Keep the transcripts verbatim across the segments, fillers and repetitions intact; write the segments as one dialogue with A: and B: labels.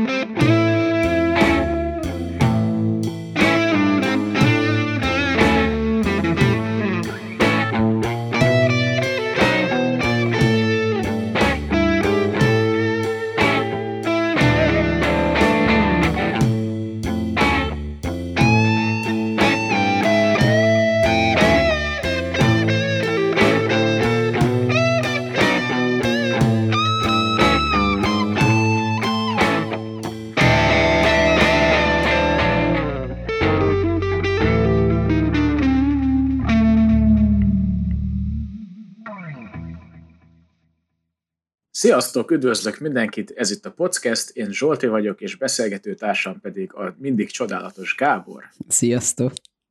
A: Sziasztok, üdvözlök mindenkit, ez itt a podcast, én Zsolti vagyok, és beszélgető társam pedig a mindig csodálatos Gábor.
B: Sziasztok!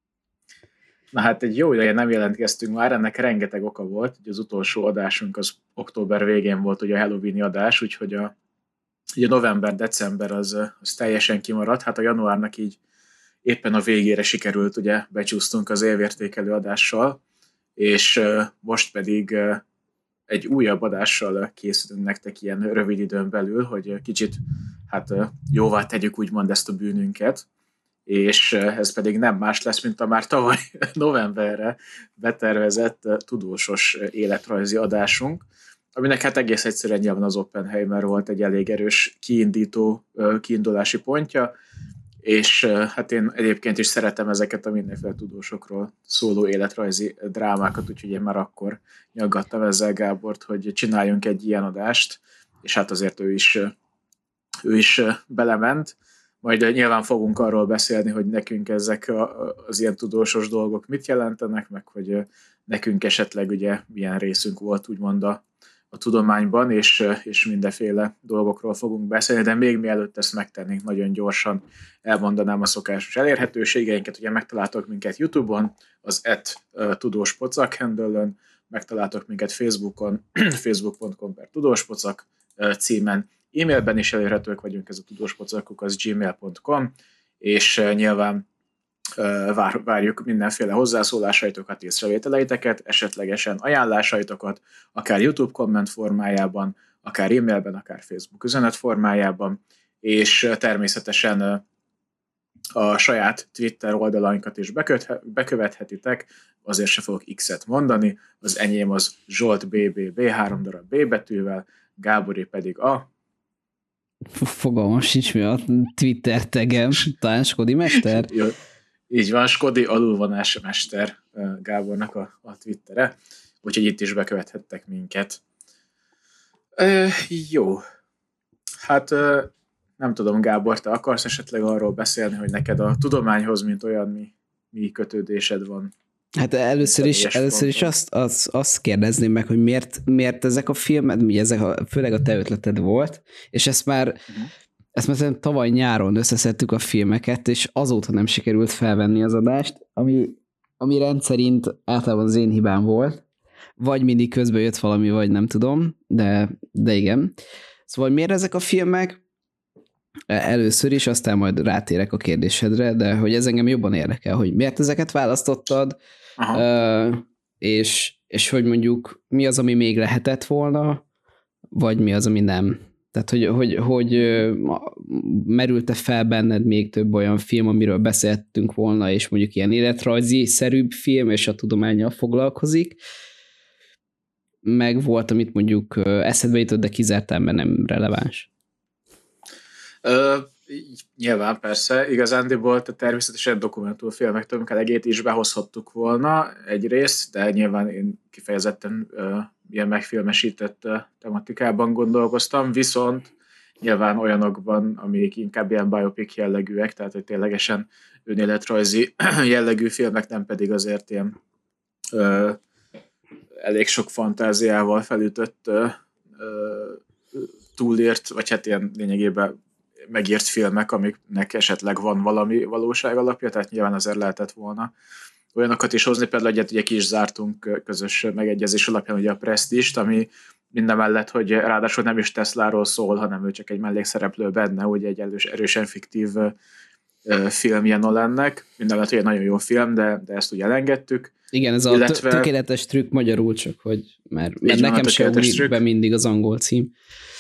A: Na hát egy jó ideje nem jelentkeztünk már, ennek rengeteg oka volt, hogy az utolsó adásunk az október végén volt ugye a Halloweeni adás, úgyhogy a, ugye november-december az, az teljesen kimaradt, hát a januárnak így éppen a végére sikerült, ugye becsúsztunk az évértékelő adással, és most pedig egy újabb adással készülünk nektek ilyen rövid időn belül, hogy kicsit hát jóvá tegyük úgymond ezt a bűnünket, és ez pedig nem más lesz, mint a már tavaly novemberre betervezett tudósos életrajzi adásunk, aminek hát egész egyszerűen nyilván az Oppenheimer volt egy elég erős kiindító, kiindulási pontja, és hát én egyébként is szeretem ezeket a mindenféle tudósokról szóló életrajzi drámákat, úgyhogy én már akkor nyaggattam ezzel Gábort, hogy csináljunk egy ilyen adást, és hát azért ő is, ő is belement. Majd nyilván fogunk arról beszélni, hogy nekünk ezek az ilyen tudósos dolgok mit jelentenek, meg hogy nekünk esetleg ugye milyen részünk volt úgymond a a tudományban, és, és mindenféle dolgokról fogunk beszélni, de még mielőtt ezt megtennénk, nagyon gyorsan elmondanám a szokásos elérhetőségeinket. Ugye megtaláltok minket YouTube-on, az et tudóspocak handle-ön, megtaláltok minket Facebookon, facebook pont com per tudóspocak címen, e-mailben is elérhetők vagyunk, ez a tudóspocakuk, az gmail pont com, és nyilván Vár, várjuk mindenféle hozzászólásaitokat, észrevételeiteket, esetlegesen ajánlásaitokat, akár YouTube komment formájában, akár e-mailben, akár Facebook üzenet formájában, és természetesen a saját Twitter oldalainkat is bekövethetitek, azért se fogok X-et mondani, az enyém az Zsolt bé bé bé három darab B betűvel, Gábori pedig a...
B: Fogalmam sincs, mi a Twitter tegem, talán Skodi Mester?
A: Jó. Így van, Skodi alulvonás mester Gábornak a, a Twittere, úgyhogy itt is bekövethettek minket. E, jó. Hát nem tudom, Gábor, te akarsz esetleg arról beszélni, hogy neked a tudományhoz, mint olyan, mi, mi kötődésed van?
B: Hát először is, először is azt, azt, azt kérdezném meg, hogy miért, miért ezek a filmek, ugye ezek a, főleg a te ötleted volt, és ezt már uh-huh. Ezt már tavaly nyáron összeszedtük a filmeket, és azóta nem sikerült felvenni az adást, ami, ami rendszerint általában az én hibám volt, vagy mindig közben jött valami, vagy nem tudom, de, de igen. Szóval miért ezek a filmek? Először is, aztán majd rátérek a kérdésedre, de hogy ez engem jobban érdekel, hogy miért ezeket választottad, uh, és, és hogy mondjuk mi az, ami még lehetett volna, vagy mi az, ami nem. Tehát, hogy, hogy, hogy merült-e fel benned még több olyan film, amiről beszéltünk volna, és mondjuk ilyen életrajzi-szerűbb film, és a tudománnyal foglalkozik, meg volt, amit mondjuk eszedbe jutott, de kizártál, mert nem releváns.
A: Ö, nyilván persze, igazándiból természetesen dokumentumfilmektől elegét is behozhattuk volna egyrészt, de nyilván én kifejezetten ö, ilyen megfilmesített ö, tematikában gondolkoztam, viszont nyilván olyanokban, amik inkább ilyen biopic jellegűek, tehát hogy ténylegesen önéletrajzi jellegű filmek, nem pedig azért ilyen ö, elég sok fantáziával felütött ö, ö, túlírt, vagy hát ilyen lényegében megírt filmek, amiknek esetleg van valami valóság alapja, tehát nyilván azért lehetett volna olyanokat is hozni, például egyet ugye ki is zártunk közös megegyezés alapján ugye a Prestige-t, ami mindemellett, hogy ráadásul nem is Tesláról szól, hanem ő csak egy mellékszereplő benne, ugye egy erős, erősen fiktív filmje Nolannek, mindemellett ugye nagyon jó film, de, de ezt ugye elengedtük.
B: Igen, ez illetve... a tökéletes trükk magyarul csak, hogy mert, mert nekem sem ugrik be mindig az angol cím.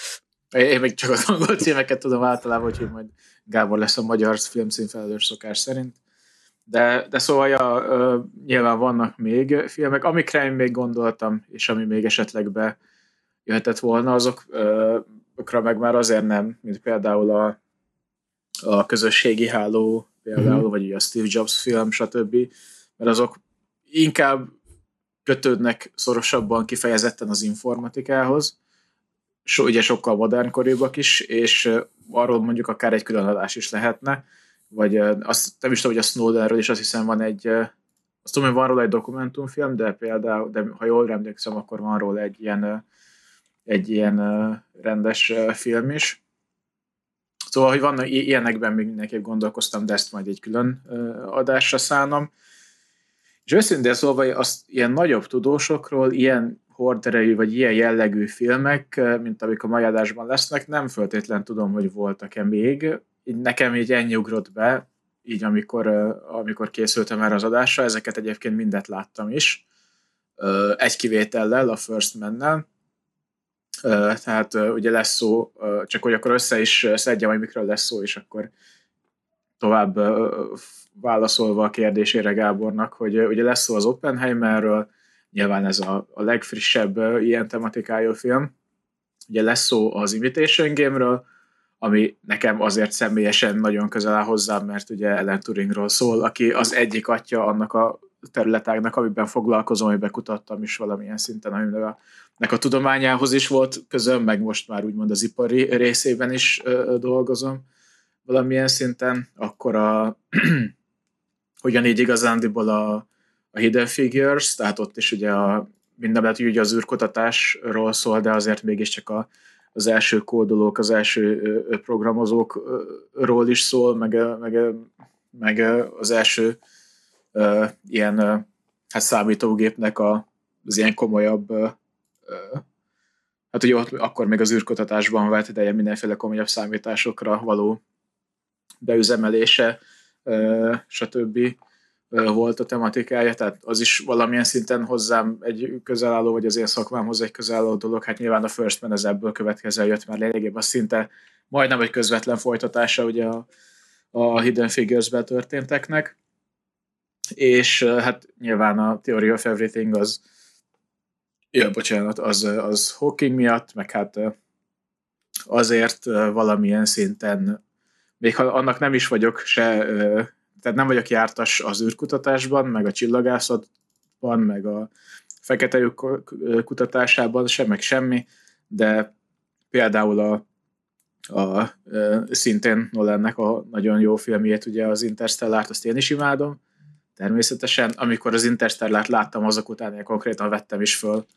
A: Én még csak az angol címeket tudom általában, úgyhogy majd Gábor lesz a magyar filmcímfelelős szokás szerint. De, de szóval ja, uh, nyilván vannak még filmek, amikre én még gondoltam, és ami még esetleg bejöhetett volna, azokra uh, meg már azért nem, mint például a, a közösségi háló, például, mm-hmm. vagy a Steve Jobs film, stb. Mert azok inkább kötődnek szorosabban kifejezetten az informatikához, so, ugye sokkal modernkoribbak is, és uh, arról mondjuk akár egy külön adás is lehetne, vagy uh, azt nem is tudom, hogy a Snowdenről is azt hiszem van egy, uh, azt tudom, hogy van róla egy dokumentumfilm, de például, de ha jól emlékszem, akkor van róla egy ilyen, uh, egy ilyen uh, rendes uh, film is. Szóval, hogy vannak ilyenekben még mindenképp gondolkoztam, de ezt majd egy külön uh, adásra szánom. És őszintén szólva, azt ilyen nagyobb tudósokról, ilyen horderejű, vagy ilyen jellegű filmek, mint amik a mai adásban lesznek, nem feltétlen tudom, hogy voltak-e még. Így nekem így ennyi ugrott be, így amikor, amikor készültem erre az adásra, ezeket egyébként mindet láttam is. Egy kivétellel, a First Man-nel. Tehát ugye lesz szó, csak hogy akkor össze is szedjem, hogy mikről lesz szó, és akkor tovább válaszolva a kérdésére Gábornak, hogy ugye lesz szó az Oppenheimerről, nyilván ez a, a legfrissebb ilyen tematikájú film. Ugye lesz szó az Imitation Game-ről, ami nekem azért személyesen nagyon közel áll hozzám, mert ugye Alan Turingról szól, aki az egyik atya annak a területágnak, amiben foglalkozom, amiben kutattam is valamilyen szinten, aminek a, a tudományához is volt közöm, meg most már úgymond az ipari részében is ö, dolgozom valamilyen szinten, akkor a ugyanígy igazándiból a, a Hidden Figures, tehát ott is ugye a, minden lehet, hogy ugye az űrkutatásról szól, de azért mégiscsak a, az első kódolók, az első programozókról is szól, meg, meg, meg az első uh, ilyen uh, hát számítógépnek a, az ilyen komolyabb uh, hát ugye ott akkor még az űrkutatásban vált ideje mindenféle komolyabb számításokra való beüzemelése, uh, stb. Uh, volt a tematikája, tehát az is valamilyen szinten hozzám egy közelálló, vagy az én szakmámhoz egy közelálló dolog. Hát nyilván a First Man ez ebből következően jött, mert lényegében szinte majdnem egy közvetlen folytatása ugye a, a Hidden Figures-ben történteknek. És uh, hát nyilván a Theory of Everything az ja, bocsánat, az, az Hawking miatt, meg hát uh, azért uh, valamilyen szinten még ha annak nem is vagyok se, tehát nem vagyok jártas az űrkutatásban, meg a csillagászatban, meg a fekete lyuk kutatásában, sem, meg semmi, de például a, a, a szintén Nolannek a nagyon jó filmjét, ugye az Interstellárt, azt én is imádom, természetesen. Amikor az Interstellárt láttam, azok után én konkrétan vettem is föl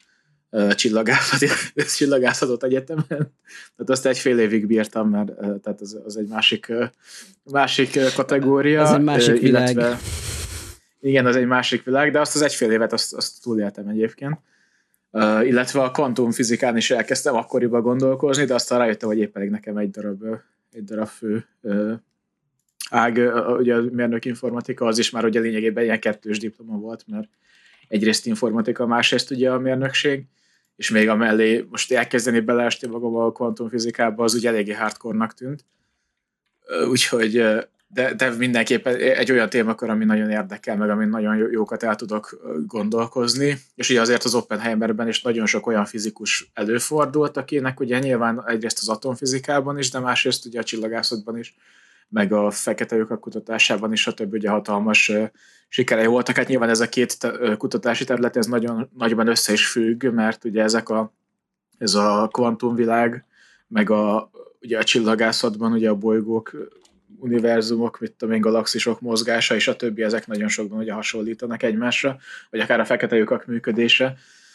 A: csillagászatot egyetemen. Tehát azt egy fél évig bírtam, mert tehát az, az egy másik, másik kategória.
B: Az egy másik
A: illetve,
B: világ.
A: Igen, az egy másik világ, de azt az egy fél évet azt, azt túléltem egyébként. Uh, illetve a kvantumfizikán is elkezdtem akkoriban gondolkozni, de aztán rájöttem, hogy épp elég nekem egy darab, egy darab fő uh, ág, uh, ugye a mérnök informatika, az is már ugye lényegében ilyen kettős diploma volt, mert egyrészt informatika, másrészt ugye a mérnökség, és még amellé most elkezdeni beleesni magam a kvantumfizikába, az ugye eléggé hardcore-nak tűnt. Úgyhogy, de, de mindenképpen egy olyan témakör, ami nagyon érdekel, meg amin nagyon jókat el tudok gondolkozni, és ugye azért az Oppenheimerben is nagyon sok olyan fizikus előfordult, akinek ugye nyilván egyrészt az atomfizikában is, de másrészt ugye a csillagászatban is, meg a fekete lyukak kutatásában is, stb. Ugye hatalmas sikerei voltak. Hát nyilván ez a két kutatási terület, ez nagyon nagyban össze is függ, mert ugye ezek a, ez a kvantumvilág, meg a, ugye a csillagászatban ugye a bolygók, univerzumok, mit tudom én, galaxisok mozgása, és a többi, ezek nagyon sokban ugye hasonlítanak egymásra, vagy akár a fekete lyukak működése.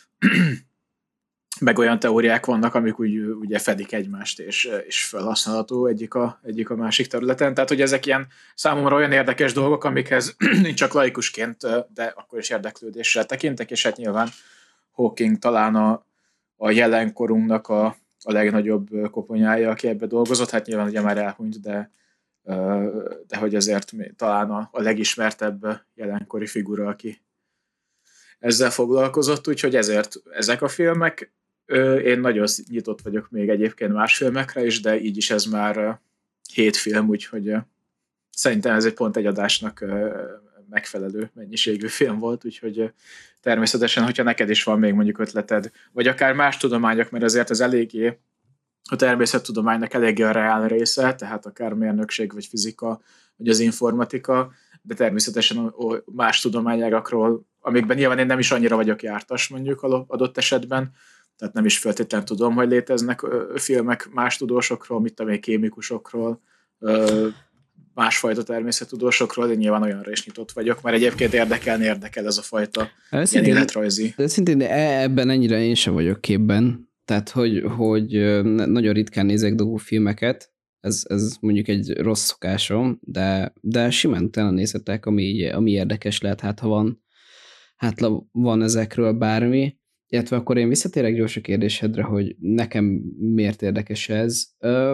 A: Meg olyan teóriák vannak, amik úgy, ugye fedik egymást, és, és felhasználható egyik a, egyik a másik területen. Tehát, hogy ezek ilyen számomra olyan érdekes dolgok, amikhez nincs csak laikusként, de akkor is érdeklődéssel tekintek, és hát nyilván Hawking talán a, a jelenkorunknak a, a legnagyobb koponyája, aki ebbe dolgozott. Hát nyilván ugye már elhunyt, de, de hogy azért talán a, a legismertebb jelenkori figura, aki ezzel foglalkozott, úgyhogy ezért ezek a filmek. Én nagyon nyitott vagyok még egyébként más filmekre is, de így is ez már hét film, úgyhogy szerintem ez egy pont egy adásnak megfelelő mennyiségű film volt, úgyhogy természetesen, hogyha neked is van még mondjuk ötleted, vagy akár más tudományok, mert azért ez eléggé, a természettudománynak eléggé a reál része, tehát akár mérnökség, vagy fizika, vagy az informatika, de természetesen más tudományágakról, amikben nyilván én nem is annyira vagyok jártas mondjuk adott esetben, tehát nem is feltétlenül tudom, hogy léteznek filmek más tudósokról, mit tudom én, kémikusokról, másfajta természettudósokról, de nyilván olyanra is nyitott vagyok, mert egyébként érdekelni érdekel ez a fajta ilyen életrajzi.
B: De szintén ebben ennyire én sem vagyok képben, tehát hogy, hogy nagyon ritkán nézek dokumentumfilmeket, ez, ez mondjuk egy rossz szokásom, de, de simán utána nézhetek, ami, ami érdekes lehet, hát ha van, hát van ezekről bármi, illetve akkor én visszatérek gyors a kérdésedre, hogy nekem miért érdekes ez.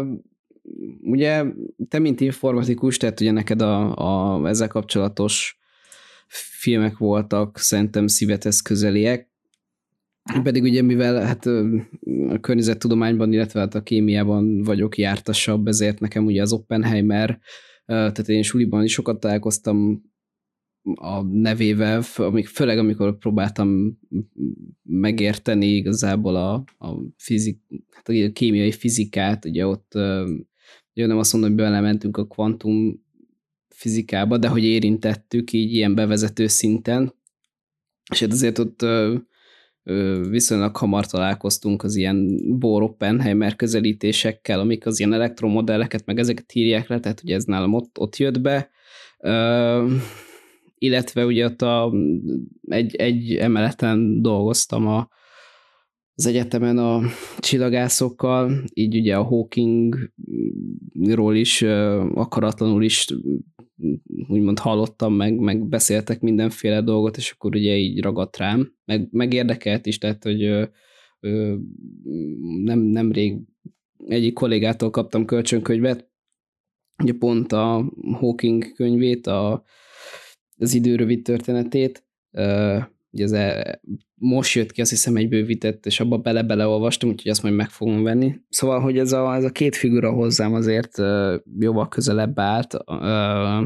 B: Ugye te, mint informatikus, tehát ugye neked a, a, ezzel kapcsolatos filmek voltak szerintem szívedhez közeliek, pedig ugye mivel hát a környezettudományban, illetve hát a kémiában vagyok jártasabb, ezért nekem ugye az Oppenheimer, tehát én suliban is sokat találkoztam a nevével, amik, főleg amikor próbáltam megérteni igazából a, a, fizik, hát a kémiai fizikát, ugye ott ugye nem azt mondom, hogy belementünk a kvantum fizikába, de hogy érintettük így ilyen bevezető szinten, és hát azért ott viszonylag hamar találkoztunk az ilyen Bohr-Oppenheimer közelítésekkel, amik az ilyen elektromodelleket, meg ezeket írják le, tehát ugye ez nálam ott, ott jött be, uh, illetve ugye ott a, egy, egy emeleten dolgoztam a, az egyetemen a csillagászokkal, így ugye a Hawkingról is uh, akaratlanul is úgymond hallottam, meg, meg beszéltek mindenféle dolgot, és akkor ugye így ragadt rám, meg, meg érdekelt is, tehát, hogy ö, ö, nem, nemrég egyik kollégától kaptam kölcsönkönyvet, ugye pont a Hawking könyvét, a, az idő rövid történetét, ö, ugye ez e, most jött ki, azt hiszem egy bővített, és abba bele-bele olvastam, úgyhogy azt majd meg fogom venni. Szóval, hogy ez a, ez a két figura hozzám azért uh, jóval közelebb állt. Uh,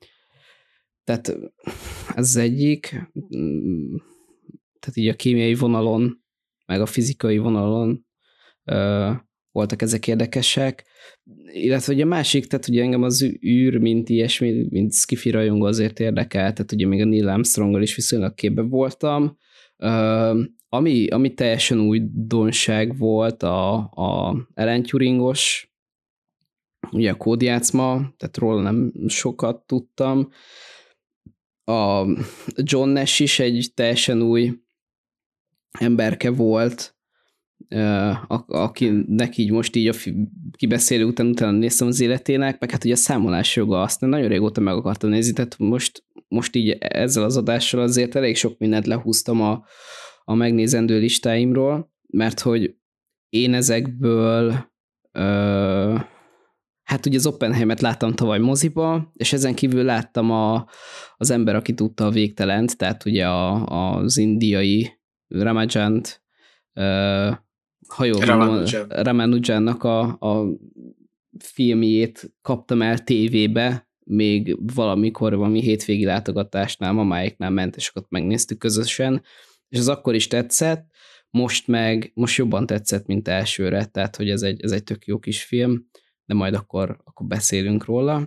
B: tehát ez az egyik, tehát így a kémiai vonalon, meg a fizikai vonalon uh, voltak ezek érdekesek. Illetve ugye a másik, tehát ugye engem az űr, mint ilyesmi, mint sci-fi rajongó azért érdekel, tehát ugye még a Neil Armstronggal is viszonylag képben voltam. Uh, ami, ami teljesen újdonság volt a, a Alan Turingos, ugye a kódjátszma, tehát róla nem sokat tudtam. A John Nash is egy teljesen új emberke volt, uh, akinek így most így a kibeszélő után utána néztem az életének, meg hát ugye a számolás joga, azt nagyon régóta meg akartam nézni, tehát most, most így ezzel az adással azért elég sok mindent lehúztam a, a megnézendő listáimról, mert hogy én ezekből uh, hát ugye az Oppenheimet láttam tavaly moziba, és ezen kívül láttam a, az ember, aki tudta a végtelent, tehát ugye a, az indiai Ramajant, uh, ha jól mondom, Ramanujannak a, a filmjét kaptam el tévébe, még valamikor valami hétvégi látogatásnál, mamáiknál ment, és akkor megnéztük közösen, és az akkor is tetszett, most meg, most jobban tetszett, mint elsőre, tehát hogy ez egy, ez egy tök jó kis film, de majd akkor, akkor beszélünk róla.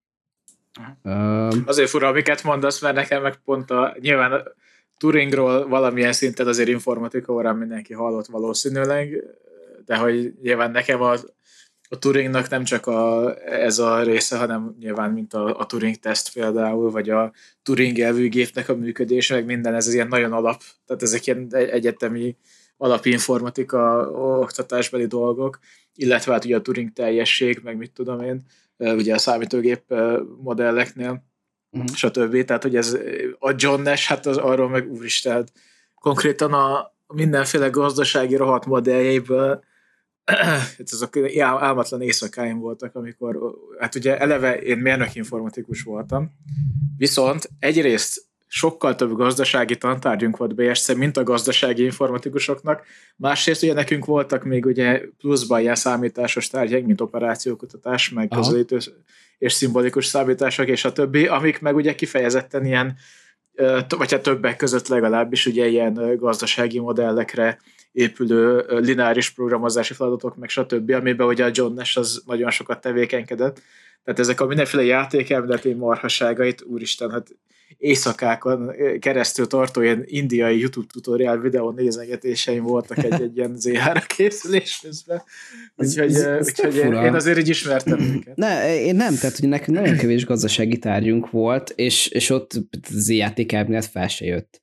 A: Uh, azért fura, amiket mondasz, mert nekem meg pont a, nyilván a Turingról valamilyen szinten azért informatika órán mindenki hallott valószínűleg, de hogy nyilván nekem a, a Turingnak nem csak a, ez a része, hanem nyilván mint a, a Turing-teszt például, vagy a Turing elvűgépnek a működése, meg minden, ez ilyen nagyon alap, tehát ezek ilyen egyetemi alapinformatika oktatásbeli dolgok, illetve hát ugye a Turing teljesség, meg mit tudom én, ugye a számítógép modelleknél, uh-huh. stb. Tehát, hogy ez a John Nash, hát az arról meg úristen, konkrétan a mindenféle gazdasági rohadt modelljeiből ezek álmatlan éjszakáim voltak, amikor, hát ugye eleve én mérnök informatikus voltam, viszont egyrészt sokkal több gazdasági tantárgyunk volt bé es cé, mint a gazdasági informatikusoknak. Másrészt ugye nekünk voltak még ugye pluszban ilyen számításos tárgyak, mint operációkutatás, meg Aha. közelítő és szimbolikus számítások, és a többi, amik meg ugye kifejezetten ilyen, vagy hát többek között legalábbis ugye ilyen gazdasági modellekre épülő lineáris programozási feladatok, meg stb., amiben ugye a John Nash az nagyon sokat tevékenykedett. Tehát ezek a mindenféle játékelméleti marhaságait, úristen, hát éjszakákon keresztül tartó ilyen indiai YouTube tutorial videó nézegetéseim voltak egy-egy ilyen zé há-ra készülés közben. Úgyhogy, ez, ez úgyhogy én, én azért így ismertem őket.
B: Ne, én nem, tehát hogy nekünk nagyon kevés gazdasági tárgyunk volt, és, és ott az játékelmélet fel se jött.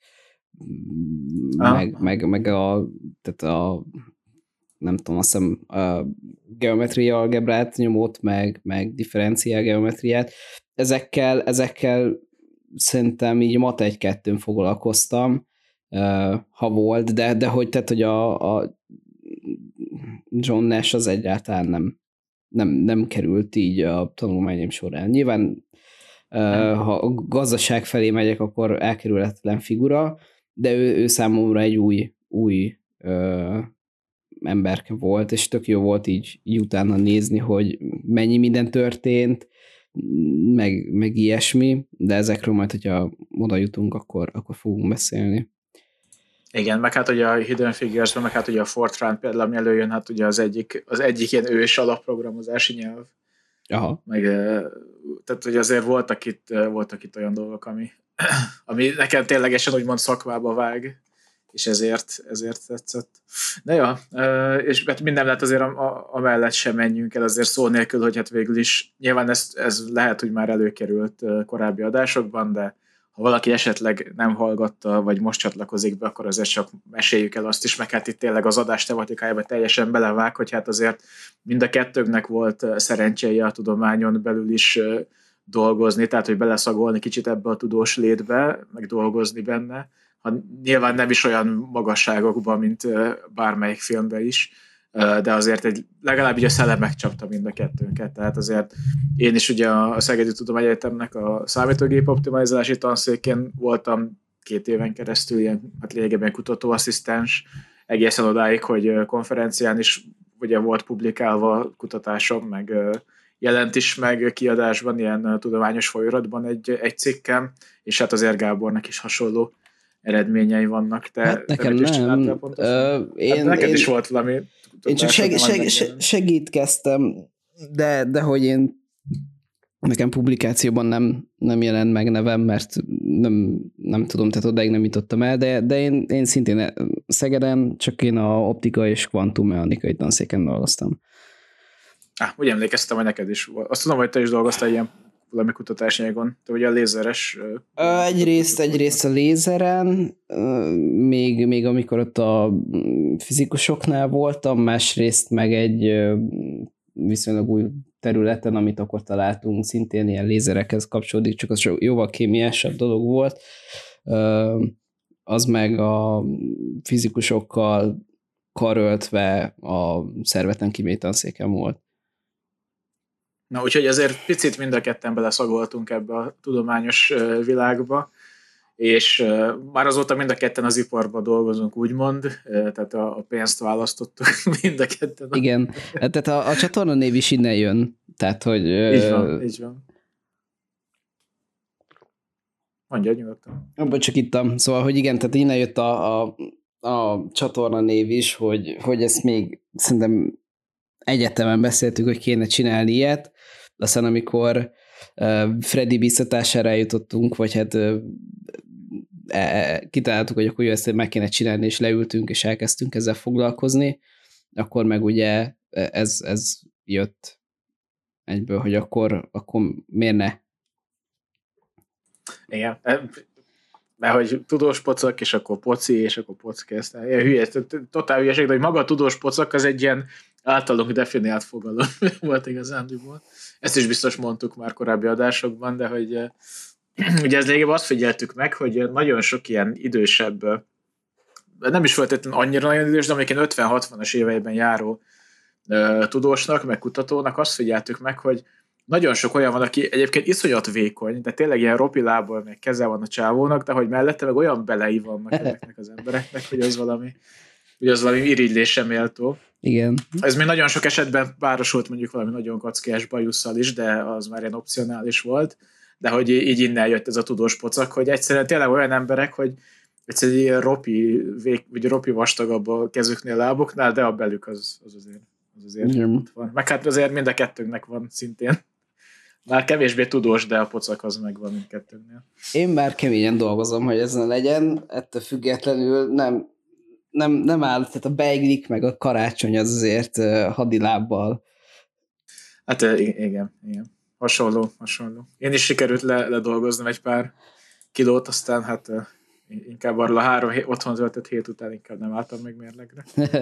B: Meg, meg, meg a, tehát a nem tudom, azt hiszem a geometria algebrát nyomott, meg, meg differenciál geometriát. Ezekkel, ezekkel szerintem így mat egy-kettőn foglalkoztam, ha volt, de, de hogy, tehát, hogy a, a John Nash az egyáltalán nem, nem, nem került így a tanulmányom során. Nyilván, ha a gazdaság felé megyek, akkor elkerülhetetlen figura, de ő, ő számomra egy új, új ö, emberke volt, és tök jó volt így, így utána nézni, hogy mennyi minden történt, meg, meg ilyesmi, de ezekről majd, hogyha oda jutunk, akkor, akkor fogunk beszélni.
A: Igen, meg hát ugye a Hidden Figures-ben, meg hát ugye a Fortran például, ami előjön, hát ugye az egyik, az egyik ilyen ős alapprogramozási nyelv.
B: Aha.
A: Meg, tehát hogy azért voltak itt, voltak itt olyan dolgok, ami, ami nekem ténylegesen úgymond szakmába vág, és ezért, ezért tetszett. Na jó, és hát minden lehet azért amellett sem menjünk el, azért szó nélkül, hogy hát végül is nyilván ez, ez lehet, hogy már előkerült korábbi adásokban, de ha valaki esetleg nem hallgatta, vagy most csatlakozik be, akkor azért csak meséljük el azt is, meg hát itt tényleg az adás tematikájába teljesen belevág, hogy hát azért mind a kettőnknek volt szerencséje a tudományon belül is dolgozni, tehát hogy beleszagolni kicsit ebbe a tudós létbe, meg dolgozni benne, ha nyilván nem is olyan magasságokban, mint bármelyik filmben is, de azért egy, legalább így a szele megcsapta mind a kettőnket, tehát azért én is ugye a Szegedi Tudományegyetemnek a számítógép optimalizálási tanszékén voltam két éven keresztül, ilyen, hát lényegében kutatóasszisztens, egészen odáig, hogy konferencián is ugye volt publikálva kutatásom, meg jelent is meg kiadásban, ilyen tudományos folyóiratban egy, egy cikkem, és hát azért Gábornak is hasonló eredményei vannak. Te,
B: hát nekem
A: te
B: nem. Ö, én,
A: hát neked
B: én,
A: is volt valami.
B: Én csak seg, seg, seg, segítkeztem, de, de hogy én nekem publikációban nem, nem jelent meg nevem, mert nem, nem tudom, tehát odáig nem jutottam el, de, de én, én szintén Szegeden, csak én a optika és kvantummechanikai tanszéken dolgoztam.
A: Ah, úgy emlékeztem, hogy neked is volt. Azt tudom, hogy te is dolgoztál ilyen valami kutatásnyagon. Te ugye a lézeres...
B: Egyrészt, egyrészt a lézeren, még, még amikor ott a fizikusoknál voltam, másrészt meg egy viszonylag új területen, amit akkor találtunk, szintén ilyen lézerekhez kapcsolódik, csak az jóval kémiásabb dolog volt. Az meg a fizikusokkal karöltve a szervetlen kémiai tanszéken volt.
A: Na, úgyhogy azért picit mind a ketten beleszagoltunk ebbe a tudományos világba, és már azóta mind a ketten az iparban dolgozunk, úgymond, tehát a pénzt választottuk mind a ketten.
B: Igen, tehát a, a csatorna név is innen jön, tehát hogy...
A: Így van, így van. Mondja, nyugodtan.
B: Abban csak ittam. Szóval, hogy igen, tehát innen jött a, a, a csatorna név is, hogy, hogy ezt még szerintem egyetemen beszéltük, hogy kéne csinálni ilyet, aztán amikor uh, Freddy biztatására eljutottunk, vagy hát uh, e, kitaláltuk, hogy akkor jó, ezt meg kéne csinálni, és leültünk, és elkezdtünk ezzel foglalkozni, akkor meg ugye ez, ez jött egyből, hogy akkor, akkor miért ne?
A: Igen, mert hogy tudós pocak, és akkor poci, és akkor podcast. Ilyen hülye, totál hülyeség, de hogy maga a tudós pocak az egy ilyen általunk definiált fogalom volt igazándiból. Ezt is biztos mondtuk már korábbi adásokban, de hogy ugye ez lényegében azt figyeltük meg, hogy nagyon sok ilyen idősebb, nem is feltétlenül annyira nagyon idős, de amelyik ötven-hatvanas éveiben járó uh, tudósnak, meg kutatónak azt figyeltük meg, hogy nagyon sok olyan van, aki egyébként iszonyat vékony, de tényleg ilyen ropi lábbal meg keze van a csávónak, de hogy mellette meg olyan belei vannak ezeknek az embereknek, hogy az valami, hogy az valami irigylésre méltó.
B: Igen.
A: Ez még nagyon sok esetben párosult mondjuk valami nagyon kackiás bajusszal is, de az már ilyen opcionális volt, de hogy így innen jött ez a tudós pocak, hogy egyszerűen tényleg olyan emberek, hogy egyszerűen ilyen ropi, vég, vagy ropi vastagabb a kezüknél, lábuknál, de a belük az, az azért, az azért ott van. Meg hát azért mind a kettőnknek van szintén. Már kevésbé tudós, de a pocak az megvan mindkettőnknél.
B: Én már keményen dolgozom, hogy ezen legyen, ettől függetlenül nem, nem, nem áll, tehát a beiglik meg a karácsony az azért hadilábbal.
A: Hát igen, igen. Hasonló, hasonló. Én is sikerült le, ledolgoznom egy pár kilót, aztán hát inkább arról a három hét, otthon töltött hét után inkább nem álltam meg mérlegre.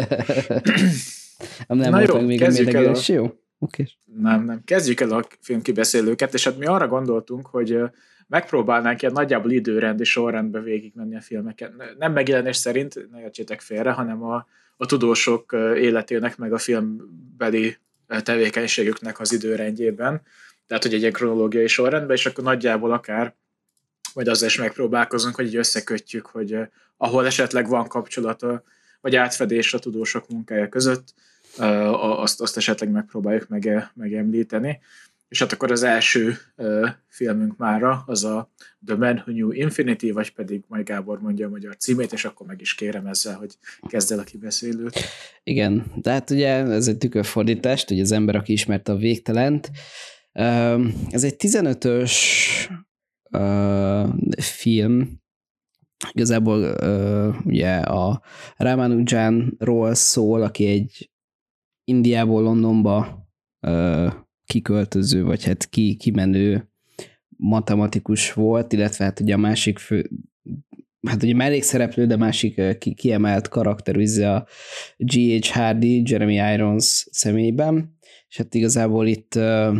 B: nem volt meg még a mérlegelés, jó? Okay.
A: Nem, nem. Kezdjük el a filmkibeszélőket, és hát mi arra gondoltunk, hogy megpróbálnánk ilyen nagyjából időrendi sorrendbe végigmenni a filmeket. Nem megjelenés szerint, ne értsétek félre, hanem a, a tudósok életének, meg a filmbeli tevékenységüknek az időrendjében. Tehát, hogy egy ilyen kronológiai sorrendben, és akkor nagyjából akár majd azzal is megpróbálkozunk, hogy így összekötjük, hogy ahol esetleg van kapcsolata, vagy átfedés a tudósok munkája között, azt, azt esetleg megpróbáljuk meg, megemlíteni. És hát akkor az első uh, filmünk mára az a The Man Who Knew Infinity, vagy pedig majd Gábor mondja a magyar címét, és akkor meg is kérem ezzel, hogy kezd el a kibeszélőt.
B: Igen, tehát ugye ez egy tükörfordítást, ugye az ember, aki ismerte a végtelent. Ez egy tizenötös uh, film, igazából uh, ugye a Ramanujanról szól, aki egy Indiából Londonba uh, kiköltöző, vagy hát ki, kimenő matematikus volt, illetve hát ugye a másik fő, hát ugye mellékszereplő, de másik ki, kiemelt karakter, ugye a G H. Hardy, Jeremy Irons személyben, és hát igazából itt uh,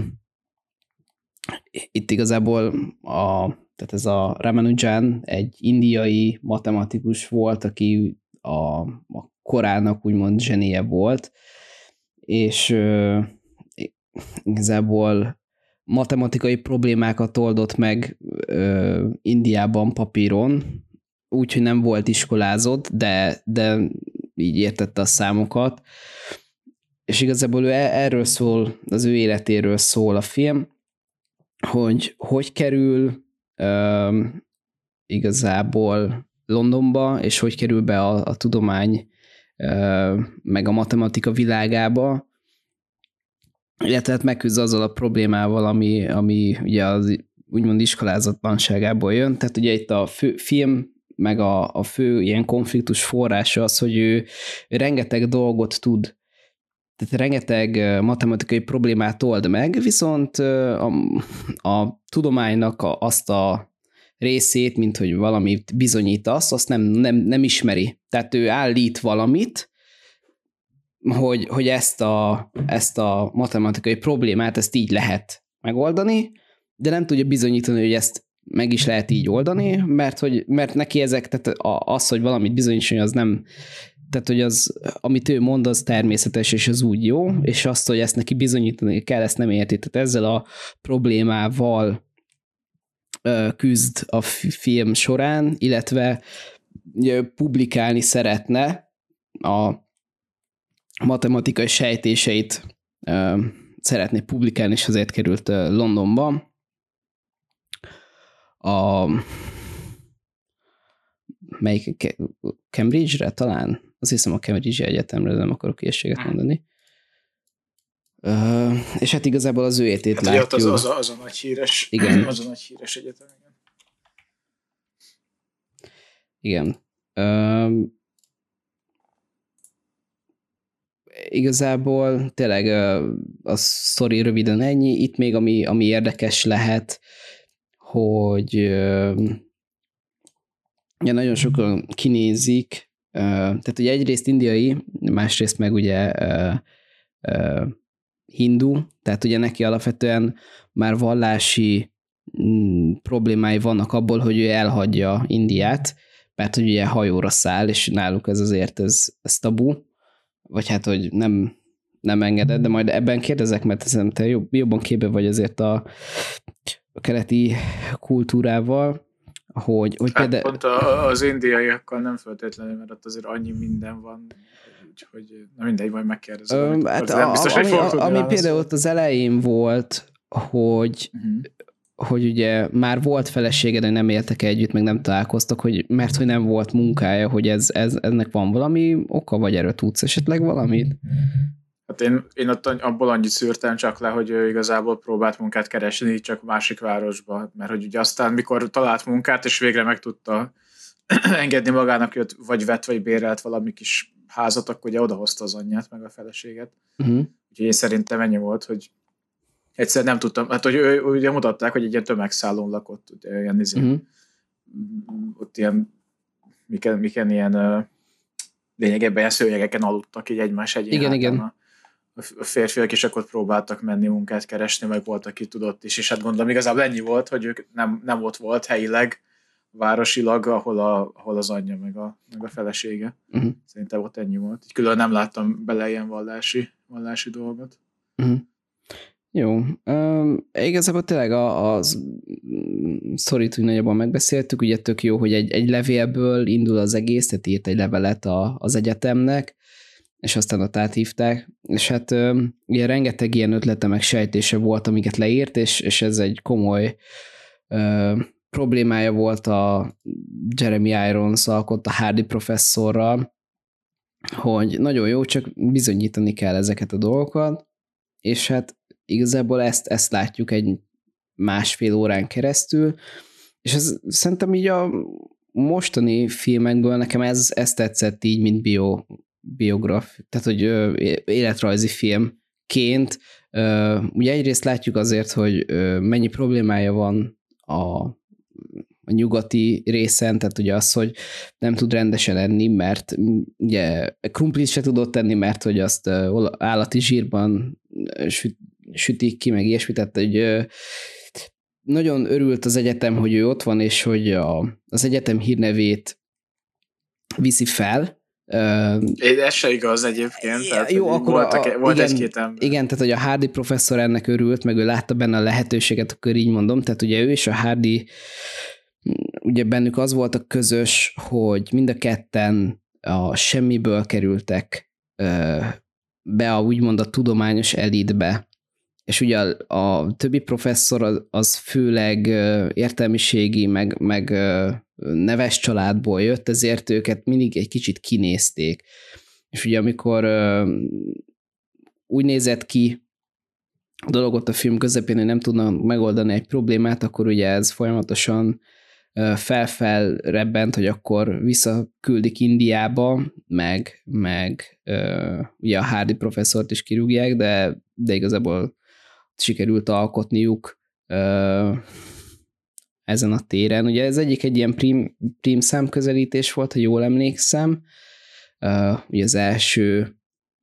B: itt igazából a, tehát ez a Ramanujan egy indiai matematikus volt, aki a, a korának úgymond zsenie volt, és uh, igazából matematikai problémákat oldott meg uh, Indiában papíron, úgyhogy nem volt iskolázott, de, de így értette a számokat, és igazából ő erről szól, az ő életéről szól a film, hogy hogy kerül uh, igazából Londonba, és hogy kerül be a, a tudomány uh, meg a matematika világába, illetve hát megküzd azzal a problémával, ami, ami ugye az úgymond iskolázatlanságából jön. Tehát ugye itt a fő, film, meg a, a fő ilyen konfliktus forrása az, hogy ő, ő rengeteg dolgot tud, tehát rengeteg matematikai problémát old meg, viszont a, a tudománynak a, azt a részét, mint hogy valamit bizonyítasz, azt nem, nem, nem ismeri. Tehát ő állít valamit, hogy, hogy ezt, a, ezt a matematikai problémát, ezt így lehet megoldani, de nem tudja bizonyítani, hogy ezt meg is lehet így oldani, mert, hogy, mert neki ezek, tehát az, hogy valamit bizonyítani, az nem, tehát hogy az, amit ő mond, az természetes, és az úgy jó, és azt, hogy ezt neki bizonyítani kell, ezt nem érti. Tehát ezzel a problémával küzd a film során, illetve publikálni szeretne a matematikai sejtéseit szeretné publikálni, és azért került Londonba. A melyik Cambridge-re talán? Azt hiszem a Cambridge Egyetemre, nem akarok ilyeséget mondani. Uh, és hát igazából az ő életét hát, látjuk.
A: Az, az, a, az a nagy híres,
B: igen.
A: az a nagy híres egyetem.
B: Igen. igen. Uh, igazából tényleg uh, a sztori röviden ennyi. Itt még ami, ami érdekes lehet, hogy uh, ja, nagyon sokan kinézik, uh, tehát ugye egyrészt indiai, másrészt meg ugye uh, uh, hindu, tehát ugye neki alapvetően már vallási mm, problémái vannak abból, hogy ő elhagyja Indiát, mert hogy ugye hajóra száll, és náluk ez azért ez, ez tabu, vagy hát, hogy nem, nem engedett, de majd ebben kérdezek, mert szerintem te jobb, jobban képbe vagy azért a, a keleti kultúrával, hogy, hogy
A: hát
B: például...
A: pont a, az indiaiakkal nem feltétlenül, mert ott azért annyi minden van, úgyhogy na mindegy, majd megkérdezem.
B: Öm, hát a, biztos, ami, a, ami például ott az elején volt, hogy uh-huh. hogy ugye már volt felesége, de nem éltek együtt, meg nem találkoztak, hogy mert hogy nem volt munkája, hogy ez, ez, ennek van valami oka, vagy erről tudsz esetleg valamit?
A: Hát én, én ott abból annyit szűrtem csak le, hogy ő igazából próbált munkát keresni, csak másik városba, mert hogy ugye aztán mikor talált munkát, és végre meg tudta engedni magának, hogy vagy vett, vagy bérelt valami kis házat, akkor ugye odahozta az anyját, meg a feleséget. Uh-huh. Úgyhogy én szerintem ennyi volt, hogy egyszer nem tudtam, hát hogy ő, ugye mutatták, hogy egy ilyen tömegszállón lakott, ugye ilyen izé, uh-huh. ott ilyen miken, miken ilyen uh, lényegében ilyen szőnyegeken aludtak így egymás egyén.
B: Igen, igen.
A: A, a férfiak is akkor próbáltak menni munkát keresni, meg volt, aki tudott is, és hát gondolom igazából ennyi volt, hogy ők nem, nem ott volt helyileg, városilag, ahol, a, ahol az anyja, meg a, meg a felesége. Uh-huh. Szerintem ott ennyi volt. Így külön nem láttam bele ilyen vallási, vallási dolgot.
B: Uh-huh. Jó. Um, igazából tényleg a, a sztorit úgy nagyobban megbeszéltük, ugye tök jó, hogy egy, egy levélből indul az egész, tehát írt egy levelet a, az egyetemnek, és aztán ott áthívták, és hát um, ugye rengeteg ilyen ötlete meg sejtése volt, amiket leírt, és, és ez egy komoly uh, problémája volt a Jeremy Irons alkott a Hardy professzorral, hogy nagyon jó, csak bizonyítani kell ezeket a dolgokat, és hát igazából ezt, ezt látjuk egy másfél órán keresztül, és ez szerintem így a mostani filmekből nekem ez, ez tetszett így, mint bio, biograf, tehát hogy ö, életrajzi filmként. Ö, ugye egyrészt látjuk azért, hogy ö, mennyi problémája van a a nyugati részen, tehát ugye az, hogy nem tud rendesen enni, mert ugye krumplit se tudott tenni, mert hogy azt állati zsírban süt, sütik ki, meg ilyesmit, tehát hogy nagyon örült az egyetem, hogy ő ott van, és hogy a, az egyetem hírnevét viszi fel.
A: Ez se igaz egyébként. Tehát,
B: jó, akkor
A: voltak,
B: a,
A: volt
B: igen,
A: egy-két ember.
B: Igen, tehát hogy a Hardy professzor ennek örült, meg ő látta benne a lehetőséget, akkor így mondom, tehát ugye ő és a Hardy, ugye bennük az volt a közös, hogy mind a ketten a semmiből kerültek be a úgymond a tudományos elitbe. És ugye a, a többi professzor az, az főleg értelmiségi, meg, meg neves családból jött, ezért őket mindig egy kicsit kinézték. És ugye amikor úgy nézett ki a dolog ott a film közepén, hogy nem tudnak megoldani egy problémát, akkor ugye ez folyamatosan felfel rebbent, hogy akkor visszaküldik Indiába, meg, meg ugye a Hardy professzort is kirúgják, de, de igazából sikerült alkotniuk ezen a téren. Ugye ez egyik egy ilyen prim, prim számközelítés volt, ha jól emlékszem. Ugye az első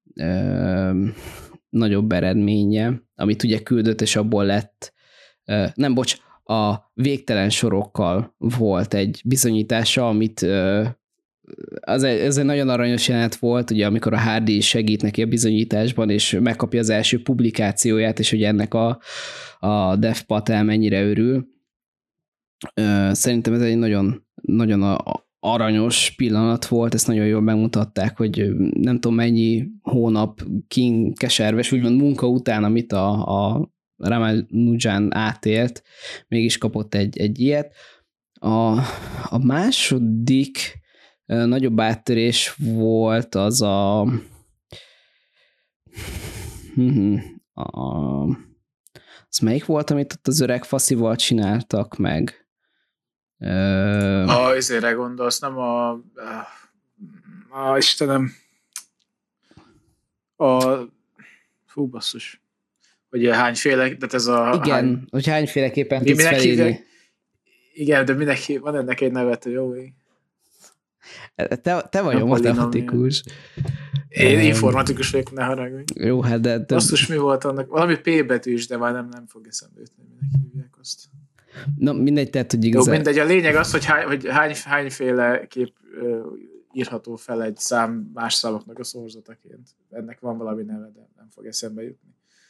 B: nagyobb eredménye, amit ugye küldött, és abból lett, nem, bocs, a végtelen sorokkal volt egy bizonyítása, amit az egy, ez egy nagyon aranyos jelenet volt, ugye, amikor a Hardy segít neki a bizonyításban, és megkapja az első publikációját, és hogy ennek a, a Dev Patel mennyire örül. Szerintem ez egy nagyon, nagyon aranyos pillanat volt, ezt nagyon jól megmutatták, hogy nem tudom mennyi hónap kínkeserves, úgymond munka után, amit a, a Ramanujan átélt, mégis kapott egy, egy ilyet. A, a második nagyobb áttörés volt az a, a az melyik volt, amit ott az öreg faszival csináltak meg?
A: A izére gondolsz, nem a, a, a Istenem a fú, basszus, hogy hányféle, de ez a...
B: Igen,
A: hány,
B: hogy hányféleképpen tudsz felírni.
A: Igen, de mindenki, van ennek egy nevet, jó ég.
B: Te, te vagy a matematikus.
A: Én um, informatikus vagyok, ne haragudj.
B: Jó, hát de... de...
A: Basszus, mi volt annak? Valami P betű is, de már nem, nem fog eszembe jutni, minek hívják azt.
B: Na, mindegy, tehát, hogy igazán...
A: Jó, mindegy, a lényeg az, hogy, hány, hogy hány, hányféle kép uh, írható fel egy szám más számoknak a szorzataként. Ennek van valami neve, de nem fog eszembe jutni.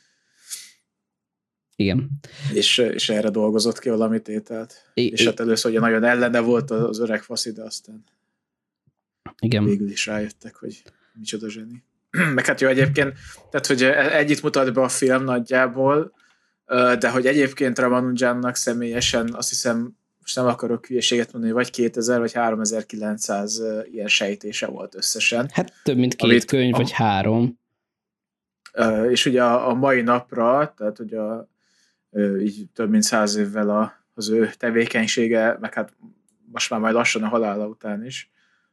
B: Igen.
A: És, és erre dolgozott ki valami tételt. I- és hát először ugye nagyon ellene volt az öreg faszi, de aztán
B: igen.
A: Végül is rájöttek, hogy micsoda zseni. Meg hát jó egyébként, tehát hogy együtt mutat be a film nagyjából, de hogy egyébként Ramanujannak személyesen azt hiszem, most nem akarok hülyeséget mondani, vagy kétezer vagy háromezer-kilencszáz ilyen sejtése volt összesen.
B: Hát több mint két amit, könyv, a, vagy három.
A: És ugye a, a mai napra, tehát ugye a, így több mint száz évvel a, az ő tevékenysége, meg hát most már majd lassan a halála után is,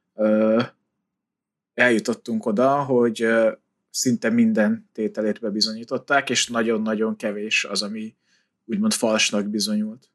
A: eljutottunk oda, hogy szinte minden tételét bebizonyították, és nagyon-nagyon kevés az, ami úgymond falsnak bizonyult.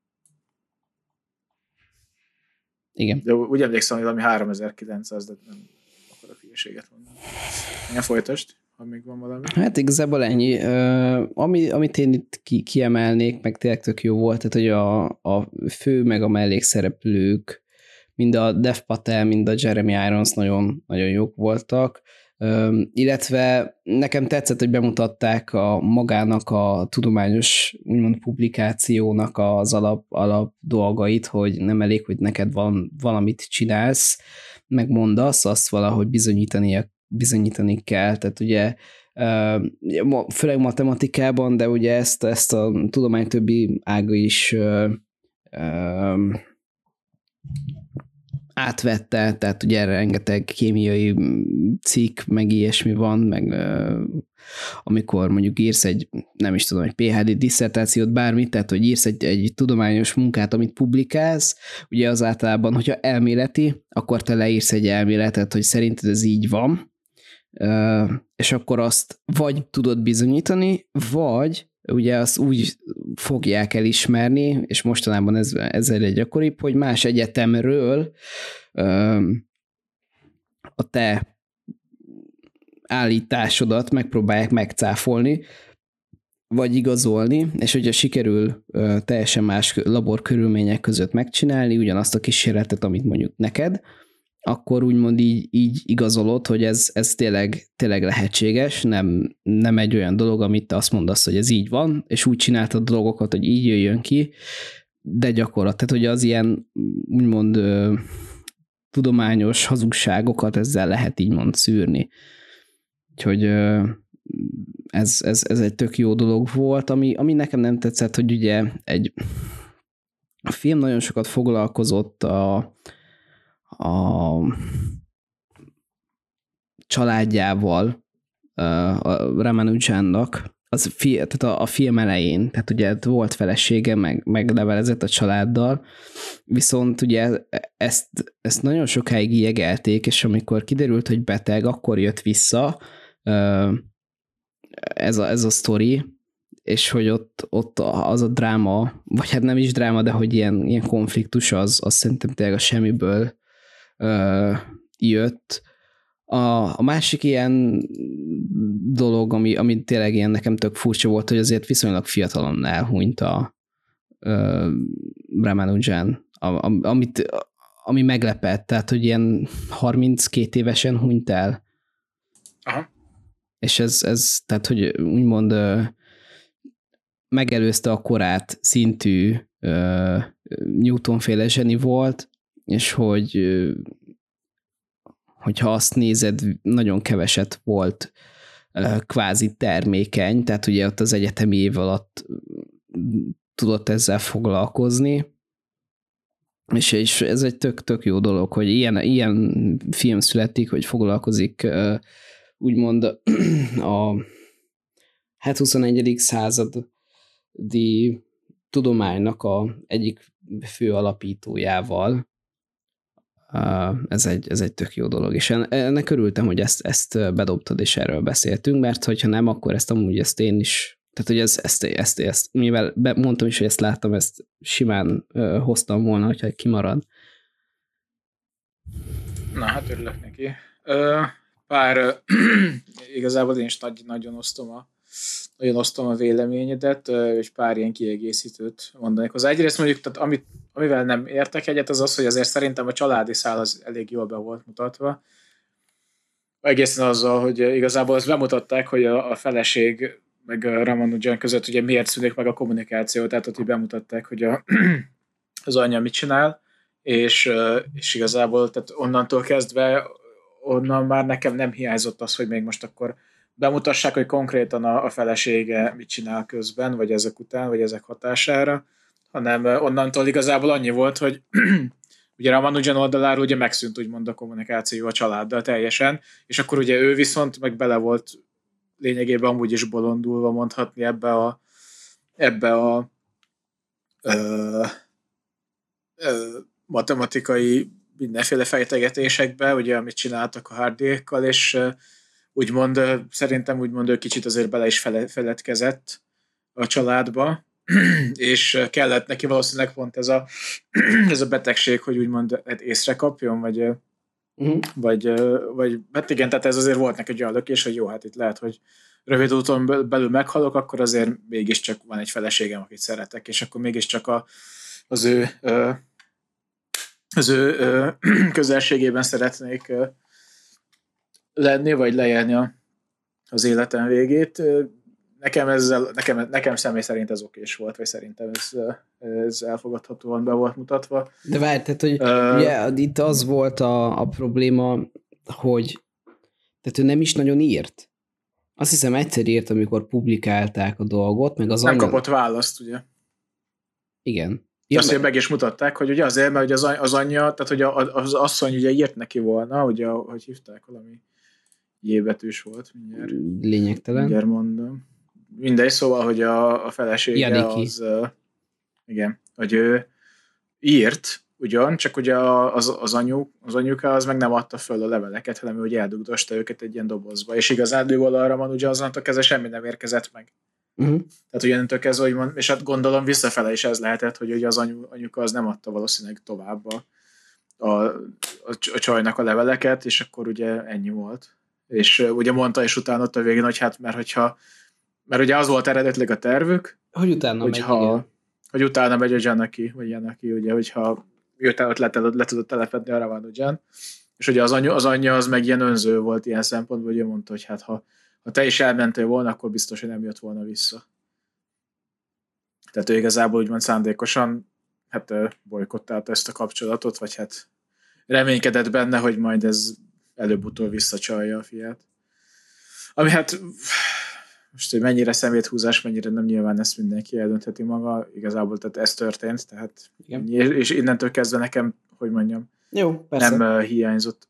B: Igen.
A: De úgy emlékszem, hogy valami háromezer-kilencszáz, de nem akarok hülyeséget mondani. Milyen folytasd, ha még van valami?
B: Hát igazából ennyi. Uh, ami, amit én itt ki, kiemelnék, meg tényleg tök jó volt, tehát hogy a, a fő meg a mellékszereplők, mind a Dev Patel, mind a Jeremy Irons nagyon, nagyon jók voltak, um, illetve nekem tetszett, hogy bemutatták a magának a tudományos úgymond publikációnak az alap, alap dolgait, hogy nem elég, hogy neked van, valamit csinálsz, meg mondasz, azt valahogy bizonyítani, bizonyítani kell, tehát ugye uh, főleg matematikában, de ugye ezt, ezt a tudomány többi ága is uh, uh, átvette, tehát ugye rengeteg kémiai cikk, meg ilyesmi van, meg uh, amikor mondjuk írsz egy, nem is tudom, egy pé há dé disszertációt, bármit, tehát hogy írsz egy, egy tudományos munkát, amit publikálsz, ugye az általában, hogyha elméleti, akkor te leírsz egy elméletet, hogy szerinted ez így van, uh, és akkor azt vagy tudod bizonyítani, vagy ugye azt úgy fogják elismerni, és mostanában ez, ez egy gyakoribb, hogy más egyetemről a te állításodat megpróbálják megcáfolni, vagy igazolni, és hogyha sikerül teljesen más laborkörülmények között megcsinálni ugyanazt a kísérletet, amit mondjuk neked, akkor úgymond így, így igazolod, hogy ez, ez tényleg, tényleg lehetséges, nem, nem egy olyan dolog, amit te azt mondasz, hogy ez így van, és úgy csináltad dolgokat, hogy így jöjjön ki, de gyakorlat. Tehát, hogy az ilyen úgymond ö, tudományos hazugságokat ezzel lehet így mond szűrni. Úgyhogy ö, ez, ez, ez egy tök jó dolog volt, ami, ami nekem nem tetszett, hogy ugye egy a film nagyon sokat foglalkozott a a családjával a Ramanujannak, az fi, tehát a, a film elején, tehát ugye volt felesége, meg, meg levelezett a családdal, viszont ugye ezt, ezt nagyon sokáig jegelték, és amikor kiderült, hogy beteg, akkor jött vissza ez a, ez a sztori, és hogy ott, ott az a dráma, vagy hát nem is dráma, de hogy ilyen, ilyen konfliktus, az, az szerintem tényleg a semmiből Uh, jött. A, a másik ilyen dolog, ami, ami tényleg ilyen nekem tök furcsa volt, hogy azért viszonylag fiatalon elhunyt a uh, Ramanujan, a, a, amit, ami meglepett, tehát, hogy ilyen harminckét évesen hunyt el.
A: Aha.
B: És ez, ez tehát, hogy úgymond uh, megelőzte a korát szintű uh, Newton-féle zseni volt, és hogy hogyha azt nézed, nagyon keveset volt kvázi termékeny, tehát ugye ott az egyetemi év alatt tudott ezzel foglalkozni, és, és ez egy tök, tök jó dolog, hogy ilyen, ilyen film születik, hogy foglalkozik úgymond a hát huszonegyedik századi tudománynak a egyik fő alapítójával. Ez egy, ez egy tök jó dolog, és ennek örültem, hogy ezt, ezt bedobtad, és erről beszéltünk, mert hogyha nem, akkor ezt amúgy ezt én is, tehát hogy ez, ezt, ezt, ezt, mivel mondtam is, hogy ezt láttam, ezt simán uh, hoztam volna, hogyha kimarad.
A: Na, hát örülök neki. Ö, pár, ö, igazából én is nagy, nagyon osztom a nagyon osztom a véleményedet, és pár ilyen kiegészítőt mondanék hozzá. Egyrészt mondjuk, tehát amit, amivel nem értek egyet, az az, hogy azért szerintem a családi szál az elég jól be volt mutatva. Egészen azzal, hogy igazából azt bemutatták, hogy a, a feleség meg a Ramanujan között ugye miért szűnik meg a kommunikáció, tehát ott így bemutatták, hogy a, az anyja mit csinál, és, és igazából tehát onnantól kezdve onnan már nekem nem hiányzott az, hogy még most akkor bemutassák, hogy konkrétan a, a felesége mit csinál közben, vagy ezek után, vagy ezek hatására, hanem onnantól igazából annyi volt, hogy ugye Ramanujan oldaláról ugye megszűnt úgymond a kommunikáció a családdal teljesen, és akkor ugye ő viszont meg bele volt lényegében amúgy is bolondulva mondhatni ebbe a ebbe a ö, ö, matematikai mindenféle fejtegetésekbe, ugye amit csináltak a Hardyékkal, és ö, úgymond szerintem úgymond ő kicsit azért bele is fele, feledkezett a családba, és kellett neki valószínűleg pont ez a, ez a betegség, hogy úgymond észre kapjon, vagy, uh-huh. vagy, vagy hát igen, tehát ez azért volt neki egy olyan lökés, hogy jó, hát itt lehet, hogy rövid úton belül meghalok, akkor azért mégiscsak van egy feleségem, akit szeretek, és akkor mégiscsak a, az ő az ő közelségében szeretnék lenni, vagy leélni a, az életem végét. Nekem, ezzel, nekem, nekem személy szerint ez okés volt, vagy szerintem ez, ez elfogadhatóan be volt mutatva.
B: De várj, tehát, hogy uh, ugye, itt az volt a, a probléma, hogy tehát ő nem is nagyon írt. Azt hiszem egyszer írt, amikor publikálták a dolgot, meg az
A: Nem
B: anyja...
A: kapott választ, ugye?
B: Igen.
A: De azt meg is mutatták, hogy ugye azért, mert az, az anyja, tehát hogy az asszony ugye írt neki volna, ugye, hogy hívták, valami jébetűs volt, mindjárt.
B: Lényegtelen.
A: Mindjárt mondom. Mindegy, szóval, hogy a, a felesége
B: Janiki.
A: az, uh, igen, hogy ő írt ugyan, csak ugye az, az, anyu, az anyuka az meg nem adta föl a leveleket, hanem ő ugye eldugdosta őket egy ilyen dobozba, és igazán arra van, ugye azonnantól kezdve semmi nem érkezett meg. Uh-huh. Tehát ugyanentől kezdve, hogy mond, és hát gondolom visszafele is ez lehetett, hogy ugye az anyu, anyuka az nem adta valószínűleg tovább a, a, a, a csajnak a leveleket, és akkor ugye ennyi volt. És uh, ugye mondta is utána ott a végén, hogy hát mert hogyha mert ugye az volt eredetileg a tervük,
B: hogy utána
A: hogyha,
B: megy,
A: hogy utána megy a Janaki, vagy Janaki, ugye, hogyha miután ott le, le tudott telepedni a Ramanujan, és ugye az, anyu, az anyja az meg ilyen önző volt ilyen szempontból, hogy ő mondta, hogy hát ha, ha te is elmentél volna, akkor biztos, hogy nem jött volna vissza. Tehát ő igazából úgymond szándékosan hát bolykottálta ezt a kapcsolatot, vagy hát reménykedett benne, hogy majd ez előbb-utóbb visszacsalja a fiát. Ami hát most, hogy mennyire szeméthúzás, mennyire nem, nyilván ezt mindenki eldöntheti maga, igazából tehát ez történt, tehát igen. És innentől kezdve nekem, hogy mondjam,
B: jó, persze.
A: nem uh, hiányzott.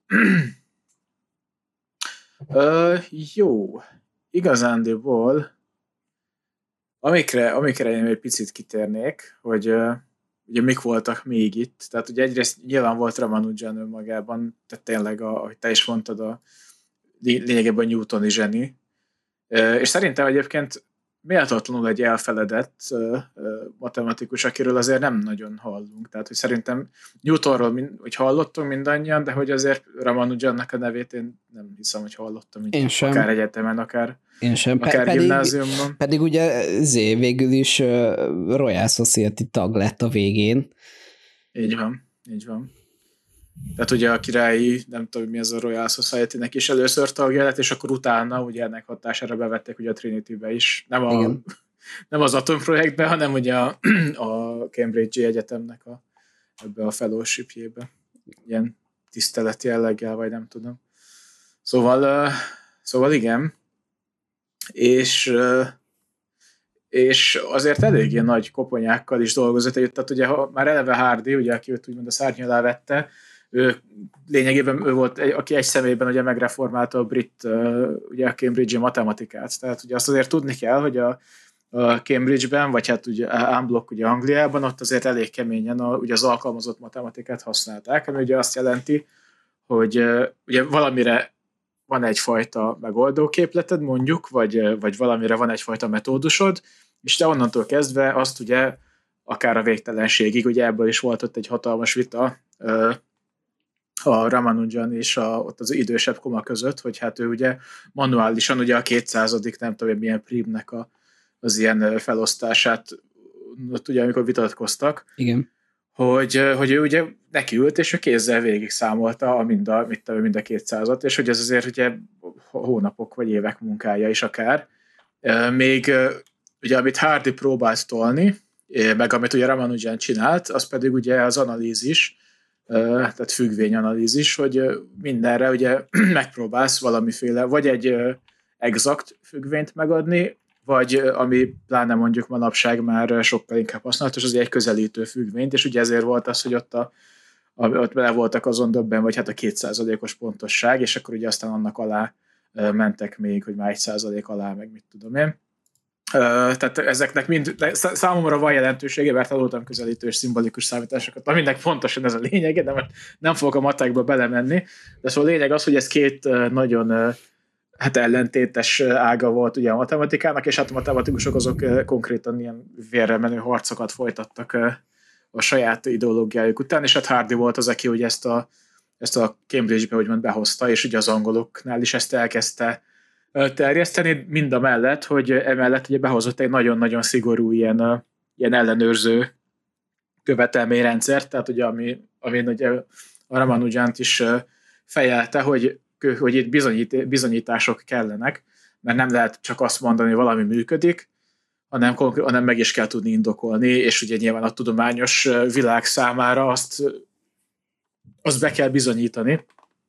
A: uh, jó, igazándiból amikre, amikre én egy picit kitérnék, hogy uh, ugye mik voltak még itt, tehát ugye egyrészt nyilván volt Ramanujan önmagában, tehát tényleg, a, ahogy te is mondtad, a lényegében a newtoni zseni, és szerintem egyébként méltatlanul egy elfeledett uh, matematikus, akiről azért nem nagyon hallunk. Tehát, hogy szerintem Newtonról mind, hogy hallottunk mindannyian, de hogy azért Ramanujannak a nevét én nem hiszem, hogy hallottam. Így
B: én sem.
A: Akár egyetemen, akár,
B: én sem.
A: akár
B: pedig,
A: gimnáziumban.
B: Pedig ugye zé, végül is uh, Royal Society tag lett a végén.
A: Így van, így van. Tehát ugye a királyi, nem tudom, mi ez a Royal Society-nek is először tagja lett, és akkor utána ugye ennek hatására bevették ugye a Trinity-be is. Nem, a, nem az atomprojektbe, hanem ugye a, a Cambridge-i egyetemnek a, ebbe a fellowship-jébe. Ilyen tisztelet jelleggel, vagy nem tudom. Szóval, uh, szóval igen. És, uh, és azért eléggé nagy koponyákkal is dolgozott. Tehát ugye ha már eleve Hardy, ugye, aki őt úgymond a szárny alá vette, ő lényegében ő volt, aki egy személyben ugye megreformálta a brit, ugye a Cambridge-i matematikát. Tehát ugye azt azért tudni kell, hogy a, a Cambridge-ben, vagy hát ugye Unblock ugye Angliában, ott azért elég keményen a, ugye az alkalmazott matematikát használták, ami ugye azt jelenti, hogy ugye valamire van egyfajta megoldóképleted mondjuk, vagy, vagy valamire van egyfajta metódusod, és te onnantól kezdve azt ugye akár a végtelenségig, ugye ebből is volt ott egy hatalmas vita a Ramanujan és a, ott az idősebb koma között, hogy hát ő ugye manuálisan ugye a kétszázadik, nem tudom, milyen prímnek a, az ilyen felosztását, ott ugye amikor vitatkoztak,
B: igen.
A: hogy, hogy ő ugye nekiült, és ő kézzel végig számolta a mind a, mind a kétszázat, és hogy ez azért ugye hónapok vagy évek munkája is akár. Még ugye, amit Hardy próbált tolni, meg amit ugye Ramanujan csinált, az pedig ugye az analízis, tehát függvényanalízis, hogy mindenre ugye megpróbálsz valamiféle, vagy egy exakt függvényt megadni, vagy ami pláne mondjuk manapság már sokkal inkább használatos, az egy közelítő függvényt, és ugye ezért volt az, hogy ott, a, a, ott bele voltak azon döbben, vagy hát a kétszázalékos pontosság, és akkor ugye aztán annak alá mentek még, hogy már egy százalék alá, meg mit tudom én. Tehát ezeknek mind, számomra van jelentősége, mert tanultam közelítő és szimbolikus számításokat, aminek pontosan ez a lényege, de most nem fogok a matekba belemenni. De szóval a lényeg az, hogy ez két nagyon hát ellentétes ága volt ugye a matematikának, és hát a matematikusok azok konkrétan ilyen vérre menő harcokat folytattak a saját ideológiájuk után, és hát Hardy volt az, aki ugye ezt a, ezt a Cambridge-be úgymond behozta, és ugye az angoloknál is ezt elkezdte terjeszteni, mind a mellett, hogy emellett ugye behozott egy nagyon-nagyon szigorú ilyen, ilyen ellenőrző követelményrendszer, tehát ugye ami, ami ugye a Ramanujant is fejelte, hogy, hogy itt bizonyít, bizonyítások kellenek, mert nem lehet csak azt mondani, hogy valami működik, hanem, hanem meg is kell tudni indokolni, és ugye nyilván a tudományos világ számára azt, azt be kell bizonyítani,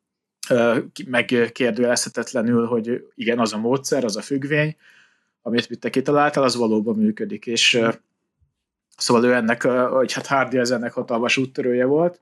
A: megkérdőjelezhetetlenül, hogy igen, az a módszer, az a függvény, amit te kitaláltál, az valóban működik, és szóval ő ennek, hogy hát Hardy az ennek hatalmas úttörője volt,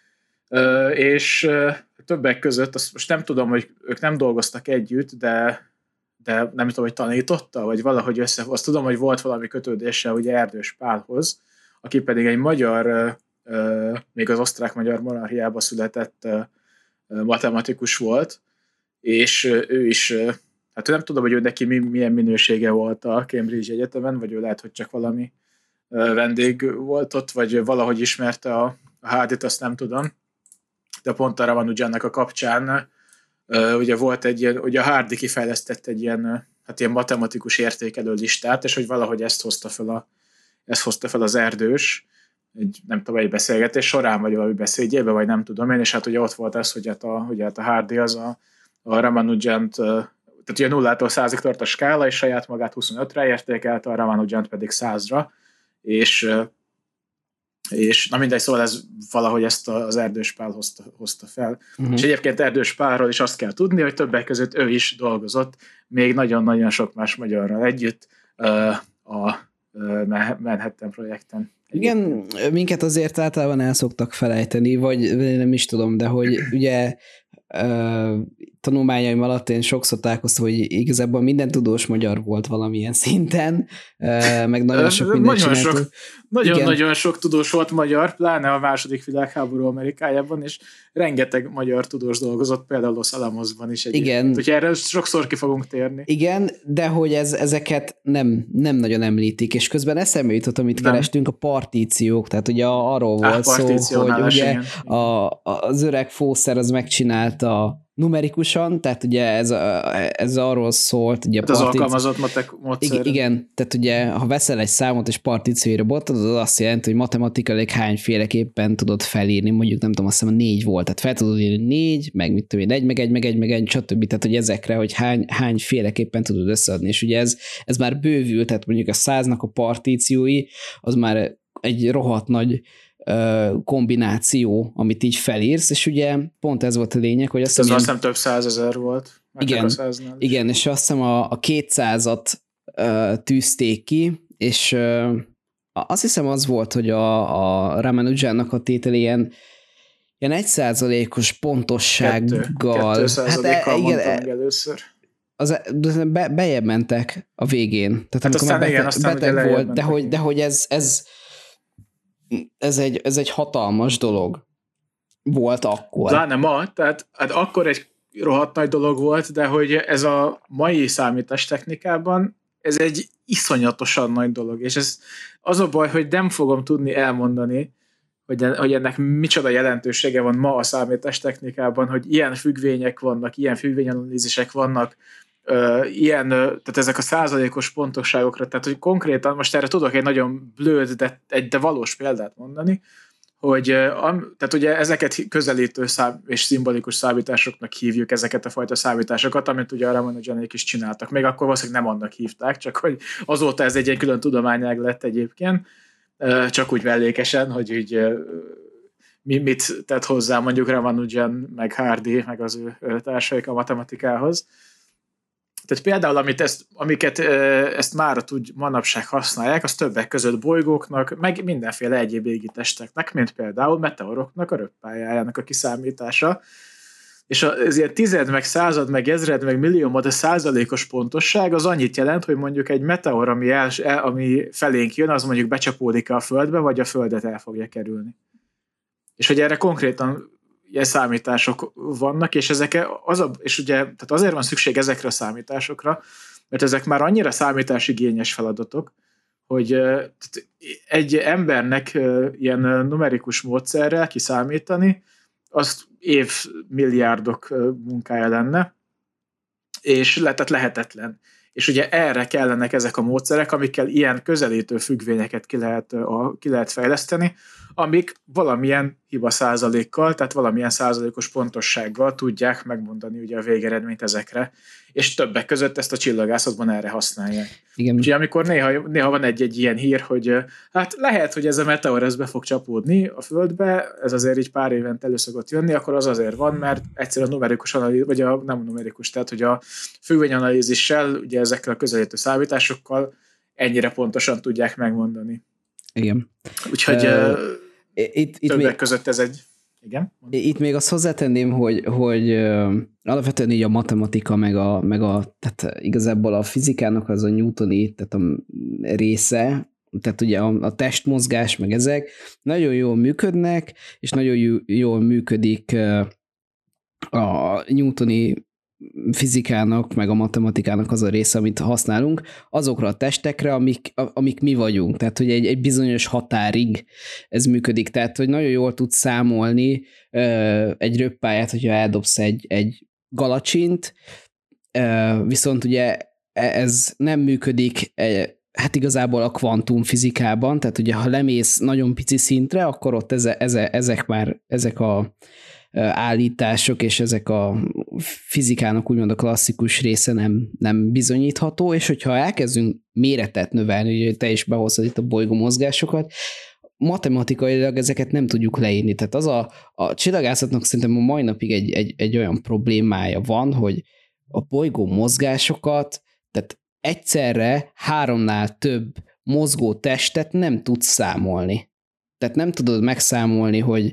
A: és többek között, azt most nem tudom, hogy ők nem dolgoztak együtt, de, de nem tudom, hogy tanította, vagy valahogy össze, azt tudom, hogy volt valami kötődése ugye Erdős Pálhoz, aki pedig egy magyar, még az osztrák-magyar monarchiában született matematikus volt, és ő is, hát nem tudom, hogy ő neki milyen minősége volt a Cambridge Egyetemen, vagy ő lehet, hogy csak valami vendég volt ott, vagy valahogy ismerte a Hardyt, azt nem tudom. De pont a Ramanujannak a kapcsán ugye volt egy ilyen, ugye a Hardy kifejlesztett egy ilyen, hát ilyen matematikus értékelő listát, és hogy valahogy ezt hozta fel, a, ezt hozta fel az Erdős, egy, nem tudom, egy beszélgetés során, vagy valami beszédjében, vagy nem tudom én, és hát ugye ott volt ez, hogy hát a, hogy hát a Hardy az a, a Ramanujant, tehát ugye nullától százig tart a skála, és saját magát huszonötre értékelte, a Ramanujant pedig százra, és, és na mindegy, szóval ez valahogy ezt az Erdős Pál hozta, hozta fel. Uh-huh. És egyébként Erdős Pálról is azt kell tudni, hogy többek között ő is dolgozott, még nagyon-nagyon sok más magyarral együtt a Manhattan projekten.
B: Igen, minket azért általában el szoktak felejteni, vagy nem is tudom, de hogy ugye uh, tanulmányaim alatt én sokszor találkoztam, hogy igazából minden tudós magyar volt valamilyen szinten, uh, meg nagyon sok mindent
A: nagyon
B: csináltuk.
A: Sok, nagyon-nagyon sok tudós volt magyar, pláne a második világháború Amerikájában, és rengeteg magyar tudós dolgozott, például Los Alamosban is egyébként. Igen. Úgyhogy erre sokszor ki fogunk térni.
B: Igen, de hogy ez, ezeket nem, nem nagyon említik, és közben eszembe jutott, amit nem. kerestünk, a partíciók, tehát ugye arról volt Á, szó, hogy ugye a, az öreg Fószer az megcsinálta numerikusan, tehát ugye ez, ez arról szólt, ugye
A: hát az alkalmazott matek módszer.
B: Igen, tehát ugye ha veszel egy számot és partícióira bontod, az azt jelenti, hogy matematikailag hányféleképpen tudod felírni, mondjuk nem tudom, azt hiszem a négy volt, tehát fel tudod írni négy, meg mit tudom én, egy, meg egy, meg egy, meg egy, stb. Tehát hogy ezekre, hogy hány, hányféleképpen tudod összeadni, és ugye ez, ez már bővült, tehát mondjuk a száznak a partíciói, az már egy rohadt nagy kombináció, amit így felírsz, és ugye pont ez volt a lényeg, hogy azt
A: hiszem... Ez azt hiszem több százezer volt.
B: Igen, igen, és azt hiszem a, a kétszázat uh, tűzték ki, és uh, azt hiszem az volt, hogy a, a Ramanujannak a tétel ilyen, ilyen egy százalékos pontossággal...
A: Kettő, kettő százalékkal hát, mondtam meg először.
B: Az, be, bejebb mentek a végén. Tehát
A: hát aztán
B: beteg,
A: igen, aztán
B: beteg volt, de hogy, de hogy ez... ez Ez egy, ez egy hatalmas dolog volt akkor.
A: Pláne ma, tehát hát akkor egy rohadt nagy dolog volt, de hogy ez a mai számítástechnikában ez egy iszonyatosan nagy dolog, és ez az a baj, hogy nem fogom tudni elmondani, hogy, hogy ennek micsoda jelentősége van ma a számítástechnikában, hogy ilyen függvények vannak, ilyen függvényanalízisek vannak, Uh, ilyen, uh, tehát ezek a százalékos pontosságokra, tehát hogy konkrétan, most erre tudok egy nagyon blőd, de, egy, de valós példát mondani, hogy tehát ugye ezeket közelítő szám, és szimbolikus számításoknak hívjuk ezeket a fajta számításokat, amit ugye a Ramanujanék is csináltak. Még akkor valószínűleg nem annak hívták, csak hogy azóta ez egy ilyen külön tudományág lett egyébként, csak úgy mellékesen, hogy így mit tett hozzá mondjuk Ramanujan, meg Hardy, meg az ő társaik a matematikához. Tehát például, amit ezt, amiket ezt már tud manapság használják, az többek között bolygóknak, meg mindenféle egyéb égitesteknek, mint például meteoroknak a röppályájának a kiszámítása. És ez ilyen tized, meg század, meg ezred, meg milliómod a százalékos pontosság az annyit jelent, hogy mondjuk egy meteor, ami, el, ami felénk jön, az mondjuk becsapódik a Földbe, vagy a Földet el fogja kerülni. És hogy erre konkrétan ilyen számítások vannak, és ezek az a, és ugye, tehát azért van szükség ezekre a számításokra, mert ezek már annyira számításigényes feladatok, hogy egy embernek ilyen numerikus módszerrel kiszámítani, azt évmilliárdok munkája lenne, és tehát lehetetlen. És ugye erre kellenek ezek a módszerek, amikkel ilyen közelítő függvényeket ki lehet, a, ki lehet fejleszteni, amik valamilyen hiba százalékkal, tehát valamilyen százalékos pontossággal tudják megmondani ugye a végeredményt ezekre, és többek között ezt a csillagászatban erre használják. Igen. Úgyhogy amikor néha, néha van egy-egy ilyen hír, hogy hát lehet, hogy ez a meteor ez be fog csapódni a Földbe, ez azért így pár évente elő szokott jönni, akkor az azért van, mert egyszerűen a numerikus analízis, vagy a nem numerikus, tehát hogy a függvényanalízissel, ugye ezekkel a közelítő számításokkal ennyire pontosan tudják megmondani.
B: Igen.
A: Úgyhogy uh, itt, itt többek még, között ez egy... Igen?
B: Itt még azt hozzátenném, hogy, hogy uh, alapvetően így a matematika, meg a, meg a tehát igazából a fizikának az a newtoni tehát a része, tehát ugye a, a testmozgás, meg ezek nagyon jól működnek, és nagyon jól működik uh, a newtoni fizikának, meg a matematikának az a része, amit használunk, azokra a testekre, amik, amik mi vagyunk. Tehát, hogy egy, egy bizonyos határig ez működik. Tehát, hogy nagyon jól tudsz számolni egy röppályát, hogyha eldobsz egy, egy galacsint, viszont ugye ez nem működik hát igazából a kvantumfizikában, tehát ugye ha lemész nagyon pici szintre, akkor ott eze, eze, ezek már, ezek a állítások és ezek a fizikának úgymond a klasszikus része nem, nem bizonyítható, és hogyha elkezdünk méretet növelni, hogy te is behoztad itt a bolygó mozgásokat, matematikailag ezeket nem tudjuk leírni. Tehát az a, a csillagászatnak szerintem a mai napig egy, egy, egy olyan problémája van, hogy a bolygó mozgásokat, tehát egyszerre háromnál több mozgó testet nem tudsz számolni. Tehát nem tudod megszámolni, hogy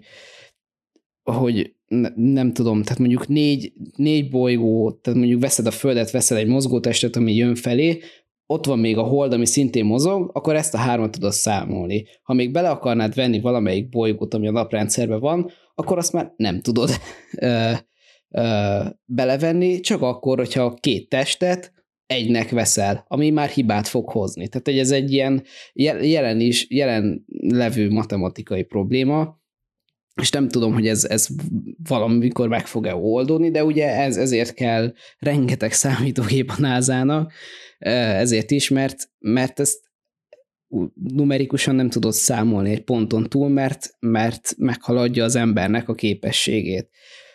B: hogy ne, nem tudom, tehát mondjuk négy, négy bolygó, tehát mondjuk veszed a Földet, veszed egy mozgótestet, ami jön felé, ott van még a Hold, ami szintén mozog, akkor ezt a hármat tudod számolni. Ha még bele akarnád venni valamelyik bolygót, ami a naprendszerben van, akkor azt már nem tudod ö, ö, belevenni, csak akkor, hogyha két testet egynek veszel, ami már hibát fog hozni. Tehát, hogy ez egy ilyen jelen is, jelen levő matematikai probléma, és nem tudom, hogy ez, ez valamikor meg fog-e oldódni, de ugye ez, ezért kell rengeteg számítógép a nászának, ezért is, mert, mert ezt numerikusan nem tudod számolni egy ponton túl, mert, mert meghaladja az embernek a képességét.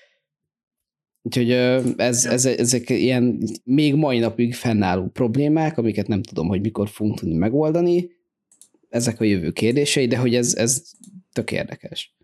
B: Úgyhogy ez, ez, ezek ilyen még mai napig fennálló problémák, amiket nem tudom, hogy mikor fogunk tudni megoldani, ezek a jövő kérdései, de hogy ez, ez tök érdekes.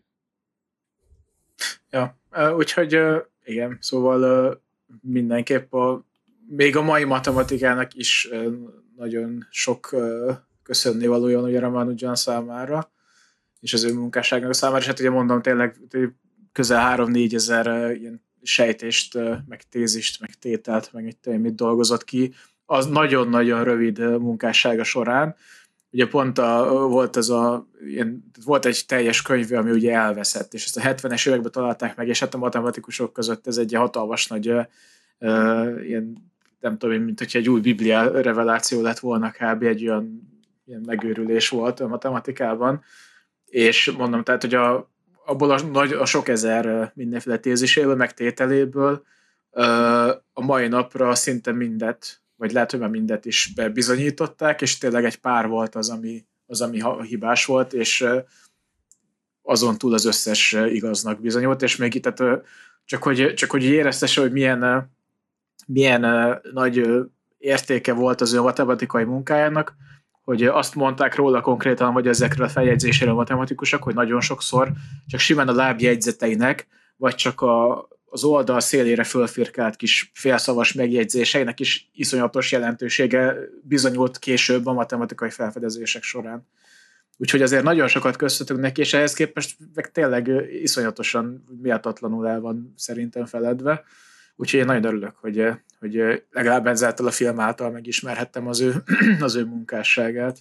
A: Ja, úgyhogy igen, szóval mindenképp a, még a mai matematikának is nagyon sok köszönnivalója ugye Ramanujan számára, és az ő munkásságnak számára, és hát ugye mondom tényleg közel három-négy ezer ilyen sejtést, meg tézist, meg tételt, meg mit, mit dolgozott ki, az nagyon-nagyon rövid munkássága során. Ugye pont a, volt ez a, ilyen, volt egy teljes könyve, ami ugye elveszett, és ezt a hetvenes években találták meg, és hát a matematikusok között ez egy hatalmas nagy, uh, ilyen, nem tudom, mint hogyha egy új biblia reveláció lett volna kb. Egy olyan ilyen megőrülés volt a matematikában, és mondom, tehát, hogy a, abból a, nagy, a sok ezer mindenféle téziséből, meg tételéből uh, a mai napra szinte mindet, vagy lehet, hogy már mindet is bizonyították, és tényleg egy pár volt az, ami, az, ami hibás volt, és azon túl az összes igaznak bizonyult, és még itt, tehát, csak, hogy, csak hogy éreztesse, hogy milyen, milyen nagy értéke volt az ő matematikai munkájának, hogy azt mondták róla konkrétan, vagy ezekről a feljegyzéséről a matematikusok, hogy nagyon sokszor csak simán a lábjegyzeteinek, vagy csak a, az oldal szélére fölfirkált kis félszavas megjegyzéseinek is iszonyatos jelentősége bizonyult később a matematikai felfedezések során. Úgyhogy azért nagyon sokat köszönhetünk neki, és ehhez képest meg tényleg iszonyatosan méltatlanul el van szerintem feledve. Úgyhogy én nagyon örülök, hogy, hogy legalább ezáltal a film által megismerhettem az ő, az ő munkásságát.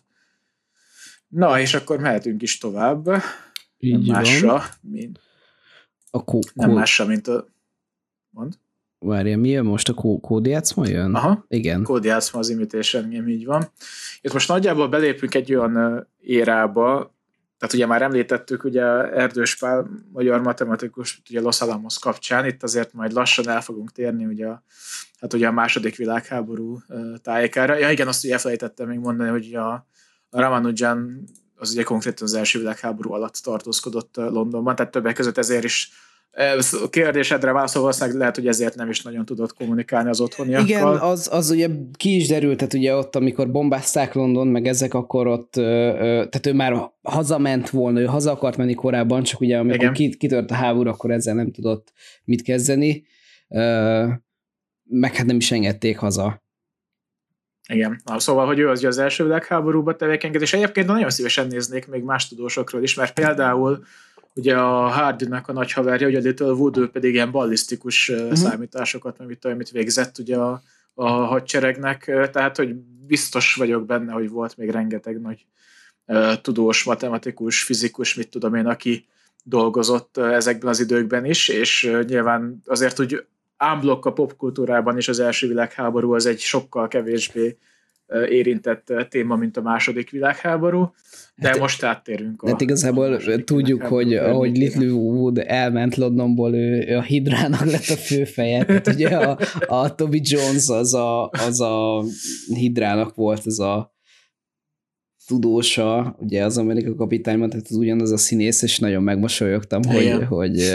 A: Na, és akkor mehetünk is tovább.
B: Így
A: nem másra, mint,
B: a kó-
A: nem
B: kó-
A: másra, mint a... Mond?
B: Várja, mi jön most? A kó- Kódiácma jön?
A: Aha,
B: igen.
A: Kódiácma az Imitation Game, így van. Itt most nagyjából belépünk egy olyan érába, tehát ugye már említettük, ugye Erdős Pál, magyar matematikus, ugye Los Alamos kapcsán, itt azért majd lassan el fogunk térni ugye a, hát ugye a második világháború tájékára. Ja igen, azt ugye elfelejtettem még mondani, hogy a, a Ramanujan az ugye konkrétan az első világháború alatt tartózkodott Londonban, tehát többek között ezért is a kérdésedre válaszol, valószínűleg lehet, hogy ezért nem is nagyon tudott kommunikálni az otthoniakkal.
B: Igen, az, az ugye ki is derült, tehát ugye ott, amikor bombázták London, meg ezek, akkor ott, tehát ő már hazament volna, ő haza akart menni korábban, csak ugye amikor kitört a háború, akkor ezzel nem tudott mit kezdeni, meg hát nem is engedték haza.
A: Igen, na, szóval, hogy ő az, az első világháborúban tevékenykedik, és egyébként nagyon szívesen néznék még más tudósokról is, mert például ugye a Hardy-nak a nagy haverja, ugye a Little Wood, ő pedig ilyen ballisztikus uh-huh. számításokat, meg mit, amit végzett ugye a, a hadseregnek, tehát, hogy biztos vagyok benne, hogy volt még rengeteg nagy uh, tudós, matematikus, fizikus, mit tudom én, aki dolgozott uh, ezekben az időkben is, és uh, nyilván azért, hogy ámblokk a popkultúrában is az első világháború az egy sokkal kevésbé érintett téma, mint a második világháború, de hát, most áttérünk a...
B: Hát igazából a tudjuk, hogy ahogy Little Wood elment Londonból, ő, ő a Hydrának lett a főfeje, tehát ugye a, a Toby Jones az a, az a Hydrának volt az a tudósa, ugye az Amerika kapitányban, tehát az ugyanaz a színész, és nagyon megmosolyogtam, hogy, hogy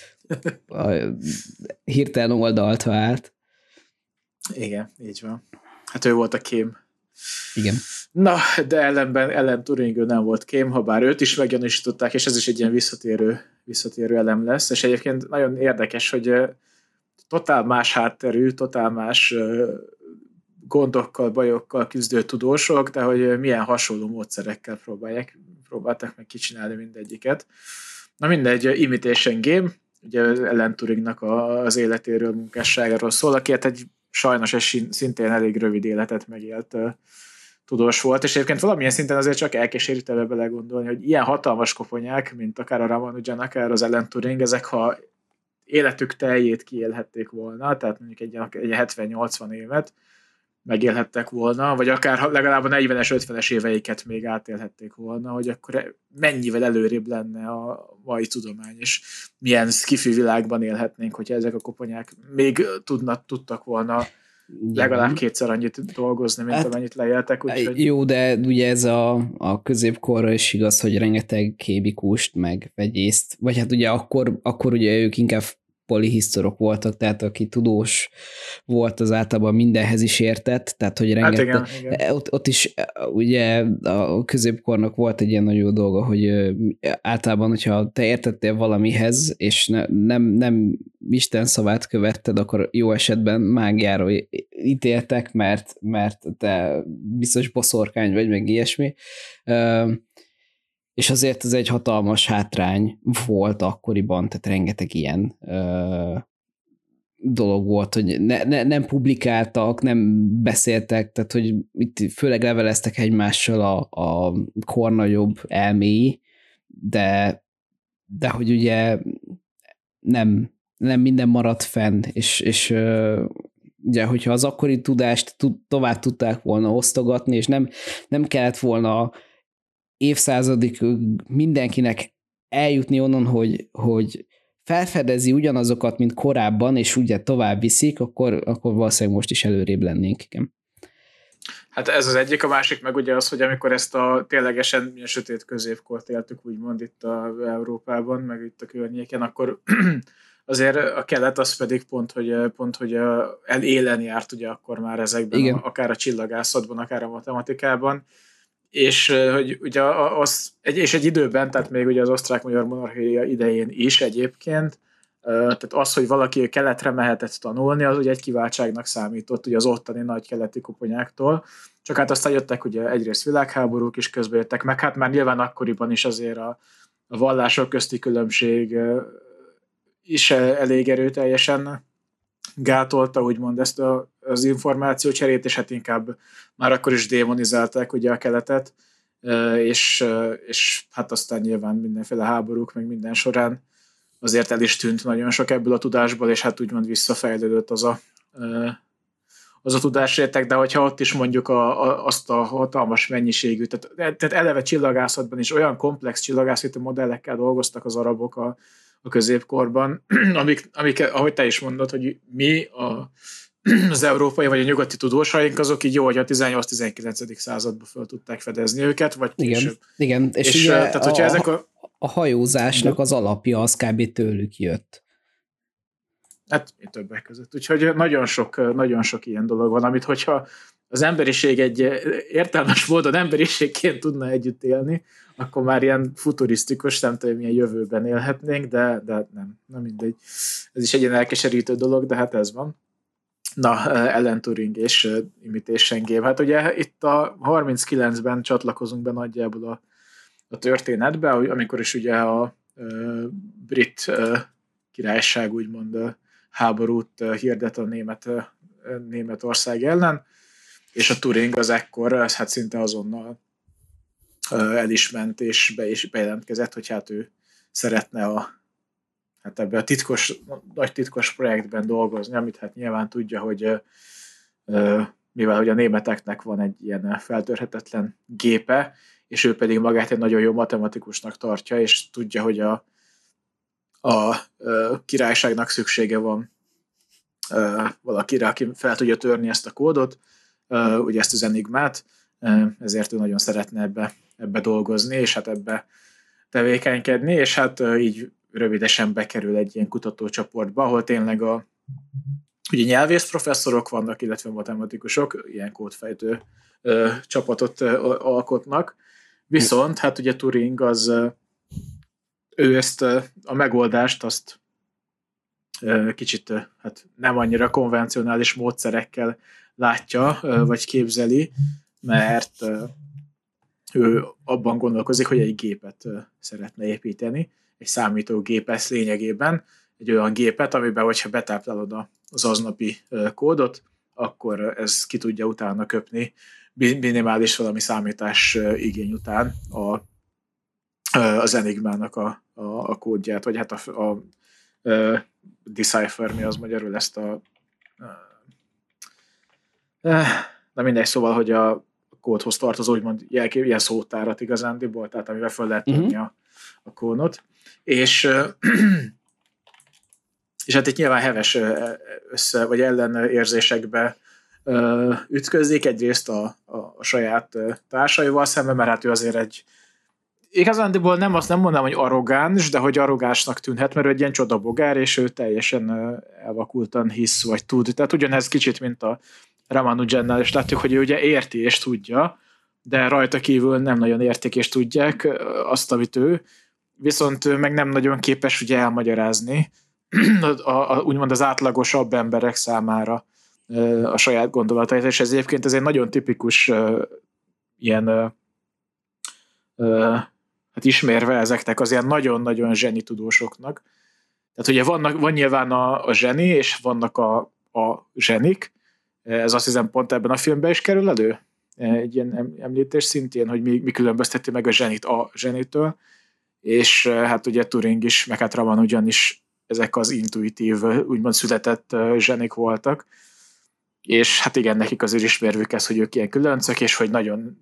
B: hirtelen oldalt vált.
A: Igen, így van. Hát ő volt a kém.
B: Igen.
A: Na, de ellenben Alan Turing nem volt kém, ha bár őt is meggyanúsították, és ez is egy ilyen visszatérő, visszatérő elem lesz, és egyébként nagyon érdekes, hogy totál más hátterű, totál más gondokkal, bajokkal küzdő tudósok, de hogy milyen hasonló módszerekkel próbálják, próbálták meg kicsinálni mindegyiket. Na mindegy, Imitation Game, ugye Alan Turingnak az életéről, munkásságáról szól, aki hát egy sajnos és szintén elég rövid életet megélt uh, tudós volt, és egyébként valamilyen szinten azért csak elkísérít ebbe belegondolni, hogy ilyen hatalmas koponyák, mint akár a Ramanujan, akár az Alan Turing, ezek ha életük teljét kiélhették volna, tehát mondjuk egy, egy hetven-nyolcvan évet megélhettek volna, vagy akár legalább a negyvenes, ötvenes éveiket még átélhették volna, hogy akkor mennyivel előrébb lenne a mai tudomány, és milyen sci-fi világban élhetnénk, hogyha ezek a koponyák még tudnak, tudtak volna legalább kétszer annyit dolgozni, mint hát, amennyit leéltek. Úgyhogy...
B: Jó, de ugye ez a, a középkorra is igaz, hogy rengeteg kémikust, meg vegyészt, vagy hát ugye akkor, akkor ugye ők inkább polihisztorok voltak, tehát aki tudós volt, az általában mindenhez is értett, tehát hogy rengeteg, hát igen, igen. Ott, ott is ugye a középkornak volt egy ilyen nagyon jó dolga, hogy általában, hogyha te értettél valamihez, és ne, nem, nem Isten szavát követted, akkor jó esetben mágiáról ítéltek, mert, mert te biztos boszorkány vagy, meg ilyesmi. És azért ez egy hatalmas hátrány volt akkoriban, tehát rengeteg ilyen ö, dolog volt, hogy ne, ne, nem publikáltak, nem beszéltek, tehát hogy itt főleg leveleztek egymással a, a kor nagyobb elméi, de, de hogy ugye nem, nem minden maradt fenn, és, és ö, ugye, hogyha az akkori tudást tovább tudták volna osztogatni, és nem, nem kellett volna évszázadig mindenkinek eljutni onnan, hogy, hogy felfedezi ugyanazokat, mint korábban, és ugye tovább viszik, akkor, akkor valószínűleg most is előrébb lennénk. Igen.
A: Hát ez az egyik, a másik meg ugye az, hogy amikor ezt a ténylegesen milyen sötét középkort éltük, úgymond itt a Európában, meg itt a környéken, akkor azért a kelet az pedig pont, hogy, pont, hogy el élen járt ugye akkor már ezekben, a, akár a csillagászatban, akár a matematikában, és hogy ugye az, egy, és egy időben, tehát még ugye az osztrák-magyar monarchia idején is egyébként, tehát az, hogy valaki keletre mehetett tanulni, az ugye egy kiváltságnak számított ugye az ottani nagy keleti koponyáktól, csak hát aztán jöttek ugye egyrészt világháborúk is közbe jöttek, meg hát már nyilván akkoriban is azért a, a vallások közti különbség is elég erőteljesen gátolta, úgymond ezt a, az információcserét, és hát inkább már akkor is démonizálták ugye a keletet, és, és hát aztán nyilván mindenféle háborúk, meg minden során azért el is tűnt nagyon sok ebből a tudásból, és hát úgymond visszafejlődött az a, az a tudásréteg, de hogyha ott is mondjuk a, a, azt a hatalmas mennyiségű, tehát, tehát eleve csillagászatban is olyan komplex csillagászati modellekkel dolgoztak az arabok a, a középkorban, amik, amik, ahogy te is mondod, hogy mi a, az európai vagy a nyugati tudósaink, azok így jó, hogy a tizennyolc-tizenkilencedik században fel tudták fedezni őket, vagy később.
B: Igen, igen. És, és ugye tehát, hogyha a, ezek a, a hajózásnak az alapja az kb. Tőlük jött.
A: Hát többek között. Úgyhogy nagyon sok, nagyon sok ilyen dolog van, amit hogyha az emberiség egy értelmes módon emberiségként tudna együtt élni, akkor már ilyen futurisztikus, nem tudom, milyen jövőben élhetnénk, de, de nem, nem mindegy. Ez is egy ilyen elkeserítő dolog, de hát ez van. Na, Alan Turing és Imitation Game. Hát ugye itt a harminckilencben csatlakozunk be nagyjából a, a történetbe, amikor is ugye a, a brit királyság úgymond háborút hirdet a német, Németország ellen, és a Turing az ekkor hát szinte azonnal el is ment, és be is bejelentkezett, hogy hát ő szeretne a, hát ebben a titkos, nagy titkos projektben dolgozni, amit hát nyilván tudja, hogy mivel hogy a németeknek van egy ilyen feltörhetetlen gépe, és ő pedig magát egy nagyon jó matematikusnak tartja, és tudja, hogy a, a, a királyságnak szüksége van valakire, aki fel tudja törni ezt a kódot, ugye ezt az enigmát, ezért ő nagyon szeretne ebbe, ebbe dolgozni, és hát ebbe tevékenykedni, és hát így rövidesen bekerül egy ilyen kutatócsoportba, ahol tényleg a ugye nyelvész professzorok vannak, illetve matematikusok, ilyen kódfejtő ö, csapatot ö, alkotnak, viszont hát ugye Turing az ö, ő ezt ö, a megoldást azt ö, kicsit ö, hát nem annyira konvencionális módszerekkel látja, ö, vagy képzeli, mert ö, ő abban gondolkozik, hogy egy gépet ö, szeretne építeni, egy számítógépet lényegében, egy olyan gépet, amiben, hogyha betáplálod az aznapi kódot, akkor ez ki tudja utána köpni minimális valami számítás igény után a, az Enigmának a, a, a kódját, vagy hát a, a, a decipher, mi az magyarul ezt a, a na mindegy, szóval, hogy a kódhoz tartozó, úgymond ilyen szótárat igazándiból, tehát amivel fel lehet tenni uh-huh. a, a kódot. És és hát itt nyilván heves össze, vagy ellenérzésekbe ütközik, egyrészt a, a, a saját társaival szemben, mert hát ő azért egy igazándiból nem azt nem mondanám, hogy arrogáns, de hogy arrogánsnak tűnhet, mert ő egy ilyen csodabogár, és ő teljesen elvakultan hisz, vagy tud. Tehát ugyanez kicsit, mint a Ramanujannál, és látjuk, hogy ő ugye érti és tudja, de rajta kívül nem nagyon értik és tudják azt, amit ő, viszont ő meg nem nagyon képes ugye elmagyarázni a, a, úgymond az átlagosabb emberek számára a saját gondolatait, és ez egyébként ez egy nagyon tipikus uh, ilyen uh, uh, hát ismérve ezeknek az ilyen nagyon-nagyon zseni tudósoknak. Tehát ugye vannak, van nyilván a, a zseni, és vannak a, a zsenik, ez azt hiszem pont ebben a filmben is kerül elő, egy ilyen említés szintén, hogy mi, mi különbözteti meg a zsenit a zsenitől, és hát ugye Turing is, meg hát Ramanujan is ezek az intuitív, úgymond született zsenik voltak, és hát igen, nekik azért ismervük ez, hogy ők ilyen különcök, és hogy nagyon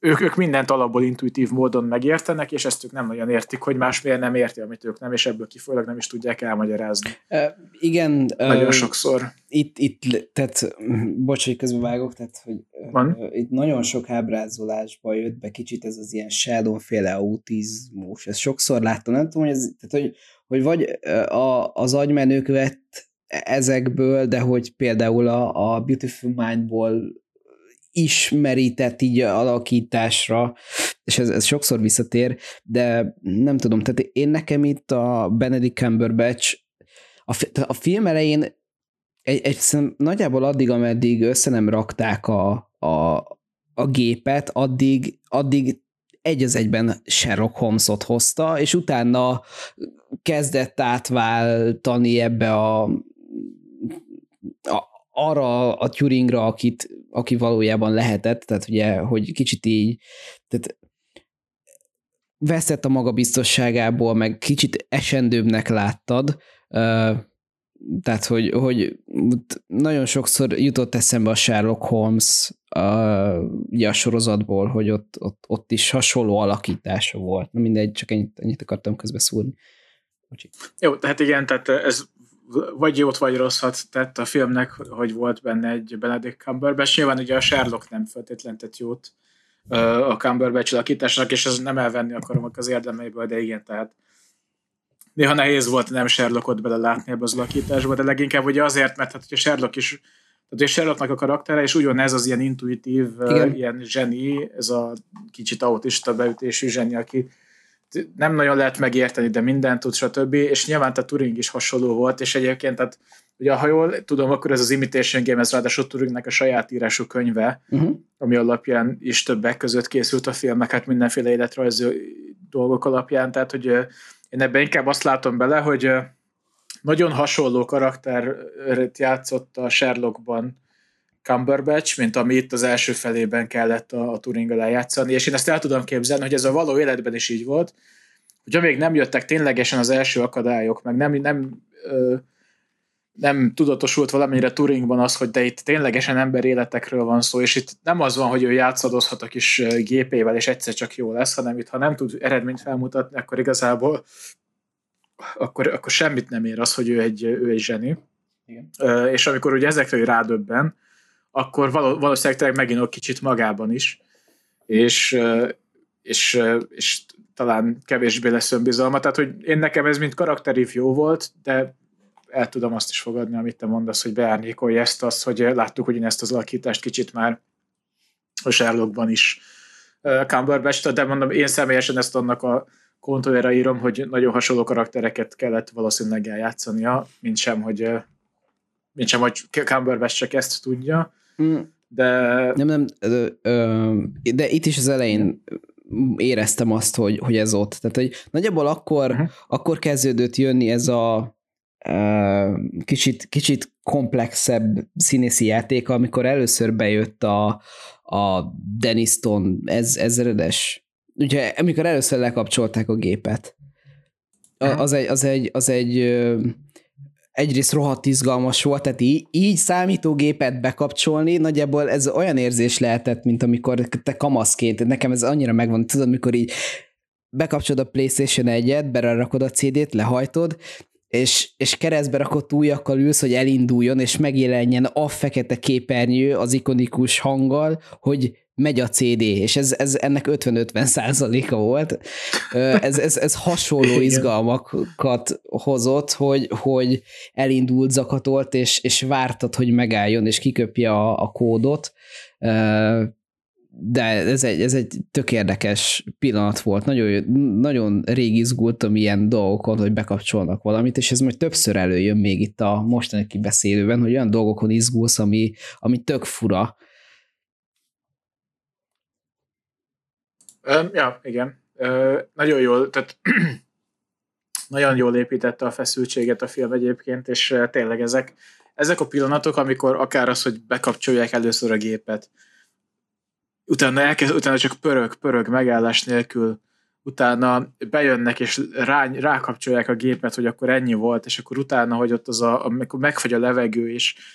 A: ők, ők mindent alapból intuitív módon megértenek, és ezt ők nem nagyon értik, hogy más miért nem érti, amit ők nem, és ebből kifolyólag nem is tudják elmagyarázni.
B: Uh, igen.
A: Nagyon
B: uh,
A: sokszor.
B: Itt, itt, tehát, bocs, hogy közben vágok, tehát, hogy uh, itt nagyon sok ábrázolásba jött be kicsit ez az ilyen Sheldon-féle autizmus. Ezt sokszor láttam, nem tudom, hogy, ez, tehát, hogy, hogy vagy a, az agymenők vett ezekből, de hogy például a, a Beautiful Mindból ismerített így alakításra, és ez, ez sokszor visszatér, de nem tudom, tehát én nekem itt a Benedict Cumberbatch a, a film elején egy, egy, nagyjából addig, ameddig össze nem rakták a, a, a gépet, addig, addig egy az egyben Sherlock Holmesot hozta, és utána kezdett átváltani ebbe a, a arra a Turingra, akit, aki valójában lehetett, tehát ugye, hogy kicsit így, tehát vesztett a magabiztosságából, meg kicsit esendőbbnek láttad, tehát, hogy, hogy nagyon sokszor jutott eszembe a Sherlock Holmes a, ugye a sorozatból, hogy ott, ott, ott is hasonló alakítása volt. Na mindegy, csak ennyit, ennyit akartam közbeszúrni. Bocsi.
A: Jó, tehát igen, tehát ez vagy jót, vagy rosszat tett a filmnek, hogy volt benne egy Benedict Cumberbatch. Nyilván ugye a Sherlock nem feltétlenül tett jót a Cumberbatch alakításnak, és ez nem elvenni akarom az érdemeiből, de igen, tehát néha nehéz volt nem Sherlockot belelátni ebbe az alakításba, de leginkább ugye azért, mert hát ugye Sherlock is, tehát ugye Sherlocknak a karaktere, és ugyanez az ilyen intuitív, igen. Ilyen zseni, ez a kicsit autista beütésű zseni, aki nem nagyon lehet megérteni, de mindent tud, stb. És nyilván a Turing is hasonló volt, és egyébként, tehát ugye, ha jól tudom, akkor ez az Imitation Game, ez ráadásul Turingnek a saját írású könyve, uh-huh. ami alapján is többek között készült a filmek, hát mindenféle életrajző dolgok alapján, tehát, hogy én ebben inkább azt látom bele, hogy nagyon hasonló karaktert játszott a Sherlockban Cumberbatch, mint ami itt az első felében kellett a, a Turinggal eljátszani, és én ezt el tudom képzelni, hogy ez a való életben is így volt, hogy amíg nem jöttek ténylegesen az első akadályok, meg nem, nem, ö, nem tudatosult valamennyire Turingban az, hogy de itt ténylegesen emberéletekről van szó, és itt nem az van, hogy ő játszadozhat a kis gépével, és egyszer csak jó lesz, hanem itt, ha nem tud eredményt felmutatni, akkor igazából akkor, akkor semmit nem ér az, hogy ő egy, ő egy zseni. Igen. Ö, és amikor ugye ezekre rádöbben, akkor valószínűleg tényleg megint kicsit magában is, és, és, és talán kevésbé lesz önbizalma. Tehát, hogy én nekem ez mint karakterív jó volt, de el tudom azt is fogadni, amit te mondasz, hogy beárnyékolja ezt azt, hogy láttuk, hogy ezt az alakítást kicsit már a Sherlockban is Cumberbatch, de mondom, én személyesen ezt annak a kontójára írom, hogy nagyon hasonló karaktereket kellett valószínűleg eljátszania, mint sem, hogy mint sem, hogy Cumberbatch csak ezt tudja. De...
B: Nem, nem, de itt is az elején éreztem azt, hogy, hogy ez ott. Tehát, hogy nagyjából akkor, uh-huh. akkor kezdődött jönni ez a kicsit, kicsit komplexebb színészi játék, amikor először bejött a, a Deniston ez, ezredes. Ugye, amikor először lekapcsolták a gépet. Az egy, az egy, az egy egyrészt rohadt izgalmas volt, tehát így, így számítógépet bekapcsolni, nagyjából ez olyan érzés lehetett, mint amikor te kamaszként, nekem ez annyira megvan, tudod, amikor így bekapcsolod a PlayStation egyet, berarakod a cé dét, lehajtod, és, és keresztbe rakott ujjakkal ülsz, hogy elinduljon, és megjelenjen a fekete képernyő az ikonikus hanggal, hogy megy a cé dé, és ez, ez ennek ötven-ötven százaléka volt. Ez, ez, ez hasonló izgalmakat hozott, hogy, hogy elindult, zakatolt, és, és vártad, hogy megálljon, és kiköpje a, a kódot. De ez egy, ez egy tök érdekes pillanat volt. Nagyon, nagyon rég izgultam ilyen dolgokon, hogy bekapcsolnak valamit, és ez majd többször előjön még itt a mostani kibeszélőben, hogy olyan dolgokon izgulsz, ami, ami tök fura.
A: Um, ja, igen. Uh, nagyon jól, tehát nagyon jól építette a feszültséget a film egyébként, és uh, tényleg ezek, ezek a pillanatok, amikor akár az, hogy bekapcsolják először a gépet, utána, elkezd, utána csak pörög, pörög megállás nélkül, utána bejönnek és rá, rákapcsolják a gépet, hogy akkor ennyi volt, és akkor utána, hogy ott az a, amikor megfagy a levegő, és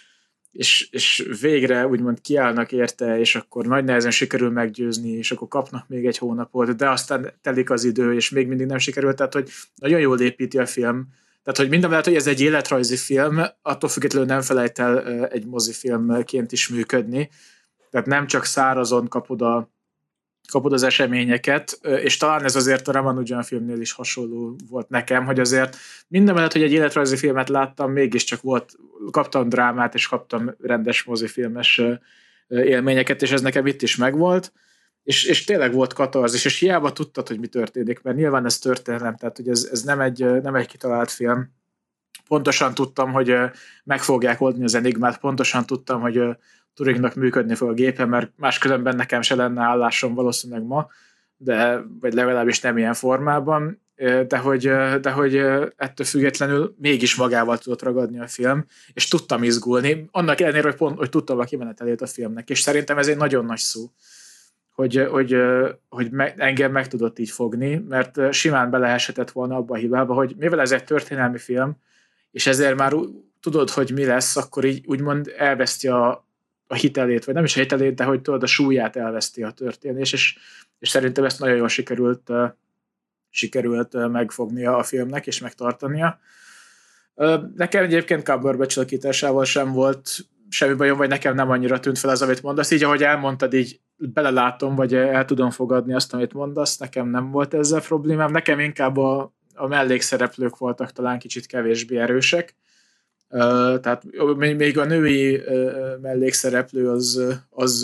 A: és, és végre úgymond kiállnak érte, és akkor nagy nehezen sikerül meggyőzni, és akkor kapnak még egy hónapot, de aztán telik az idő, és még mindig nem sikerült, tehát hogy nagyon jól építi a film. Tehát, hogy minden mellett, hogy ez egy életrajzi film, attól függetlenül nem felejt el egy mozifilmként is működni. Tehát nem csak szárazon kapod, a, kapod az eseményeket, és talán ez azért a Ramanujan filmnél is hasonló volt nekem, hogy azért minden mellett, hogy egy életrajzi filmet láttam, mégiscsak volt, kaptam drámát, és kaptam rendes mozifilmes élményeket, és ez nekem itt is megvolt. És, és tényleg volt katarzis, és hiába tudtad, hogy mi történik, mert nyilván ez történelem, tehát hogy ez, ez nem, egy, nem egy kitalált film. Pontosan tudtam, hogy meg fogják oldani az enigmát, pontosan tudtam, hogy Turingnak működni fog a gépe, mert máskülönben nekem se lenne állásom valószínűleg ma, de, vagy legalábbis nem ilyen formában, de hogy, de hogy ettől függetlenül mégis magával tudott ragadni a film, és tudtam izgulni, annak ellenére, hogy, pont, hogy tudtam a kimenetelét a filmnek, és szerintem ez egy nagyon nagy szó, hogy, hogy, hogy me, engem meg tudott így fogni, mert simán beleeshetett volna abba a hibába, hogy mivel ez egy történelmi film, és ezért már tudod, hogy mi lesz, akkor így úgymond elveszti a, a hitelét, vagy nem is a hitelét, de hogy tudod, a súlyát elveszti a történés, és, és szerintem ezt nagyon jól sikerült, uh, sikerült uh, megfognia a filmnek, és megtartania. Uh, nekem egyébként Cumberbatch alakításával sem volt semmi bajom, vagy nekem nem annyira tűnt fel az, amit mondasz. Így, ahogy elmondtad, így belelátom, vagy el tudom fogadni azt, amit mondasz, nekem nem volt ezzel problémám. Nekem inkább a, a mellékszereplők voltak talán kicsit kevésbé erősek. Uh, tehát még a női uh, mellékszereplő az, az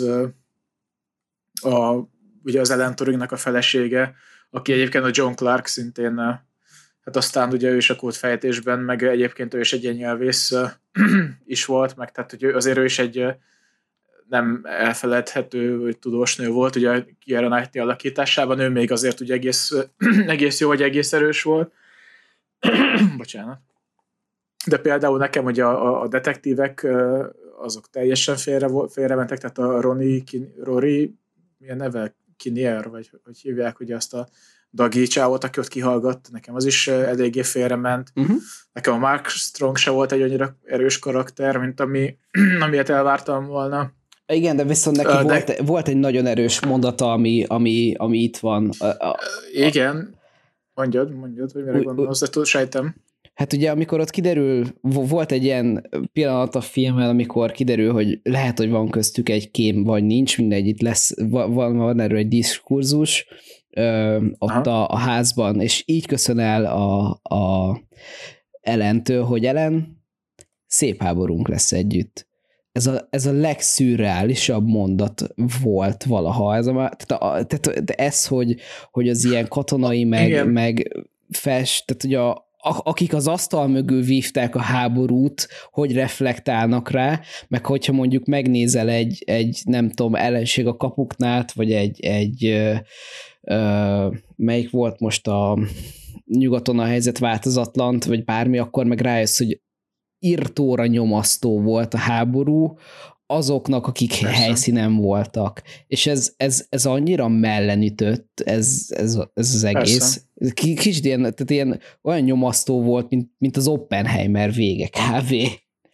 A: uh, a, ugye az Alan Turingnak a felesége, aki egyébként a John Clark szintén, uh, hát aztán ugye ő is a kódfejtésben, meg egyébként ő is egy ilyen nyelvész uh, is volt, meg tehát hogy azért ő is egy uh, nem elfeledhető, vagy tudós nő volt, ugye a Keira Knightley alakításában, ő még azért ugye egész, egész jó, vagy egész erős volt. Bocsánat. De például nekem ugye a, a detektívek azok teljesen félre, félrementek, tehát a Ronnie, Rory, milyen neve? Kinnear, vagy hogy hívják ugye azt a Dagi csávot, aki ott kihallgatt, nekem az is eléggé félrement. Uh-huh. Nekem a Mark Strong se volt egy annyira erős karakter, mint ami, amilyet elvártam volna.
B: Igen, de viszont neki uh, volt, de... volt egy nagyon erős mondata, ami, ami, ami itt van. A, a,
A: igen, mondjad, mondjad, hogy mire gondolsz, de tud, sejtem.
B: Hát ugye, amikor ott kiderül, volt egy ilyen pillanat a filmmel, amikor kiderül, hogy lehet, hogy van köztük egy kém, vagy nincs, mindegy, itt lesz, van, van erről egy diskurzus ö, ott a, a házban, és így köszön el a, a Ellentől, hogy Ellen, szép háborunk lesz együtt. Ez a, ez a legszürreálisabb mondat volt valaha. Ez, a, tehát, a, tehát ez, hogy, hogy az ilyen katonai, meg, meg fest, tehát hogy a akik az asztal mögül vívták a háborút, hogy reflektálnak rá, meg hogyha mondjuk megnézel egy, egy nem tudom, ellenség a kapuknál, vagy egy, egy ö, ö, melyik volt most a nyugaton a helyzet változatlant, vagy bármi, akkor meg rájössz, hogy irtóra nyomasztó volt a háború azoknak, akik Persze. helyszínen voltak. És ez, ez, ez annyira mellenütött, ez, ez, ez az egész. Persze. Kicsit ilyen, tehát ilyen olyan nyomasztó volt, mint, mint az Oppenheimer vége kávé.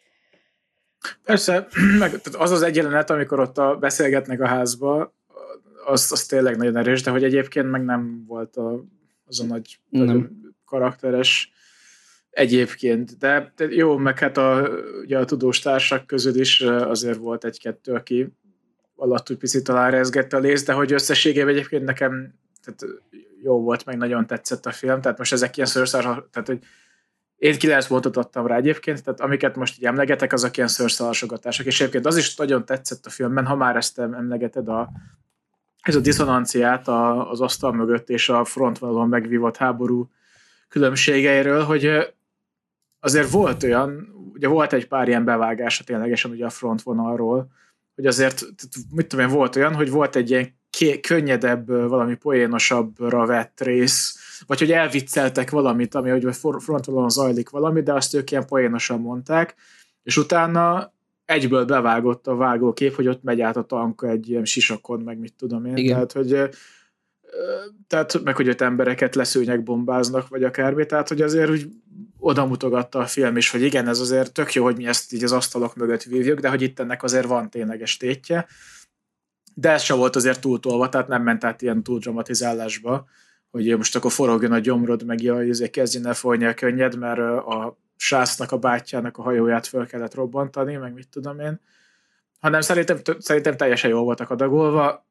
A: Persze, meg az az egy jelenet, amikor ott a, beszélgetnek a házba, az, az tényleg nagyon erős, de hogy egyébként meg nem volt a, az a nagy karakteres egyébként, de, de jó, meg hát a, ugye a tudós társak közül is azért volt egy-kettő, aki alatt úgy picit alárezgette a lézt, de hogy összességében egyébként nekem tehát jó volt, meg nagyon tetszett a film, tehát most ezek ilyen szőrszál, tehát hogy én kilenc pontot adtam rá egyébként, tehát amiket most így emlegetek, azok ilyen szőrszalasogatások, és egyébként az is nagyon tetszett a filmben, ha már ezt emlegeted, a, ez a diszonanciát a, az asztal mögött és a frontvonalon megvívott háború különbségeiről, hogy azért volt olyan, ugye volt egy pár ilyen bevágása ténylegesen ugye a frontvonalról, hogy azért, mit tudom én, volt olyan, hogy volt egy ilyen ké- könnyedebb, valami poénosabbra vett rész, vagy hogy elvicceltek valamit, ami hogy frontvonalon zajlik valami, de azt ők ilyen poénosan mondták, és utána egyből bevágott a vágókép, hogy ott megy át a tank egy ilyen sisakon, meg mit tudom én. Igen. Tehát, hogy tehát meg hogy öt embereket leszőnyek bombáznak, vagy akármi, tehát hogy azért úgy oda mutogatta a film is, hogy igen, ez azért tök jó, hogy mi ezt így az asztalok mögött vívjuk, de hogy itt ennek azért van tényleges tétje. De ez sem volt azért túltolva, tehát nem ment át ilyen túl dramatizálásba, hogy most akkor forogjon a gyomrod, meg jaj, ezért kezdjen el folyni a könnyed, mert a sásznak, a bátyjának a hajóját föl kellett robbantani, meg mit tudom én. Hanem szerintem, szerintem teljesen jól voltak adagolva.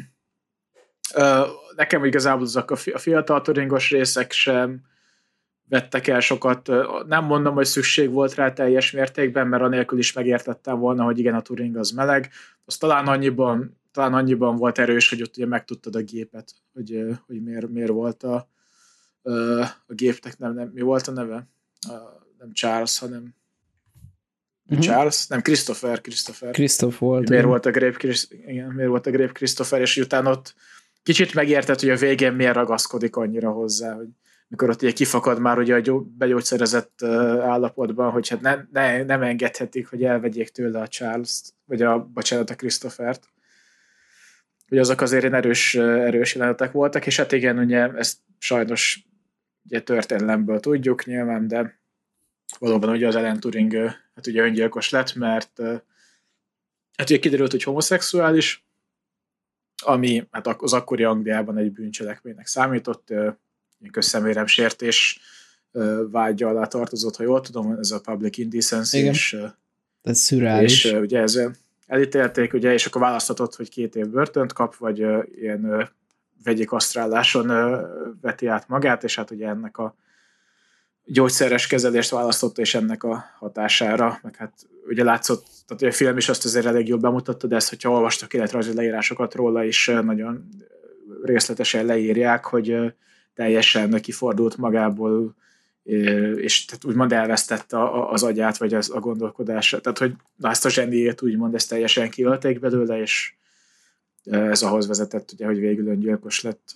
A: Nekem igazából azok a fiatal turingos részek sem vettek el sokat. Nem mondom, hogy szükség volt rá teljes mértékben, mert anélkül is megértettem volna, hogy igen, a Turing az meleg. Az talán annyiban, talán annyiban volt erős, hogy ott ugye megtudtad a gépet, hogy, hogy miért, miért volt a, a gépnek, nem, nem, mi volt a neve? Nem Charles, hanem uh-huh. Charles, nem Christopher, Christopher.
B: Christopher volt.
A: Miért volt a Grape, igen, miért volt a Grape Christopher, és utána ott kicsit megértett, hogy a végén miért ragaszkodik annyira hozzá, hogy mikor ott ugye kifakad már ugye a begyógyszerezett állapotban, hogy hát ne, ne, nem engedhetik, hogy elvegyék tőle a Charles-t, vagy a, bocsánat, a Christophert. Hogy azok azért erős, erős jelenetek voltak, és hát igen, ugye ezt sajnos ugye történelemből tudjuk nyilván, de valóban ugye az Alan Turing hát ugye öngyilkos lett, mert hát ugye kiderült, hogy homoszexuális, ami hát az akkori Angliában egy bűncselekménynek számított, közszeméremsértés vágya alá tartozott, ha jól tudom, ez a public indecency,
B: igen.
A: és,
B: ez szürreális.
A: És ugye ez elítélték, ugye, és akkor választhatott, hogy két év börtönt kap, vagy uh, ilyen uh, vegyi kasztráláson uh, veti át magát, és hát ugye ennek a gyógyszeres kezelést választotta, és ennek a hatására, meg hát ugye látszott, tehát a film is azt azért elég jól bemutatta, de ezt, hogyha olvastak életrajzi leírásokat róla is, nagyon részletesen leírják, hogy uh, teljesen kifordult magából, és tehát úgymond elvesztette az agyát, vagy az a gondolkodását. Tehát, hogy na, ezt a zseniét úgymond ezt teljesen kiölték belőle, és ez ahhoz vezetett, ugye, hogy végül öngyilkos lett.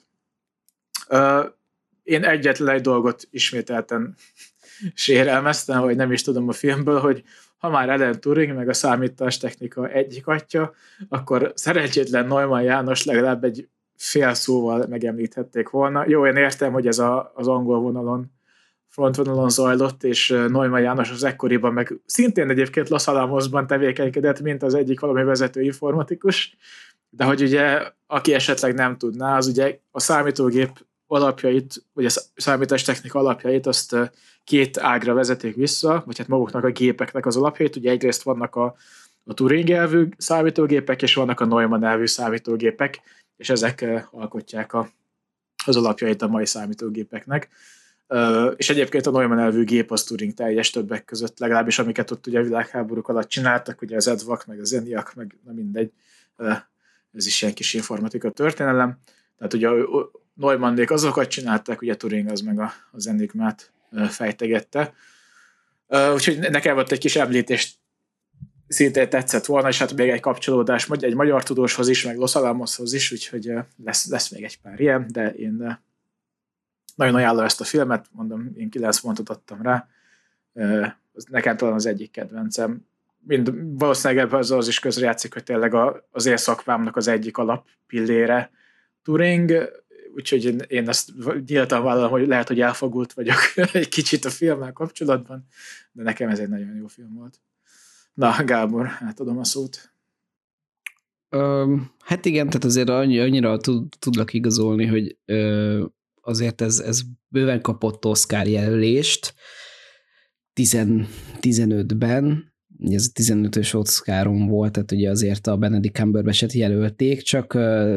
A: Én egyetlen egy dolgot ismételten sérelmeztem, vagy nem is tudom a filmből, hogy ha már Alan Turing meg a számítástechnika egyik atya, akkor szerencsétlen Neumann János legalább egy fél szóval megemlíthették volna. Jó, én értem, hogy ez a, az angol vonalon, frontvonalon zajlott, és Neumann János az ekkoriban meg szintén egyébként Los Alamosban tevékenykedett, mint az egyik valami vezető informatikus, de hogy ugye, aki esetleg nem tudná, az ugye a számítógép alapjait, vagy a számítástechnika alapjait azt két ágra vezetik vissza, vagy hát maguknak a gépeknek az alapjait. Ugye egyrészt vannak a, a Turing elvű számítógépek, és vannak a Neumann elvű számítógépek, és ezek alkotják a, az alapjait a mai számítógépeknek. Uh, és egyébként a Neumann elvű gép az Turing teljes többek között, legalábbis amiket ott ugye a világháborúk alatt csináltak, ugye az EDVAC, meg az ENIAC, meg na mindegy, uh, ez is ilyen kis informatika történelem. Tehát ugye a Neumannék azokat csinálták, ugye Turing az meg a, az Enigmát uh, fejtegette. Uh, úgyhogy nekem volt egy kis említést, szintén tetszett volna, és hát még egy kapcsolódás egy magyar tudóshoz is, meg Los Alamoshoz is, úgyhogy uh, lesz, lesz még egy pár ilyen, de én uh, nagyon ajánlom ezt a filmet, mondom, én kilenc pontot adtam rá. Nekem talán az egyik kedvencem. Mind, valószínűleg ebben az, az is közrejátszik, hogy tényleg a, az én szakmámnak az egyik alappillére Turing, úgyhogy én, én ezt nyíltan vállalom, hogy lehet, hogy elfogult vagyok egy kicsit a filmmel kapcsolatban, de nekem ez egy nagyon jó film volt. Na, Gábor, átadom a szót.
B: Um, hát igen, tehát azért annyi, annyira tud, tudlak igazolni, hogy uh, azért ez, ez bőven kapott Oscar jelölést tizenötben, ez a tizenötös Oscaron volt, tehát ugye azért a Benedict Cumberbatchet jelölték, csak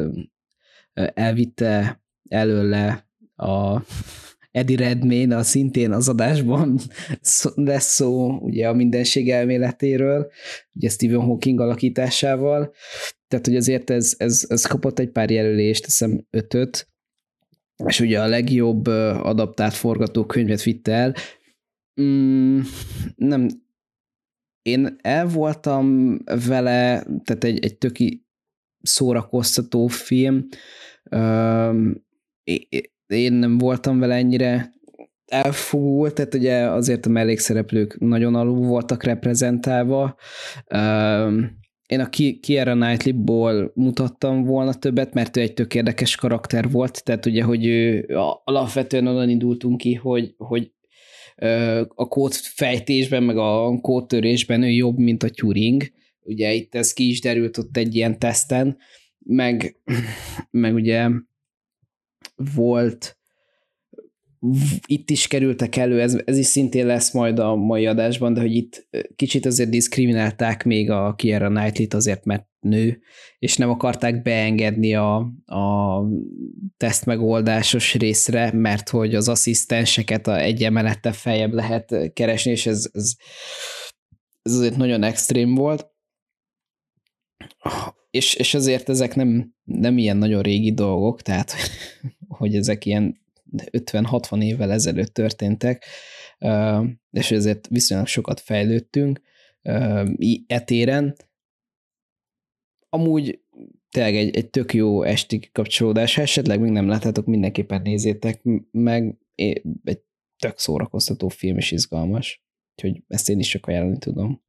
B: elvitte előle a Eddie Redmayne, a szintén az adásban lesz szó ugye a mindenség elméletéről, ugye Stephen Hawking alakításával, tehát hogy azért ez, ez, ez kapott egy pár jelölést, hiszem ötöt, és ugye a legjobb adaptált forgatókönyvet vitte el. Mm, nem, én el voltam vele, tehát egy, egy töki szórakoztató film. Én nem voltam vele ennyire elfogult, tehát ugye azért a mellékszereplők nagyon alul voltak reprezentálva, én a Keira Knightley-ból mutattam volna többet, mert ő egy tök érdekes karakter volt, tehát ugye, hogy ő alapvetően onnan indultunk ki, hogy, hogy a kódfejtésben, meg a kódtörésben ő jobb, mint a Turing. Ugye itt ez ki is derült ott egy ilyen teszten, meg, meg ugye volt itt is kerültek elő, ez, ez is szintén lesz majd a mai adásban, de hogy itt kicsit azért diszkriminálták még a Keira Knightley-t azért, mert nő, és nem akarták beengedni a, a teszt megoldásos részre, mert hogy az asszisztenseket a egy emelettel feljebb lehet keresni, és ez, ez, ez azért nagyon extrém volt. És, és azért ezek nem, nem ilyen nagyon régi dolgok, tehát hogy ezek ilyen ötven-hatvan évvel ezelőtt történtek, és ezért viszonylag sokat fejlődtünk etéren. Amúgy tényleg egy, egy tök jó esti kapcsolódás, ha esetleg még nem láttátok, mindenképpen nézzétek meg, egy tök szórakoztató film és izgalmas, úgyhogy ezt én is csak ajánlani tudom.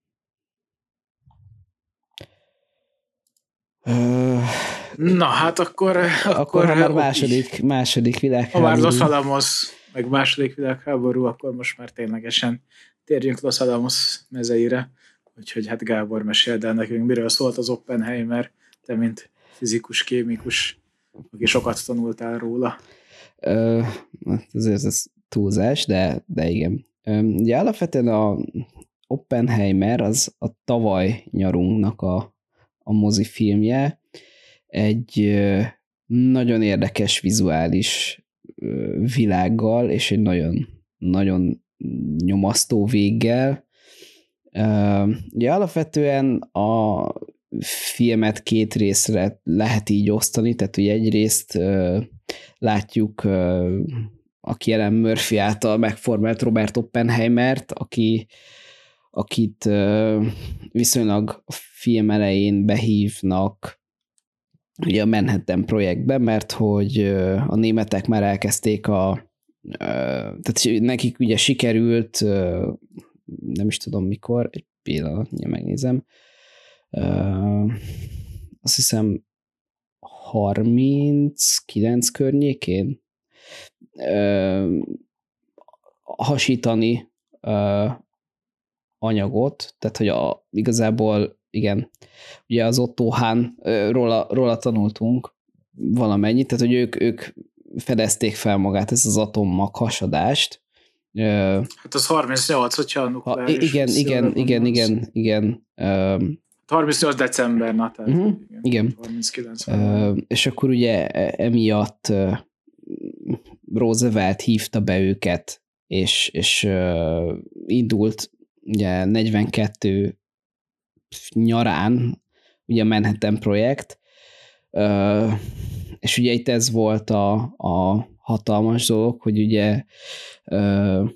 A: Na, hát akkor...
B: Akkor, akkor ha már második, második világháború.
A: Ha már Los Alamos, meg második világháború, akkor most már ténylegesen térjünk Los Alamos mezeire. Úgyhogy hát Gábor, meséld el nekünk, miről szólt az Oppenheimer, te mint fizikus, kémikus, aki sokat tanultál róla.
B: Ö, azért ez túlzás, de, de igen. Ö, ugye alapvetően a Oppenheimer az a tavaly nyarunknak a, a mozifilmje, egy nagyon érdekes vizuális világgal, és egy nagyon, nagyon nyomasztó véggel. Ugye alapvetően a filmet két részre lehet így osztani, tehát ugye egyrészt látjuk a Cillian Murphy által megformált Robert Oppenheimert, aki, akit viszonylag a film elején behívnak ugye a Manhattan projektbe, mert hogy a németek már elkezdték a, tehát nekik ugye sikerült, nem is tudom mikor, egy pillanat, megnézem, azt hiszem harminckilenc környékén hasítani anyagot, tehát hogy a, igazából igen, ugye az Otto Hahn, róla, róla tanultunk valamennyit, tehát hogy ők, ők fedezték fel magát, ezt az atommag hasadást.
A: Hát az harmincnyolc, hogyha a nukleáris...
B: Ha, igen, igen, igen, igen, igen.
A: harmincnyolc december, na, tehát
B: uh-huh,
A: igen.
B: igen.
A: harminckilenc.
B: Uh, és akkor ugye emiatt uh, Roosevelt hívta be őket, és, és uh, indult ugye negyvenkettő nyarán, ugye a Manhattan projekt, uh, és ugye itt ez volt a, a hatalmas dolog, hogy ugye uh,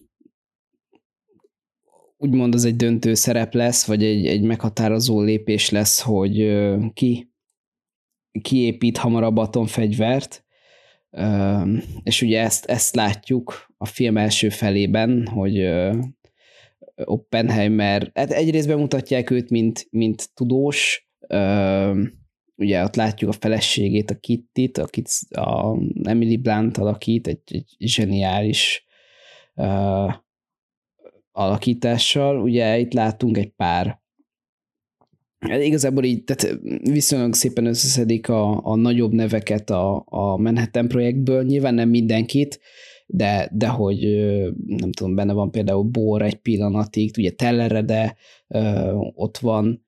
B: úgymond az egy döntő szerep lesz, vagy egy, egy meghatározó lépés lesz, hogy uh, ki kiépít hamarabb atomfegyvert, uh, és ugye ezt, ezt látjuk a film első felében, hogy uh, Oppenheimer, hát egyrészt bemutatják őt, mint, mint tudós, uh, ugye ott látjuk a feleségét, a Kittit, akit a Emily Blunt alakít, egy, egy zseniális uh, alakítással, ugye itt látunk egy pár, igazából így, tehát viszonylag szépen összeszedik a, a nagyobb neveket a, a Manhattan projektből, nyilván nem mindenkit, de, de hogy nem tudom, benne van például Bohr egy pillanatig, ugye Tellerede ott van,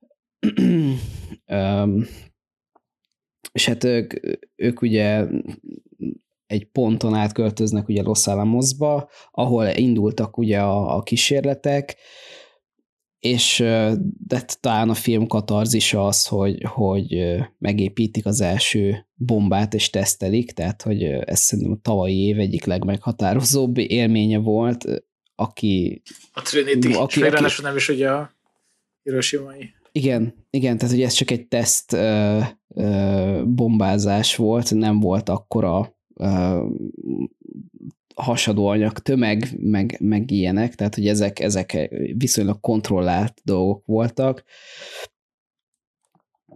B: és hát ők, ők ugye egy ponton átköltöznek ugye Los Alamosba, ahol indultak ugye a, a kísérletek, és de talán a film katarzisa az, hogy, hogy megépítik az első bombát és tesztelik, tehát hogy ez szerintem a tavalyi év egyik legmeghatározóbb élménye volt, aki...
A: A Trinity, aki, és aki, nem is ugye a Hiroshimai.
B: Igen, igen, tehát hogy ez csak egy teszt ö, ö, bombázás volt, nem volt akkora ö, hasadó anyag tömeg, meg, meg ilyenek, tehát hogy ezek, ezek viszonylag kontrollált dolgok voltak,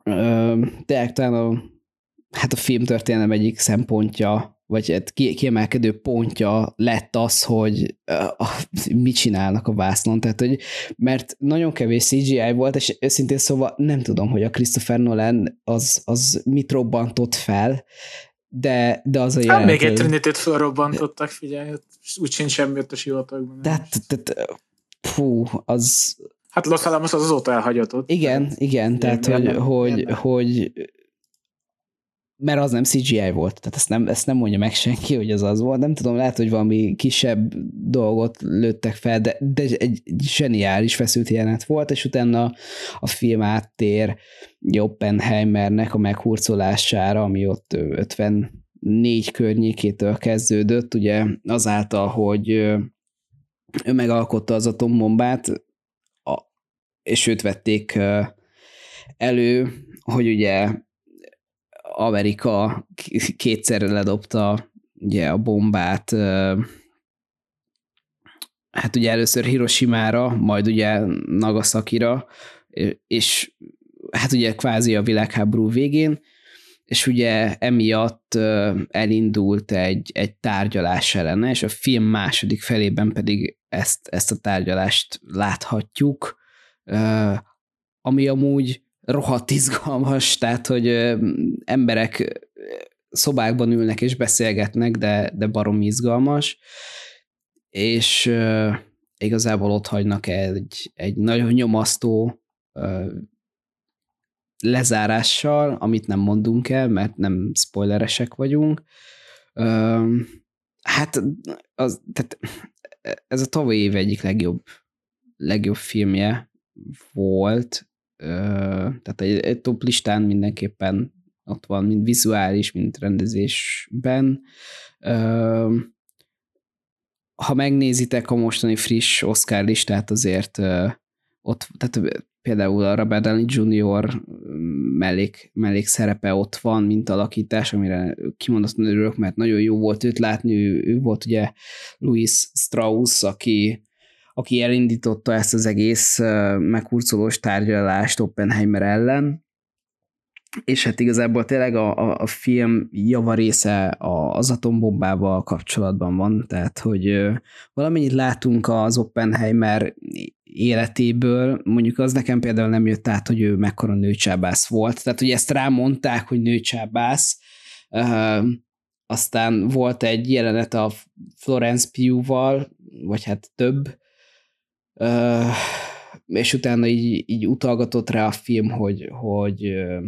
B: tényleg talán a, hát a filmtörténelem egyik szempontja, vagy hát kiemelkedő pontja lett az, hogy uh, mit csinálnak a vásznon, tehát, hogy mert nagyon kevés cé gé í volt, és őszintén szóval nem tudom, hogy a Christopher Nolan az, az mit robbantott fel, de, de az a
A: jelenet... Hát még egy Trinity-t felrobbantottak, figyelj, úgy sincs semmi ott a sivatagban.
B: Tehát, tehát, fú, az...
A: Hát Los Alamos az azóta elhagyatott.
B: Igen, tehát, igen, tehát, hogy, nem, hogy, nem. hogy mert az nem cé gé í volt, tehát ezt nem, ezt nem mondja meg senki, hogy az az volt. Nem tudom, lehet, hogy valami kisebb dolgot lőttek fel, de, de egy zseniális feszült jelenet volt, és utána a film áttér Oppenheimernek a meghurcolására, ami ott ötvennégy környékétől kezdődött, ugye azáltal, hogy ő megalkotta az atombombát, és őt vették elő, hogy ugye Amerika kétszer ledobta ugye a bombát, hát ugye először Hiroshimára, majd ugye Nagasakira, és hát ugye kvázi a világháború végén, és ugye emiatt elindult egy, egy tárgyalás ellene, és a film második felében pedig ezt, ezt a tárgyalást láthatjuk, ami amúgy rohadt izgalmas, tehát, hogy emberek szobákban ülnek és beszélgetnek, de, de baromi izgalmas, és uh, igazából ott hagynak egy, egy nagyon nyomasztó uh, lezárással, amit nem mondunk el, mert nem spoileresek vagyunk. Uh, hát az, tehát ez a tavalyi év egyik legjobb, legjobb filmje volt, tehát egy, egy top listán mindenképpen ott van, mind vizuális, mind rendezésben. Ha megnézitek a mostani friss Oscar listát, azért ott, tehát például a Robert Downey junior mellék, mellékszerepe ott van, mint alakítás, amire kimondottan örülök, mert nagyon jó volt őt látni, ő, ő volt ugye Louis Strauss, aki aki elindította ezt az egész meghurcolós tárgyalást Oppenheimer ellen, és hát igazából tényleg a, a, a film javarésze az atombombával kapcsolatban van, tehát hogy valamennyit látunk az Oppenheimer életéből, mondjuk az nekem például nem jött át, hogy ő mekkora nőcsábász volt, tehát hogy ezt rámondták, hogy nőcsábász, aztán volt egy jelenet a Florence Pugh-val, vagy hát több, Uh, és utána így, így utalgatott rá a film, hogy, hogy uh,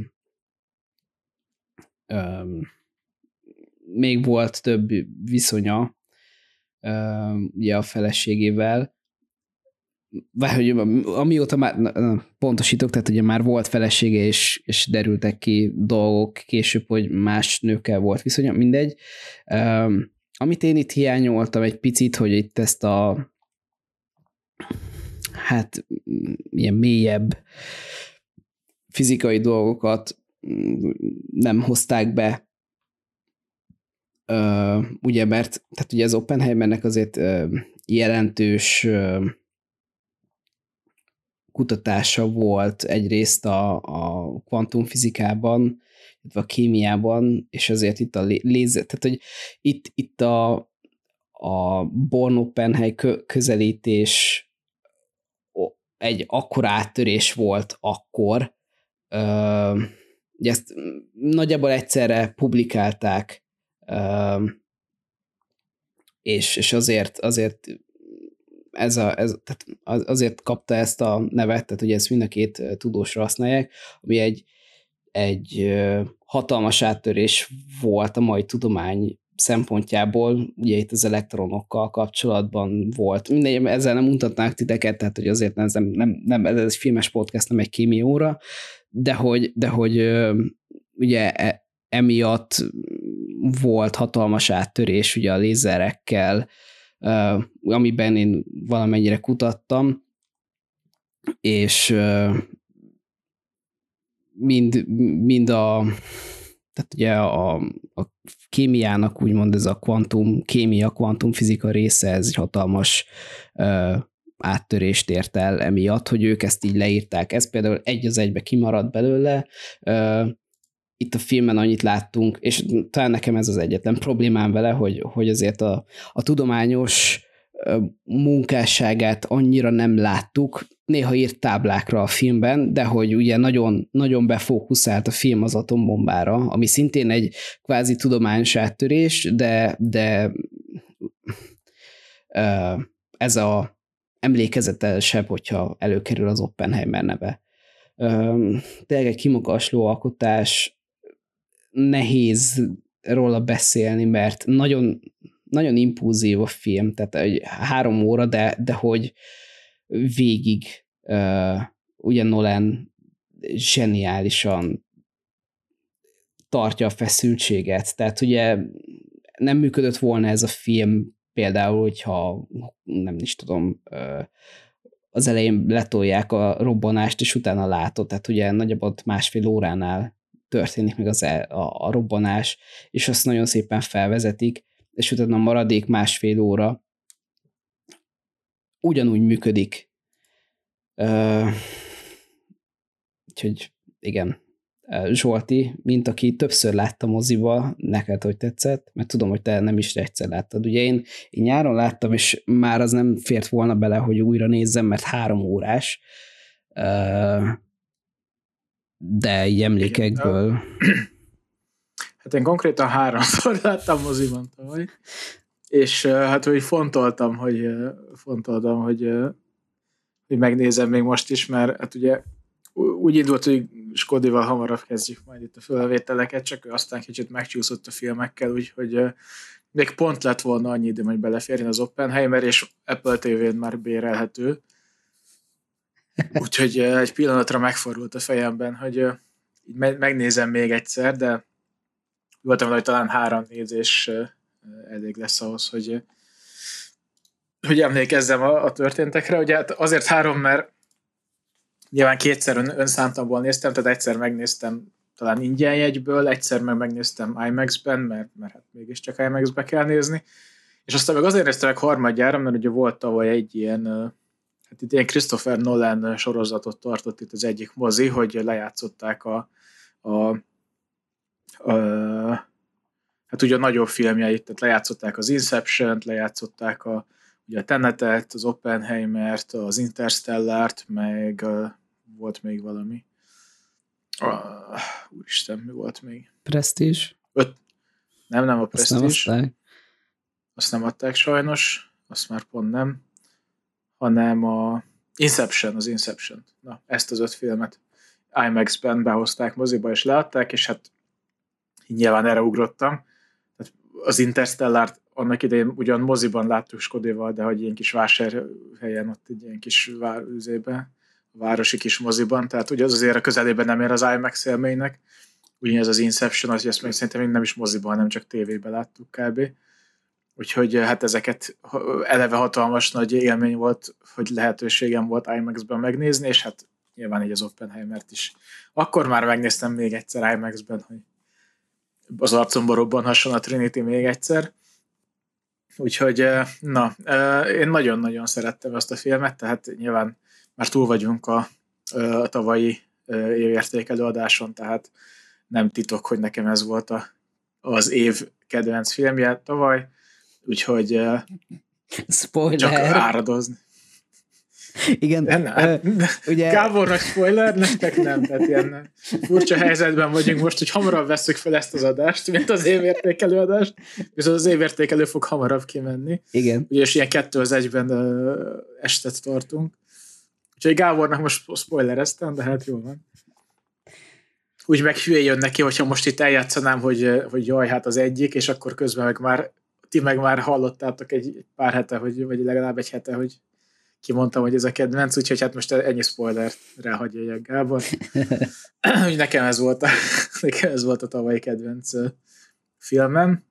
B: um, még volt több viszonya uh, ugye a feleségével, vagy hogy amióta már na, pontosítok, tehát ugye már volt felesége, és, és derültek ki dolgok később, hogy más nőkkel volt viszonya, mindegy. Um, amit én itt hiányoltam egy picit, hogy itt ezt a hát ilyen mélyebb fizikai dolgokat nem hozták be. Uh, ugye, mert tehát ugye az Oppenheimernek azért uh, jelentős uh, kutatása volt egyrészt a, a kvantumfizikában, illetve a kémiában, és azért itt a lézer, tehát hogy itt, itt a, a Born-Oppenheim közelítés egy akkora áttörés volt akkor, uh, ugye ezt nagyjából egyszerre publikálták, uh, és, és azért, azért ez a, ez, tehát azért kapta ezt a nevet, tehát ugye ezt mind a két tudósra használják, ami egy, egy hatalmas áttörés volt a mai tudomány szempontjából, ugye itt az elektronokkal kapcsolatban volt. Mindegy, ezzel nem mutatnák titeket, tehát hogy azért ez nem, nem, nem ez egy filmes podcast, nem egy kémióra, de hogy, de hogy ugye emiatt volt hatalmas áttörés ugye a lézerekkel, amiben én valamennyire kutattam, és mind, mind a tehát ugye a, a kémiának úgymond ez a kvantum, kémia, kvantumfizika része, ez egy hatalmas uh, áttörést ért el emiatt, hogy ők ezt így leírták. Ez például egy az egybe kimaradt belőle. Itt a filmen annyit láttunk, és talán nekem ez az egyetlen problémám vele, hogy, hogy azért a, a tudományos munkásságát annyira nem láttuk, néha írt táblákra a filmben, de hogy ugye nagyon, nagyon befókuszált a film az atombombára, ami szintén egy kvázi tudományos áttörés, de, de ez a emlékezetesebb, hogyha előkerül az Oppenheimer neve. Tényleg egy kimagasló alkotás, nehéz róla beszélni, mert nagyon, nagyon impulzív a film, tehát egy három óra, de, de hogy végig uh, ugye Nolan zseniálisan tartja a feszültséget, tehát ugye nem működött volna ez a film például, hogyha nem is tudom, uh, az elején letolják a robbanást, és utána látod, tehát ugye nagyjából másfél óránál történik meg az el, a, a robbanás, és azt nagyon szépen felvezetik, és utána a maradék másfél óra ugyanúgy működik. Uh, úgyhogy igen, Zsolti, mint aki többször látta moziba, neked hogy tetszett, mert tudom, hogy te nem is egyszer láttad. Ugye én, én nyáron láttam, és már az nem fért volna bele, hogy újra nézzem, mert három órás, uh, de így emlékekből.
A: Hát én konkrétan háromszor láttam moziban tavaly, és hát hogy fontoltam, hogy fontoltam, hogy, hogy megnézem még most is, mert hát ugye úgy indult, hogy Skodival hamarabb kezdjük majd itt a fölvételeket, csak ő aztán kicsit megcsúszott a filmekkel, úgyhogy még pont lett volna annyi időm, hogy beleférjen az Oppenheimer, és Apple té vén már bérelhető. Úgyhogy egy pillanatra megfordult a fejemben, hogy így megnézem még egyszer, de voltam, hogy talán három nézés elég lesz ahhoz, hogy, hogy emlékezzem a, a történtekre. Ugye hát azért három, mert nyilván kétszer ön, önszántamból néztem, tehát egyszer megnéztem talán ingyen jegyből, egyszer meg megnéztem IMAX-ben, mert, mert hát mégiscsak IMAX-be kell nézni, és aztán meg azért néztem meg harmadjára, mert ugye volt tavaly egy ilyen, hát itt ilyen Christopher Nolan sorozatot tartott itt az egyik mozi, hogy lejátszották a, a, a hát ugye a nagyobb filmjeit, tehát lejátszották az Inception-t, lejátszották a, ugye a Tenetet, az Oppenheimert, az Interstellárt, meg uh, volt még valami. Uh, úristen, mi volt még?
B: Prestige?
A: Öt... Nem, nem a Prestige.
B: Azt nem adták.
A: Azt nem adták sajnos, azt már pont nem, hanem a Inception, az Inception. Na, ezt az öt filmet IMAX-ben behozták moziba, és leadták, és hát nyilván erre ugrottam. Tehát az Interstellárt annak idején ugyan moziban láttuk Skodéval, de hogy ilyen kis vásárhelyen, ott egy ilyen kis várüzébe, városi kis moziban, tehát ugye az azért a közelében nem ér az IMAX élménynek. Ugyanez az Inception, az, hogy ezt még szerintem még nem is moziban, hanem csak tévében láttuk kb. Úgyhogy hát ezeket eleve hatalmas nagy élmény volt, hogy lehetőségem volt IMAX-ben megnézni, és hát nyilván így az Oppenheimert is. Akkor már megnéztem még egyszer IMAX-ben, hogy az arcomba robbanhasson a Trinity még egyszer. Úgyhogy na, én nagyon-nagyon szerettem ezt a filmet, tehát nyilván már túl vagyunk a, a tavalyi évértékelő adáson, tehát nem titok, hogy nekem ez volt a, az év kedvenc filmje tavaly, úgyhogy
B: spoiler.
A: Csak áradozni.
B: Igen.
A: Nem, hát, uh, ugye... Gábornak spoiler, nektek nem, tehát ilyen furcsa helyzetben vagyunk most, hogy hamarabb vesszük fel ezt az adást, mint az évértékelő adást, viszont az évértékelő fog hamarabb kimenni.
B: Igen.
A: Ugye, és ilyen kettő az egyben uh, estet tartunk. Úgyhogy Gábornak most spoilereztem, de hát jól van. Úgy meg hülye jön neki, hogyha most itt eljátszanám, hogy, hogy jaj, hát az egyik, és akkor közben meg már, ti meg már hallottátok egy pár hete, hogy, vagy legalább egy hete, hogy kimondtam, hogy ez a kedvenc, úgyhogy hát most ennyi spoilert ráhagyja Gábor. Úgy nekem ez volt a, nekem ez volt a tavalyi kedvenc filmem,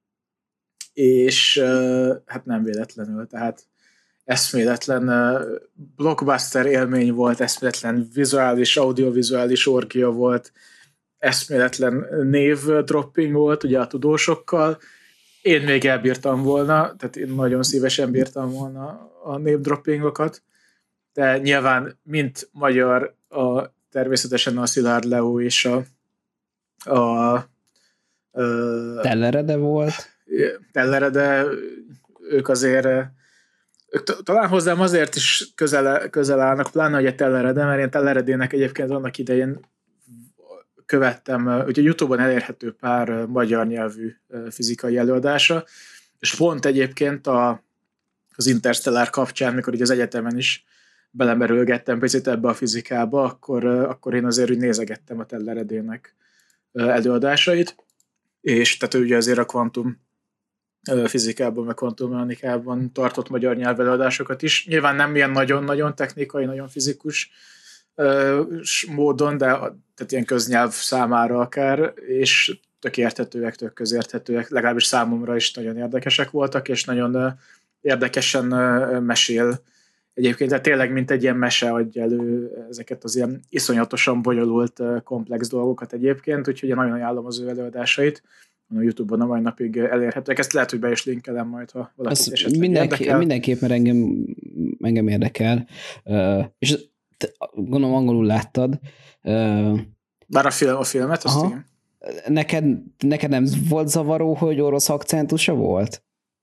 A: és hát nem véletlenül, tehát eszméletlen blockbuster élmény volt, eszméletlen vizuális, audiovizuális orgia volt, eszméletlen név dropping volt, ugye a tudósokkal, én még elbírtam volna, tehát én nagyon szívesen bírtam volna a name-droppingokat, de nyilván mint magyar a, természetesen a Szilárd Leó és a, a, a
B: Tellerede volt.
A: Tellerede, ők azért ők talán hozzám azért is közel, közel állnak, pláne, hogy a Tellerede, mert én Telleredének egyébként annak idején követtem, ugye YouTube-on elérhető pár magyar nyelvű fizikai előadása, és pont egyébként a, az Interstellar kapcsán, mikor így az egyetemen is belemerülgettem picit ebbe a fizikába, akkor, akkor én azért úgy nézegettem a Telleredének előadásait, és tehát ő ugye azért a kvantum fizikában, meg kvantummechanikában tartott magyar nyelvelőadásokat is. Nyilván nem ilyen nagyon-nagyon technikai, nagyon fizikus módon, de tehát ilyen köznyelv számára akár, és tök érthetőek, tök közérthetőek, legalábbis számomra is nagyon érdekesek voltak, és nagyon érdekesen mesél. Egyébként tehát tényleg mint egy ilyen mese adja elő ezeket az ilyen iszonyatosan bonyolult, komplex dolgokat egyébként, úgyhogy én nagyon ajánlom az ő előadásait. A YouTube-on a mai napig elérhetőek. Ezt lehet, hogy be is linkelem majd, ha valaki esetleg
B: mindenki,
A: érdekel.
B: Mindenképp, mert engem, engem érdekel. Uh, és te, gondolom angolul láttad. Uh,
A: Bár a, film, a filmet, azt aha. Igen.
B: Neked, neked nem volt zavaró, hogy orosz akcentusa volt?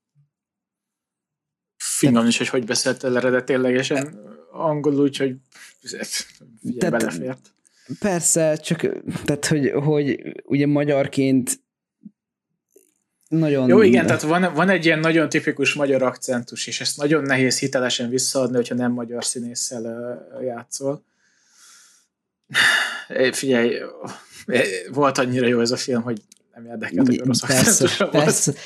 A: Fingom is, hogy hogy beszéltél erre, de ténylegesen angolul, úgyhogy belefért.
B: Persze, csak tehát, hogy, hogy ugye magyarként nagyon...
A: Jó, igen, tehát van, van egy ilyen nagyon tipikus magyar akcentus, és ezt nagyon nehéz hitelesen visszaadni, hogyha nem magyar színésszel játszol. Figyelj, volt annyira jó ez a film, hogy nem érdekelt, hogy orosz akcentusra volt.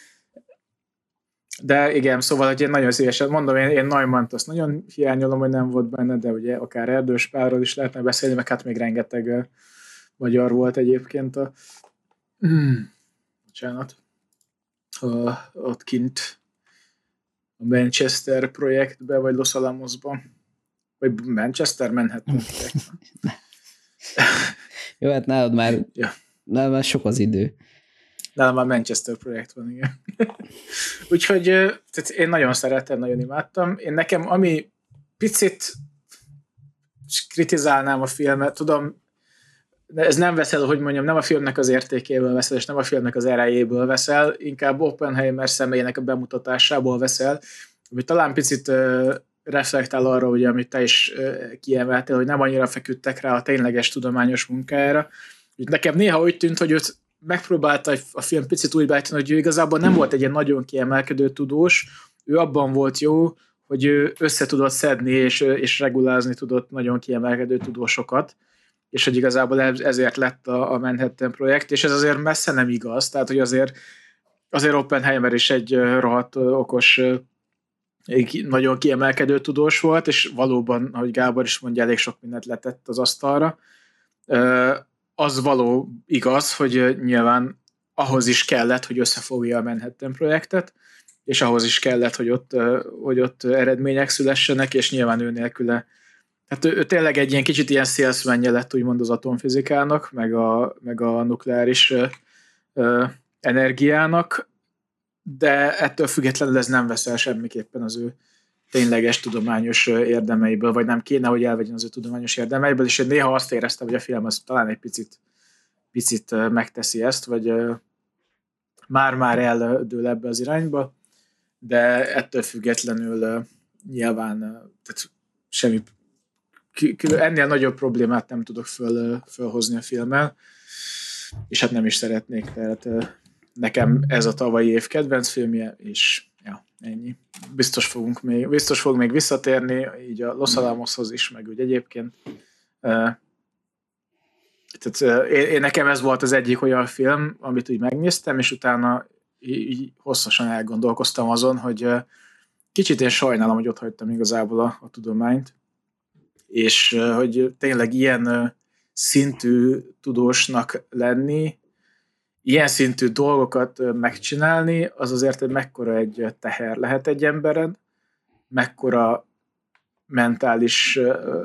A: De igen, szóval, hogy én nagyon szívesen mondom, én, én Neumann-t azt nagyon hiányolom, hogy nem volt benne, de ugye akár Erdős Pálról is lehetne beszélni, meg hát még rengeteg uh, magyar volt egyébként a... Mm. Bocsánat. Uh, ott kint a Manchester projektbe, vagy Los Alamosban. Vagy Manchester, Manhattan projektben.
B: Jó, hát nálad már, ja. nálad már sok az idő.
A: Nálam már Manchester projekt van, igen. Úgyhogy tehát én nagyon szeretem, nagyon imádtam. Én nekem, ami picit kritizálnám a filmet, tudom, ez nem veszel, hogy mondjam, nem a filmnek az értékéből veszel, és nem a filmnek az erejéből veszel, inkább Oppenheimer személyének a bemutatásából veszel, ami talán picit uh, reflektál arra, ugye, amit te is uh, kiemeltél, hogy nem annyira feküdtek rá a tényleges tudományos munkájára. Nekem néha úgy tűnt, hogy őt megpróbálta a film picit úgy beállítani, hogy ő igazából nem volt egy ilyen nagyon kiemelkedő tudós, ő abban volt jó, hogy ő össze tudott szedni és, és regulázni tudott nagyon kiemelkedő tudósokat, és hogy igazából ezért lett a, a Manhattan projekt, és ez azért messze nem igaz, tehát hogy azért, azért Oppenheimer is egy rohadt okos, egy nagyon kiemelkedő tudós volt, és valóban, ahogy Gábor is mondja, elég sok mindent letett az asztalra. Az való igaz, hogy nyilván ahhoz is kellett, hogy összefogja a Manhattan projektet, és ahhoz is kellett, hogy ott, hogy ott eredmények szülessenek, és nyilván ő nélküle. Hát ő, ő tényleg egy ilyen kicsit ilyen salesman-je lett, úgymond az atomfizikának, meg a, meg a nukleáris ö, ö, energiának, de ettől függetlenül ez nem veszel semmiképpen az ő tényleges tudományos érdemeiből, vagy nem kéne, hogy elvegyen az ő tudományos érdemeiből, és én néha azt éreztem, hogy a film az talán egy picit, picit megteszi ezt, vagy már-már eldől ebbe az irányba, de ettől függetlenül nyilván tehát semmi, ennél nagyobb problémát nem tudok föl, fölhozni a filmmel, és hát nem is szeretnék, tehát nekem ez a tavalyi év kedvenc filmje, és ja, ennyi. Biztos fogunk még, biztos fogunk még visszatérni, így a Los Alamoshoz is, meg úgy egyébként. Tehát én, én nekem ez volt az egyik olyan film, amit úgy megnéztem, és utána így hosszasan elgondolkoztam azon, hogy kicsit én sajnálom, hogy ott hagytam igazából a, a tudományt, és hogy tényleg ilyen szintű tudósnak lenni, ilyen szintű dolgokat megcsinálni, az azért egy mekkora egy teher lehet egy emberen, mekkora mentális,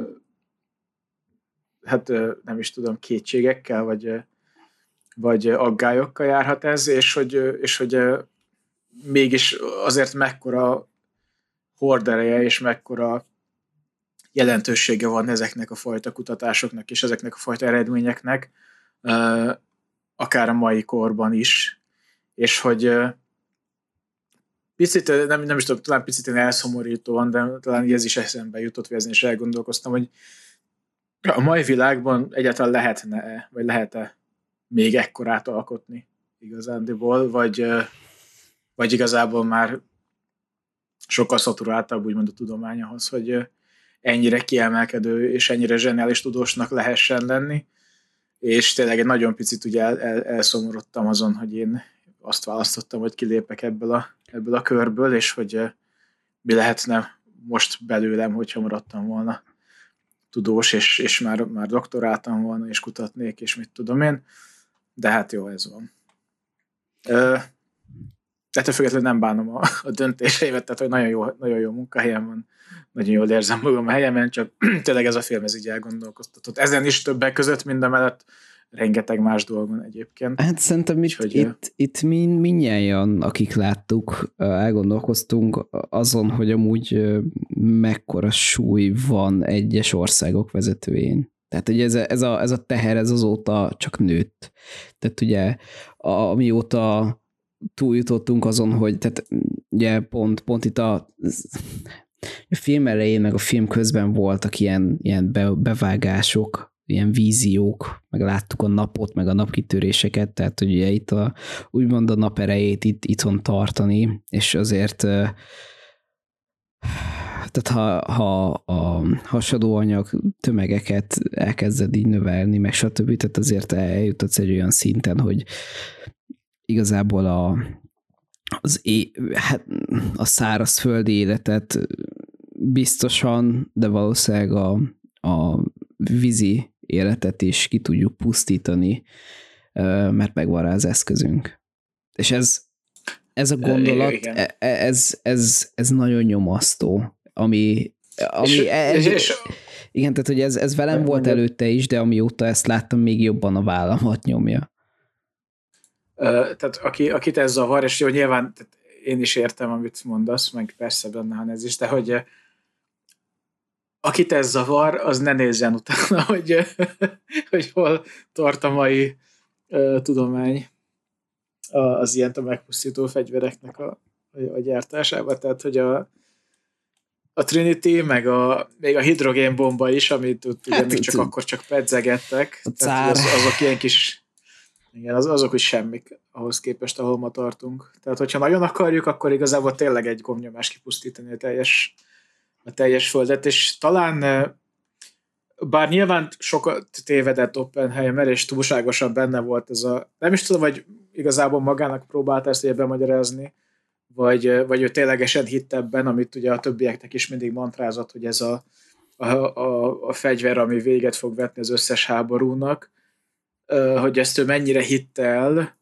A: hát nem is tudom, kétségekkel, vagy, vagy aggályokkal járhat ez, és hogy, és hogy mégis azért mekkora hordereje és mekkora jelentősége van ezeknek a fajta kutatásoknak és ezeknek a fajta eredményeknek, akár a mai korban is, és hogy picit, nem, nem is tudom, talán picit elszomorítóan, de talán ez is eszembe jutott, vagy ezen is elgondolkoztam, hogy a mai világban egyáltalán lehetne, vagy lehet-e még ekkorát alkotni igazándiból, vagy, vagy igazából már sokkal szaturáltabb úgymond a tudomány ahhoz, hogy ennyire kiemelkedő és ennyire zseniális tudósnak lehessen lenni, és tényleg egy nagyon picit ugye el, el, elszomorodtam azon, hogy én azt választottam, hogy kilépek ebből a, ebből a körből, és hogy mi lehetne most belőlem, hogyha maradtam volna tudós, és, és már, már doktoráltam volna, és kutatnék, és mit tudom én, de hát jó, ez van. Ö, ettől függetlenül nem bánom a, a döntéseimet, tehát hogy nagyon jó, nagyon jó munkahelyem van, nagyon jól érzem magam a helyemen, csak tényleg ez a film ez így elgondolkoztatott. Ezen is többek között mindemellett rengeteg más dolgon egyébként.
B: Hát szerintem itt, hogy, itt, itt mi, mindnyájan, akik láttuk, elgondolkoztunk azon, hogy amúgy mekkora súly van egyes országok vezetőjén. Tehát ugye ez a, ez a, ez a teher, ez azóta csak nőtt. Tehát ugye amióta túljutottunk azon, hogy tehát ugye pont, pont itt a, a film elején, meg a film közben voltak ilyen, ilyen be, bevágások, ilyen víziók, meg láttuk a napot, meg a napkitöréseket, tehát hogy ugye itt a, úgymond a nap erejét itt, itthon tartani, és azért tehát ha, ha a hasadóanyag tömegeket elkezded így növelni, meg stb., tehát azért eljuthatsz egy olyan szinten, hogy igazából a, az é, hát a szárazföldi életet biztosan, de valószínűleg a, a vízi életet is ki tudjuk pusztítani, mert megvan rá az eszközünk. És ez, ez a gondolat, ez, ez, ez nagyon nyomasztó, ami, ami és, ez, és, igen, tehát hogy ez, ez velem volt mondjam. Előtte is, de amióta ezt láttam, még jobban a vállamat nyomja.
A: Tehát aki, akit ez zavar, és jó, nyilván tehát én is értem, amit mondasz, meg persze benne van ez is, de hogy akit ez zavar, az ne nézzen utána, hogy, hogy hol tart a mai uh, tudomány az ilyen megpusztító fegyvereknek a, a gyártásában. Tehát, hogy a, a Trinity, meg a, még a hidrogénbomba is, amit ugye hát, még csak akkor csak pedzegettek. Tehát az, azok ilyen kis igen, az, azok is semmik ahhoz képest, ahol ma tartunk. Tehát, hogyha nagyon akarjuk, akkor igazából tényleg egy gombnyomás kipusztítani a teljes a teljes földet, és talán bár nyilván sokat tévedett Oppenheimer, és túlságosan benne volt ez a, nem is tudom, hogy igazából magának próbált ezt ugye bemagyarázni, vagy, vagy ő ténylegesen hitt ebben, amit ugye a többieknek is mindig mantrázott, hogy ez a, a, a, a fegyver, ami véget fog vetni az összes háborúnak, hogy ezt ő mennyire hitt el,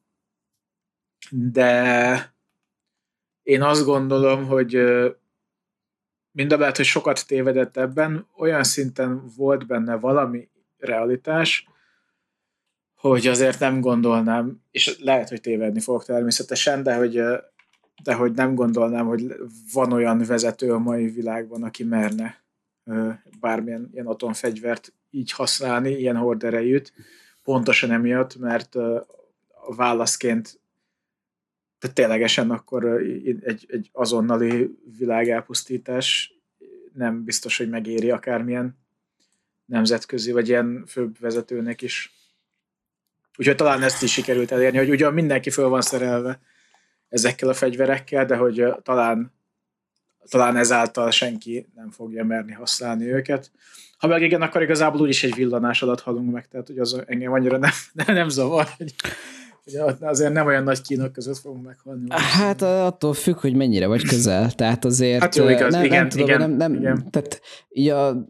A: de én azt gondolom, hogy mindabellett, hogy sokat tévedett ebben, olyan szinten volt benne valami realitás, hogy azért nem gondolnám, és lehet, hogy tévedni fogok természetesen, de hogy, de hogy nem gondolnám, hogy van olyan vezető a mai világban, aki merne bármilyen ilyen atomfegyvert így használni, ilyen horderejűt, pontosan emiatt, mert a válaszként tehát ténylegesen akkor egy, egy azonnali világelpusztítás nem biztos, hogy megéri akármilyen nemzetközi, vagy ilyen főbb vezetőnek is. Úgyhogy talán ezt is sikerült elérni, hogy ugyan mindenki föl van szerelve ezekkel a fegyverekkel, de hogy talán, talán ezáltal senki nem fogja merni használni őket. Ha meg igen, akkor igazából úgyis egy villanás alatt halunk meg, tehát hogy az engem annyira nem, nem, nem zavar, hogy ugye azért nem olyan nagy kínok között fogunk meghalni.
B: Hát attól függ, hogy mennyire vagy közel. Tehát azért
A: hát jó, igaz,
B: nem,
A: igen,
B: nem tudom,
A: igen,
B: nem, nem,
A: igen.
B: Tehát ja,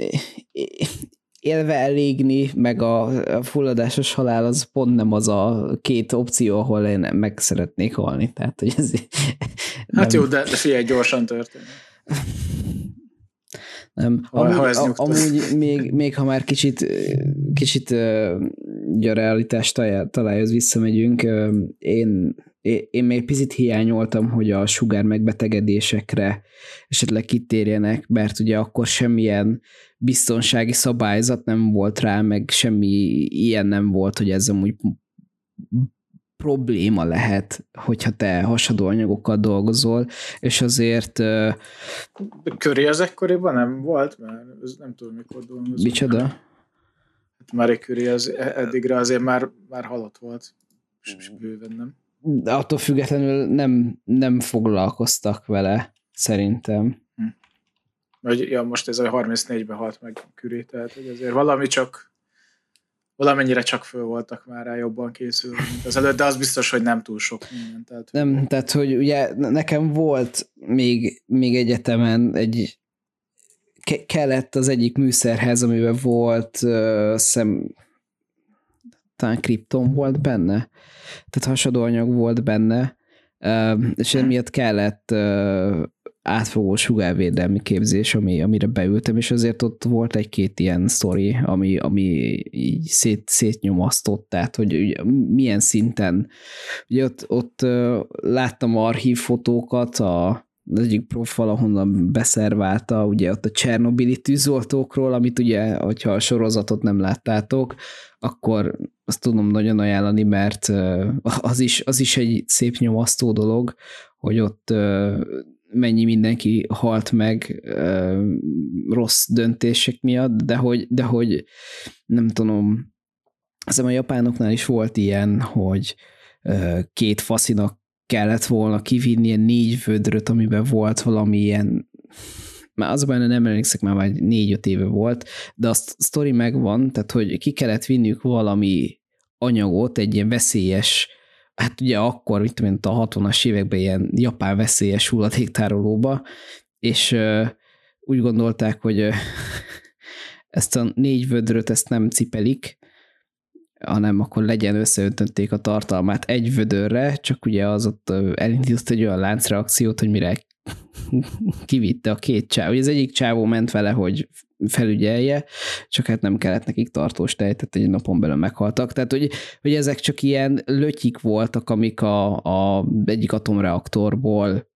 B: élve elégni, meg a fulladásos halál, az pont nem az a két opció, ahol én meg szeretnék halni. Tehát, hogy ez
A: hát nem... jó, de, de figyelj, gyorsan történik.
B: Nem.
A: Ha,
B: amúgy,
A: ha ez
B: a,
A: nyugtat.
B: amúgy még, még ha már kicsit, kicsit uh, a realitást találhoz visszamegyünk, uh, én, én még picit hiányoltam, hogy a sugár megbetegedésekre esetleg kitérjenek, mert ugye akkor semmilyen biztonsági szabályzat nem volt rá, meg semmi ilyen nem volt, hogy ez amúgy probléma lehet, hogyha te hasadó anyagokkal dolgozol, és azért... Uh,
A: Curry az ekkoriban nem volt, mert ez nem tudom, mikor dolgozom.
B: Micsoda?
A: Hát Marie Curie az eddigre azért már, már halott volt. Bőven nem.
B: De attól függetlenül nem, nem foglalkoztak vele, szerintem.
A: Hm. Vagy, ja, most ez a harmincnégyben halt meg Curie, tehát hogy azért valami csak valamennyire csak föl voltak már rá jobban készülni, mint az előtt, de az biztos, hogy nem túl sok minden. Tehát,
B: nem, tehát hogy ugye nekem volt még, még egyetemen egy ke- kellett az egyik műszerhez, amiben volt uh, szem, talán kripton volt benne, tehát hasadó anyag volt benne, uh, és emiatt kellett uh, átfogó sugárvédelmi képzés, ami, amire beültem, és azért ott volt egy-két ilyen sztori, ami, ami így szét, szétnyomasztott, tehát hogy ugye, milyen szinten, ugye ott, ott uh, láttam archív fotókat, a az egyik prof valahonnan beszerválta, ugye ott a Csernobili tűzoltókról, amit ugye, hogyha a sorozatot nem láttátok, akkor azt tudom nagyon ajánlani, mert az is, az is egy szép nyomasztó dolog, hogy ott mennyi mindenki halt meg rossz döntések miatt, de hogy, de hogy nem tudom, aztán a japánoknál is volt ilyen, hogy két faszinak kellett volna kivinni ilyen négy vödröt, amiben volt valami ilyen, már az benne nem emlékszek, már már négy-öt éve volt, de a sztori megvan, tehát hogy ki kellett vinniük valami anyagot, egy ilyen veszélyes, hát ugye akkor, mit tudom, a hatvanas években ilyen japán veszélyes hulladéktárolóba, és uh, úgy gondolták, hogy uh, ezt a négy vödröt ezt nem cipelik, hanem akkor legyen összeöntötték a tartalmát egy vödörre, csak ugye az ott elindított egy olyan láncreakciót, hogy mire kivitte a két csávó. Ugye az egyik csávó ment vele, hogy felügyelje, csak hát nem kellett nekik tartós tej, tehát egy napon belül meghaltak. Tehát, hogy, hogy ezek csak ilyen lötyik voltak, amik a, a egyik atomreaktorból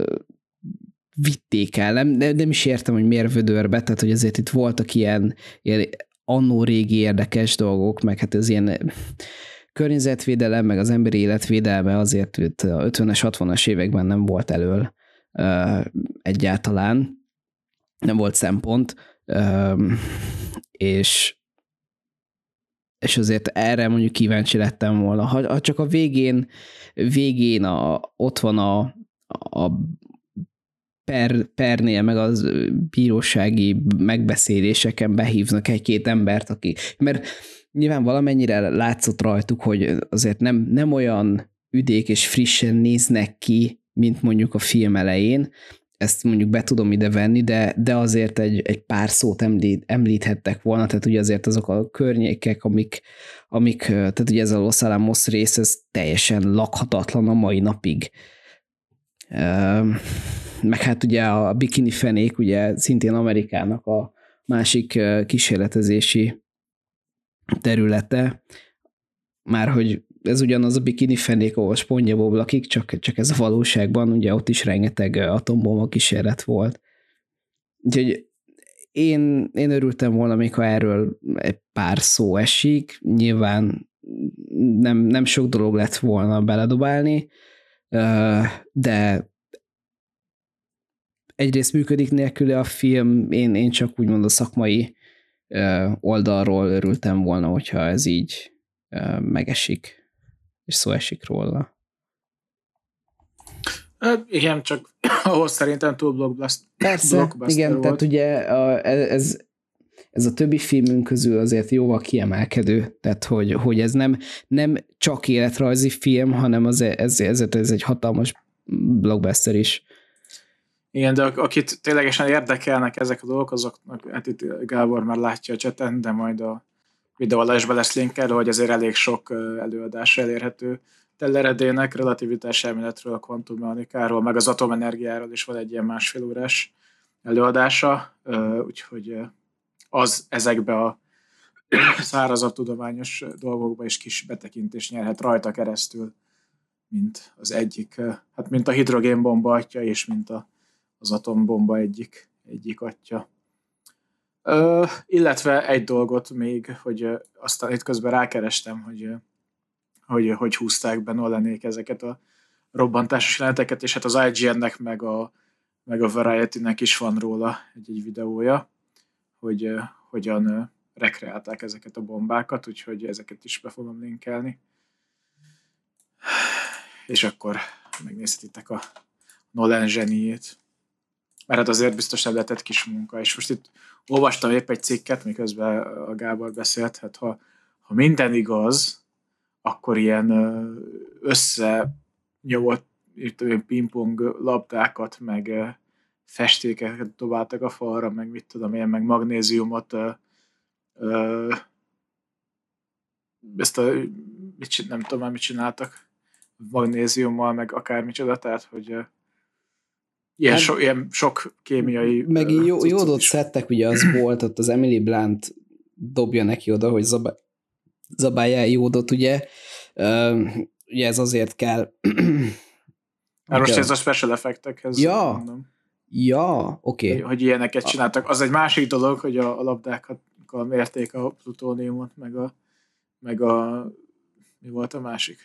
B: vitték el. Nem, nem is értem, hogy miért vödörbe, tehát, hogy azért itt voltak ilyen, ilyen annó régi érdekes dolgok, meg hát ez ilyen környezetvédelem, meg az emberi életvédelme azért a ötvenes, hatvanas években nem volt elől uh, egyáltalán, nem volt szempont, uh, és és azért erre mondjuk kíváncsi lettem volna. Ha, ha csak a végén, végén a, ott van a, a Per, pernél, meg az bírósági megbeszéléseken behívnak egy-két embert, aki, mert nyilván valamennyire látszott rajtuk, hogy azért nem, nem olyan üdék és frissen néznek ki, mint mondjuk a film elején, ezt mondjuk be tudom ide venni, de, de azért egy, egy pár szót említ, említhettek volna, tehát ugye azért azok a környékek, amik, amik tehát ugye ez a Los Alamos rész, ez teljesen lakhatatlan a mai napig. Meg hát ugye a bikini fenék, ugye szintén Amerikának a másik kísérletezési területe, már hogy ez ugyanaz a bikini fenék, ahol Spongyabob lakik, csak, csak ez a valóságban, ugye ott is rengeteg atombomba kísérlet volt. Úgyhogy én, én örültem volna, még ha erről egy pár szó esik, nyilván nem, nem sok dolog lett volna beledobálni, de egyrészt működik nélküle a film, én, én csak úgymond a szakmai oldalról örültem volna, hogyha ez így megesik, és szó esik róla.
A: Igen, csak ahhoz szerintem túl blockbuster.
B: Persze, blockbuster igen, volt. Tehát ugye a, ez, ez a többi filmünk közül azért jóval kiemelkedő, tehát hogy, hogy ez nem, nem csak életrajzi film, hanem az, ez, ez, ez egy hatalmas blockbuster is.
A: Igen, de akit ténylegesen érdekelnek ezek a dolgok, azoknak, hát itt Gábor már látja a cseten, de majd a videó alá is be lesz linkelő, hogy azért elég sok előadás elérhető Telleredének, relativitás elméletről, a kvantummechanikáról, meg az atomenergiáról is van egy ilyen másfél órás előadása, úgyhogy az ezekbe a szárazabb tudományos dolgokba is kis betekintést nyerhet rajta keresztül, mint az egyik, hát mint a hidrogénbomba atya, és mint a, az atombomba egyik, egyik atya. Ö, illetve egy dolgot még, hogy aztán itt közben rákerestem, hogy, hogy, hogy húzták be Nolanék ezeket a robbantásos jeleneteket, és hát az I G N-nek meg a, meg a Variety-nek is van róla egy, egy videója, hogy uh, hogyan uh, rekreálták ezeket a bombákat, úgyhogy ezeket is be fogom linkelni. És akkor megnézhetitek a Nolan zseniét. Mert hát azért biztos nem lehetett kis munka. És most itt olvastam épp egy cikket, miközben a Gábor beszélt, hát ha, ha minden igaz, akkor ilyen összenyomott pingpong labdákat, meg festékeket dobáltak a falra, meg mit tudom én, meg magnéziumot, ezt a, mit, nem tudom már mit csináltak, magnéziummal, meg akármicsoda, tehát, hogy ilyen, hát, so, ilyen sok kémiai...
B: Meg jó, jódot szedtek, ugye az volt, ott az Emily Blunt dobja neki oda, hogy zabá, zabálja jódot, ugye. Uh, ugye ez azért kell...
A: Hát most ez a special effektekhez
B: ja.
A: mondom.
B: Ja, oké. Okay.
A: Hogy, hogy ilyeneket csináltak. Az egy másik dolog, hogy a, a labdákkal mérték a plutóniumot, meg a, meg a... Mi volt a másik?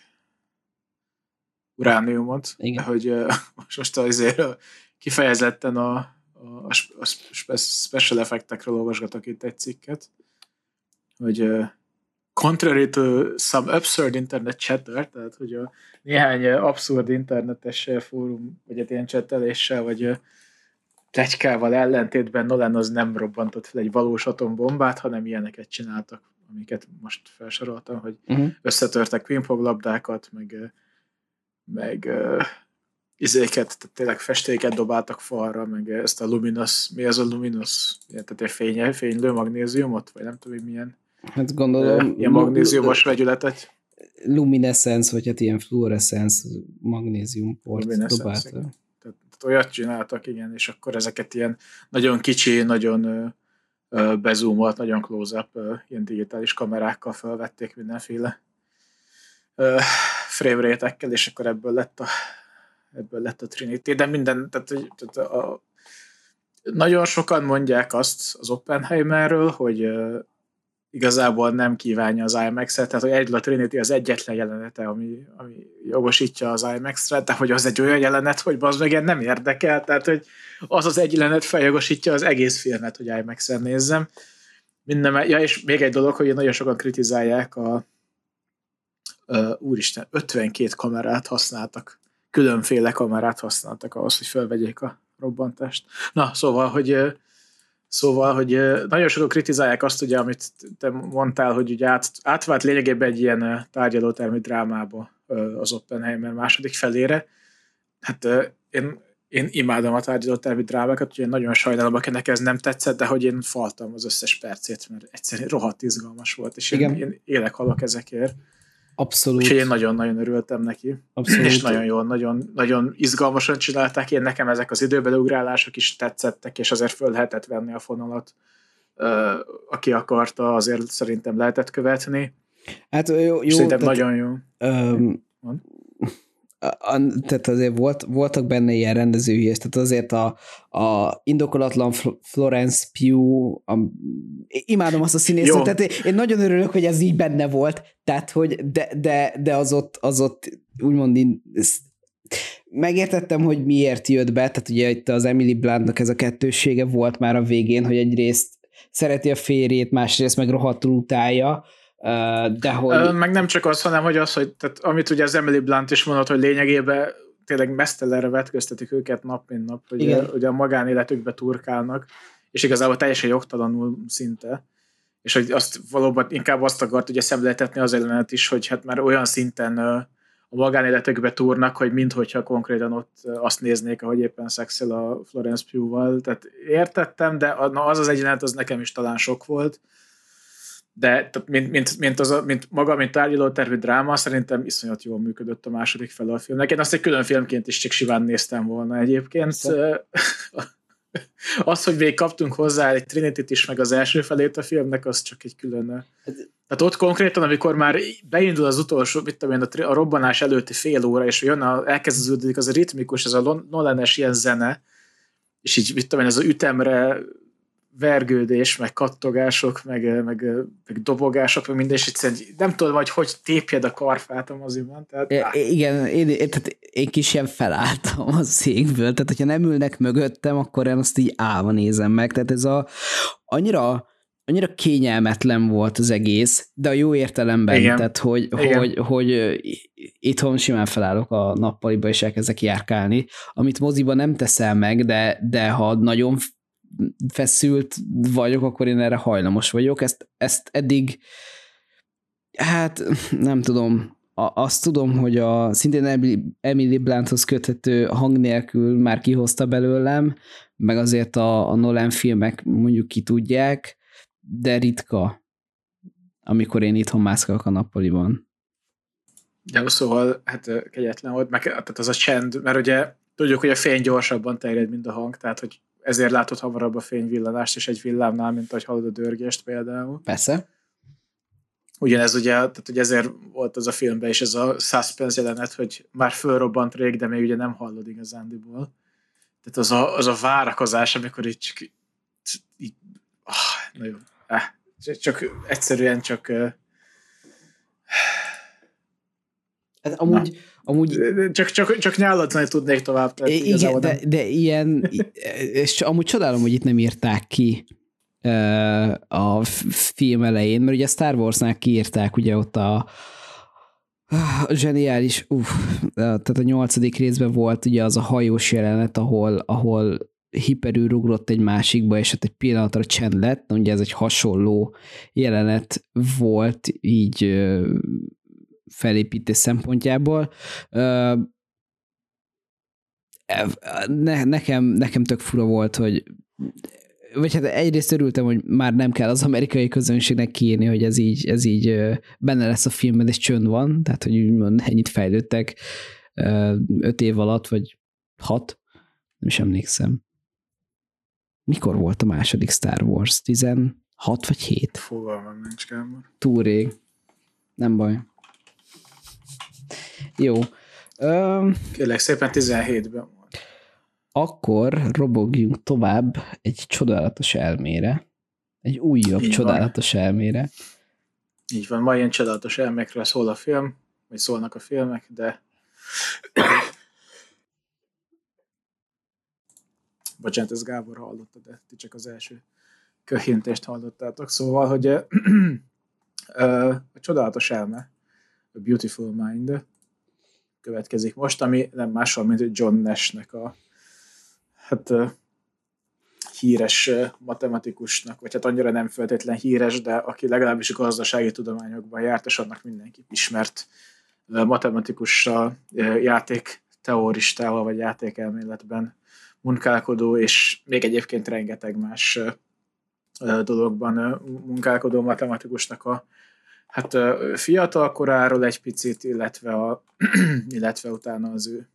A: Urániumot. Igen. Hogy uh, most azért kifejezetten a, a, a special effektekről olvasgatok itt egy cikket, hogy uh, contrary to some absurd internet chatter, tehát hogy a néhány abszurd internetes fórum, vagy egy ilyen chatteléssel, vagy pletykával ellentétben Nolan az nem robbantott fel egy valós atombombát, hanem ilyeneket csináltak, amiket most felsoroltam, hogy uh-huh. összetörtek pingponglabdákat, meg, meg uh, izéket, tehát tényleg festéket dobáltak falra, meg ezt a luminous, mi az a luminous, tehát egy fény, fénylő magnéziumot, vagy nem tudom, hogy milyen.
B: Hát gondolom...
A: Ilyen magnéziumos vegyületet.
B: Luminescence, vagy hát ilyen fluorescence magnéziumport dobáltak.
A: Tehát, tehát olyat csináltak, igen, és akkor ezeket ilyen nagyon kicsi, nagyon ö, bezoomolt, nagyon close-up ö, ilyen digitális kamerákkal felvették mindenféle ö, frame rate-ekkel, és akkor ebből lett a, ebből lett a Trinity. De minden, tehát, tehát a, nagyon sokan mondják azt az Oppenheimerről, hogy ö, igazából nem kívánja az IMAX-et, tehát hogy egy a Trinity az egyetlen jelenete, ami, ami jogosítja az IMAX-re, de hogy az egy olyan jelenet, hogy az meg nem érdekel, tehát hogy az az egy jelenet feljogosítja az egész filmet, hogy IMAX-en nézzem. Minden, ja, és még egy dolog, hogy nagyon sokan kritizálják a uh, úristen, ötvenkét kamerát használtak, különféle kamerát használtak ahhoz, hogy felvegyék a robbantást. Na, szóval, hogy Szóval, hogy nagyon sokan kritizálják azt, ugye, amit te mondtál, hogy ugye át, átvált lényegében egy ilyen tárgyalótermi drámába az Oppenheimer második felére. Hát én, én imádom a tárgyalótermi drámákat, úgyhogy nagyon sajnálom, akinek ez nem tetszett, de hogy én faltam az összes percét, mert egyszerűen rohadt izgalmas volt, és én, én élek halok ezekért.
B: Abszolút.
A: És én nagyon-nagyon örültem neki. Abszolút. És nagyon jól, nagyon, nagyon izgalmasan csinálták. Én nekem ezek az időbeugrálások is tetszettek, és azért föl lehetett venni a fonalat. Uh, aki akarta, azért szerintem lehetett követni.
B: Hát jó, jó
A: szerintem tehát, nagyon jó.
B: Um, a, tehát azért volt, voltak benne ilyen rendezői, tehát azért a, a indokolatlan Florence Pugh, a, imádom azt a színészet, tehát én, én nagyon örülök, hogy ez így benne volt, tehát hogy de, de, de az ott, az ott úgymond megértettem, hogy miért jött be, tehát ugye itt az Emily Bluntnak ez a kettőssége volt már a végén, hogy egyrészt szereti a férjét, másrészt meg rohadtul utálja, de hogy...
A: Meg nem csak az, hanem hogy az, hogy tehát, amit ugye az Emily Blunt is mondott, hogy lényegében tényleg mesztelenre vetköztetik őket nap mint nap, hogy a, ugye a magánéletükbe turkálnak, és igazából teljesen jogtalanul szinte, és hogy azt valóban inkább azt akart ugye szemléltetni az jelenet is, hogy hát már olyan szinten a magánéletükbe túrnak, hogy minthogyha konkrétan ott azt néznék, ahogy éppen szexel a Florence Pugh-val, tehát értettem, de na, az az egy jelenet, az nekem is talán sok volt. De mint, mint, mint, az, mint maga, mint tárgyalótervű dráma, szerintem iszonyat jól működött a második fele a filmnek. Én azt egy külön filmként is csak siván néztem volna egyébként. Az, hogy még kaptunk hozzá egy Trinity-t is, meg az első felét a filmnek, az csak egy külön... Tehát ott konkrétan, amikor már beindul az utolsó, mit tudom én, a, a robbanás előtti fél óra, és jön, a, elkezdődik az a ritmikus, ez a Nolan-es ilyen zene, és így, mit tudom én, ez az ütemre vergődés, meg kattogások, meg, meg, meg dobogások, meg minden, és egyszerűen nem tudom, hogy hogy tépjed a karfát a moziban. Tehát,
B: é, igen, én, én, tehát én kis ilyen felálltam a székből, tehát hogyha nem ülnek mögöttem, akkor én azt így állva nézem meg, tehát ez a annyira annyira kényelmetlen volt az egész, de a jó értelemben, igen. Tehát hogy, hogy, hogy itthon simán felállok a nappaliba, és elkezdek járkálni, amit moziban nem teszel meg, de, de ha nagyon feszült vagyok, akkor én erre hajlamos vagyok. Ezt, ezt eddig, hát nem tudom, a, azt tudom, hogy a szintén Emily Blunthoz köthető hang nélkül már kihozta belőlem, meg azért a, a Nolan filmek mondjuk ki tudják, de ritka, amikor én itthon mászkálok a nappaliban.
A: Ja, szóval hát kegyetlen volt, meg tehát az a csend, mert ugye tudjuk, hogy a fény gyorsabban terjed, mint a hang, tehát hogy ezért látod hamarabb a fényvillanást és egy villámnál, mint ahogy hallod a dörgést például.
B: Persze.
A: Ugyanez ugye, tehát hogy ezért volt az a filmben is ez a suspense jelenet, hogy már fölrobbant rég, de még ugye nem hallod igazándiból. Tehát az a, az a várakozás, amikor így csak így, ah, na jó, eh, csak egyszerűen csak
B: hát amúgy, amúgy
A: csak, csak, csak nyáladzani tudnék tovább.
B: Igen, de, de ilyen, és amúgy csodálom, hogy itt nem írták ki a film elején, mert ugye a Star Warsnál kiírták ugye ott a, a zseniális, uff, tehát a nyolcadik részben volt ugye az a hajós jelenet, ahol, ahol hiperűr ugrott egy másikba, és ott egy pillanatra csend lett, ugye ez egy hasonló jelenet volt így felépítés szempontjából. Ne, nekem, nekem tök fura volt, hogy vagy hát egyrészt örültem, hogy már nem kell az amerikai közönségnek kiírni, hogy ez így, ez így benne lesz a filmben, és csönd van, tehát hogy úgymond ennyit fejlődtek öt év alatt, vagy hat, nem is emlékszem. Mikor volt a második Star Wars? tizenhat vagy hét?
A: Fogalmam nincs, Gábor.
B: Túl rég. Nem baj. Jó. Um,
A: Kérlek szépen tizenhétben volt.
B: Akkor robogjunk tovább egy csodálatos elmére. Egy újabb Így csodálatos van. elmére.
A: Így van, ma ilyen csodálatos elmékről szól a film, vagy szólnak a filmek, de bocsánat, ez Gábor hallotta, de ti csak az első köhintést hallottátok. Szóval, hogy a csodálatos elme, a Beautiful Mind következik most, ami nem máshol, mint John Nashnek a hát híres matematikusnak, vagy hát annyira nem feltétlen híres, de aki legalábbis a gazdasági tudományokban járt, és annak mindenki ismert matematikussal, játékteoristával, vagy játékelméletben munkálkodó, és még egyébként rengeteg más dologban munkálkodó matematikusnak a hát fiatal koráról egy picit, illetve, a, illetve utána az ő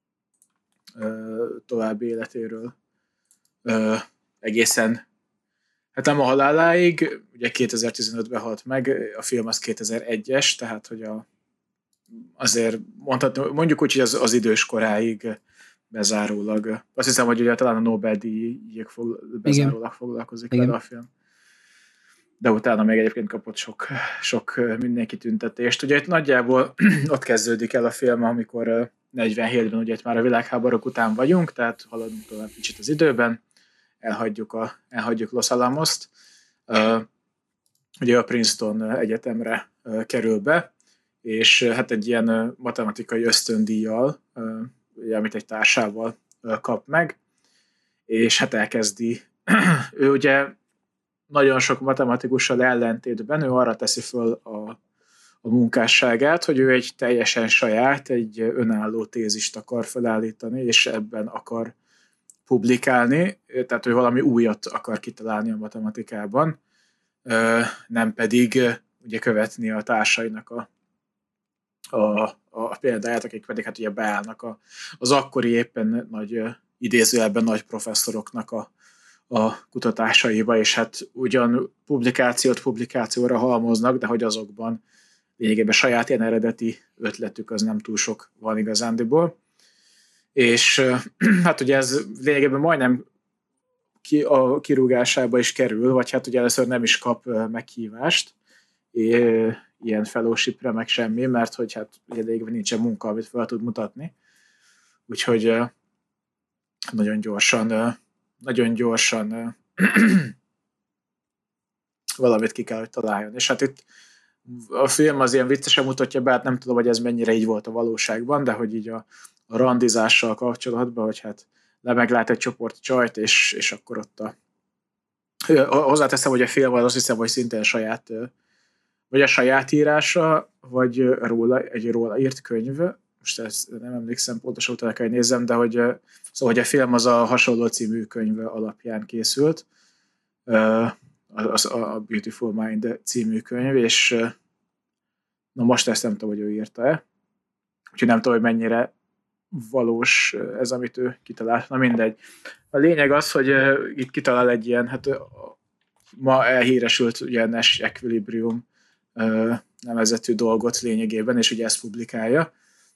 A: további életéről egészen, hát nem a haláláig, ugye kétezer-tizenötben halt meg, a film az kétezer-egyes, tehát hogy a, azért mondhatni, mondjuk úgy, hogy az, az idős koráig bezárólag, azt hiszem, hogy ugye talán a Nobel-díjig fog, bezárólag foglalkozik vele a film. De utána még egyébként kapott sok, sok mindenki tüntetést. Ugye itt nagyjából ott kezdődik el a film, amikor negyvenhétben ugye itt már a világháborúk után vagyunk, tehát haladunk tovább kicsit az időben, elhagyjuk, a, elhagyjuk Los Alamos-t. Uh, ugye a Princeton Egyetemre uh, kerül be, és hát egy ilyen uh, matematikai ösztöndíjjal, uh, ugye, amit egy társával uh, kap meg, és hát elkezdi. Ő ugye nagyon sok matematikussal ellentétben, ő arra teszi föl a, a munkásságát, hogy ő egy teljesen saját, egy önálló tézist akar felállítani, és ebben akar publikálni, tehát ő valami újat akar kitalálni a matematikában, nem pedig ugye követni a társainak a, a, a példáját, akik pedig hát ugye beállnak a, az akkori éppen nagy idézőjelben nagy professzoroknak a, a kutatásaiba, és hát ugyan publikációt publikációra halmoznak, de hogy azokban lényegében saját ilyen eredeti ötletük az nem túl sok van igazándiból. És hát ugye ez lényegében majdnem ki, a kirúgásába is kerül, vagy hát ugye először nem is kap meghívást, ilyen fellowshipre, meg semmi, mert hogy hát lényegében nincsen munka, amit fel tud mutatni. Úgyhogy nagyon gyorsan, nagyon gyorsan valamit ki kell, hogy találjon. És hát itt a film az ilyen viccesen mutatja be, hát nem tudom, hogy ez mennyire így volt a valóságban, de hogy így a, a randizással kapcsolatban, hogy hát lemeglát egy csoport csajt, és, és akkor ott a... Hozzáteszem, hogy a film az azt hiszem, hogy szintén saját, vagy a saját írása, vagy róla, egy róla írt könyv. Most ezt nem emlékszem, pontosan utána kell nézzem, de hogy, szóval, hogy a film az a Hasonló című könyv alapján készült, az a Beautiful Mind című könyv, és na most ezt nem tudom, hogy ő írta-e. Úgyhogy nem tudom, hogy mennyire valós ez, amit ő kitalált. Na mindegy. A lényeg az, hogy itt kitalál egy ilyen, hát ma elhíresült ugye Nash Equilibrium nevezetű dolgot lényegében, és ugye ezt publikálja.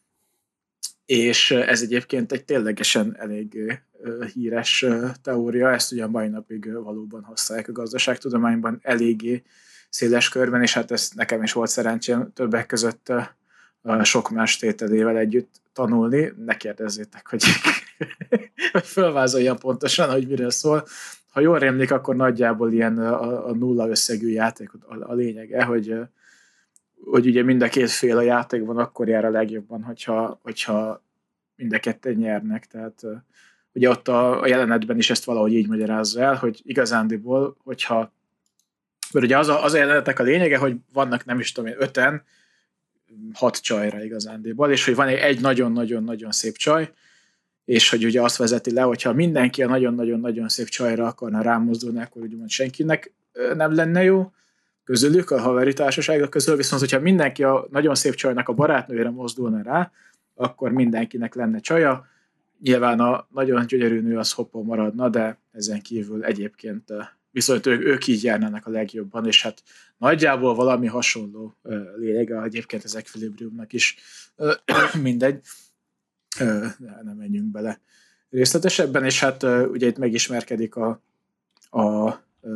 A: És ez egyébként egy ténylegesen elég híres teória, ezt ugye a mai napig valóban használják a gazdaságtudományban eléggé széles körben, és hát ez nekem is volt szerencsém többek között sok más tételével együtt tanulni. Ne kérdezzétek, hogy, hogy fölvázoljam pontosan, hogy miről szól. Ha jól rémlik, akkor nagyjából ilyen a, a nulla összegű játék a, a lényege, hogy, hogy ugye mind a két fél a játékban akkor jár a legjobban, hogyha, hogyha mind a ketten nyernek. Tehát ugye ott a, a jelenetben is ezt valahogy így magyarázza el, hogy igazándiból, hogyha mert ugye az a, az a jelenetek a lényege, hogy vannak nem is tudom én öten, hat csajra igazándiból, és hogy van egy nagyon-nagyon-nagyon szép csaj, és hogy ugye azt vezeti le, hogyha mindenki a nagyon-nagyon-nagyon szép csajra akarna rámozdulni, akkor úgymond senkinek nem lenne jó közülük, a haveri társasága közül, viszont hogyha mindenki a nagyon szép csajnak a barátnőjére mozdulna rá, akkor mindenkinek lenne csaja. Nyilván a nagyon gyönyörű nő az hoppon maradna, de ezen kívül egyébként viszont ők, ők így járnának a legjobban, és hát nagyjából valami hasonló lényege egyébként az Equilibriumnak is mindegy. Nem menjünk bele részletesebben, és hát ugye itt megismerkedik a, a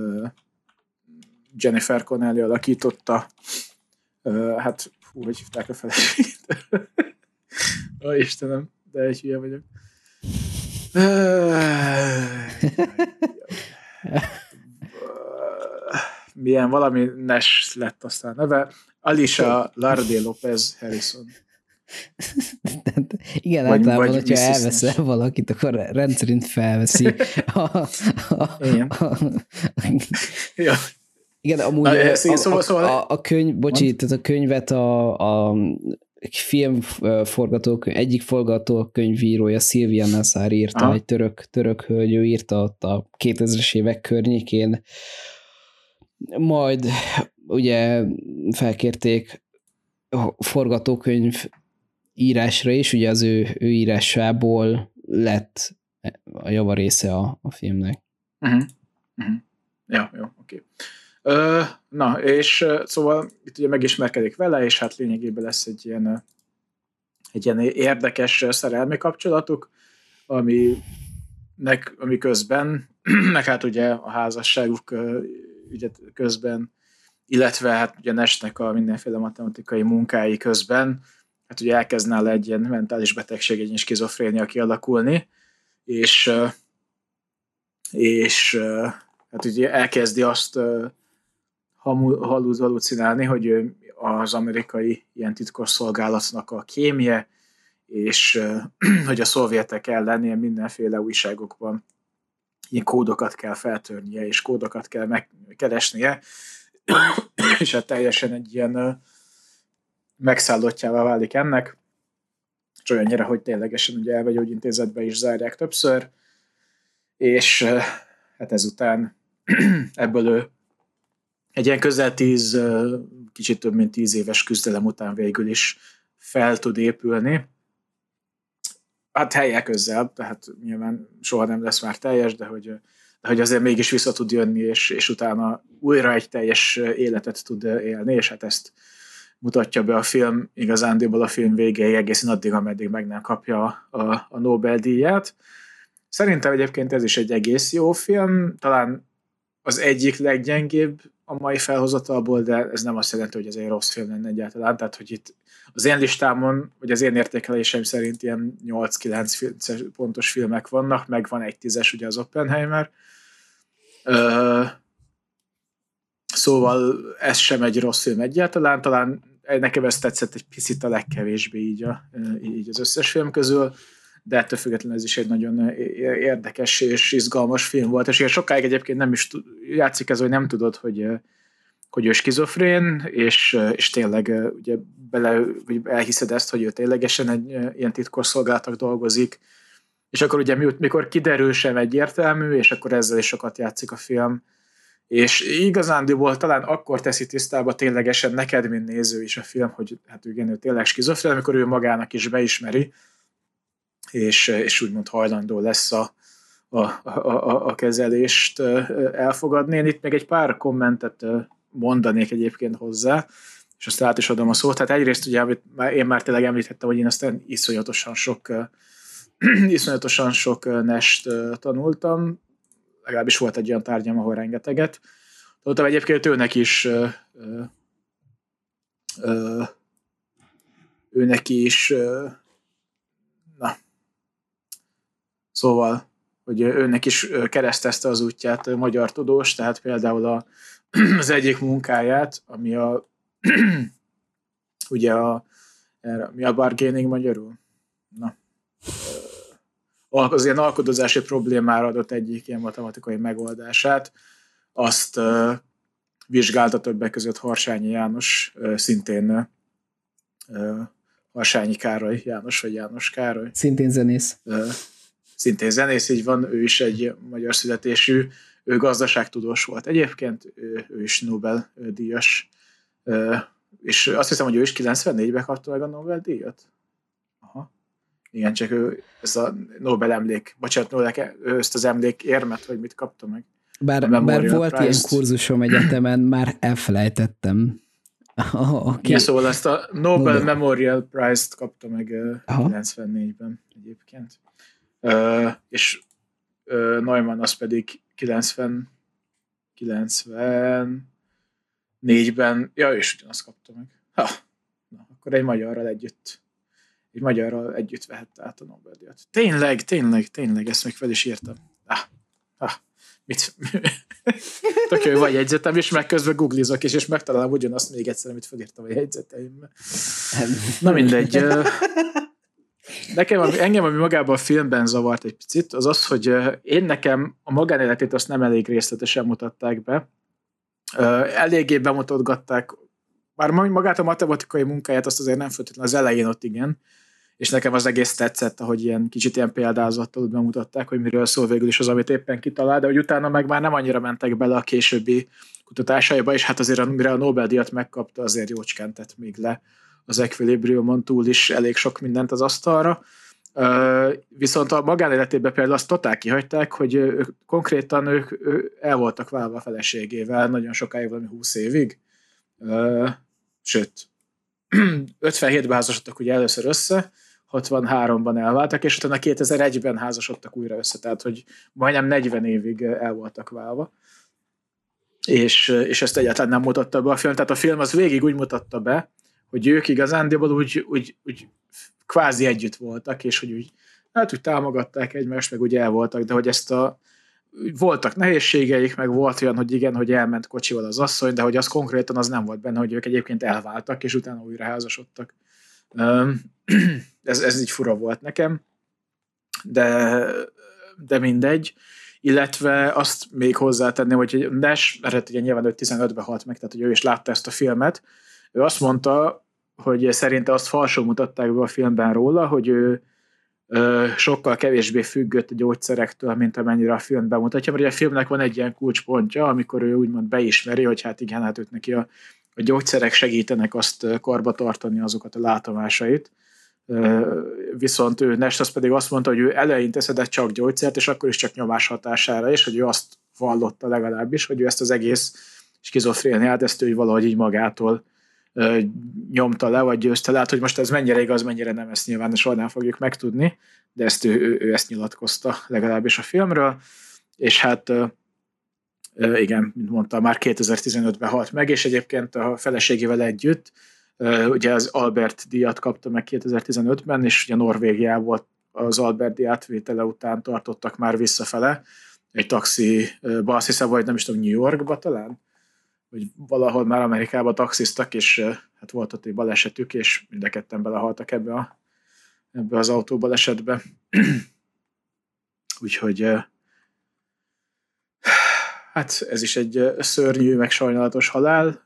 A: Jennifer Connelly alakította, hát hú, hogy hívták a feleségét? Ó, Istenem, de egy hülye vagyok. Milyen valami Nash lett aztán neve. Alicia Lardé López Harrison.
B: Igen, vagy, általában, vagy hogyha elveszel valakit, akkor rendszerint felveszi a, a, a, a,
A: ja.
B: Igen, amúgy Na, a, szóval, szóval a, a könyv, bocsi, tehát a könyvet a, a film forgatókönyv, egyik forgatókönyvírója Silvia Nassar írta, Aha. egy török, török hölgy, ő írta ott a kétezres évek környékén, majd ugye felkérték a forgatókönyv írásra is, ugye az ő, ő írásából lett a java része a, a filmnek.
A: Uh-huh. Uh-huh. Ja, jó, oké. Okay. Uh, na, és uh, szóval itt ugye megismerkedik vele, és hát lényegében lesz egy ilyen, uh, egy ilyen érdekes szerelmi kapcsolatuk, ami, nek, ami közben, meg hát ugye a házasságuk uh, ugye közben, illetve hát ugye Nashnek a mindenféle matematikai munkái közben, hát ugye elkezd nála egy ilyen mentális betegség, egy skizofrénia kialakulni, és, és hát ugye elkezdi azt halucinálni, hogy az amerikai ilyen titkosszolgálatnak a kémje, és hogy a szovjetek ellen ilyen mindenféle újságokban ilyen kódokat kell feltörnie, és kódokat kell megkeresnie, és hát teljesen egy ilyen megszállottjává válik ennek, és olyannyira, hogy ténylegesen ugye elmegyógyintézetbe is zárják többször, és hát ezután ebből ő egy ilyen közel tíz, kicsit több mint tíz éves küzdelem után végül is fel tud épülni, hát helyek közel, tehát nyilván soha nem lesz már teljes, de hogy, de hogy azért mégis vissza tud jönni, és, és utána újra egy teljes életet tud élni, és hát ezt mutatja be a film, igazándiból a film végéig egészen addig, ameddig meg nem kapja a, a Nobel-díját. Szerintem egyébként ez is egy egész jó film, talán az egyik leggyengébb a mai felhozatalból, de ez nem azt jelenti, hogy ez egy rossz film lenne egyáltalán, tehát hogy itt az én listámon, vagy az én értékelésem szerint ilyen nyolc-kilenc pontos filmek vannak, meg van egy tízes, ugye az Oppenheimer. Ö, szóval ez sem egy rossz film egyáltalán, talán nekem ez tetszett egy picit a legkevésbé így, a, így az összes film közül, de ettől függetlenül ez is egy nagyon érdekes és izgalmas film volt, és ilyen sokáig egyébként nem is tud, játszik ez, hogy nem tudod, hogy, hogy ő skizofrén, és, és tényleg ugye bele, vagy elhiszed ezt, hogy ő ténylegesen egy ilyen titkosszolgálatnak dolgozik, és akkor ugye mikor kiderül sem egyértelmű, és akkor ezzel is sokat játszik a film, és igazándiból talán akkor teszi tisztába ténylegesen neked, mint néző is a film, hogy hát igen, ő tényleg skizofrén, amikor ő magának is beismeri, és, és úgymond hajlandó lesz a, a, a, a kezelést elfogadni. Én itt még egy pár kommentet mondanék egyébként hozzá, és azt át is adom a szót. Hát egyrészt ugye, amit én már tényleg említettem, hogy én aztán iszonyatosan sok iszonyatosan sok nest tanultam, legalábbis volt egy olyan tárgyam, ahol rengeteget. Tudtam egyébként őnek is ö, ö, őnek is ö, na szóval, hogy őnek is keresztezte az útját magyar tudós, tehát például a, az egyik munkáját, ami a ugye a mi a bargaining magyarul? Na az ilyen alkodozási problémára adott egyik ilyen matematikai megoldását, azt uh, vizsgálta többek között Harsányi János, uh, szintén uh, Harsányi Károly János, vagy János Károly.
B: Szintén zenész.
A: Uh, szintén zenész, így van, ő is egy magyar születésű, ő gazdaságtudós volt. Egyébként ő, ő is Nobel-díjas, uh, és azt hiszem, hogy ő is kilencvennégyben kapta meg a Nobel-díjat. Aha. Igen, csak ő ezt a Nobel emlék, bocsánat, Nobel, ő ezt az emlék érmet, vagy mit kapta meg.
B: Bár, bár volt Prize-t. Ilyen kurzusom egyetemen, már elfelejtettem.
A: Okay. Ja, szóval ezt a Nobel, Nobel. Memorial Prize-t kapta meg uh, kilencvennégyben egyébként. Uh, és uh, Neumann az pedig kilencven, kilencvennégyben, ja, és ugyanazt kapta meg. Ha, na, akkor egy magyarral együtt egy magyarral együtt vehette át a Nobel-díjat. Tényleg, tényleg, tényleg, ezt meg fel is írtam. Ah, ah, mit? Tök jó, van jegyzetem, és meg közben googlizok is, és megtalálom ugyanazt még egyszer, amit felírtam a jegyzeteimbe. Na mindegy. Nekem, engem, ami magában a filmben zavart egy picit, az az, hogy én nekem a magánéletét azt nem elég részletesen mutatták be. Eléggé bemutatgatták, bár magát a matematikai munkáját azt azért nem feltétlenül az elején ott igen, és nekem az egész tetszett, ahogy ilyen kicsit ilyen példázattal bemutatták, hogy miről szól végül is az, amit éppen kitalál, de hogy utána meg már nem annyira mentek bele a későbbi kutatásaiba, és hát azért mire a Nobel-díjat megkapta, azért jócskán tett még le az Equilibriumon túl is elég sok mindent az asztalra. Viszont a magánéletében például azt totál kihagyták, hogy ők, konkrétan ők, ők el voltak válva a feleségével nagyon sokáig, valami húsz évig. Sőt, ötvenhétben házasodtak ugye először össze, hatvanháromban elváltak, és utána kétezer-egyben házasodtak újra össze, tehát hogy majdnem negyven évig el voltak válva. És, és ezt egyáltalán nem mutatta be a film. Tehát a film az végig úgy mutatta be, hogy ők igazándiból úgy, úgy, úgy kvázi együtt voltak, és hogy úgy, hát úgy támogatták egymást, meg úgy el voltak, de hogy ezt a voltak nehézségeik, meg volt olyan, hogy igen, hogy elment kocsival az asszony, de hogy az konkrétan az nem volt benne, hogy ők egyébként elváltak, és utána újra házasodtak. Ez, ez így fura volt nekem, de, de mindegy. Illetve azt még hozzátenném, hogy Nash, mert ugye nyilván ő tizenötben halt meg, tehát hogy ő is látta ezt a filmet, ő azt mondta, hogy szerinte azt falsul mutatták be a filmben róla, hogy ő ö, sokkal kevésbé függött a gyógyszerektől, mint amennyire a film bemutatja, mert ugye a filmnek van egy ilyen kulcspontja, amikor ő úgymond beismeri, hogy hát igen, hát őt neki a, a gyógyszerek segítenek azt karba tartani azokat a látomásait, viszont ő Nest az pedig azt mondta, hogy ő eleinte szedett csak gyógyszert, és akkor is csak nyomás hatására, és hogy ő azt vallotta legalábbis, hogy ő ezt az egész skizofréniát, ezt ő valahogy így magától nyomta le, vagy győzte le. Hát, hogy most ez mennyire igaz, mennyire nem, ezt nyilván soha nem fogjuk megtudni, de ezt ő, ő, ő ezt nyilatkozta legalábbis a filmről, és hát igen, mint mondta, már kétezer-tizenötben halt meg, és egyébként a feleségével együtt, ugye az Albert díjat kapta meg kétezer-tizenötben, és ugye Norvégiából az Albert díj átvétele után tartottak már visszafele egy taxiba, azt hiszem, vagy nem is tudom, New Yorkba talán, vagy valahol már Amerikában taxiztak, és hát volt ott egy balesetük, és mind a ketten belehaltak ebbe, a, ebbe az autóbalesetbe. Úgyhogy hát ez is egy szörnyű, meg sajnálatos halál,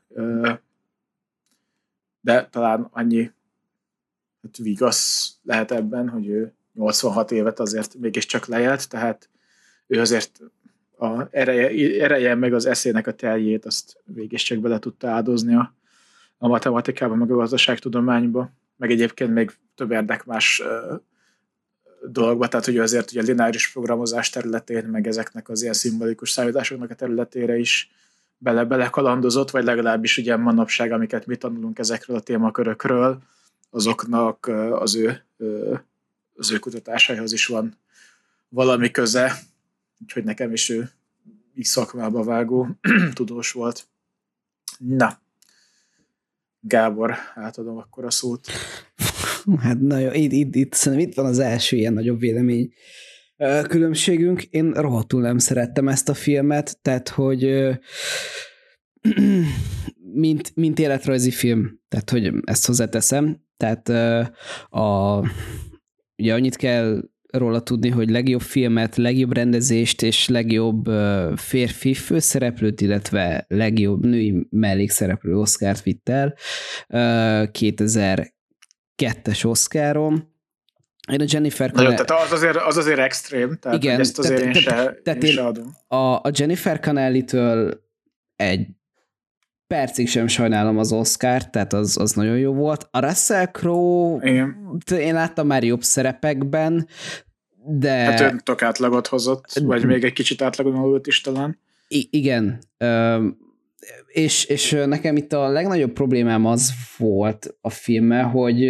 A: de talán annyi hát vigasz lehet ebben, hogy ő nyolcvanhat évet azért mégiscsak leélt, tehát ő azért a ereje, ereje meg az eszének a teljét azt mégiscsak bele tudta áldozni a, a matematikába, meg a gazdaságtudományba, meg egyébként még több érdek más uh, dologba, tehát hogy azért ugye a lineáris programozás területén, meg ezeknek az ilyen szimbolikus számításoknak a területére is bele-bele kalandozott, vagy legalábbis ugye manapság, amiket mi tanulunk ezekről a témakörökről, azoknak az ő, az ő kutatásaihoz is van valami köze, úgyhogy nekem is ő így szakmába vágó tudós volt. Na, Gábor, átadom akkor a szót.
B: Hát na jó, itt, itt, itt, szerintem itt van az első ilyen nagyobb vélemény különbségünk. Én rohadtul nem szerettem ezt a filmet, tehát hogy mint, mint életrajzi film, tehát hogy ezt hozzáteszem, tehát a, ugye annyit kell róla tudni, hogy legjobb filmet, legjobb rendezést és legjobb férfi főszereplőt, illetve legjobb női mellékszereplő Oscart vitt el kétezer-kettes Oscaron. Én a Jennifer
A: Connelly... Tehát az azért, az azért extrém, tehát igen, ezt azért te, te, én, se, te, én se adom.
B: A, a Jennifer Connelly-től egy percig sem sajnálom az Oscart, tehát az, az nagyon jó volt. A Russell Crowe, igen. Én láttam már jobb szerepekben, de...
A: Hát ön tök átlagot hozott, vagy még egy kicsit átlagon alult is talán.
B: I- igen. És, és nekem itt a legnagyobb problémám az volt a filmmel, hogy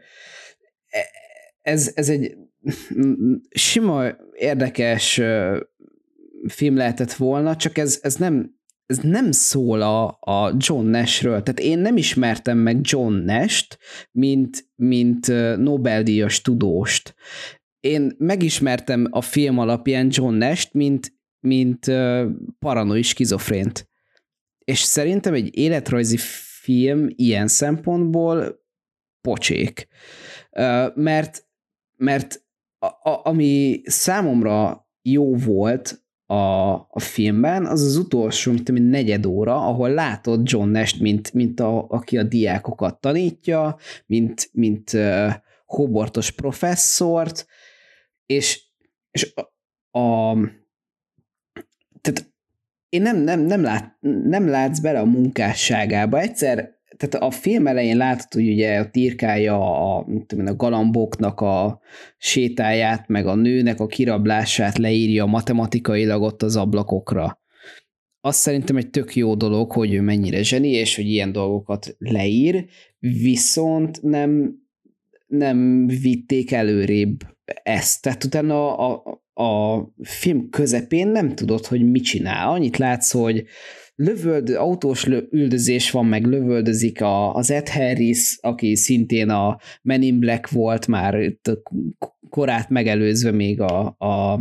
B: ez, ez egy sima, érdekes film lehetett volna, csak ez, ez nem ez nem szól a, a John Nashről. Tehát én nem ismertem meg John Nash-t, mint, mint Nobel-díjas tudóst. Én megismertem a film alapján John Nash-t, mint, mint paranoid skizofrént. És szerintem egy életrajzi film ilyen szempontból pocsék. Mert, mert a, a, ami számomra jó volt A, a filmben, az az utolsó, mint negyed óra, ahol látod John Nash-t, mint, mint a, aki a diákokat tanítja, mint, mint uh, Hogwartos professzort, és, és a, a tehát én nem, nem, nem, lát, nem látsz bele a munkásságába. Egyszer, tehát a film elején látod, hogy ugye írkálja a, a galamboknak a sétáját, meg a nőnek a kirablását leírja matematikailag ott az ablakokra. Azt szerintem egy tök jó dolog, hogy ő mennyire zseni, és hogy ilyen dolgokat leír, viszont nem, nem vitték előrébb ezt. Tehát utána a, a, a film közepén nem tudod, hogy mit csinál. Annyit látsz, hogy lövöld, autós üldözés van, meg lövöldözik a, az Ed Harris, aki szintén a Men in Black volt már korát megelőzve még a, a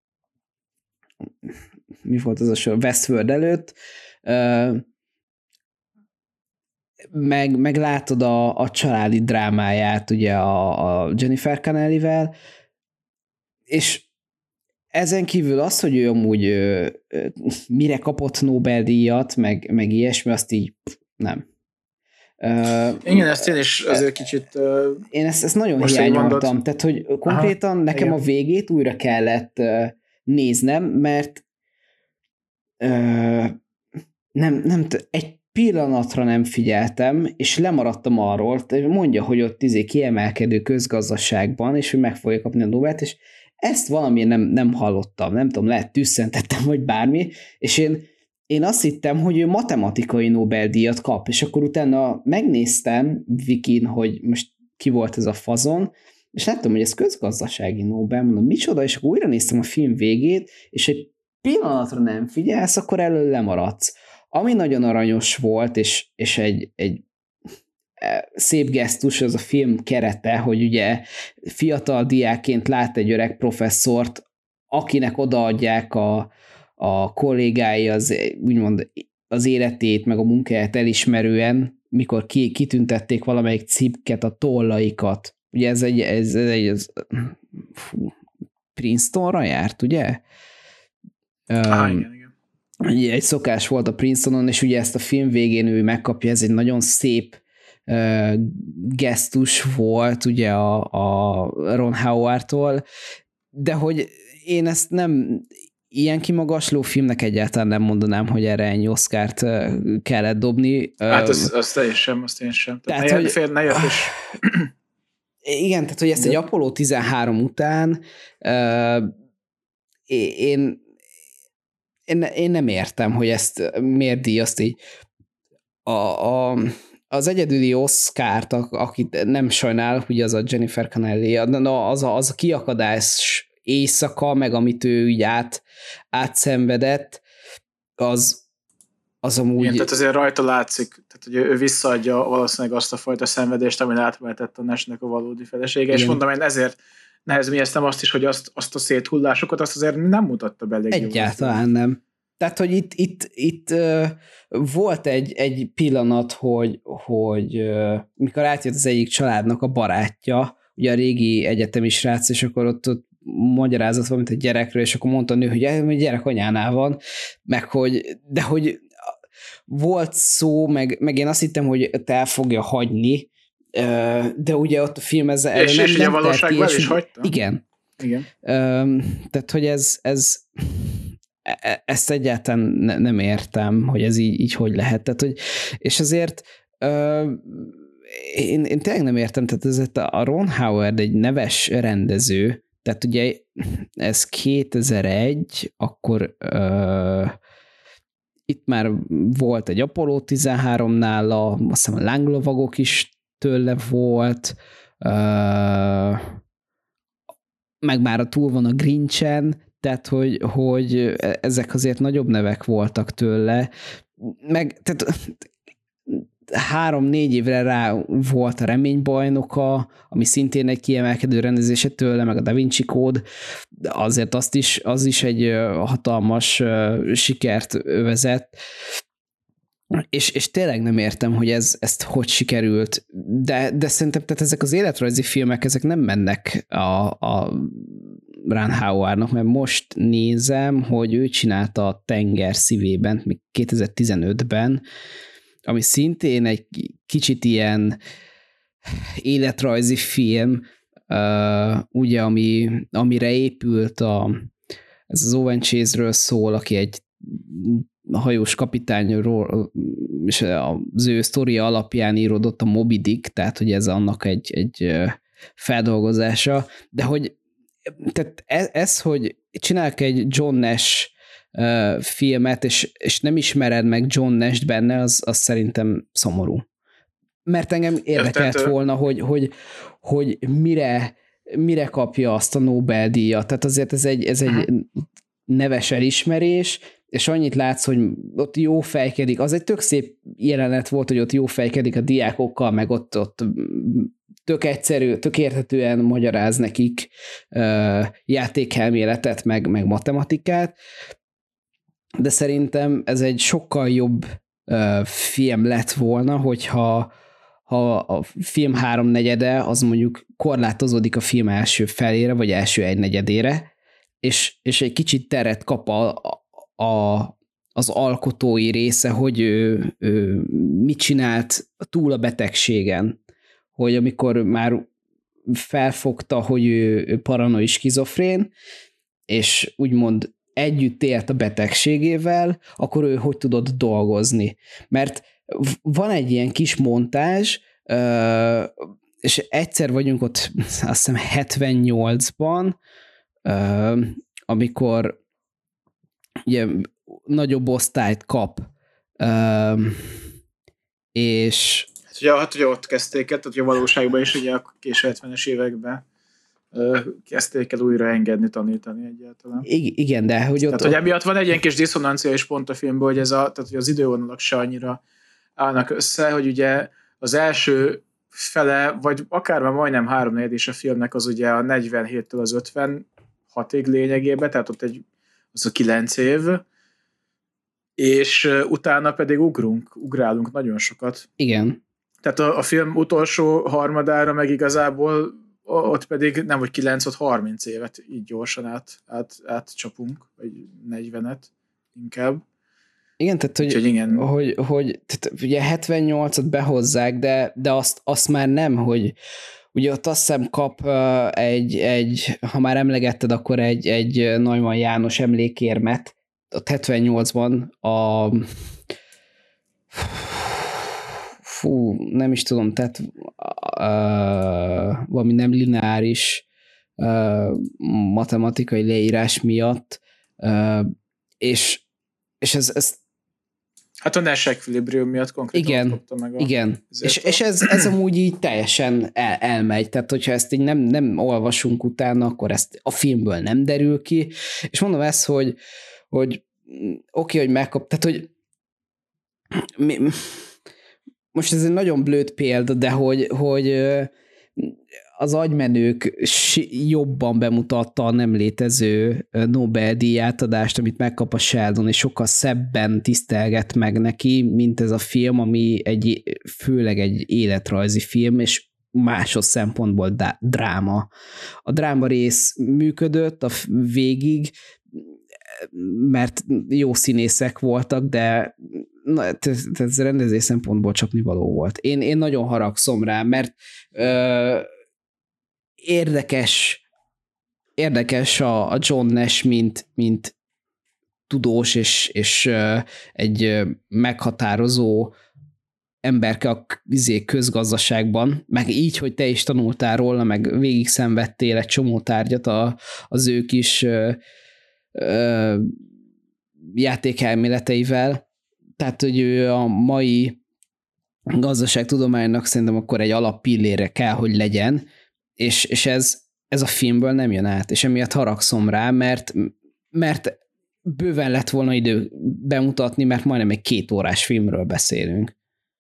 B: mi volt az a sor? Westworld előtt. Meg, meg látod a, a családi drámáját ugye a, a Jennifer Connellyvel, és ezen kívül az, hogy ő amúgy ö, ö, mire kapott Nobel-díjat, meg, meg ilyesmi, azt így nem.
A: Uh, Igen, ezt én is azért kicsit... Uh,
B: én ezt, ezt nagyon hiányoltam, tehát hogy konkrétan aha, nekem igen. A végét újra kellett uh, néznem, mert uh, nem, nem, egy pillanatra nem figyeltem, és lemaradtam arról, mondja, hogy ott izé kiemelkedő közgazdaságban, és hogy meg fogja kapni a Nobelt, és ezt valamiért nem, nem hallottam, nem tudom, lehet tüsszentettem, vagy bármi, és én, én azt hittem, hogy ő matematikai Nobel-díjat kap, és akkor utána megnéztem Wikin, hogy most ki volt ez a fazon, és láttam, hogy ez közgazdasági Nobel, mondom, micsoda, és akkor újra néztem a film végét, és egy pillanatra nem figyelsz, akkor elől lemaradsz. Ami nagyon aranyos volt, és, és egy, egy szép gesztus az a film kerete, hogy ugye fiatal diákként lát egy öreg professzort, akinek odaadják a, a kollégái az, úgymond az életét, meg a munkáját elismerően, mikor ki, kitüntették valamelyik cikket, a tollaikat. Ugye ez egy, ez, ez egy ez, fú, Princetonra járt, ugye?
A: Ah, um, igen, igen.
B: Egy szokás volt a Princetonon, és ugye ezt a film végén ő megkapja, ez egy nagyon szép uh, gesztus volt ugye a, a Ron Howardtól, de hogy én ezt nem, ilyen kimagasló filmnek egyáltalán nem mondanám, hogy erre ennyi Oscart kellett dobni.
A: Hát azt, azt én sem, azt én sem. Tehát, tehát ne, hogy, ne jött is.
B: Igen, tehát hogy ezt de. Egy Apollo tizenhárom után uh, én Én, én nem értem, hogy ezt miért díjazt így. A, a, az egyedüli Oscart, akit nem sajnál, ugye az a Jennifer Connelly, az a, az a kiakadás éjszaka, meg amit ő úgy át, átszenvedett, az, az amúgy...
A: Igen, tehát azért rajta látszik, tehát hogy ő visszaadja valószínűleg azt a fajta szenvedést, amin átmehetett a Nashnek a valódi felesége, igen. És mondom, én ezért nehezményeztem azt is, hogy azt, azt a széthullásokat, azt azért nem mutatta be elég.
B: Egyáltalán nem. Tehát, hogy itt, itt, itt uh, volt egy, egy pillanat, hogy, hogy uh, mikor átjött az egyik családnak a barátja, ugye a régi egyetemi srác, és akkor ott, ott magyarázott valamit a gyerekről, és akkor mondta a nő, hogy a gyerek anyánál van, meg hogy, de hogy volt szó, meg, meg én azt hittem, hogy te el fogja hagyni, de ugye ott a film ezzel
A: és, nem, és nem ugye valóságban is hagyta?
B: Igen.
A: Igen.
B: Um, tehát, hogy ez, ez ezt egyáltalán ne, nem értem, hogy ez így, így hogy lehet. Tehát, hogy, és azért uh, én, én tényleg nem értem, tehát ez a Ron Howard egy neves rendező, tehát ugye ez kétezer-egy, akkor uh, itt már volt egy Apollo tizenhárom nála, azt hiszem a Lánglovagok is tőle volt, uh, meg már túl van a Grinchen, tehát hogy, hogy ezek azért nagyobb nevek voltak tőle, meg tehát három-négy évre rá volt a Reménybajnoka, ami szintén egy kiemelkedő rendezése tőle, meg a Da Vinci Code, de azért azt is, az is egy hatalmas sikert övezett, és, és tényleg nem értem, hogy ez, ezt hogy sikerült, de, de szerintem tehát ezek az életrajzi filmek, ezek nem mennek a, a Ron Howardnak, mert most nézem, hogy ő csinálta a Tenger szívében, még kétezer-tizenötben, ami szintén egy kicsit ilyen életrajzi film, uh, ugye, ami, amire épült a, ez az Owen Chase-ről szól, aki egy hajós kapitányról, és az ő sztoria alapján íródott a Moby Dick, tehát hogy ez annak egy, egy feldolgozása, de hogy tehát ez, ez, hogy csinálják egy John Nash uh, filmet, és, és nem ismered meg John Nash-t benne, az, az szerintem szomorú. Mert engem érdekelt volna, hogy, hogy, hogy mire, mire kapja azt a Nobel-díjat. Tehát azért ez egy, ez egy neves elismerés, és annyit látsz, hogy ott jó fejkedik. Az egy tök szép jelenet volt, hogy ott jó fejkedik a diákokkal, meg ott, ott tök egyszerű, tök érthetően magyaráz nekik uh, játékelméletet, meg, meg matematikát, de szerintem ez egy sokkal jobb uh, film lett volna, hogyha ha a film háromnegyede az mondjuk korlátozódik a film első felére, vagy első egynegyedére, és, és egy kicsit teret kap a, a, az alkotói része, hogy ő, ő mit csinált túl a betegségen, hogy amikor már felfogta, hogy ő, ő paranoi skizofrén, és úgymond együtt élt a betegségével, akkor ő hogy tudott dolgozni. Mert van egy ilyen kis montázs, és egyszer vagyunk ott, azt hiszem hetvennyolcban, amikor ugye nagyobb osztályt kap, és
A: hát ugye, hát ugye ott kezdték el, tehát ugye a valóságban is ugye a késő hetvenes években kezdték el újra engedni, tanítani egyáltalán.
B: I- igen, de hogy
A: ott... Tehát, hogy
B: ott...
A: emiatt van egy ilyen kis diszonancia is pont a filmben, hogy, ez a, tehát, hogy az idővonalak se annyira állnak össze, hogy ugye az első fele, vagy akár már majdnem háromnegyed is a filmnek az ugye a negyvenhéttől az ötvenhatig lényegében, tehát ott egy, az a kilenc év, és utána pedig ugrunk, ugrálunk nagyon sokat.
B: Igen.
A: Tehát a, a film utolsó harmadára meg igazából ott pedig nem, hogy kilenc, ott harminc évet így gyorsan át, át, átcsapunk, vagy negyvenet inkább.
B: Igen, tehát hogy,
A: Úgyhogy igen.
B: hogy, hogy tehát ugye hetvennyolcat behozzák, de, de azt, azt már nem, hogy ugye ott azt hiszem kap uh, egy, egy, ha már emlegetted, akkor egy, egy Neumann János emlékérmet, ott hetvennyolcban a fú, nem is tudom, tehát uh, valami nem lineáris uh, matematikai leírás miatt, uh, és, és ez, ez
A: hát a Nash equilibrium miatt konkrétan
B: igen,
A: kapta meg a...
B: igen, és, és ez, ez amúgy így teljesen el, elmegy, tehát hogyha ezt így nem, nem olvasunk utána, akkor ezt a filmből nem derül ki, és mondom ezt, hogy, hogy oké, okay, hogy megkap, tehát hogy mi, most ez egy nagyon blőtt példa, de hogy, hogy az agymenők jobban bemutatta a nem létező Nobel-díj átadást, amit megkap a Sheldon, és sokkal szebben tisztelget meg neki, mint ez a film, ami egy, főleg egy életrajzi film, és másod szempontból dráma. A dráma rész működött a végig, mert jó színészek voltak, de na, ez rendezés szempontból csapnivaló volt. Én, én nagyon haragszom rá, mert ö, érdekes érdekes a, a John Nash, mint, mint tudós és, és ö, egy meghatározó emberke a közgazdaságban, meg így, hogy te is tanultál róla, meg végig szenvedtél egy csomó tárgyat a, az ő kis ö, ö, játékelméleteivel, tehát, hogy ő a mai gazdaságtudománynak szerintem akkor egy alappillére kell, hogy legyen, és, és ez, ez a filmből nem jön át, és emiatt haragszom rá, mert, mert bőven lett volna idő bemutatni, mert majdnem egy két órás filmről beszélünk.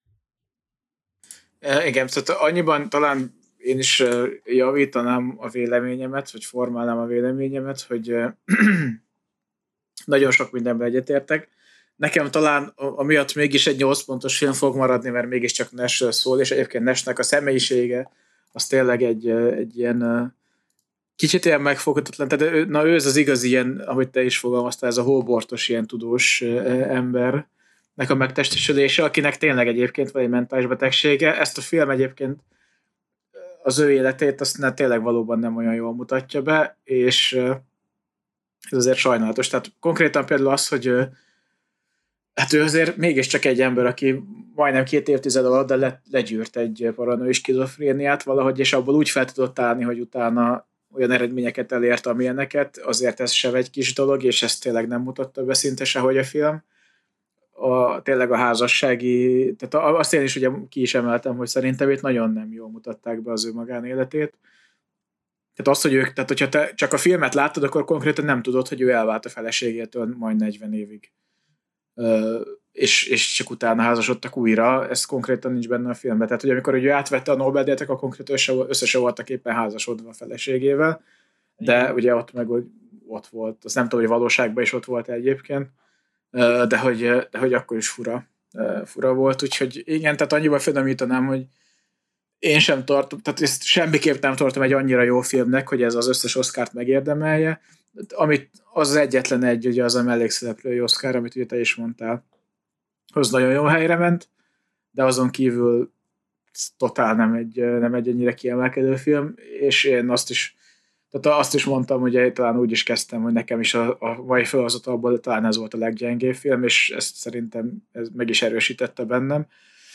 A: Igen, tehát annyiban talán én is javítanám a véleményemet, vagy formálnám a véleményemet, hogy nagyon sok mindenben egyetértek. Nekem talán amiatt mégis egy nyolc pontos film fog maradni, mert mégiscsak Nashről szól, és egyébként Nashnek a személyisége az tényleg egy, egy ilyen kicsit ilyen megfoghatatlan, tehát na ő ez az igazi ilyen, ahogy te is fogalmaztál, ez a hóbortos ilyen tudós embernek a megtestesülése, akinek tényleg egyébként van egy mentális betegsége. Ezt a film egyébként az ő életét azt ne, tényleg valóban nem olyan jól mutatja be, és ez azért sajnálatos. Tehát konkrétan például az, hogy hát ő azért mégiscsak egy ember, aki majdnem két évtized alatt, de le, legyűrt egy paranoid skizofréniát valahogy, és abból úgy fel tudott állni, hogy utána olyan eredményeket elért, amilyeneket, azért ez se egy kis dolog, és ezt tényleg nem mutatta be szinte sehogy a film. A, tényleg a házassági, tehát azt én is ugye ki is emeltem, hogy szerintem itt nagyon nem jól mutatták be az ő magánéletét. Tehát az, hogy ők, tehát hogyha te csak a filmet láttad, akkor konkrétan nem tudod, hogy ő elvált a feleségétől majd negyven évig. Uh, és, és csak utána házasodtak újra, ez konkrétan nincs benne a filmben. Tehát, hogy amikor ő átvette a Nobel-díjat, akkor konkrétan össze se voltak éppen házasodva a feleségével, de igen. Ugye ott meg ott volt, azt nem tudom, hogy valóságban is ott volt egyébként, uh, de, hogy, de hogy akkor is fura, uh, fura volt, úgyhogy igen, tehát annyiban finomítanám, hogy én sem tartom, tehát ezt semmiképp nem tartom egy annyira jó filmnek, hogy ez az összes Oscart megérdemelje, amit az egyetlen egy, ugye az a mellékszereplői Oscar, amit ugye te is mondtál, az nagyon jó helyre ment, de azon kívül totál nem egy, nem egy ennyire kiemelkedő film, és én azt is, Tehát azt is mondtam, hogy talán úgy is kezdtem, hogy nekem is a, a mai felhozatalból talán ez volt a leggyengébb film, és ezt szerintem ez meg is erősítette bennem.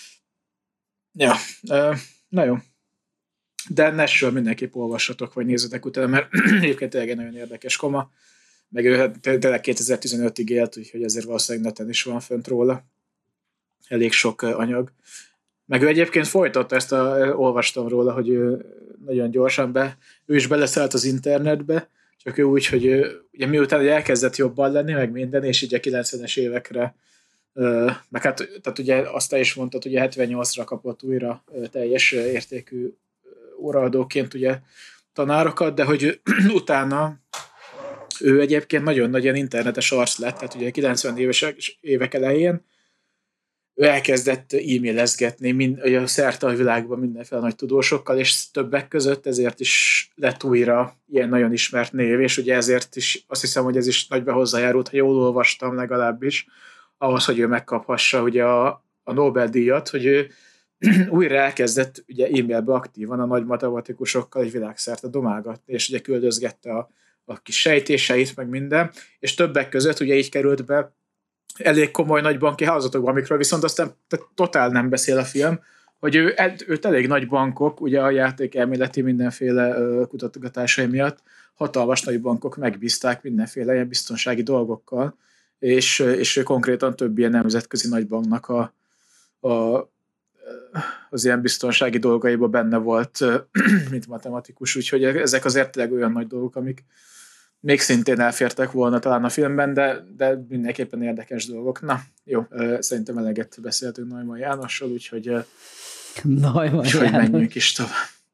A: Ja, na jó. De Nashről mindenképp olvassatok, vagy nézzetek utána, mert egyébként tényleg egy nagyon érdekes koma, meg ő tényleg kétezer-tizenötig élt, úgyhogy ezért valószínűleg neten is van fönt róla. Elég sok anyag. Meg ő egyébként folytatta ezt, a, olvastam róla, hogy ő nagyon gyorsan be, ő is beleszállt az internetbe, csak ő úgy, hogy ő, ugye miután elkezdett jobban lenni, meg minden, és így a kilencvenes évekre, meg hát tehát ugye azt te is mondtad, hogy hetvennyolcra kapott újra teljes értékű óraadóként ugye tanárokat, de hogy utána ő egyébként nagyon nagy internetes arc lett, tehát ugye a kilencven éves évek elején ő elkezdett e-mailezgetni mind, ugye szerte a világban mindenféle nagy tudósokkal, és többek között ezért is lett újra ilyen nagyon ismert név, és ugye ezért is azt hiszem, hogy ez is nagyban hozzájárult, ha jól olvastam legalábbis, ahhoz, hogy ő megkaphassa ugye a, a Nobel-díjat, hogy ő újra elkezdett ugye e-mailbe aktívan a nagy matematikusokkal egy világszerte domálgatni, és ugye küldözgette a, a kis sejtéseit, meg minden, és többek között ugye így került be elég komoly nagy banki hálózatokban, amikről viszont aztán totál nem beszél a film, hogy ő, őt elég nagy bankok, ugye a játék elméleti mindenféle kutatgatásai miatt hatalmas nagy bankok megbízták mindenféle ilyen biztonsági dolgokkal, és, és ő konkrétan több ilyen nemzetközi nagybanknak a, a, az ilyen biztonsági dolgaiban benne volt, mint matematikus, úgyhogy ezek azért tényleg olyan nagy dolgok, amik még szintén elfértek volna talán a filmben, de, de mindenképpen érdekes dolgok. Na, jó, szerintem eleget beszéltünk Neumann Jánossal, úgyhogy,
B: Neumann
A: úgyhogy menjünk is tovább.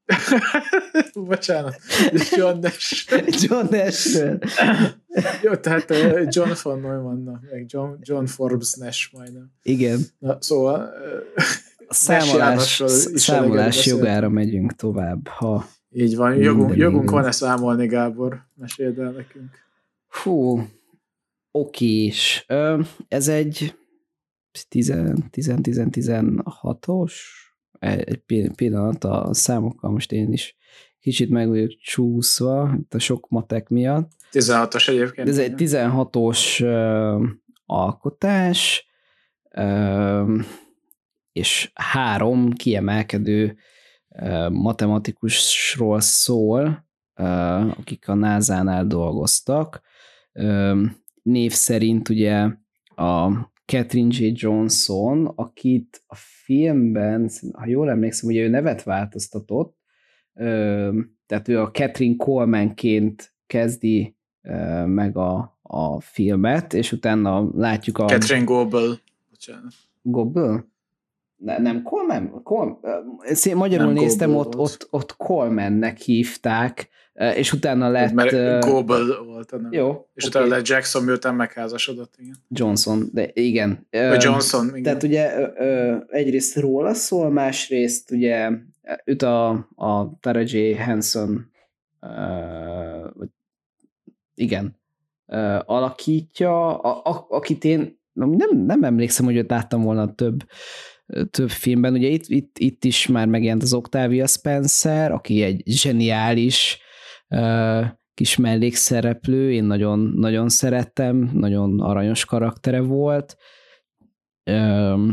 A: Bocsánat, John Nash.
B: John Nash-ről.
A: Jó, tehát John von Neumann, meg John, John Forbes Nash majdnem.
B: Igen.
A: Na, szóval
B: a számolás, számolás jogára megyünk tovább, ha
A: így van, jogunk, jogunk van-e számolni, Gábor? Meséld el nekünk.
B: Hú, okés. Ez egy tíz-tizenhatos egy pillanat a számokkal, most én is kicsit meg vagyok csúszva, itt a sok matek miatt.
A: tizenhatos egyébként.
B: Ez egy tizenhatos alkotás, és három kiemelkedő matematikusról szól, akik a názánál dolgoztak. Név szerint ugye a Katherine J. Johnson, akit a filmben, ha jól emlékszem, ugye ő nevet változtatott, tehát ő a Katherine Colemanként kezdi meg a, a filmet, és utána látjuk a...
A: Katherine Goebel. Bocsánat.
B: Goebel? Ne, nem, Coleman? Coleman. Magyarul nem néztem, ott, ott, ott Colemannek hívták, és utána lett...
A: Mert Goebel volt a nem.
B: Jó.
A: És okay. Utána lett Jackson, miután megházasodott, igen.
B: Johnson, de igen.
A: Vagy Johnson, igen.
B: Tehát ugye egyrészt róla szól, másrészt ugye őt a, a Tara J. Henson igen, alakítja, a, a, akit én nem, nem emlékszem, hogy őt láttam volna több több filmben. Ugye itt, itt, itt is már megjelent az Octavia Spencer, aki egy zseniális uh, kis mellékszereplő, én nagyon, nagyon szerettem, nagyon aranyos karaktere volt. Um,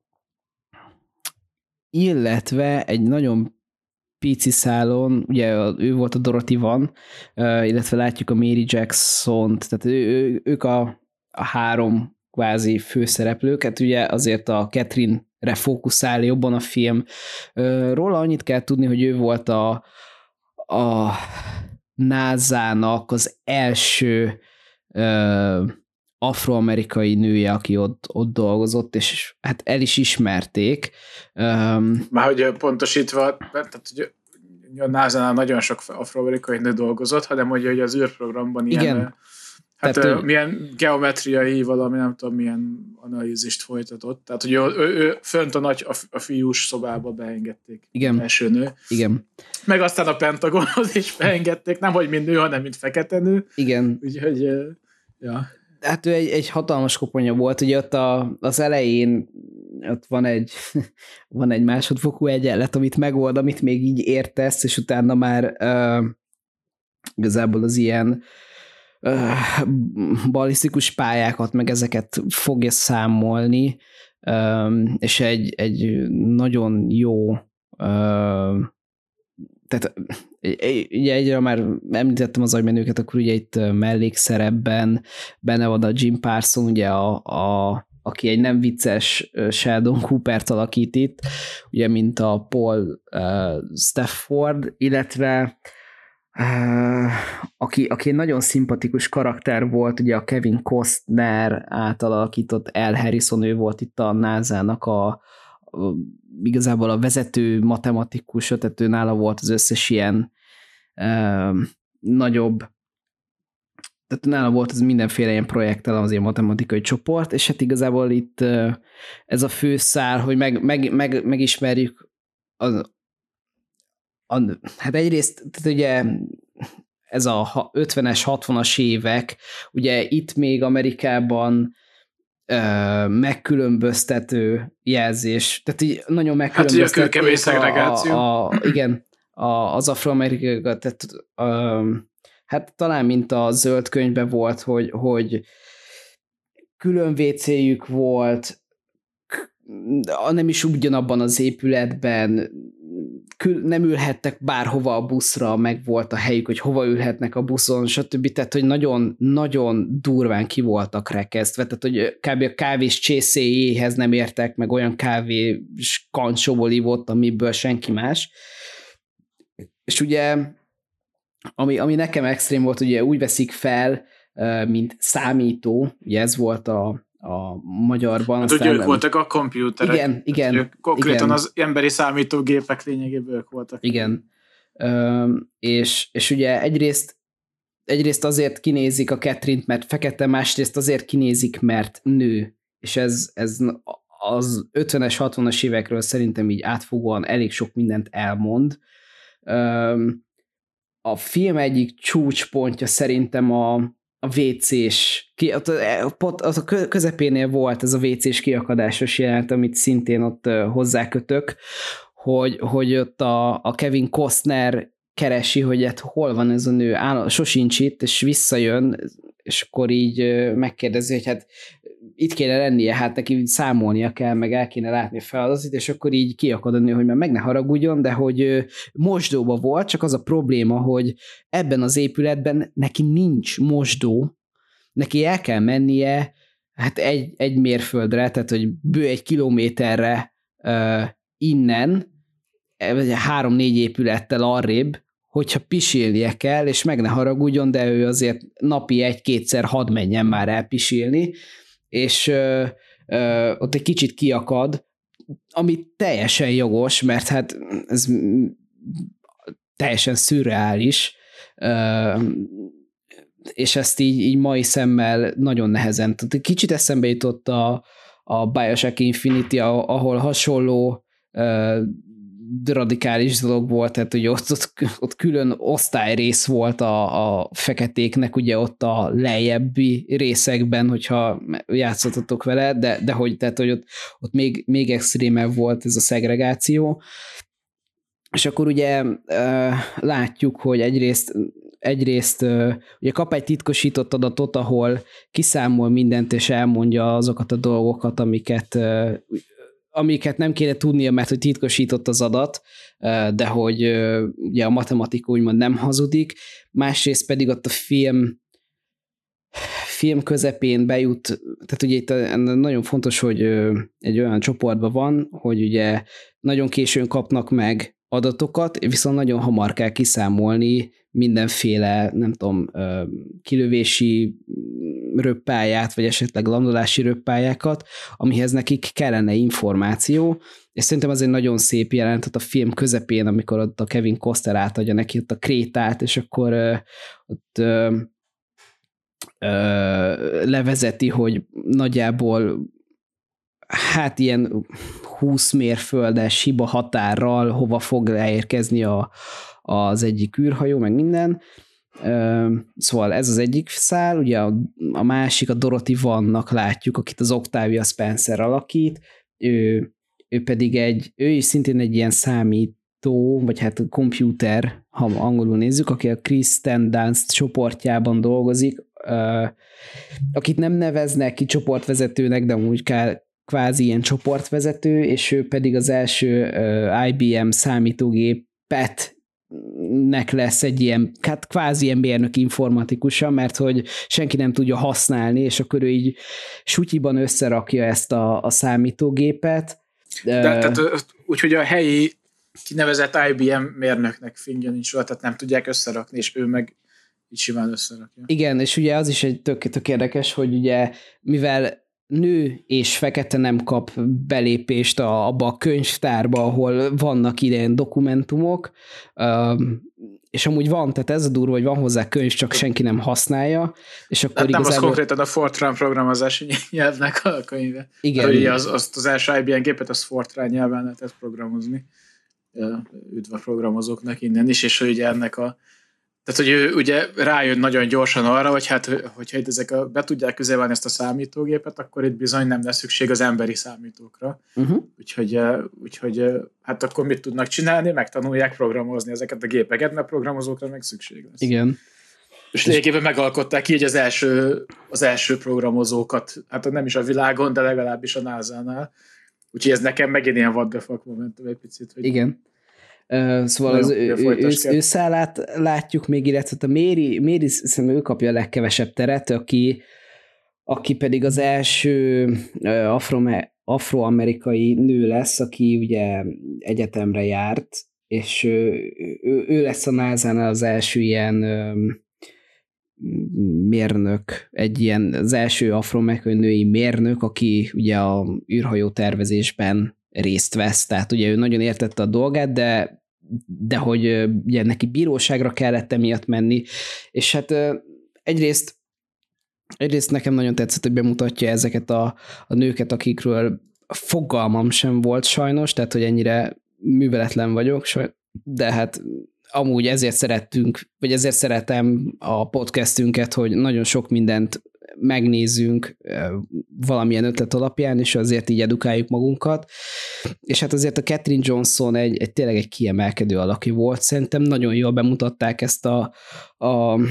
B: illetve egy nagyon pici szálon, ugye ő volt a Dorothy Van, uh, illetve látjuk a Mary Jackson-t, tehát ő, ő, ők a, a három kvázi főszereplőket, ugye azért a Catherine-re fókuszál jobban a film. Róla annyit kell tudni, hogy ő volt a, a nászának az első ö, afroamerikai nője, aki ott, ott dolgozott, és hát el is ismerték.
A: Már hogy pontosítva, tehát hogy a násánál nagyon sok afroamerikai nő dolgozott, hanem hogy, hogy az űrprogramban ilyen...
B: Igen.
A: Hát tehát, ő, milyen geometriai, valami nem tudom, milyen analízist folytatott. Tehát, hogy ő, ő, ő fönt a nagy, a, a fiús szobába beengedték.
B: Igen.
A: Első nő.
B: Igen.
A: Meg aztán a Pentagonhoz is beengedték, nem hogy mint nő, hanem mint fekete nő.
B: Igen.
A: Úgyhogy, ja.
B: Hát ő egy, egy hatalmas koponya volt, ugye ott a, az elején ott van egy, van egy másodfokú egyenlet, amit megold, amit még így értesz, és utána már uh, igazából az ilyen uh, balisztikus pályákat, meg ezeket fogja számolni, um, és egy, egy nagyon jó uh, tehát ugye egyre már említettem az agymenőket, akkor ugye itt mellékszerepben benne van a Jim Parsons, ugye a, a, aki egy nem vicces Sheldon Coopert alakít itt, ugye mint a Paul uh, Stafford, illetve uh, aki, aki egy nagyon szimpatikus karakter volt, ugye a Kevin Costner által alakított Al Harrison, ő volt itt a nászának a, a igazából a vezető matematikus, tehát ő nála volt az összes ilyen uh, nagyobb, tehát nála volt az mindenféle ilyen projekttel az ilyen matematikai csoport, és hát igazából itt uh, ez a főszál, hogy meg, meg, meg, megismerjük az, a, hát egyrészt, tehát ugye ez a ötvenes, hatvanas évek, ugye itt még Amerikában megkülönböztető jelzés, tehát így nagyon megkülönböztették
A: hát, a,
B: a, a, igen, a, az afroamerikaiakat, tehát a, hát talán mint a zöld könyvben volt, hogy, hogy külön vécéjük volt, nem is ugyanabban az épületben, nem ülhettek bárhova a buszra, meg volt a helyük, hogy hova ülhetnek a buszon, stb. Tehát, hogy nagyon, nagyon durván ki voltak rekesztve, tehát, hogy kb. A kávés csészéjéhez nem értek, meg olyan kávés kancsóból ivott, amiből senki más. És ugye, ami, ami nekem extrém volt, ugye úgy veszik fel, mint számító, ugye ez volt a a magyarban.
A: Hát ugye ők voltak a kompjúterek.
B: Igen, igen.
A: Hát, konkrétan
B: igen.
A: Az emberi számítógépek lényegében ők voltak.
B: Igen. Üm, és, és ugye egyrészt, egyrészt azért kinézik a Catherine-t, mert fekete, másrészt azért kinézik, mert nő. És ez, ez az ötvenes, hatvanas évekről szerintem így átfogóan elég sok mindent elmond. Üm, a film egyik csúcspontja szerintem a a vécés, ki, ott, ott, ott a közepénél volt ez a vécés kiakadásos jelent, amit szintén ott hozzákötök, hogy, hogy ott a, a Kevin Costner keresi, hogy hát hol van ez a nő, áll, sosincs itt, és visszajön, és akkor így megkérdezi, hogy hát itt kéne lennie, hát neki számolnia kell, meg el kéne látni a feladatot, és akkor így kiakad a nő, hogy már meg ne haragudjon, de hogy mosdóba volt, csak az a probléma, hogy ebben az épületben neki nincs mosdó, neki el kell mennie hát egy, egy mérföldre, tehát hogy bő egy kilométerre uh, innen, három-négy épülettel arrébb, hogyha pisilnie kell, és meg ne haragudjon, de ő azért napi egy-kétszer hadd menjen már el pisilni, és ö, ö, ott egy kicsit kiakad, ami teljesen jogos, mert hát ez teljesen szürreális, ö, és ezt így, így mai szemmel nagyon nehezen. Kicsit eszembe jutott a, a Bioshock Infinity, ahol hasonló ö, radikális dolog volt, tehát hogy ott, ott, ott külön osztályrész volt a, a feketéknek, ugye ott a lejjebbi részekben, hogyha játszottatok vele, de, de hogy, tehát, hogy ott, ott még, még extrémebb volt ez a szegregáció. És akkor ugye látjuk, hogy egyrészt egyrészt ugye kap egy titkosított adatot, ahol kiszámol mindent, és elmondja azokat a dolgokat, amiket amiket nem kéne tudnia, mert hogy titkosított az adat, de hogy ugye a matematika úgymond nem hazudik, másrészt pedig ott a film film közepén bejut, tehát ugye itt nagyon fontos, hogy egy olyan csoportban van, hogy ugye nagyon későn kapnak meg adatokat, viszont nagyon hamar kell kiszámolni mindenféle, nem tudom, kilövési röppályát, vagy esetleg landolási röppályákat, amihez nekik kellene információ, és szerintem az egy nagyon szép jelenet a film közepén, amikor ott a Kevin Costner átadja neki ott a krétát, és akkor ö, ott ö, ö, levezeti, hogy nagyjából hát ilyen húsz mérföldes hiba határral hova fog leérkezni a, az egyik űrhajó, meg minden. Szóval ez az egyik szál, ugye a, a másik, a Dorothy Vannak látjuk, akit az Octavia Spencer alakít, ő, ő pedig egy, ő is szintén egy ilyen számít, számító, vagy hát komputer, ha angolul nézzük, aki a Kristen Dunst csoportjában dolgozik, akit nem neveznek ki csoportvezetőnek, de amúgy kvázi ilyen csoportvezető, és ő pedig az első I B M számítógépet nek lesz egy ilyen, hát kvázi ilyen mérnök informatikusa, mert hogy senki nem tudja használni, és akkor ő így sutyiban összerakja ezt a, a számítógépet.
A: De, tehát úgyhogy a helyi kinevezett I B M mérnöknek fingja nincs róla, tehát nem tudják összerakni, és ő meg így simán összerakja.
B: Igen, és ugye az is egy tök, tök érdekes, hogy ugye mivel nő és fekete nem kap belépést a, abba a könyvtárba, ahol vannak ilyen dokumentumok, és amúgy van, tehát ez a durva, hogy van hozzá könyv, csak senki nem használja, és akkor
A: hát nem
B: igazából...
A: az konkrétan a Fortran programozási nyelvnek a könyve.
B: Igen.
A: Mert ugye az, azt az első I B M gépet az Fortran nyelven lehetett programozni. Üdv a programozóknak innen is, és hogy ugye ennek a tehát, hogy ő ugye rájön nagyon gyorsan arra, hogy hát, hogyha itt ezek a, be tudják üzemelni ezt a számítógépet, akkor itt bizony nem lesz szükség az emberi számítókra. Uh-huh. Úgyhogy, úgyhogy hát akkor mit tudnak csinálni? Megtanulják programozni ezeket a gépeket, mert programozókra meg szükség lesz.
B: Igen.
A: És lényegében megalkották így az első, az első programozókat, hát nem is a világon, de legalábbis a názánál. Úgyhogy ez nekem megint ilyen what the fuck momentum egy picit. Hogy
B: igen. Uh, szóval az őszállát látjuk még, illetve a Méri, Méri szerintem ő kapja a legkevesebb teret, aki, aki pedig az első uh, afro, afroamerikai nő lesz, aki ugye egyetemre járt, és ő, ő, ő lesz a názánál az első ilyen um, mérnök, egy ilyen, az első afroamerikai női mérnök, aki ugye a űrhajó tervezésben részt vesz, tehát ugye ő nagyon értette a dolgát, de, de hogy ugye neki bíróságra kellett emiatt menni, és hát egyrészt egyrészt nekem nagyon tetszett, hogy bemutatja ezeket a, a nőket, akikről fogalmam sem volt sajnos, tehát hogy ennyire műveletlen vagyok, de hát amúgy ezért szerettünk, vagy ezért szeretem a podcastünket, hogy nagyon sok mindent megnézzünk valamilyen ötlet alapján, és azért így edukáljuk magunkat. És hát azért a Catherine Johnson egy, egy tényleg egy kiemelkedő alaki volt. Szerintem nagyon jól bemutatták ezt a, a,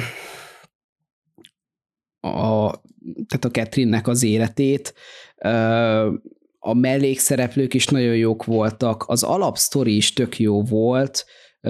B: a tehát a Catherine-nek az életét. A mellékszereplők is nagyon jók voltak. Az alapsztori is tök jó volt.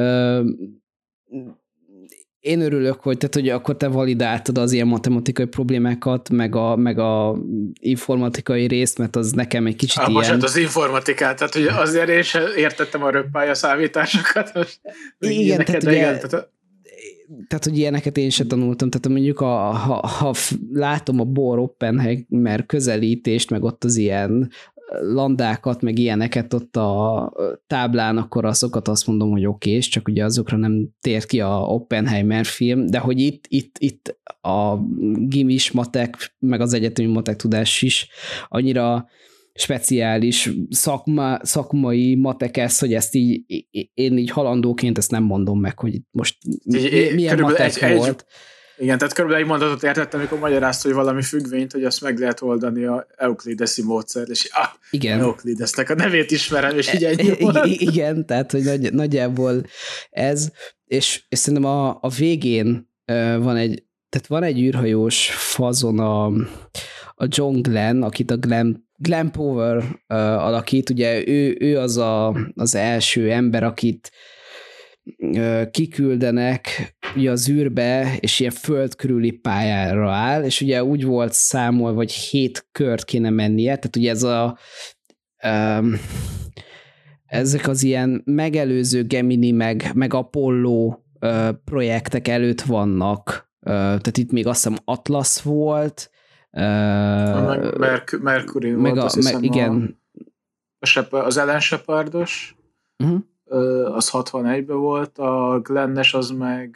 B: Én örülök, hogy, tehát, hogy akkor te validáltad az ilyen matematikai problémákat, meg a, meg a informatikai részt, mert az nekem egy kicsit ah, ilyen...
A: Bocsánat, az informatikát, tehát hogy azért én sem értettem a röppálya számításokat. Most
B: igen, tehát, ugye, igen, tehát, tehát, hogy ilyeneket én sem tanultam, tehát mondjuk a, ha, ha látom a Bohr Oppenheimer közelítést, meg ott az ilyen landákat, meg ilyeneket ott a táblán, akkor azokat azt mondom, hogy oké, és csak ugye azokra nem tért ki a Oppenheimer film, de hogy itt, itt, itt a gimis matek, meg az egyetemi matek tudás is annyira speciális szakma, szakmai matek ez, hogy ezt így én így halandóként ezt nem mondom meg, hogy most mi, milyen matek egy, volt. Egy,
A: igen, tehát körülbelül egy mondatot értettem, amikor magyarázta, hogy valami függvényt, hogy azt meg lehet oldani a euklideszi módszer, és ah,
B: igen.
A: Euklidesnek a nevét ismerem, és így ennyi volt.
B: Igen, tehát, hogy nagy, nagyjából ez, és, és szerintem a, a végén uh, van egy, tehát van egy űrhajós fazon a, a John Glenn, akit a Glenn, Glenn Power uh, alakít, ugye ő, ő az a, az első ember, akit uh, kiküldenek ugye az űrbe, és ilyen föld körüli pályára áll, és ugye úgy volt számolva, hogy hét kört kéne mennie, tehát ugye ez a um, ezek az ilyen megelőző Gemini, meg, meg Apollo uh, projektek előtt vannak, uh, tehát itt még azt hiszem Atlas volt, uh,
A: meg Merc- Mercury
B: meg
A: volt,
B: a,
A: azt hiszem
B: meg, igen.
A: A, a Shepard, az Ellen Shepardos, uh-huh. uh, az hatvanegyben volt, a Glennes az meg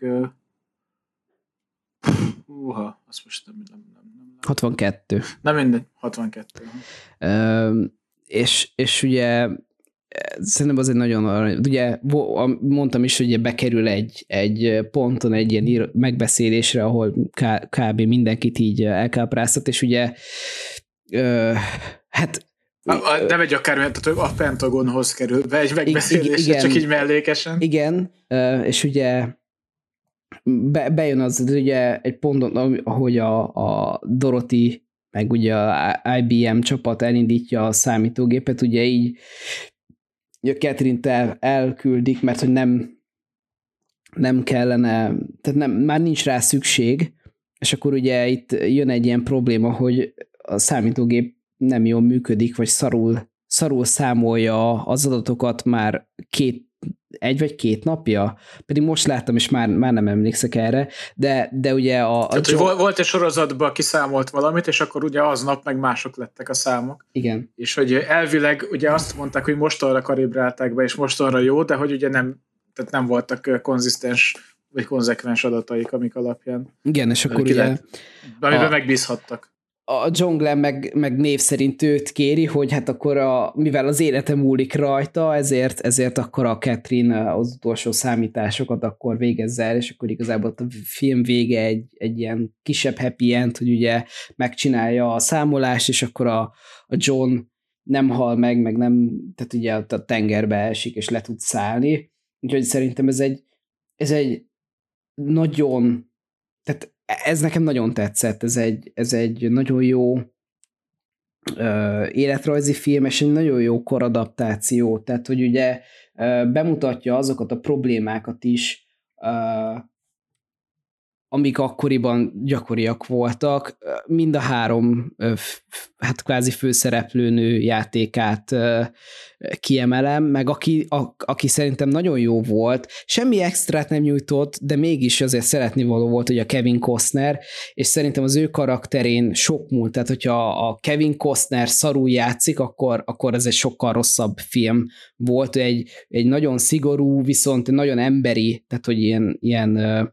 A: uha, azt most nem, nem, nem, nem
B: hatvankettő.
A: Nem mindegy, hatvankettő.
B: Uh, és, és ugye szerintem az egy nagyon, ugye mondtam is, hogy bekerül egy, egy ponton egy ilyen megbeszélésre, ahol kb. Mindenkit így elkápráztat, és ugye hát
A: Nem egy akármilyen, tehát a Pentagonhoz kerül be egy megbeszélésre, csak így mellékesen.
B: Igen, és ugye be, bejön az ugye egy ponton, ahogy a, a Dorothy meg ugye a I B M csapat elindítja a számítógépet, ugye így a Catherine-t el, elküldik, mert hogy nem, nem kellene, tehát nem, már nincs rá szükség, és akkor ugye itt jön egy ilyen probléma, hogy a számítógép nem jól működik, vagy szarul, szarul számolja az adatokat már két, egy vagy két napja, pedig most láttam, és már, már nem emlékszek erre, de, de ugye a... a
A: Tehát, John... volt egy sorozatban kiszámolt valamit, és akkor ugye aznap meg mások lettek a számok.
B: Igen.
A: És hogy elvileg ugye azt mondták, hogy mostanra kalibrálták be, és mostanra jó, de hogy ugye nem, tehát nem voltak konzisztens vagy konzekvens adataik, amik alapján.
B: Igen, és akkor ugye... Lehet,
A: amiben a... megbízhattak.
B: A John Glenn meg, meg név szerint őt kéri, hogy hát akkor a, mivel az élete múlik rajta, ezért, ezért akkor a Catherine az utolsó számításokat akkor végezze el, és akkor igazából a film vége egy, egy ilyen kisebb happy end, hogy ugye megcsinálja a számolást, és akkor a, a John nem hal meg, meg nem, tehát ugye a tengerbe esik, és le tud szállni. Úgyhogy szerintem ez egy, ez egy nagyon, tehát ez nekem nagyon tetszett, ez egy, ez egy nagyon jó uh, életrajzi film, és egy nagyon jó koradaptáció, tehát hogy ugye uh, bemutatja azokat a problémákat is, uh, amik akkoriban gyakoriak voltak. Mind a három uh, hát kvázi főszereplőnő játékát uh, kiemelem, meg aki, a, aki szerintem nagyon jó volt, semmi extrát nem nyújtott, de mégis azért szeretnivaló volt, hogy a Kevin Costner, és szerintem az ő karakterén sok múlt, tehát hogyha a Kevin Costner szarul játszik, akkor, akkor ez egy sokkal rosszabb film volt, egy, egy nagyon szigorú, viszont nagyon emberi, tehát hogy ilyen, ilyen uh,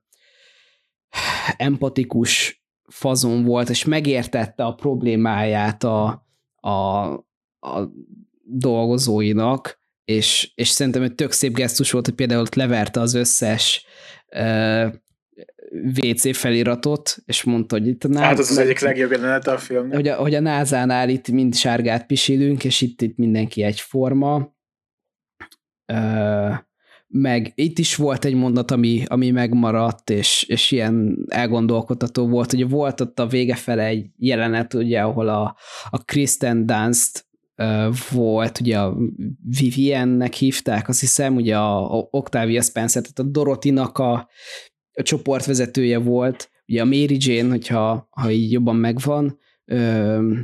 B: empatikus fazon volt, és megértette a problémáját a, a, a dolgozóinak, és, és szerintem egy tök szép gesztus volt, hogy például ott leverte az összes uh, vé cé feliratot, és mondta, hogy itt a
A: náza, hát az az egyik legjobb jelenete a filmnek.
B: Hogy a, hogy a názánál itt mind sárgát pisilünk, és itt, itt mindenki egyforma. Uh, meg itt is volt egy mondat, ami, ami megmaradt, és, és ilyen elgondolkodtató volt, hogy volt ott a vége fele egy jelenet, ugye, ahol a, a Kristen Dunst uh, volt, ugye a Vivienne-nek hívták, azt hiszem, ugye a, a Octavia Spencer, tehát a Dorothy-nak a, a csoportvezetője volt, ugye a Mary Jane, hogyha ha így jobban megvan, ö,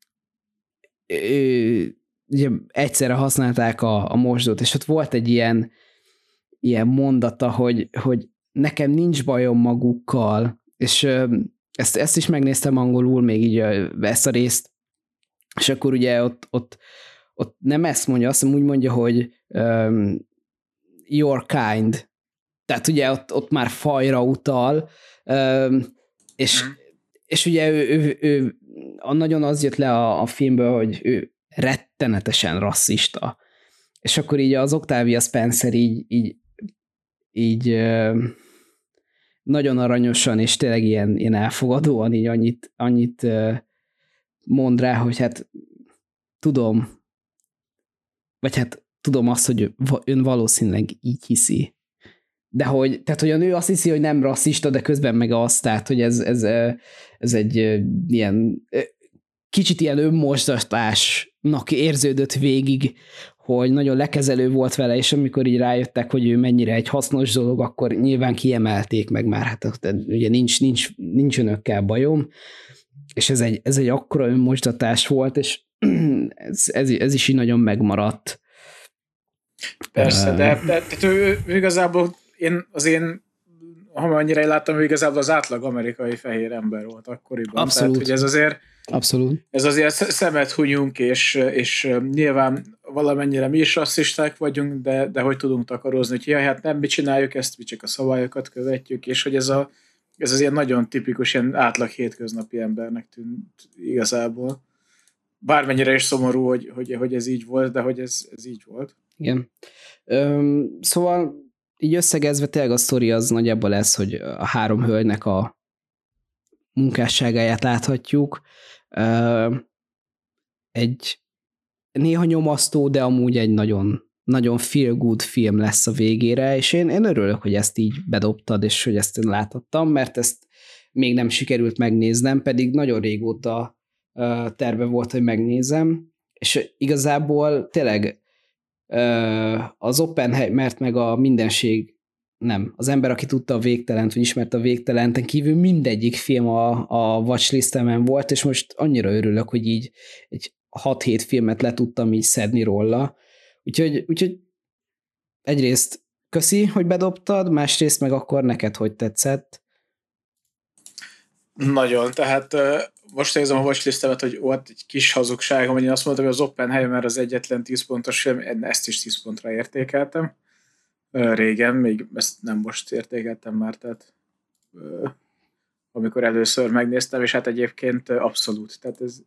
B: ö, ugye egyszerre használták a, a mosdót, és ott volt egy ilyen ilyen mondata, hogy, hogy nekem nincs bajom magukkal, és ezt, ezt is megnéztem angolul, még így ezt a részt, és akkor ugye ott, ott, ott nem ezt mondja, azt úgy mondja, hogy um, your kind, tehát ugye ott, ott már fajra utal, um, és, és ugye ő, ő, ő, ő nagyon az jött le a, a filmből, hogy ő rettenetesen rasszista, és akkor így az Octavia Spencer így, így így nagyon aranyosan, és tényleg ilyen, ilyen elfogadóan így annyit, annyit mond rá, hogy hát tudom, vagy hát tudom azt, hogy ön valószínűleg így hiszi. De hogy, tehát hogy a nő azt hiszi, hogy nem rasszista, de közben meg azt, tehát hogy ez, ez, ez egy ilyen kicsit ilyen önmosdatásnak érződött végig, hogy nagyon lekezelő volt vele, és amikor így rájöttek, hogy ő mennyire egy hasznos dolog, akkor nyilván kiemelték meg már, hát ugye nincs, nincs, nincs önökkel bajom, és ez egy, ez egy akkora önmosdatás volt, és ez, ez, ez is így nagyon megmaradt.
A: Persze, uh, de, de, de ő, ő igazából én, az én, ha annyira láttam, ő igazából az átlag amerikai fehér ember volt akkoriban.
B: Abszolút.
A: Tehát, hogy ez azért
B: Abszolút.
A: Ez azért szemet hunyunk, és, és nyilván valamennyire mi is rasszisták vagyunk, de, de hogy tudunk takarozni, hogy jaj, hát nem mi csináljuk ezt, mi csak a szabályokat követjük, és hogy ez, a, ez az ilyen nagyon tipikus, ilyen átlag hétköznapi embernek tűnt igazából. Bármennyire is szomorú, hogy, hogy, hogy ez így volt, de hogy ez, ez így volt.
B: Igen. Öm, szóval így összegezve tényleg a sztori az nagyjából ez, hogy a három hölgynek a munkásságáját láthatjuk. Uh, egy néha nyomasztó, de amúgy egy nagyon, nagyon feel good film lesz a végére, és én, én örülök, hogy ezt így bedobtad, és hogy ezt én láthattam, mert ezt még nem sikerült megnéznem, pedig nagyon régóta uh, terve volt, hogy megnézem, és igazából tényleg uh, az Oppenheimert meg a mindenség, nem, az ember, aki tudta a végtelent, vagy ismerte a végtelenten kívül mindegyik film a, a watchlistemen volt, és most annyira örülök, hogy így egy hat-hét filmet le tudtam így szedni róla. Úgyhogy, úgyhogy egyrészt köszi, hogy bedobtad, másrészt meg akkor neked hogy tetszett?
A: Nagyon, tehát most nézem a watchlistemet, hogy volt egy kis hazugságom, hogy én azt mondtam, hogy az Oppenheimer az egyetlen tíz pontos film, ezt is tíz pontra értékeltem. Régen, még ezt nem most értékeltem már, tehát amikor először megnéztem, és hát egyébként abszolút, tehát ez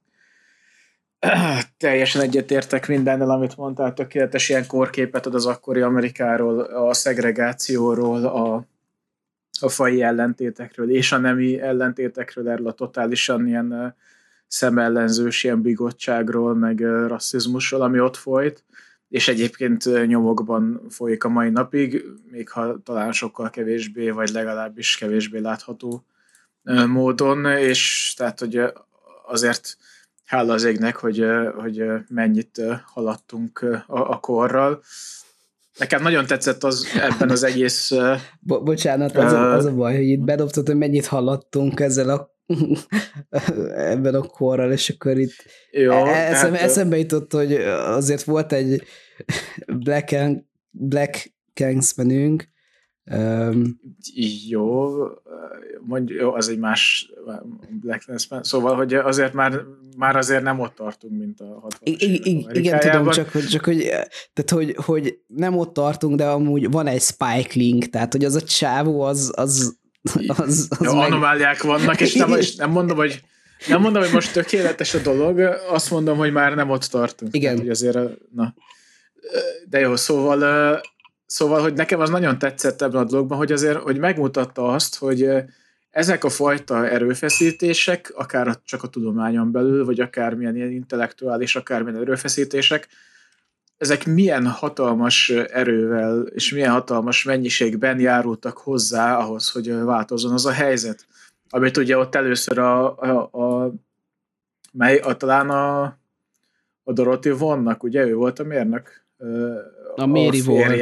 A: teljesen egyetértek mindennel, amit mondtál, tökéletes ilyen kórképet ad az akkori Amerikáról, a szegregációról, a, a faji ellentétekről, és a nemi ellentétekről, erről a totálisan ilyen szemellenzős, ilyen bigottságról, meg rasszizmusról, ami ott folyt, és egyébként nyomokban folyik a mai napig, még ha talán sokkal kevésbé, vagy legalábbis kevésbé látható módon, és tehát, hogy azért hála az égnek, hogy, hogy mennyit haladtunk a, a korral. Nekem nagyon tetszett az ebben az egész...
B: Bo- bocsánat, az, a, az a baj, hogy itt bedobtad, hogy mennyit haladtunk ezzel a ebben a korral, és akkor itt Jó, eszem, hát, eszembe jutott, hogy azért volt egy Black, Black Kingsmanünk. Um,
A: jó, mondj, jó, az egy más Black Kingsman, szóval, hogy azért már, már azért nem ott tartunk, mint a hatvanas
B: évek. Igen, tudom, csak, hogy, csak hogy, tehát, hogy, hogy nem ott tartunk, de amúgy van egy Spike Link, tehát, hogy az a csávó, az, az Az, az
A: Jó, meg... anomáliák vannak, és nem, és nem mondom, hogy nem mondom, hogy most tökéletes a dolog, azt mondom, hogy már nem ott tartunk.
B: Igen.
A: Tehát, hogy azért, na. De jó, szóval, szóval, hogy nekem az nagyon tetszett ebben a dologban, hogy azért, hogy megmutatta azt, hogy ezek a fajta erőfeszítések, akár csak a tudományon belül, vagy akármilyen ilyen intellektuális, akármilyen erőfeszítések, ezek milyen hatalmas erővel és milyen hatalmas mennyiségben járultak hozzá ahhoz, hogy változzon az a helyzet. Amit ugye ott először a, a, a, mely, a talán a, a Dorothy Vaughannak, ugye ő volt a mérnök?
B: A, a Mary volt.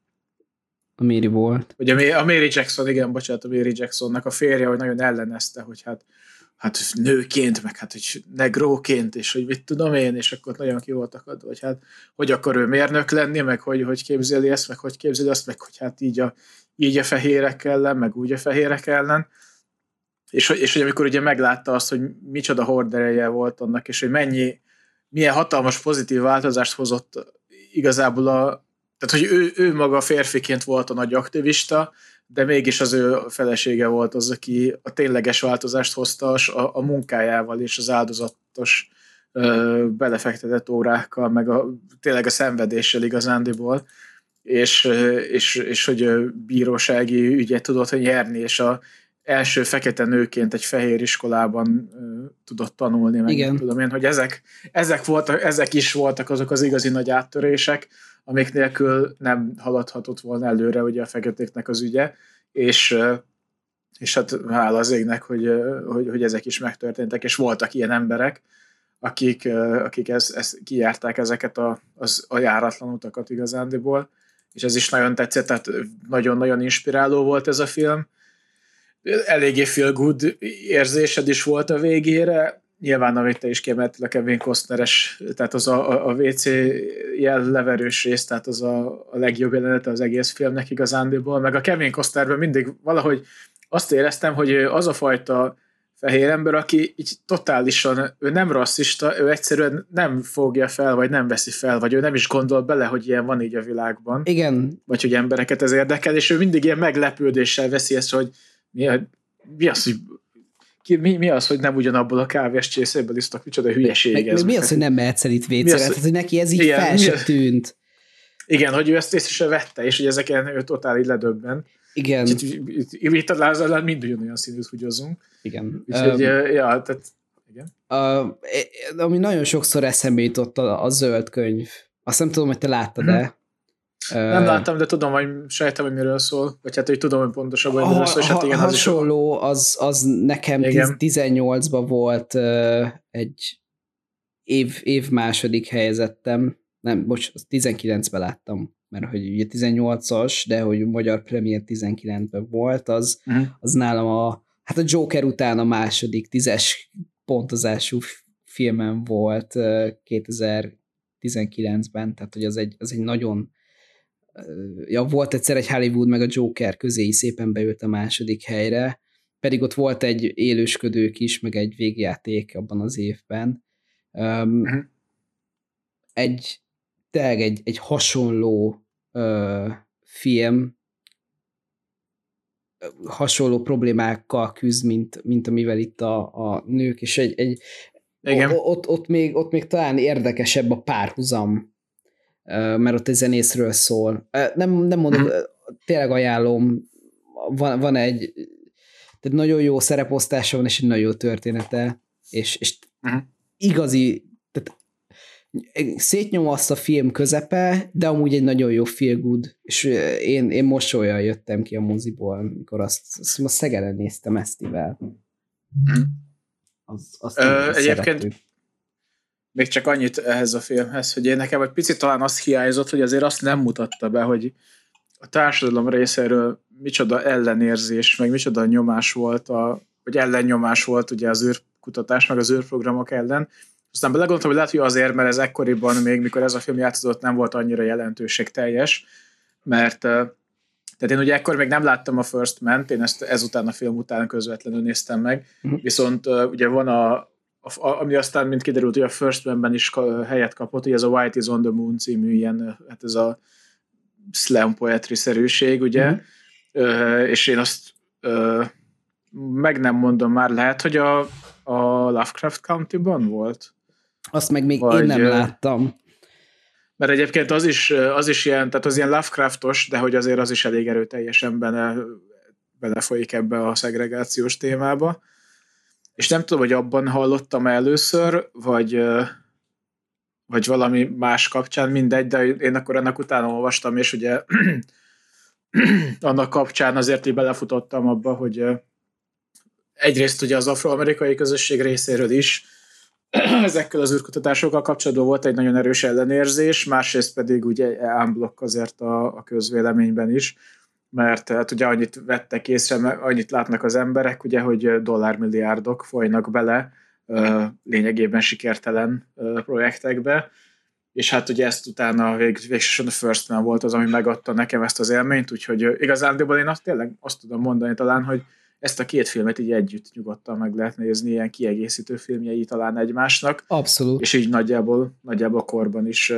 B: A Mary volt.
A: Ugye a Mary Jackson, igen, bocsánat, a Mary Jacksonnak a férje, hogy nagyon ellenezte, hogy hát hát nőként, meg hát hogy negróként, és hogy mit tudom én, és akkor nagyon ki voltak adva, hogy hát hogy akar ő mérnök lenni, meg hogy, hogy képzeli ezt, meg hogy képzeli azt, meg hogy hát így a, így a fehérek ellen, meg úgy a fehérek ellen. És, és hogy amikor ugye meglátta azt, hogy micsoda hordereje volt annak, és hogy mennyi, milyen hatalmas pozitív változást hozott igazából a, tehát hogy ő, ő maga férfiként volt a nagy aktivista, de mégis az ő felesége volt az, aki a tényleges változást hozta a, a munkájával és az áldozatos ö, belefektetett órákkal, meg a, tényleg a szenvedéssel igazándiból, és, és, és hogy bírósági ügyet tudott nyerni, és a első fekete nőként egy fehér iskolában ö, tudott tanulni, meg
B: Igen.
A: tudom én, hogy ezek, ezek, voltak, ezek is voltak azok az igazi nagy áttörések, amik nélkül nem haladhatott volna előre ugye a feketéknek az ügye, és, és hát hála az égnek, hogy, hogy, hogy ezek is megtörténtek, és voltak ilyen emberek, akik, akik ezt, ezt kijárták ezeket a, az, a járatlan utakat igazándiból, és ez is nagyon tetszett, tehát nagyon-nagyon inspiráló volt ez a film. Eléggé feel good érzésed is volt a végére, nyilván, amit te is kiemeltél, a Kevin Costneres, tehát az a, a, a vé cé jel leverős rész, tehát az a, a legjobb jelenete az egész filmnek igazándiból, meg a Kevin Costnerben mindig valahogy azt éreztem, hogy az a fajta fehér ember, aki így totálisan, ő nem rasszista, ő egyszerűen nem fogja fel, vagy nem veszi fel, vagy ő nem is gondol bele, hogy ilyen van így a világban.
B: Igen.
A: Vagy hogy embereket ez érdekel, és ő mindig ilyen meglepődéssel veszi ezt, hogy mi, mi az, hogy Ki, mi, mi az, hogy nem ugyanabból a kávés csészéből isztak, micsoda hülyeség
B: meg,
A: ez.
B: Meg mi az, hogy nem mehetsz el itt vécére? Tehát, hogy neki ez így igen, fel se tűnt.
A: Igen, hogy ő ezt észre se vette, és hogy ezeken ő totál így ledöbben.
B: Igen.
A: Itt, itt, itt, itt a Lázár mind ugyanolyan színűt húgyozunk.
B: Igen.
A: Úgyhogy, um, ja, tehát Igen.
B: A, ami nagyon sokszor eszembe jutott a, a zöld könyv. Azt nem tudom, hogy te láttad-e.
A: Nem láttam, de tudom, hogy sejtem, hogy miről szól. Vagy hát, hogy tudom, hogy pontosabban, hogy miről szól, és hát igen,
B: az hasonló, az, az nekem tizennyolcban volt uh, egy év, év második helyezettem. Nem, bocs, az tizenkilencben láttam, mert hogy ugye tizennyolcas, de hogy magyar premier tizenkilencben volt, az, uh-huh. az nálam a, hát a Joker után a második tízes pontozású filmem volt uh, kétezer-tizenkilencben, tehát hogy az egy, az egy nagyon ja, volt egyszer egy Hollywood meg a Joker közé szépen beült a második helyre, pedig ott volt egy élősködők is, meg egy végjáték abban az évben. Um, uh-huh. Egy tényleg egy, egy hasonló uh, film, hasonló problémákkal küzd, mint, mint amivel itt a, a nők, és egy, egy
A: Igen.
B: Ott, ott, még, ott még talán érdekesebb a párhuzam, mert ott egy zenészről szól. Nem, nem mondom, mm. tényleg ajánlom, van, van egy tehát nagyon jó szereposztása van, és egy nagyon jó története, és, és mm. igazi, tehát szétnyom azt a film közepe, de amúgy egy nagyon jó feel good, és én, én mosolyan jöttem ki a moziból, amikor azt, azt most Szegeden néztem Esztivel.
A: Mm.
B: Az, azt
A: Ö, egyébként szerettük. Még csak annyit ehhez a filmhez, hogy én nekem egy picit talán azt hiányzott, hogy azért azt nem mutatta be, hogy a társadalom részéről micsoda ellenérzés, meg micsoda nyomás volt, a, vagy ellennyomás volt ugye az űrkutatás, meg az űrprogramok ellen. Aztán belegondoltam, hogy lehet, hogy azért, mert ez ekkoriban még, mikor ez a film játszódott, nem volt annyira jelentőségteljes, mert tehát én ugye ekkor még nem láttam a First Man-t, én ezt ezután a film után közvetlenül néztem meg, uh-huh. viszont ugye van a ami aztán, mint kiderült, hogy a First Man-ben is helyet kapott, hogy ez a White is on the Moon című ilyen, hát ez a slam poetry-szerűség, ugye, uh-huh. és én azt meg nem mondom már, lehet, hogy a, a Lovecraft Country-ban volt?
B: Azt meg még Vagy, én nem láttam.
A: Mert egyébként az is, az is ilyen, tehát az ilyen Lovecraftos, de hogy azért az is elég erőteljesen bele, belefolyik ebbe a szegregációs témába. És nem tudom, hogy abban hallottam először, vagy, vagy valami más kapcsán, mindegy, de én akkor ennek utána olvastam, és ugye annak kapcsán azért így belefutottam abba, hogy egyrészt ugye az afroamerikai közösség részéről is ezekkel az űrkutatásokkal kapcsolatban volt egy nagyon erős ellenérzés, másrészt pedig ugye unblock azért a, a közvéleményben is, mert hát ugye annyit vettek észre, annyit látnak az emberek, ugye, hogy dollármilliárdok folynak bele lényegében sikertelen projektekbe, és hát ugye ezt utána vég, végsősorban a First Man volt az, ami megadta nekem ezt az élményt, úgyhogy igazándiból én azt tényleg azt tudom mondani talán, hogy ezt a két filmet így együtt nyugodtan meg lehet nézni, ilyen kiegészítő filmjei talán egymásnak.
B: Abszolút.
A: És így nagyjából, nagyjából korban is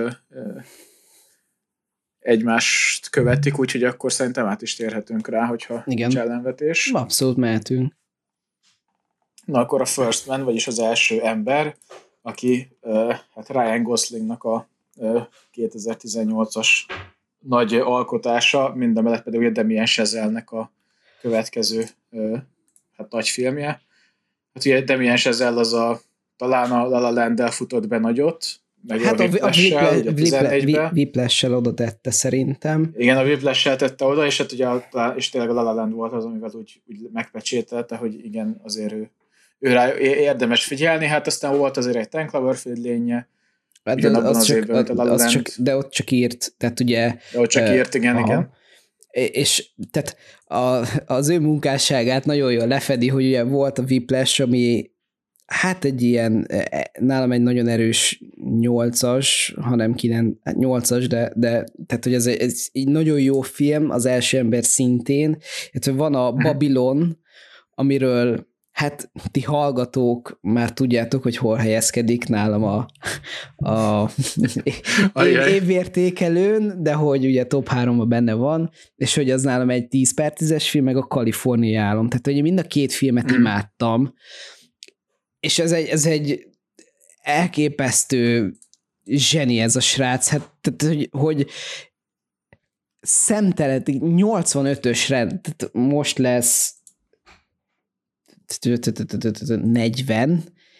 A: egymást követik, úgyhogy akkor szerintem át is térhetünk rá, hogyha
B: igen.
A: nincs ellenvetés.
B: Abszolút mehetünk.
A: Na akkor a First Man, vagyis az első ember, aki uh, hát Ryan Goslingnak a uh, kétezer-tizennyolcas nagy alkotása, mindemellett pedig ugye Damien Chazellenek a következő uh, hát nagy filmje. Hát ugye Damien Chazelle az a talán a La La Land-del futott be nagyot, meg
B: hát a Whiplash-sel Whiplash-sel oda tette szerintem.
A: Igen, a Whiplash-sel tette oda, és hát ugye a, és tényleg a La La Land volt az, amivel úgy, úgy megpecsételte, hogy igen, azért ő, ő rá érdemes figyelni, hát aztán volt azért egy Ten Cloverfield lénye,
B: hát de, az az csak, évben, a La La az csak, de ott csak írt, tehát ugye...
A: De ott csak uh, írt, igen, aha. igen.
B: És tehát a, az ő munkásságát nagyon jól lefedi, hogy ugye volt a Whiplash, ami hát egy ilyen, nálam egy nagyon erős nyolcas, hanem kilenc, nyolcas, de, de tehát, hogy ez, ez egy nagyon jó film, az első ember szintén. Hát, van a Babylon, amiről hát ti hallgatók már tudjátok, hogy hol helyezkedik nálam a, a év, évértékelőn, de hogy ugye top háromban benne van, és hogy az nálam egy tíz per tízes film, meg a Kaliforniai álom. Tehát, hogy mind a két filmet imádtam, és ez egy, ez egy elképesztő zseni ez a srác, hát, tehát, hogy, hogy szemtelen, nyolcvanötösre, tehát most lesz negyven,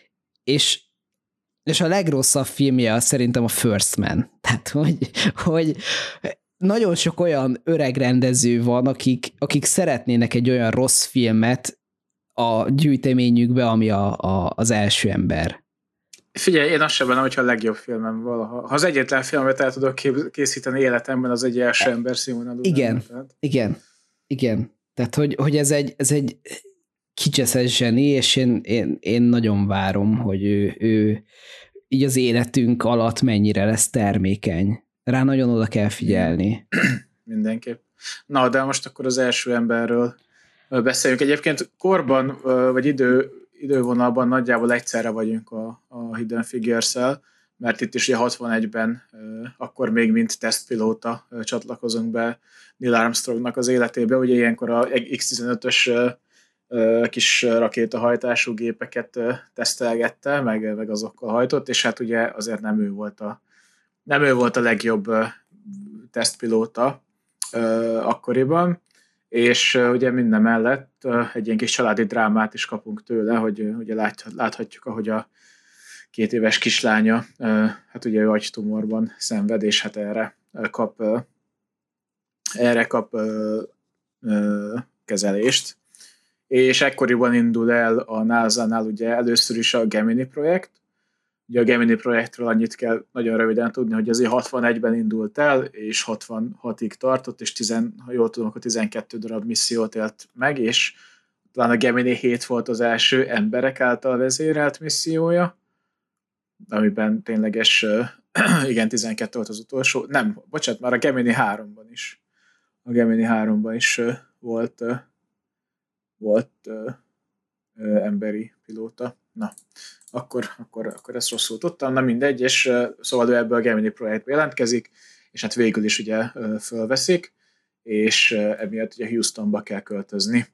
B: és, és a legrosszabb filmje az szerintem a First Man. Tehát, hogy, hogy nagyon sok olyan öreg rendező van, akik, akik szeretnének egy olyan rossz filmet a gyűjteményükbe, ami a, a, az első ember.
A: Figyelj, én azt sem bennem, hogyha a legjobb filmem valaha. Ha az egyetlen filmet el tudok készíteni életemben, az egy első ember színvonalú.
B: Igen, tehát. igen, igen. Tehát, hogy, hogy ez egy, ez egy kicseszes zseni, és én, én, én nagyon várom, hogy ő, ő így az életünk alatt mennyire lesz termékeny. Rá nagyon oda kell figyelni.
A: Mindenképp. Na, de most akkor az első emberről beszéljünk. Egyébként korban, vagy idő, idővonalban nagyjából egyszerre vagyunk a, a Hidden Figures-el, mert itt is ugye hatvanegyben, akkor még mint tesztpilóta csatlakozunk be Neil Armstrongnak az életébe. Ugye ilyenkor a iksz tizenötös kis rakétahajtású gépeket tesztelgette, meg, meg azokkal hajtott, és hát ugye azért nem ő volt a, nem ő volt a legjobb tesztpilóta akkoriban, és ugye minden mellett egy ilyen kis családi drámát is kapunk tőle, hogy ugye lát, láthatjuk, ahogy a két éves kislánya, hát ugye ő agytumorban szenved, és hát erre kap, erre kap kezelést. És ekkoriban indul el a NASA-nál ugye először is a Gemini projekt. Ugye a Gemini projektről annyit kell nagyon röviden tudni, hogy azért hatvanegyben indult el, és hatvanhatig tartott, és tizen, ha jól tudom, akkor tizenkét darab missziót élt meg, és talán a Gemini hét volt az első emberek által vezérelt missziója, amiben tényleges, igen, tizenkettő volt az utolsó, nem, bocsánat, már a Gemini háromban is. A Gemini háromban is volt volt ö, ö, emberi pilóta. Na, akkor, akkor, akkor ezt rosszul tudtam. Na mindegy, és ö, szóval ő ebből a Gemini projektbe jelentkezik, és hát végül is ugye ö, fölveszik, és ö, emiatt ugye Houstonba kell költözni.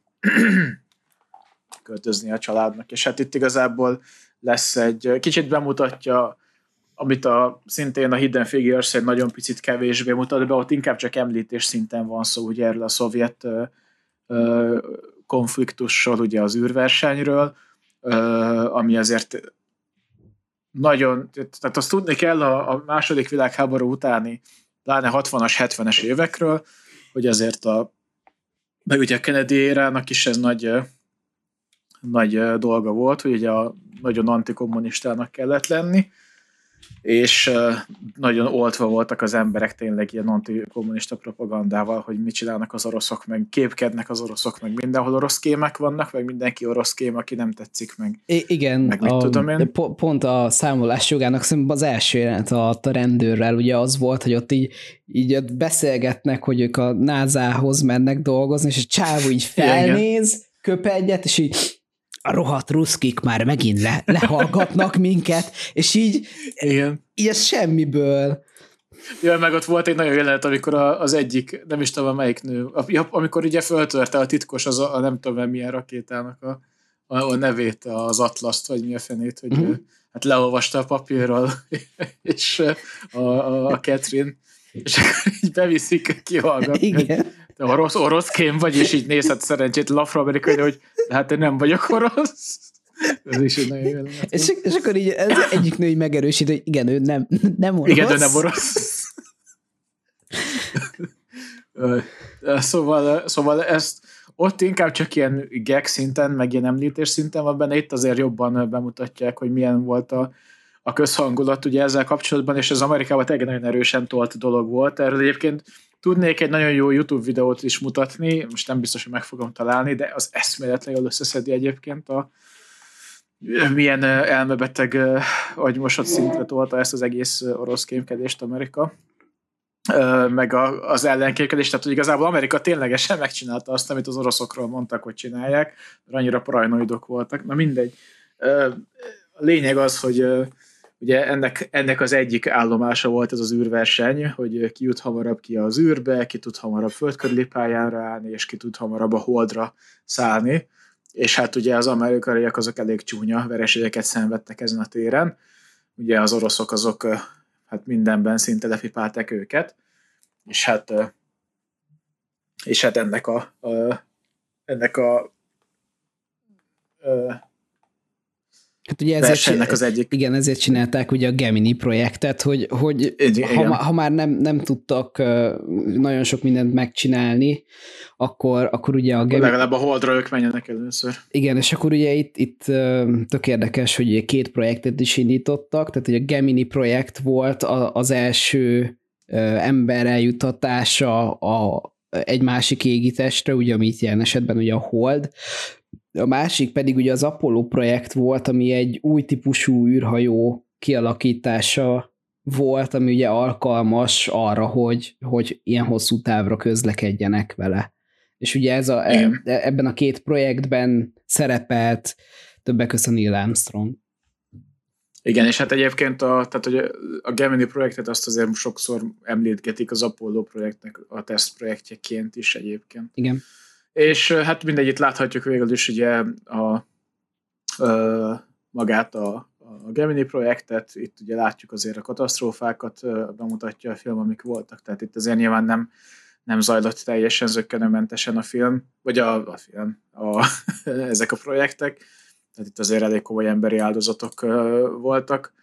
A: költözni a családnak, és hát itt igazából lesz egy, kicsit bemutatja, amit a, szintén a Hidden Figures egy nagyon picit kevésbé mutat be, ott inkább csak említés szinten van szó, ugye erről a szovjet ö, ö, konfliktussal, ugye az űrversenyről, ami azért nagyon, tehát azt tudni kell a, a második világháború utáni, pláne hatvanas, hetvenes évekről, hogy azért a, meg ugye a Kennedy érának is ez nagy, nagy dolga volt, hogy ugye a, nagyon antikommunistának kellett lenni, és nagyon oltva voltak az emberek tényleg ilyen antikommunista propagandával, hogy mit csinálnak az oroszok, meg képkednek az oroszok, meg mindenhol orosz kémek vannak, meg mindenki orosz kém, aki nem tetszik meg.
B: I- igen,
A: meg mit
B: a,
A: tudom én.
B: pont a számolás jogának szerintem az első jelenet a, a rendőrrel ugye az volt, hogy ott így, így ott beszélgetnek, hogy ők a nászához mennek dolgozni, és a csávó így felnéz, igen, köp egyet, és így a rohadt ruszkik már megint le, lehallgatnak minket, és így,
A: igen,
B: így ez semmiből.
A: Ja, meg ott volt egy nagyon jelenet, amikor az egyik, nem is tudom melyik nő, amikor ugye föltörte a titkos az a, a nem tudom milyen rakétának a, a, a nevét, az Atlaszt, vagy mi a fenét, hogy mm-hmm. hát leolvasta a papírról, és a, a, a Catherine, és akkor így beviszik kihallgatni, hogy te orosz, oroszkém vagy, és így nézhet szerencsét afroamerikai, hogy de hát én nem vagyok orosz. Ez is egy nagyon jelenet.
B: És, és akkor így ez egyik nő így megerősít, hogy igen, ő nem, nem orosz.
A: Igen, ő nem orosz. szóval, szóval ezt ott inkább csak ilyen gag szinten, meg ilyen említés szinten van benne, itt azért jobban bemutatják, hogy milyen volt a, a közhangulat ugye ezzel kapcsolatban, és az Amerikában tényleg nagyon erősen tolt dolog volt. Erről egyébként tudnék egy nagyon jó YouTube videót is mutatni, most nem biztos, hogy meg fogom találni, de az eszméletlen jól összeszedi egyébként a milyen elmebeteg agymosott szintre tolta ezt az egész orosz kémkedést Amerika, meg az ellenképkedést, tehát hogy igazából Amerika ténylegesen megcsinálta azt, amit az oroszokról mondtak, hogy csinálják, mert annyira paranoidok voltak. Na mindegy. A lényeg az, hogy ugye ennek, ennek az egyik állomása volt ez az űrverseny, hogy ki jut hamarabb ki az űrbe, ki tud hamarabb földkörüli pályára állni, és ki tud hamarabb a Holdra szállni. És hát ugye az amerikaiak azok elég csúnya vereségeket szenvedtek ezen a téren. Ugye az oroszok azok hát mindenben szinte lefipálták őket, és hát és hát ennek a, a ennek a, a
B: Hát ugye ezért, az egyik. Igen, ezért csinálták ugye a Gemini projektet, hogy, hogy ha, ha már nem, nem tudtak nagyon sok mindent megcsinálni, akkor, akkor ugye a
A: Gemini... Legalább a Holdra ők menjenek először.
B: Igen, és akkor ugye itt, itt tök érdekes, hogy ugye két projektet is indítottak, tehát ugye a Gemini projekt volt az első ember eljutatása a, egy másik égitestre, ugye amit jelen esetben ugye a Hold. A másik pedig ugye az Apollo projekt volt, ami egy új típusú űrhajó kialakítása volt, ami ugye alkalmas arra, hogy, hogy ilyen hosszú távra közlekedjenek vele. És ugye ez a, e, ebben a két projektben szerepelt többek között a Neil Armstrong.
A: Igen, és hát egyébként a, tehát, hogy a Gemini projektet azt azért sokszor említgetik az Apollo projektnek a tesztprojektjeként is egyébként.
B: Igen.
A: És hát mindegyit láthatjuk végül is ugye a, a magát a, a Gemini projektet, itt ugye látjuk azért a katasztrófákat, bemutatja a film, amik voltak, tehát itt azért nyilván nem, nem zajlott teljesen zökkenőmentesen a film, vagy a, a film, a, ezek a projektek, tehát itt azért elég komoly emberi áldozatok voltak,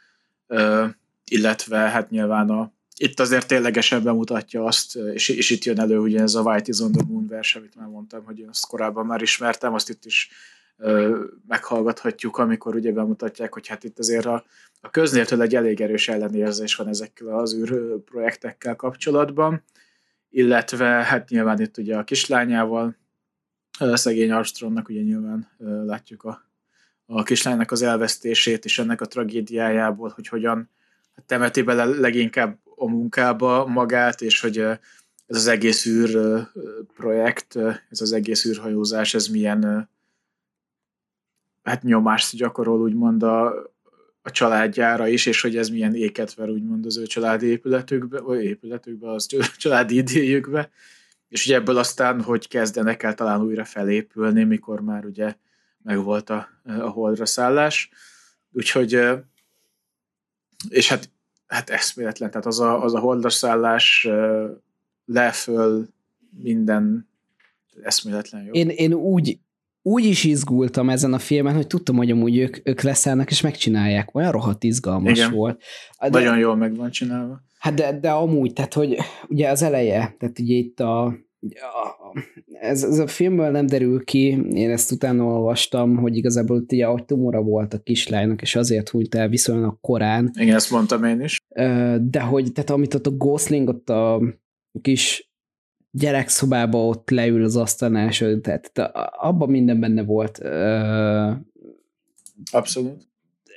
A: illetve hát nyilván a itt azért ténylegesen bemutatja azt, és, és itt jön elő ugye ez a White is on the Moon vers, amit már mondtam, hogy én azt korábban már ismertem, azt itt is ö, meghallgathatjuk, amikor ugye bemutatják, hogy hát itt azért a, a köznévtől egy elég erős ellenérzés van ezekkel az űrprojektekkel kapcsolatban, illetve hát nyilván itt ugye a kislányával, a szegény Armstrongnak ugye nyilván ö, látjuk a, a kislánynak az elvesztését, és ennek a tragédiájából, hogy hogyan temeti bele leginkább a munkába magát, és hogy ez az egész űr projekt, ez az egész űrhajózás, ez milyen hát nyomást gyakorol úgymond a, a családjára is, és hogy ez milyen éket ver úgymond az ő családi épületükbe, vagy épületükbe, az családi idéjükbe, és ugye ebből aztán, hogy kezdenek el talán újra felépülni, mikor már ugye megvolt a, a holdra szállás. Úgyhogy és hát, hát eszméletlen, tehát az a, az a holdra szállás leföl minden eszméletlen jó.
B: Én, én úgy, úgy is izgultam ezen a filmen, hogy tudtam, hogy amúgy ők, ők leszállnak és megcsinálják. Olyan rohadt izgalmas
A: Igen.
B: volt.
A: De, nagyon jól meg van csinálva.
B: Hát de, de amúgy, tehát hogy ugye az eleje, tehát ugye itt a, a ez, ez a filmből nem derül ki, én ezt utána olvastam, hogy igazából ugye ahogy tumora volt a kislánynak, és azért hunyt el viszonylag korán.
A: Igen, ezt mondtam én is.
B: De hogy, tehát amit ott a Gosling ott a kis gyerekszobába ott leül az asztalnál, és tehát abban minden benne volt.
A: Abszolút.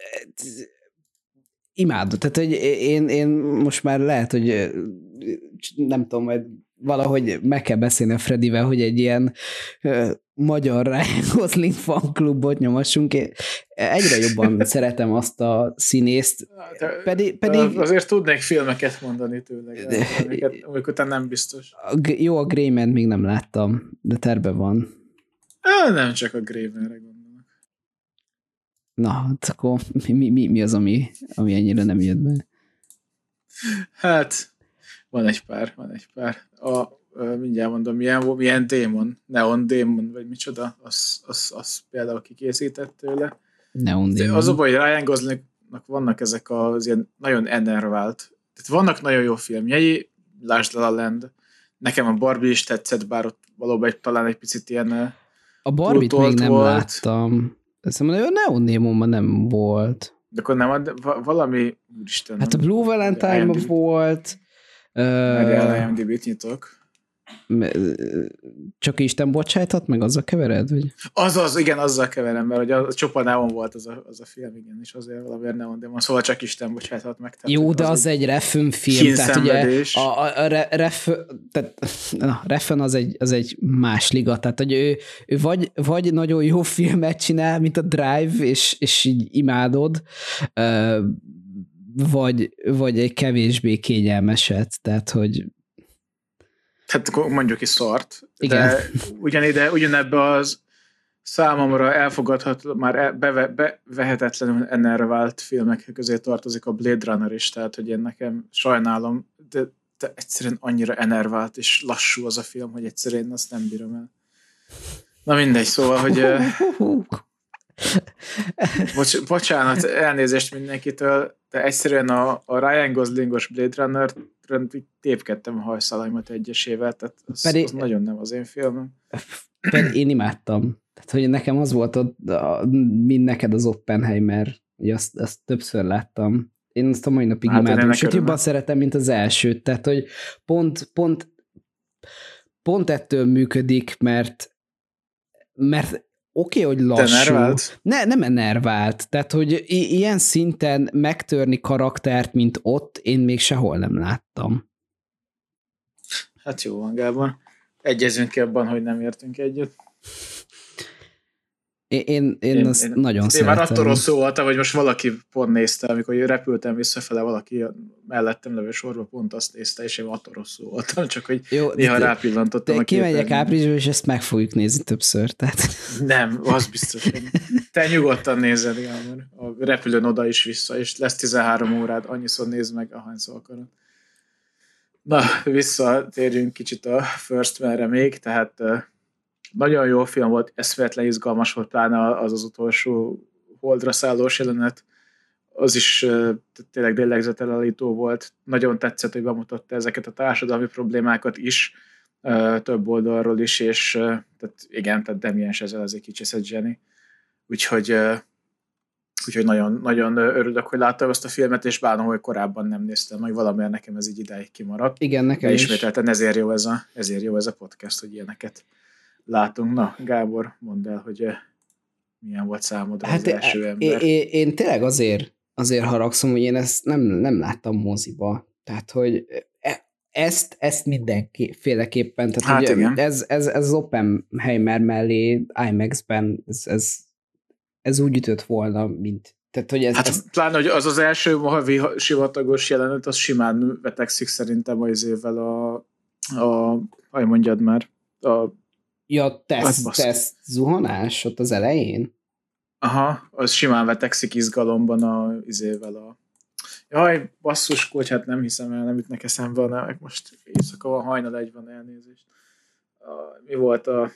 B: Imádom. Tehát, hogy én, én most már lehet, hogy nem tudom, majd valahogy meg kell beszélni a Fredivel, hogy egy ilyen uh, magyar Ryan Gosling fanklubot nyomassunk. Én egyre jobban szeretem azt a színészt.
A: De, pedig, pedig... Azért tudnék filmeket mondani tőle, de, amiket, amik után nem biztos.
B: A, jó, a Grey Man még nem láttam, de terve van.
A: Á, nem csak a Grey Man-re gondolok.
B: Na, hát akkor mi, mi, mi az, ami, ami ennyire nem jött be?
A: Hát, van egy pár, van egy pár. A, mindjárt mondom, milyen, milyen démon, Neon Démon, vagy micsoda, az, az, az például kikészített tőle.
B: Neon Démon.
A: Az a baj, hogy Ryan Goslingnak vannak ezek az ilyen nagyon enervált, tehát vannak nagyon jó filmjei, lásd La La Land, nekem a Barbie is tetszett, bár ott valóban egy, talán egy picit ilyen
B: a Barbie-t még nem volt. Láttam. Szerintem a Neon Démonban nem volt.
A: De akkor nem, valami, úristen.
B: Hát a Blue Valentine-ban volt.
A: Merjál I M D B-t nyitok.
B: Csak Isten bocsájtat meg, azzal kevered? Vagy?
A: Azaz, igen, azzal keverem, mert hogy a, a Csopa Neon volt az a, az a film, igen, és azért valamiért Neon Démon, szóval csak Isten bocsájtat meg.
B: Jó, de az, az egy Refn film, tehát ugye a, a, a ref, tehát, na, Refn az egy, az egy más liga, tehát hogy ő, ő vagy, vagy nagyon jó filmet csinál, mint a Drive, és, és így imádod, vagy, vagy egy kevésbé kényelmeset, tehát hogy
A: hát mondjuk is szart, de ugyanide, ugyanebbe az számomra elfogadható, már beve, bevehetetlenül enervált filmek közé tartozik a Blade Runner is, tehát hogy én nekem sajnálom, de, de egyszerűen annyira enervált és lassú az a film, hogy egyszerűen azt nem bírom el. Na mindegy, szóval, hogy Bocs, bocsánat, elnézést mindenkitől, de egyszerűen a, a Ryan Goslingos Blade Runner tépkedtem a hajszalaimat egyesével, tehát az, pedig, az nagyon nem az én filmem.
B: Pedig én imádtam. Tehát, hogy nekem az volt, ott, a, mint neked az Oppenheimer, hogy azt, azt többször láttam. Én azt a mai napig hát imádom, és jobban szeretem, mint az elsőt. Tehát, hogy pont, pont, pont ettől működik, mert, mert oké, okay, hogy lassú. Ne, nem enervált. Tehát, hogy i- ilyen szinten megtörni karaktert, mint ott, én még sehol nem láttam.
A: Hát jó van, Gábor. Egyezünk ki abban, hogy nem értünk együtt.
B: Én, én, én, én azt én, nagyon én szeretem.
A: Én már attól rosszul voltam, hogy most valaki pont nézte, amikor repültem visszafele, valaki mellettem levő sorba pont azt nézte, és én attól rosszul voltam, csak hogy jó, néha de, rápillantottam
B: de a képernyőn. Kimegyek áprilisban, és ezt meg fogjuk nézni többször. Tehát.
A: Nem, az biztos. Te nyugodtan nézed, Gábor. A repülőn oda is vissza, és lesz tizenhárom órád, annyiszor nézd meg, ahányszor akarod. Na, visszatérjünk kicsit a First Man-re még, tehát nagyon jó film volt, eszméletlen izgalmas volt, pláne az az utolsó holdra szállós jelenet, az is tényleg lélegzetelállító volt. Nagyon tetszett, hogy bemutatta ezeket a társadalmi problémákat is, több oldalról is, és tehát igen, tehát Damien Chazelle az egy kicsit zseni. Úgyhogy, úgyhogy nagyon, nagyon örülök, hogy láttam ezt a filmet, és bánom, hogy korábban nem néztem, meg valamiért nekem ez így idáig kimaradt.
B: Igen, nekem is.
A: Ismételten ezért jó ez a, ezért jó ez a podcast, hogy ilyeneket látunk. Na, Gábor, mondd el, hogy milyen volt számodra hát az első ember.
B: Én, én tényleg azért, azért haragszom, hogy én ezt nem, nem láttam moziba. Tehát, hogy ezt, ezt mindenféleképpen, tehát
A: hát
B: ugye ez, ez, ez az Oppenheimer mellé IMAX-ben ez, ez, ez úgy ütött volna, mint tehát, hogy ez,
A: hát
B: ez...
A: pláne, hogy az az első havi sivatagos jelenet, az simán vetekszik szerintem az évvel a, a hogy mondjad már, a
B: ja, teszt, teszt zuhanás ott az elején?
A: Aha, az simán vetekszik izgalomban a izével a jaj, basszus, hogy hát nem hiszem el, nem ütnek eszembe, hanem most éjszaka van, hajnal egy van, elnézést. A, mi volt a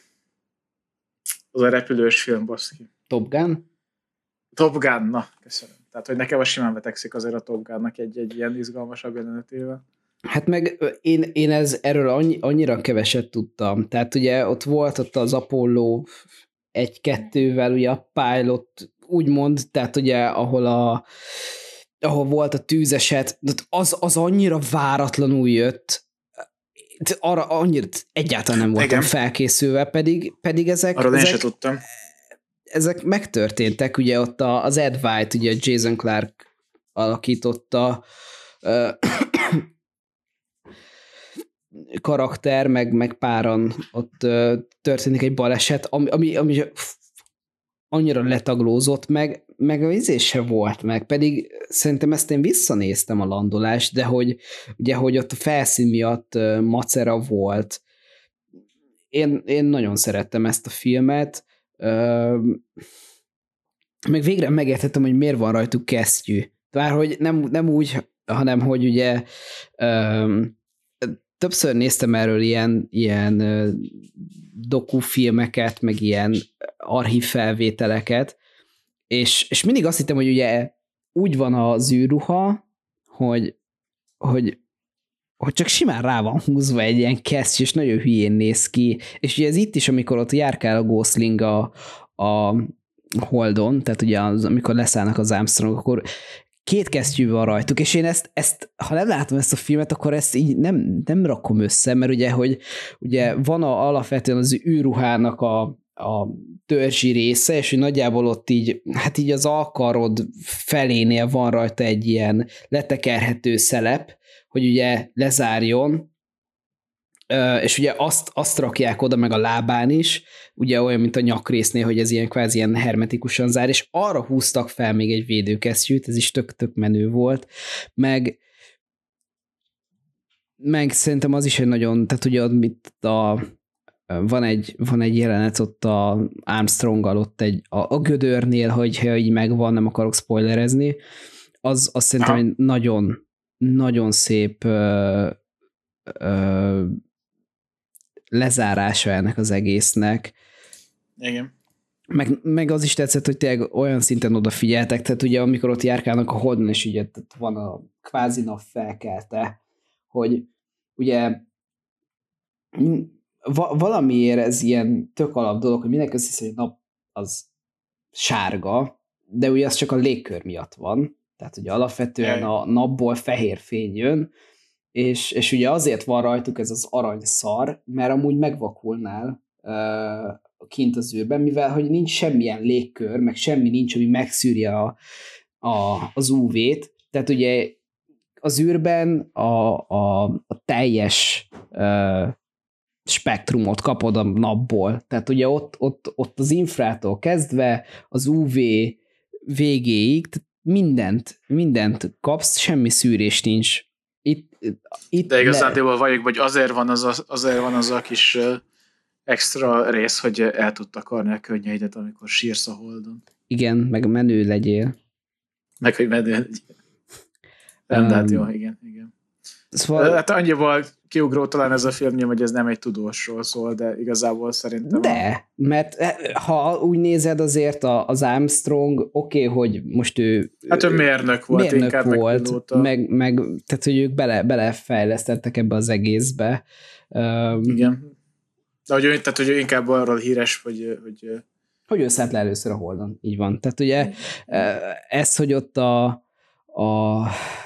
A: az a repülős film, baszki?
B: Top Gun?
A: Top Gun, na, köszönöm. Tehát, hogy nekem a simán vetekszik azért a Top Gunnak egy, egy ilyen izgalmasabb jelenetével.
B: Hát meg én, én ez, erről annyi, annyira keveset tudtam. Tehát ugye ott volt ott az Apollo egy-kettővel, ugye a pilot, úgymond, tehát ugye ahol a ahol volt a tűzeset, az, az annyira váratlanul jött, arra annyira egyáltalán nem voltam igen. felkészülve, pedig, pedig ezek,
A: arról
B: ezek,
A: én sem tudtam.
B: Ezek megtörténtek, ugye ott az Ed White, ugye Jason Clarke alakította uh, karakter, meg, meg páran ott uh, történik egy baleset, ami, ami, ami annyira letaglózott, meg, meg a izés se volt meg, pedig szerintem ezt én visszanéztem a landolást, de hogy ugye, hogy ott a felszín miatt uh, macera volt. Én, én nagyon szerettem ezt a filmet, uh, meg végre megértettem, hogy miért van rajtuk kesztyű. Bár hogy nem, nem úgy, hanem hogy ugye um, többször néztem erről ilyen, ilyen uh, dokufilmeket, meg ilyen archívfelvételeket, és, és mindig azt hittem, hogy ugye úgy van az űrruha, hogy, hogy, hogy csak simán rá van húzva egy ilyen kesztyű, és nagyon hülyén néz ki. És ugye ez itt is, amikor ott járkál a Gosling a, a Holdon, tehát ugye az, amikor leszállnak az Armstrong, akkor két kesztyű van rajtuk, és én ezt, ezt ha nem látom ezt a filmet, akkor ezt így nem, nem rakom össze, mert ugye, hogy ugye van a, alapvetően az űrruhának a, a törzsi része, és hogy nagyjából ott így, hát így az alkarod felénél van rajta egy ilyen letekerhető szelep, hogy ugye lezárjon, és ugye azt, azt rakják oda meg a lábán is, ugye olyan, mint a nyakrésznél, hogy ez ilyen kvázi ilyen hermetikusan zár, és arra húztak fel még egy védőkesztyűt, ez is tök-tök menő volt, meg meg szerintem az is egy nagyon, tehát ugye mit a, van egy, van egy jelenet ott a Armstronggal, ott egy, a, a gödörnél, hogyha így megvan, nem akarok spoilerezni, az, az szerintem egy nagyon, nagyon szép ö, ö, lezárása ennek az egésznek.
A: Igen.
B: meg, meg az is tetszett, hogy tényleg olyan szinten odafigyeltek, tehát ugye amikor ott járkálnak a Holdon, és ugye van a kvázi nap felkelte, hogy ugye va- valamiért ez ilyen tök alap dolog, hogy mindenki azt hiszi, hogy nap az sárga, de ugye az csak a légkör miatt van, tehát ugye alapvetően a napból fehér fény jön, és, és ugye azért van rajtuk ez az aranyszar, mert amúgy megvakulnál uh, kint az űrben, mivel hogy nincs semmilyen légkör, meg semmi nincs, ami megszűrje a, a, az ú vét, tehát ugye az űrben a, a, a teljes uh, spektrumot kapod a napból. Tehát ugye ott, ott, ott az infrától kezdve az ú vé végéig mindent, mindent kapsz, semmi szűrés nincs. Itt, itt
A: De igazándiból le... vagyok, hogy azért van az a, azért van az a kis extra rész, hogy el tud takarni a könnyeidet, amikor sírsz a Holdon.
B: Igen, meg menő legyél.
A: Meg, hogy menő legyél. Nem, um, hát jó, igen, igen. Szóval... Hát annyival kiugró talán ez a film, hogy ez nem egy tudósról szól, de igazából szerintem...
B: De,
A: a...
B: mert ha úgy nézed azért az Armstrong, oké, okay, hogy most ő...
A: Hát ő mérnök volt,
B: mérnök
A: inkább
B: volt, meg, meg, tehát hogy ők bele, belefejlesztettek ebbe az egészbe.
A: Um, Igen. De hogy ő, tehát, hogy ő inkább arról híres, hogy... Hogy,
B: hogy ő szállt le először a Holdon, így van. Tehát ugye ez, hogy ott a, a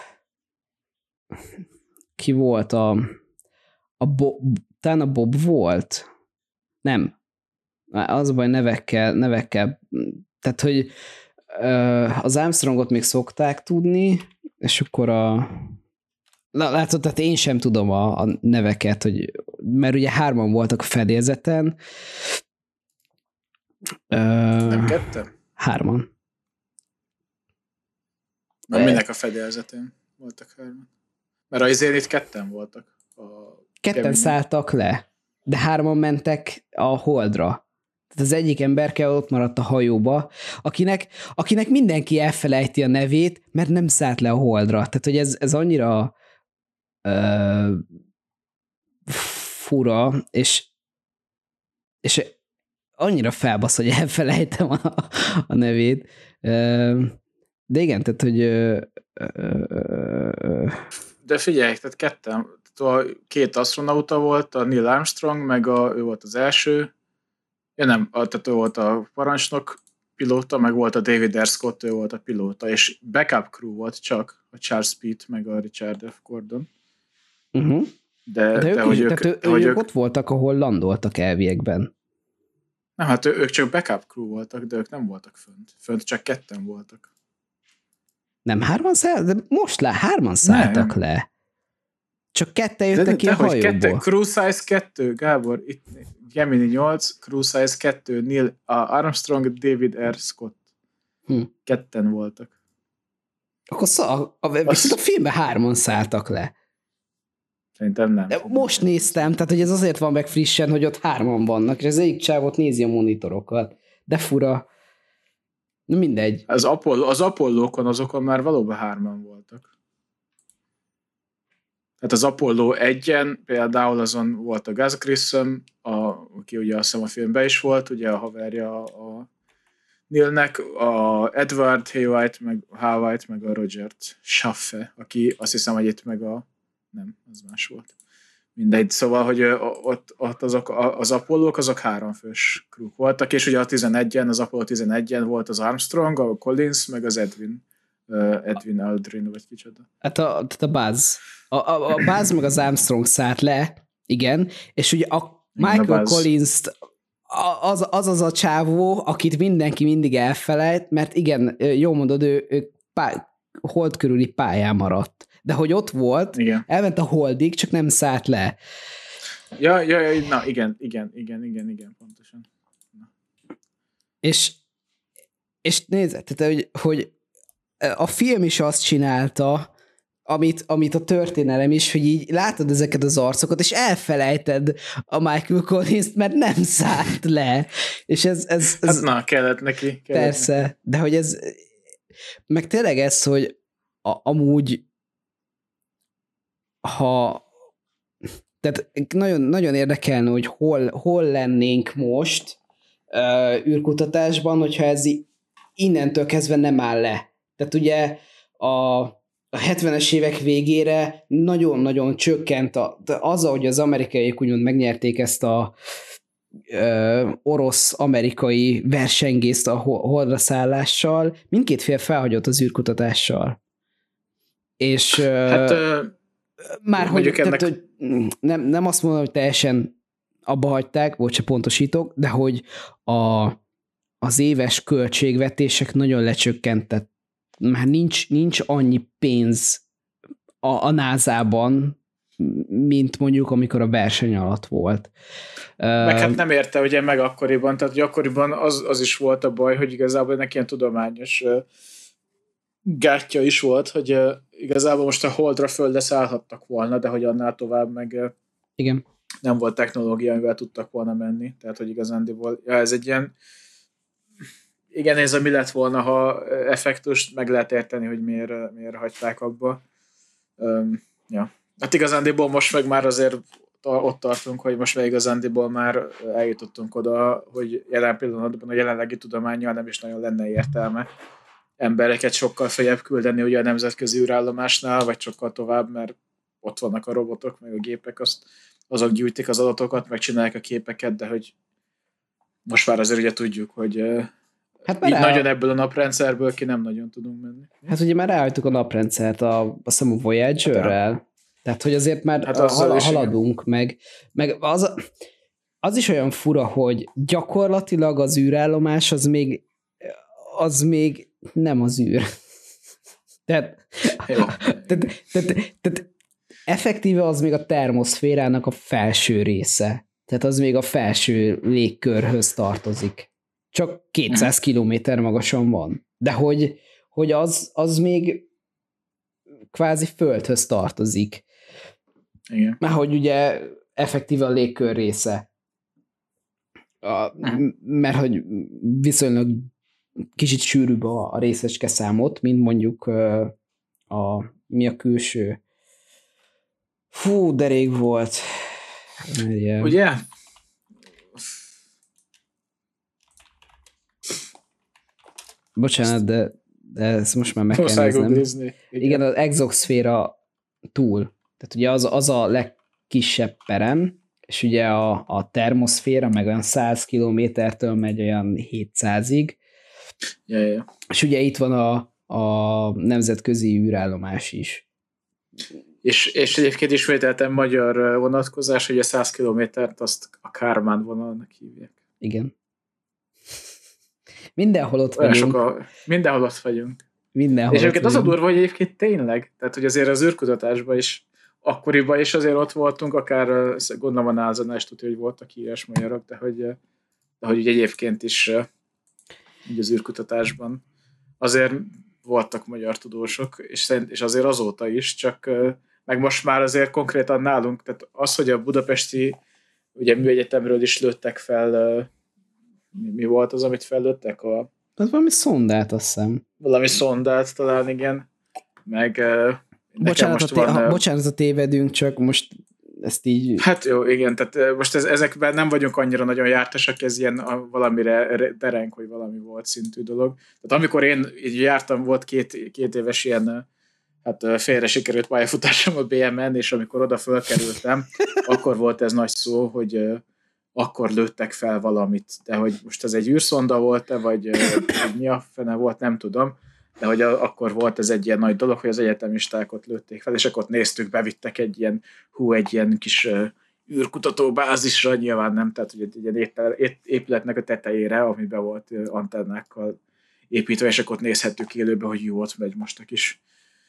B: ki volt a a Bob, talán a Bob volt? Nem. Az a baj, nevekkel, nevekkel, tehát, hogy az Armstrongot még szokták tudni, és akkor a látod, tehát én sem tudom a, a neveket, hogy, mert ugye hárman voltak a fedélzeten.
A: Nem ketten?
B: Hárman.
A: Nem minek a fedélzetén voltak hárman? Mert az itt ketten voltak. A
B: ketten
A: Kevin.
B: szálltak le, de hárman mentek a Holdra. Tehát az egyik emberke ott maradt a hajóba, akinek, akinek mindenki elfelejti a nevét, mert nem szállt le a Holdra. Tehát, hogy ez, ez annyira uh, fura, és, és annyira felbasz, hogy elfelejtem a, a nevét. Uh, de igen, tehát, hogy uh, uh, uh,
A: de figyelj, tehát ketten, tehát két asztronauta volt, a Neil Armstrong, meg a, ő volt az első, ja nem, a, tehát ő volt a parancsnok pilóta, meg volt a David R. Scott, ő volt a pilóta, és backup crew volt csak a Charles Pitt, meg a Richard F. Gordon.
B: Uh-huh.
A: De,
B: de,
A: de
B: ők,
A: hogy
B: is,
A: ők,
B: tehát
A: de, hogy
B: ők
A: ők
B: ott voltak, ahol landoltak elviekben.
A: Nem, hát ők csak backup crew voltak, de ők nem voltak fönt. Fönt csak ketten voltak.
B: Nem, hárman szálltak? De most le, hárman szálltak nem. le. Csak ketten jöttek de, de, ki de, a hajóból. Kette,
A: crew size kettő, Gábor, itt Gemini nyolc, crew size kettő, Neil Armstrong, David R. Scott. Hm. Ketten voltak.
B: Akkor szó, a, viszont a filmben hárman szálltak le.
A: Szerintem nem.
B: De most néztem, tehát hogy ez azért van meg frissen, hogy ott hárman vannak, és az egyik csávot nézi a monitorokat. De fura. Na mindegy.
A: Az, Apollo, az Apollókon azokon már valóban hárman voltak. Tehát az Apollo egyen például azon volt a Gus Grissom, a, aki ugye azt hiszem a filmben is volt, ugye a haverja a Neilnek, a Edward Haywhite, meg Haywhite, meg a Roger Schaffe, aki azt hiszem, hogy itt meg a nem, az más volt. Mindegy, szóval, hogy ott, ott azok, az Apollók, azok háromfős krúk voltak, és ugye a tizenegyen, az Apollo tizenegyen volt az Armstrong, a Collins, meg az Edwin, uh, Edwin Aldrin, vagy kicsoda.
B: Hát a, a Buzz. A, a, a Buzz meg az Armstrong szállt le, igen, és ugye a Michael igen, a Collins-t az, az az a csávó, akit mindenki mindig elfelejt, mert igen, jól mondod, ő, ő pá, hold körüli pályán maradt. De hogy ott volt, igen. Elment a holdig, csak nem szállt le.
A: Ja, ja, ja, na igen, igen, igen, igen, igen, pontosan. Na.
B: És, és nézd, tehát, hogy, hogy a film is azt csinálta, amit, amit a történelem is, hogy így látod ezeket az arcokat, és elfelejted a Michael Collins-t, mert nem szállt le. És ez... ez, ez
A: hát na, kellett neki. Kellett
B: persze,
A: neki.
B: De hogy ez... Meg tényleg ez, hogy a, amúgy ha tehát nagyon, nagyon érdekelne, hogy hol, hol lennénk most űrkutatásban, hogyha ez innentől kezdve nem áll le. Tehát ugye a, a hetvenes évek végére nagyon-nagyon csökkent a, az, ahogy az amerikaiak úgymond megnyerték ezt a ö, orosz-amerikai versengészt a holdra szállással, mindkét fél felhagyott az űrkutatással. És hát, ö, már hogy, ennek... tehát, hogy nem, nem azt mondom, hogy teljesen abba hagyták, vagy se pontosítok, de hogy a, az éves költségvetések nagyon lecsökkentett. Már nincs, nincs annyi pénz a, a názában, mint mondjuk, amikor a verseny alatt volt.
A: Meg hát nem érte ugye meg akkoriban, tehát hogy akkoriban az, az is volt a baj, hogy igazából ennek ilyen tudományos uh, gátja is volt, hogy uh, igazából most a Holdra, Földre szállhattak volna, de hogy annál tovább meg uh,
B: igen.
A: nem volt technológia, amivel tudtak volna menni. Tehát, hogy igazándiból, ja, ez egy ilyen igen, ez a mi lett volna, ha effektust meg lehet érteni, hogy miért, miért hagyták abba. Um, ja. Hát igazándiból most meg már azért ott tartunk, hogy most meg igazándiból már eljutottunk oda, hogy jelen pillanatban a jelenlegi tudománnyal nem is nagyon lenne értelme embereket sokkal feljebb küldeni ugye a nemzetközi űrállomásnál, vagy sokkal tovább, mert ott vannak a robotok, meg a gépek, azt, azok gyűjtik az adatokat, meg csinálják a képeket, de hogy most már azért ugye tudjuk, hogy hát így rá... nagyon ebből a naprendszerből ki nem nagyon tudunk menni.
B: Hát ugye már ráhagytuk a naprendszert a, a Voyager-rel, hát, tehát hogy azért már hát hal- haladunk, meg, meg az, az is olyan fura, hogy gyakorlatilag az űrállomás az még, az még nem az űr. tehát, tehát, tehát, tehát effektíve az még a termoszférának a felső része. Tehát az még a felső légkörhöz tartozik. Csak kétszáz kilométer magasan van. De hogy, hogy az, az még kvázi földhöz tartozik.
A: Igen.
B: Mert hogy ugye effektíve a légkör része. A, mert hogy viszonylag kicsit sűrűbb a, a részecske számot, mint mondjuk a, mi a külső. Fú, de rég volt.
A: Yeah. Ugye?
B: Bocsánat, de, de ezt most már meg kell néznem. Igen. Igen, az exoszféra túl. Tehát ugye az, az a legkisebb perem, és ugye a, a termoszféra meg olyan száz kilométertől megy olyan hétszázig.
A: Ja, ja.
B: És ugye itt van a, a nemzetközi űrállomás is.
A: És, és egyébként ismételten magyar vonatkozás, hogy a száz kilométert azt a Kármán vonalnak hívják.
B: Igen. Mindenhol ott vagyunk.
A: Sokkal, mindenhol ott vagyunk.
B: Mindenhol
A: és egyébként az a durva, hogy egyébként tényleg, tehát hogy azért az űrkutatásban is akkoriban is azért ott voltunk, akár gondolom a NASA-nál is tudja, hogy voltak híres magyarok, de hogy, de hogy egyébként is így az űrkutatásban azért voltak magyar tudósok, és, és azért azóta is, csak meg most már azért konkrétan nálunk, tehát az, hogy a budapesti ugye műegyetemről is lőttek fel, mi, mi volt az, amit fellőttek? A...
B: Az valami szondát, azt hiszem.
A: Valami szondát talán, igen. Meg
B: bocsánat, most a té- van, ha, bocsánat, a tévedünk, csak most ezt így...
A: Hát jó, igen, tehát most ez, ezekben nem vagyunk annyira nagyon jártasak, ez ilyen a, valamire derenk, hogy valami volt szintű dolog. Tehát amikor én így jártam, volt két, két éves ilyen hát félre sikerült pályafutásom a bé em en, és amikor oda fölkerültem, akkor volt ez nagy szó, hogy uh, akkor lőttek fel valamit, de hogy most ez egy űrszonda volt-e, vagy uh, mi a fene volt, nem tudom, de hogy a, akkor volt ez egy ilyen nagy dolog, hogy az egyetemisták ott lőtték fel, és akkor ott néztük, bevittek egy ilyen, hú, egy ilyen kis uh, űrkutató bázisra, nyilván nem, tehát hogy egy ilyen épületnek a tetejére, ami be volt uh, antennákkal építve, és akkor ott nézhettük élőbe, hogy jó, ott megy most a kis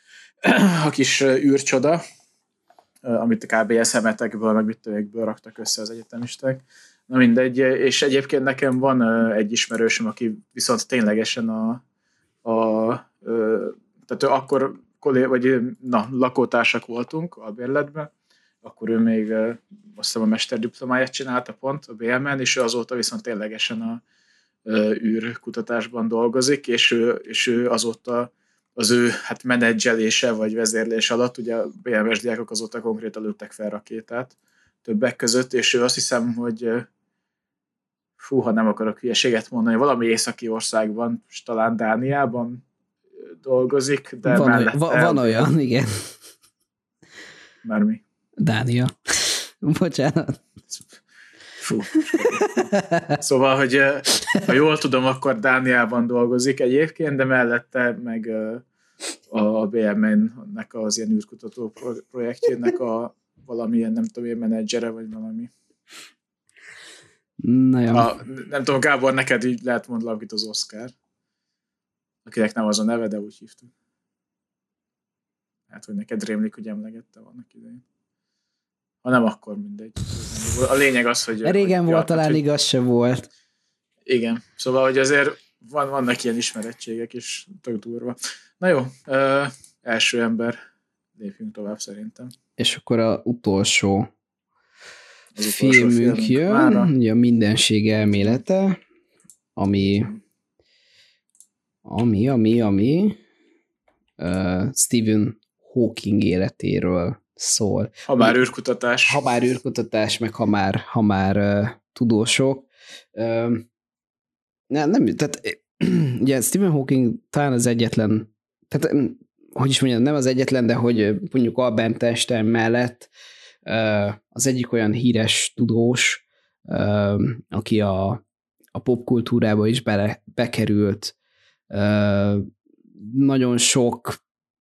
A: a kis űrcsoda, amit kb. A szemetekből, meg mitőekből raktak össze az egyetemisták. Na mindegy, és egyébként nekem van egy ismerősöm, aki viszont ténylegesen a, a, a tehát akkor vagy, na, lakótársak voltunk a bérletben, akkor ő még azt hiszem a mesterdiplomáját csinálta pont a bé em en, és ő azóta viszont ténylegesen a űrkutatásban dolgozik, és ő, és ő azóta az ő hát menedzselése vagy vezérlés alatt, ugye a bé em es diákok azóta konkrétan lőttek fel rakétát többek között, és ő azt hiszem, hogy fú, ha nem akarok hülyeséget mondani, valami északi országban, és talán Dániában dolgozik, de
B: van,
A: mellette...
B: Van, van olyan, igen.
A: Már mi?
B: Dánia. Bocsánat.
A: Fú. Szóval, hogy ha jól tudom, akkor Dániában dolgozik egyébként, de mellette meg a bé em en-nek az ilyen űrkutató projektjének a valamilyen, nem tudom, ilyen menedzsere, vagy valami.
B: Na jó.
A: A, nem tudom, Gábor, neked így lehet mondani itt az Oscar, akinek nem az a neve, de úgy hívtuk. Hát, hogy neked rémlik, hogy emlegette vannak idején. Ha nem, akkor mindegy. A lényeg az, hogy...
B: Régen
A: hogy,
B: volt,
A: ja,
B: talán
A: hogy,
B: igaz se volt.
A: Igen, szóval, hogy azért van, vannak ilyen ismerettségek is, tök durva. Na jó, ö, első ember, lépjünk tovább szerintem.
B: És akkor a utolsó,
A: az
B: filmünk,
A: filmünk
B: jön,
A: mára.
B: ugye a Mindenség elmélete, ami ami, ami, ami uh, Stephen Hawking életéről szól.
A: Ha már űrkutatás.
B: Ha már űrkutatás, meg ha már, ha már uh, tudósok. Uh, nem, nem, tehát ugye Stephen Hawking talán az egyetlen, tehát hogy is mondjam, nem az egyetlen, de hogy mondjuk Albert Einstein mellett uh, az egyik olyan híres tudós, uh, aki a, a popkultúrába is bele, bekerült, uh, nagyon sok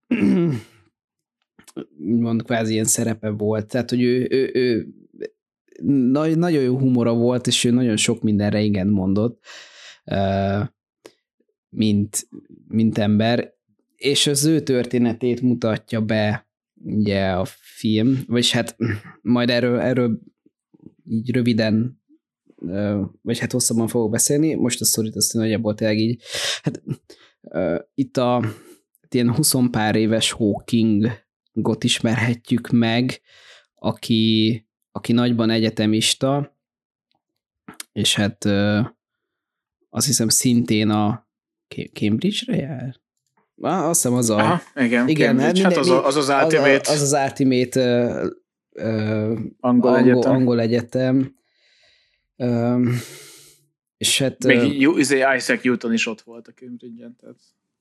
B: mond kvázi ilyen szerepe volt, tehát hogy ő, ő, ő nagy, nagyon jó humora volt, és ő nagyon sok mindenre igen mondott, uh, mint, mint ember, és az ő történetét mutatja be ugye a film, vagyis hát majd erről, erről így röviden, uh, vagy hát hosszabban fogok beszélni, most a sztorit azt nagyjából tényleg így, hát uh, itt a ilyen huszonpár éves Hawkingot ismerhetjük meg, aki, aki nagyban egyetemista, és hát uh, azt hiszem szintén a Cambridge-re jár? Ah, azt hiszem az a...
A: Aha, igen,
B: igen,
A: hát, hát az, a, az az Ultimate...
B: Az az, az Ultimate uh, uh,
A: angol,
B: angol
A: egyetem.
B: Angol egyetem. Um, és hát...
A: Még uh, Isaac Newton is ott volt a Cambridge-en, tehát...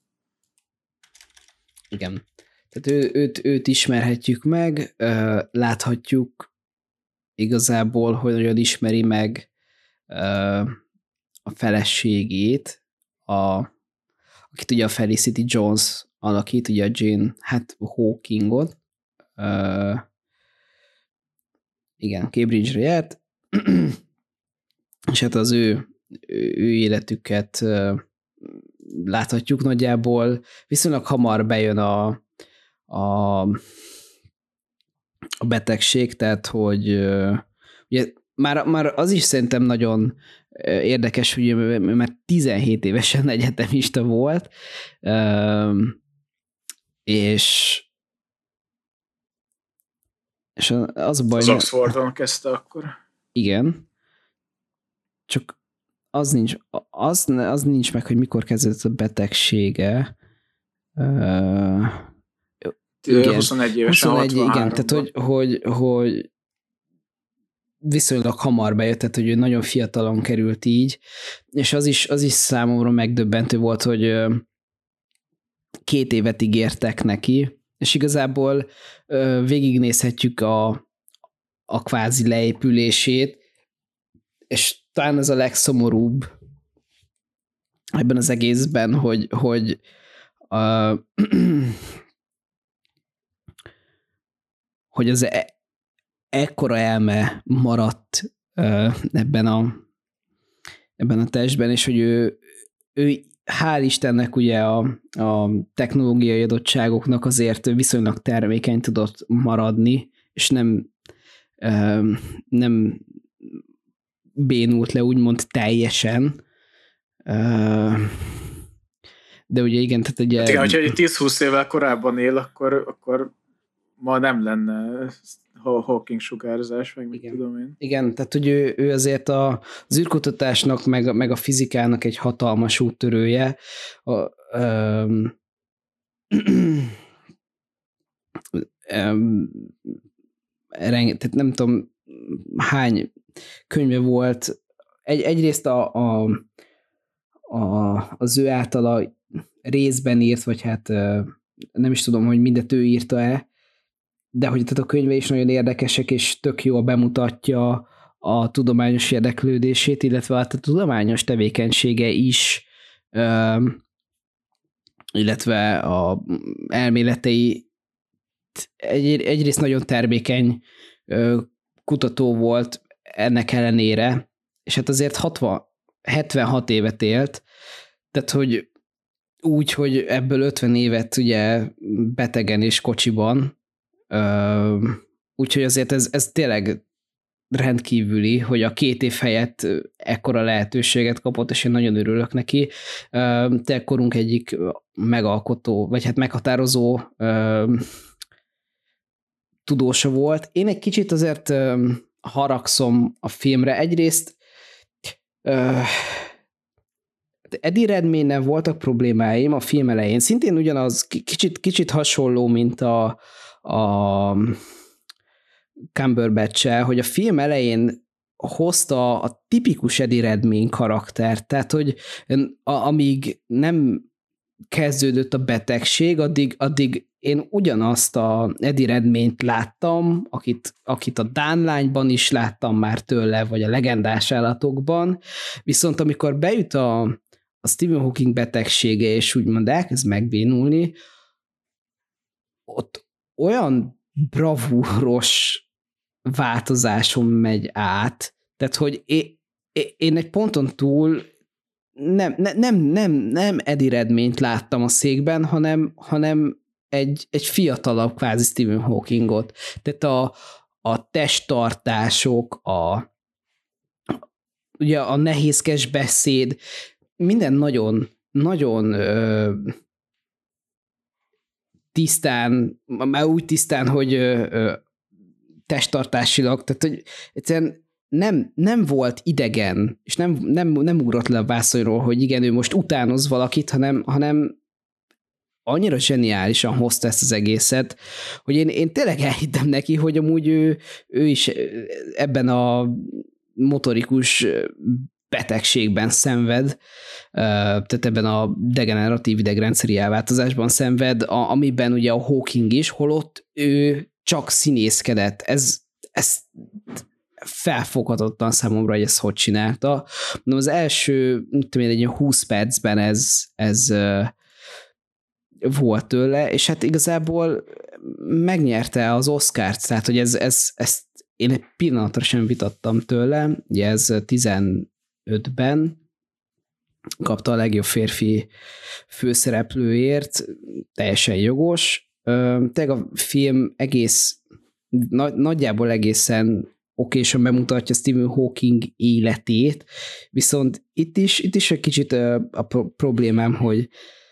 B: Igen. Tehát ő, őt, őt ismerhetjük meg, uh, láthatjuk igazából, hogy nagyon ismeri meg uh, a feleségét, a, akit ugye a Felicity Jones alakít, ugye a Jane hát Hawkingot. Uh, igen, Cambridge-re járt, és hát az ő, ő életüket uh, láthatjuk nagyjából. Viszonylag hamar bejön a, a, a betegség, tehát hogy uh, ugye már, már az is szerintem nagyon érdekes, hogy mert tizenhét évesen egyetemista volt, és és az a baj...
A: Az Oxfordon kezdte akkor.
B: Igen. Csak az nincs, az, az nincs meg, hogy mikor kezdődött a betegsége. Uh,
A: igen, huszonegy évesen,
B: huszonegy, igen, tehát hogy,
A: hogy,
B: hogy, hogy viszonylag hamar bejött, tehát hogy ő nagyon fiatalon került így, és az is, az is számomra megdöbbentő volt, hogy két évet ígértek neki, és igazából végignézhetjük a, a kvázi leépülését, és talán ez a legszomorúbb ebben az egészben, hogy, hogy a, hogy az e, ekkora elme maradt uh, ebben, a, ebben a testben, és hogy ő, ő hál' Istennek ugye a, a technológiai adottságoknak azért viszonylag termékeny tudott maradni, és nem, uh, nem bénult le úgymond teljesen. Uh, de ugye igen, tehát ugye...
A: Hát igen, hogyha tíz-húsz évvel korábban él, akkor, akkor ma nem lenne Hawking sugárzás, meg mit tudom én.
B: Igen, tehát hogy ő, ő azért a, az űrkutatásnak, meg, meg a fizikának egy hatalmas úttörője. A, um, um, tehát nem tudom, hány könyve volt, egy, egyrészt a, a, a, az ő általa részben írt, vagy hát nem is tudom, hogy mindet ő írta-e, de hogy tehát a könyve is nagyon érdekesek, és tök jól bemutatja a tudományos érdeklődését, illetve hát a tudományos tevékenysége is, illetve a elméletei egy, egyrészt nagyon termékeny kutató volt ennek ellenére, és hát azért hatvan, hetvenhat évet élt, tehát hogy úgy, hogy ebből ötven évet ugye betegen és kocsiban, úgyhogy azért ez, ez tényleg rendkívüli, hogy a két év helyett ekkora lehetőséget kapott, és én nagyon örülök neki. Te korunk egyik megalkotó, vagy hát meghatározó tudósa volt. Én egy kicsit azért haragszom a filmre. Egyrészt Eddie Redmayne-nel voltak problémáim a film elején. Szintén ugyanaz, kicsit, kicsit hasonló, mint a, a Cumberbatch-el, hogy a film elején hozta a tipikus Eddie Redmayne karaktert, tehát, hogy a, amíg nem kezdődött a betegség, addig, addig én ugyanazt a Eddie Redmayne-t láttam, akit, akit a Dánlányban is láttam már tőle, vagy a Legendás állatokban, viszont amikor beüt a, a Stephen Hawking betegsége, és úgymond elkezd megbénulni, ott olyan bravúros változáson megy át, tehát, hogy én, én egy ponton túl nem, nem, nem, nem Eddie Redmayne-t láttam a székben, hanem, hanem egy, egy fiatalabb kvázi Stephen Hawkingot. Tehát a, a testtartások, a, ugye a nehézkes beszéd, minden nagyon, nagyon ö, tisztán, már úgy tisztán, hogy ö, ö, testtartásilag, tehát hogy egyszerűen nem, nem volt idegen, és nem, nem, nem ugrott le a vászonyról, hogy igen, ő most utánoz valakit, hanem, hanem annyira zseniálisan hozta ezt az egészet, hogy én, én tényleg elhittem neki, hogy amúgy ő, ő is ebben a motorikus betegségben szenved, tehát ebben a degeneratív idegrendszeri elváltozásban szenved, amiben ugye a Hawking is, holott ő csak színészkedett. Ez, ez felfoghatatlan számomra, hogy ezt hogy csinálta. De az első, tudom én, egy húsz percben ez, ez volt tőle, és hát igazából megnyerte az Oscart, tehát hogy ez, ez, ezt én egy pillanatra sem vitattam tőle, ugye ez tizenötben kapta a legjobb férfi főszereplőért, teljesen jogos. Tényleg a film egész, nagy, nagyjából egészen okésan bemutatja Stephen Hawking életét, viszont itt is, itt is egy kicsit a problémám, hogy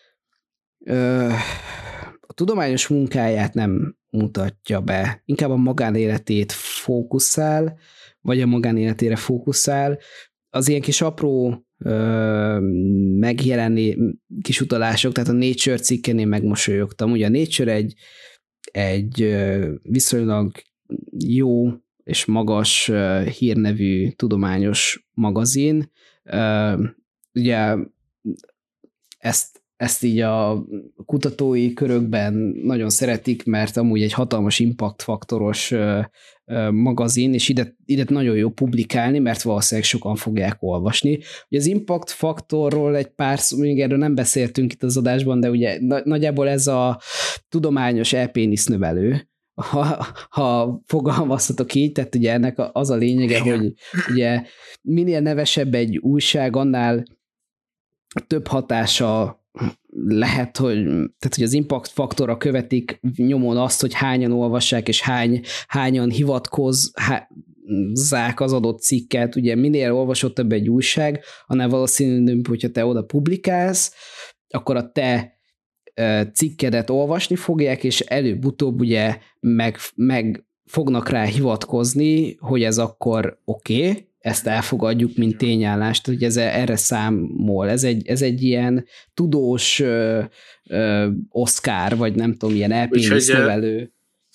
B: a tudományos munkáját nem mutatja be, inkább a magánéletét fókuszál, vagy a magánéletére fókuszál. Az ilyen kis apró megjelenni kis utalások, tehát a Nature cikkén én megmosolyogtam. Ugye a Nature egy, egy viszonylag jó és magas hírnevű tudományos magazin. Ugye ezt ezt így a kutatói körökben nagyon szeretik, mert amúgy egy hatalmas impact faktoros magazin, és ide, ide nagyon jó publikálni, mert valószínűleg sokan fogják olvasni. Ugye az impact faktorról egy pár szó, még erről nem beszéltünk itt az adásban, de ugye nagyjából ez a tudományos e-pénisz növelő, ha, ha fogalmazhatok így, tehát ugye ennek az a lényege, igen, hogy ugye minél nevesebb egy újság, annál több hatása lehet, hogy, tehát, hogy az impact faktorra követik nyomon azt, hogy hányan olvassák, és hány, hányan hivatkozzák az adott cikket. Ugye minél olvasottabb egy újság, annál valószínűbb, hogyha te oda publikálsz, akkor a te cikkedet olvasni fogják, és előbb-utóbb ugye meg, meg fognak rá hivatkozni, hogy ez akkor oké, okay, ezt elfogadjuk, mint tényállást, hogy ez erre számol. Ez egy, ez egy ilyen tudós ö, ö, Oscar, vagy nem tudom, ilyen e-pénisz növelő.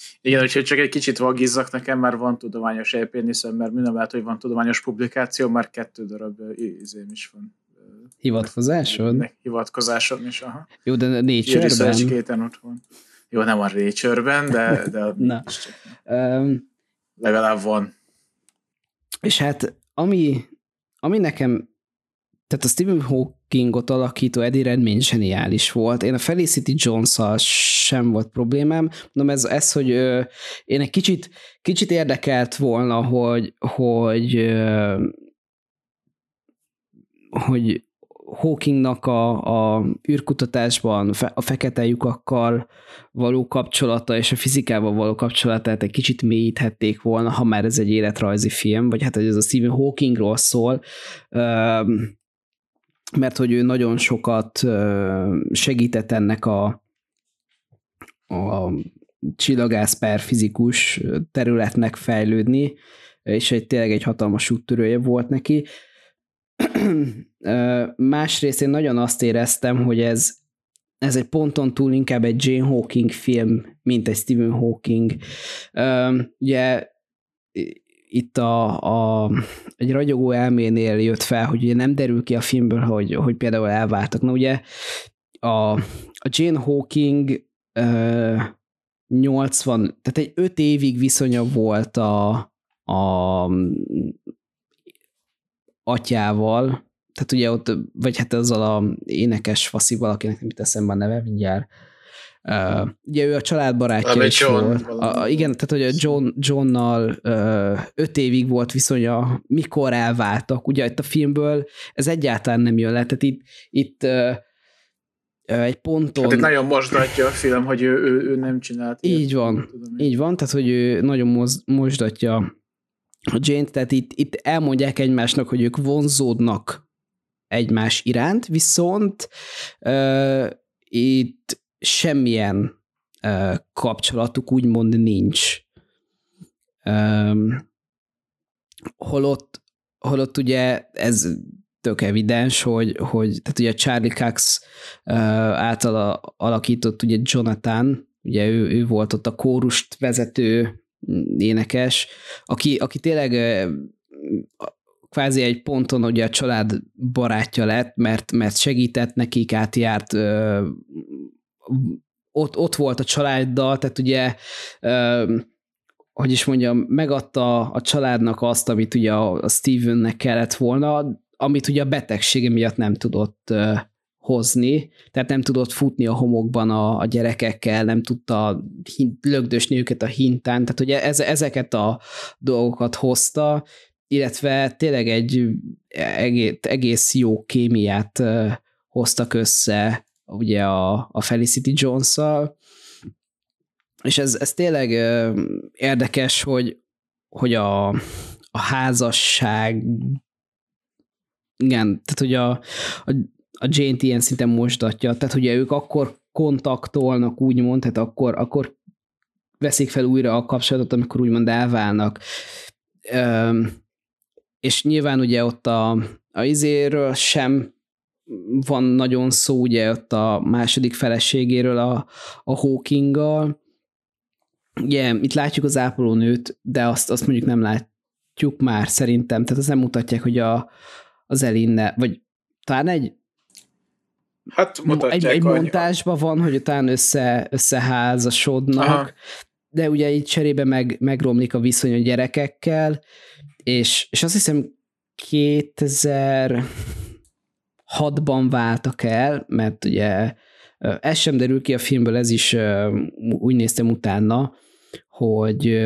A: Igen, úgyhogy csak egy kicsit vagizzak, nekem már van tudományos é pé-niszem, mert mindemellett, hogy van tudományos publikáció, már kettő darab izém is van.
B: Hivatkozásod?
A: Hivatkozásom is, aha.
B: Jó, de a Nature-ben?
A: Ott van. Jó, nem a Nature-ben, de, de a
B: Na. Um,
A: legalább van.
B: És hát, ami, ami nekem, tehát a Stephen Hawkingot alakító Eddie Redmayne zseniális volt. Én a Felicity Jones-szal sem volt problémám. Mondom, ez, ez hogy ö, én egy kicsit, kicsit érdekelt volna, hogy, hogy, ö, hogy Hawkingnak a, a űrkutatásban a fekete lyukakkal való kapcsolata és a fizikával való kapcsolatát egy kicsit mélyíthették volna, ha már ez egy életrajzi film, vagy hát, hogy ez a Stephen Hawkingról szól, mert hogy ő nagyon sokat segített ennek a, a csillagász per fizikus területnek fejlődni, és egy, tényleg egy hatalmas úttörője volt neki. Másrészt én nagyon azt éreztem, hogy ez, ez egy ponton túl inkább egy Jane Hawking film, mint egy Stephen Hawking. Ugye itt a, a, egy ragyogó elménél jött fel, hogy ugye nem derül ki a filmből, hogy, hogy például elváltak. Na ugye a, a Jane Hawking nyolcvan, tehát egy öt évig viszonya volt a, a atyával, tehát ugye ott, vagy hát azzal a énekes faszival, akinek nem jut eszembe a neve, mindjárt. Uh, ugye ő a családbarátja is John, volt. A, igen, tehát hogy a John, Johnnal uh, öt évig volt viszonya, mikor elváltak. Ugye itt a filmből ez egyáltalán nem jön le, tehát itt, itt uh, uh, egy ponton... Hát
A: itt nagyon mosdatja a film, hogy ő, ő, ő nem csinált.
B: Így ilyet, van, így van, tehát hogy ő nagyon moz, mosdatja a Jane-t, tehát itt, itt elmondják egymásnak, hogy ők vonzódnak egymás iránt, viszont uh, itt semmilyen uh, kapcsolatuk úgymond nincs. Um, holott, holott ugye ez tök evidens, hogy, hogy tehát ugye Charlie Cox uh, által alakított ugye Jonathan, ugye ő, ő volt ott a kórust vezető énekes, aki, aki tényleg uh, kvázi egy ponton ugye a család barátja lett, mert, mert segített nekik, átjárt, uh, ott, ott volt a családdal, tehát ugye, uh, hogy is mondjam, megadta a családnak azt, amit ugye a Stevennek kellett volna, amit ugye a betegsége miatt nem tudott uh, hozni, tehát nem tudott futni a homokban a, a gyerekekkel, nem tudta lögdösni őket a hintán, tehát ugye ez, ezeket a dolgokat hozta, illetve tényleg egy egész, egész jó kémiát uh, hoztak össze ugye a, a Felicity Jones-szal, és ez, ez tényleg uh, érdekes, hogy, hogy a, a házasság, igen, tehát hogy a, a, a Jane-t ilyen szinten mosdatja, tehát ugye ők akkor kontaktolnak, úgymond, tehát akkor, akkor veszik fel újra a kapcsolatot, amikor úgymond elválnak. Um, és nyilván ugye ott a, a izéről sem van nagyon szó, ugye ott a második feleségéről a, a Hawkinggal. Ugye itt látjuk az ápolónőt, de azt, azt mondjuk nem látjuk már szerintem, tehát azt nem mutatják, hogy a, az Elinne, vagy talán egy
A: hát
B: egy, egy montásban van, hogy talán össze, összeházasodnak, aha, de ugye így cserébe meg, megromlik a viszony a gyerekekkel, és, és azt hiszem kétezer-hatban váltak el, mert ugye ez sem derül ki a filmből, ez is úgy néztem utána, hogy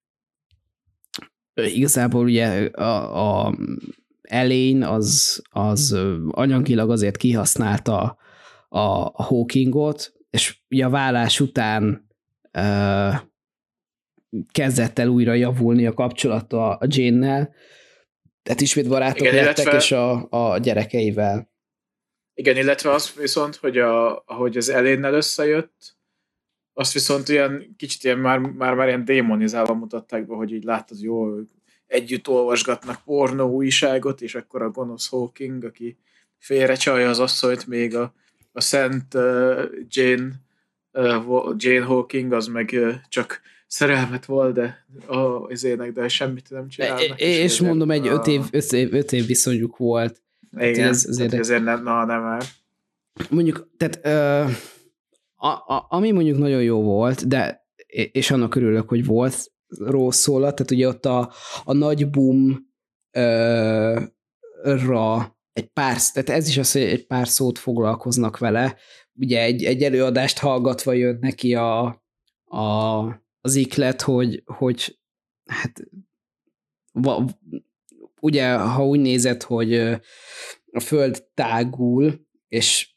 B: igazából ugye a, a Elaine az, az anyagilag azért kihasználta a, a Hawkingot, és ugye a vállás után uh, kezdett el újra javulni a kapcsolata a Jane-nel, tehát ismét barátok igen, lettek, illetve, és a, a gyerekeivel.
A: Igen, illetve az viszont, hogy a, ahogy az Elaine-nel összejött, azt viszont ilyen kicsit ilyen már, már, már ilyen démonizálva mutatták be, hogy így láttad, jó, együtt olvasgatnak pornó újságot, és akkor a gonosz Hawking, aki félrecsalja az asszonyt, még a, a szent uh, Jane Jane Hawking az meg csak szerelmet volt, de az ének, de semmit nem csinálnak.
B: És, és mondom, egy öt év, öt év, öt év viszonyuk volt.
A: Igen, tehát, ez, tehát ezért nem, na, nem már.
B: Mondjuk, tehát uh, a, a, ami mondjuk nagyon jó volt, de és annak örülök, hogy volt róla, tehát ugye ott a, a nagy boom uh, ra egy pár, tehát ez is az, hogy egy pár szót foglalkoznak vele. Ugye egy, egy előadást hallgatva jön neki a, a, az iklet, hogy, hogy hát va, ugye, ha úgy nézed, hogy a Föld tágul, és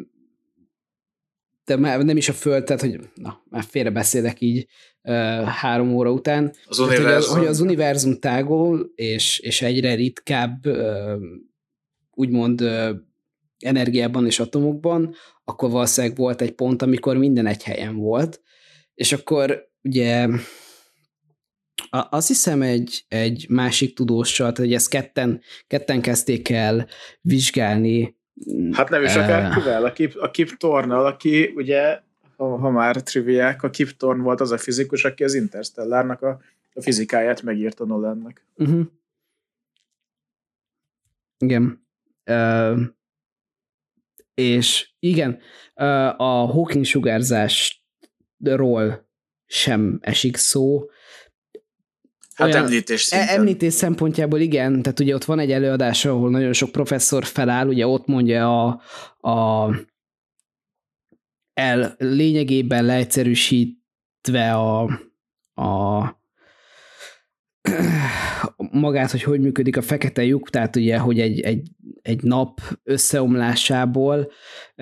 B: de nem is a Föld, tehát, hogy na, már félrebeszélek így uh, három óra után,
A: az
B: tehát, hogy, az, hogy az univerzum tágul, és, és egyre ritkább uh, úgymond uh, energiában és atomokban, akkor valószínűleg volt egy pont, amikor minden egy helyen volt, és akkor ugye azt hiszem egy, egy másik tudóssal, tehát hogy ezt ketten, ketten kezdték el vizsgálni.
A: Hát nem is akárkivel, a Kip, a Kip Thorne-nal, aki ugye, ha, ha már triviák, a Kip Thorne volt az a fizikus, aki az Interstellárnak a, a fizikáját megírta Nolannek.
B: Uh-huh. Igen. Uh, és igen, uh, a Hawking sugárzásról sem esik szó.
A: Hát olyan, említés szinten.
B: Említés szempontjából igen, tehát ugye ott van egy előadás, ahol nagyon sok professzor feláll, ugye ott mondja a, a el lényegében leegyszerűsítve a, a magát, hogy hogy működik a fekete lyuk, tehát ugye, hogy egy, egy, egy nap összeomlásából,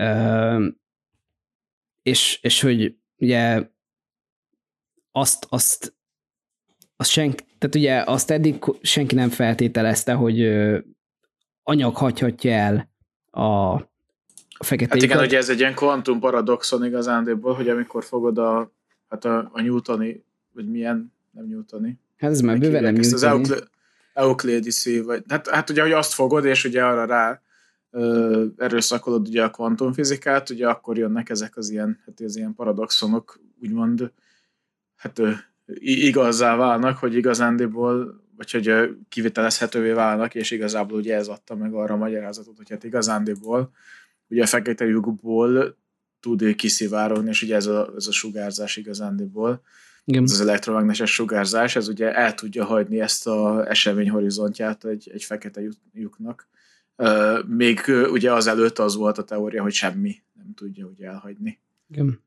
B: és, és hogy ugye azt, azt, azt senki, tehát ugye azt eddig senki nem feltételezte, hogy anyag hagyhatja el a, a fekete
A: Hát
B: lyukat.
A: igen, ugye ez egy ilyen kvantum paradoxon igazándiból, hogy amikor fogod a, hát a, a newtoni, vagy milyen, nem newtoni.
B: Hát ez már bőven nem newtoni.
A: Az euklidiszi, vagy hát, hát ugye, hogy azt fogod, és ugye arra rá ö, erőszakolod ugye a kvantumfizikát, ugye akkor jönnek ezek az ilyen, hát az ilyen paradoxonok, úgymond, hát ö, igazzá válnak, hogy igazándiból, vagy hogy kivitelezhetővé válnak, és igazából ugye ez adta meg arra a magyarázatot, hogy hát igazándiból ugye a fekete lyukból tud kiszivárogni, és ugye ez a, ez a sugárzás igazándiból, igen. Ez az elektromágneses sugárzás, ez ugye el tudja hagyni ezt az esemény horizontját egy, egy fekete lyuknak. Uh, még uh, ugye azelőtt az volt a teória, hogy semmi nem tudja ugye elhagyni.
B: Igen.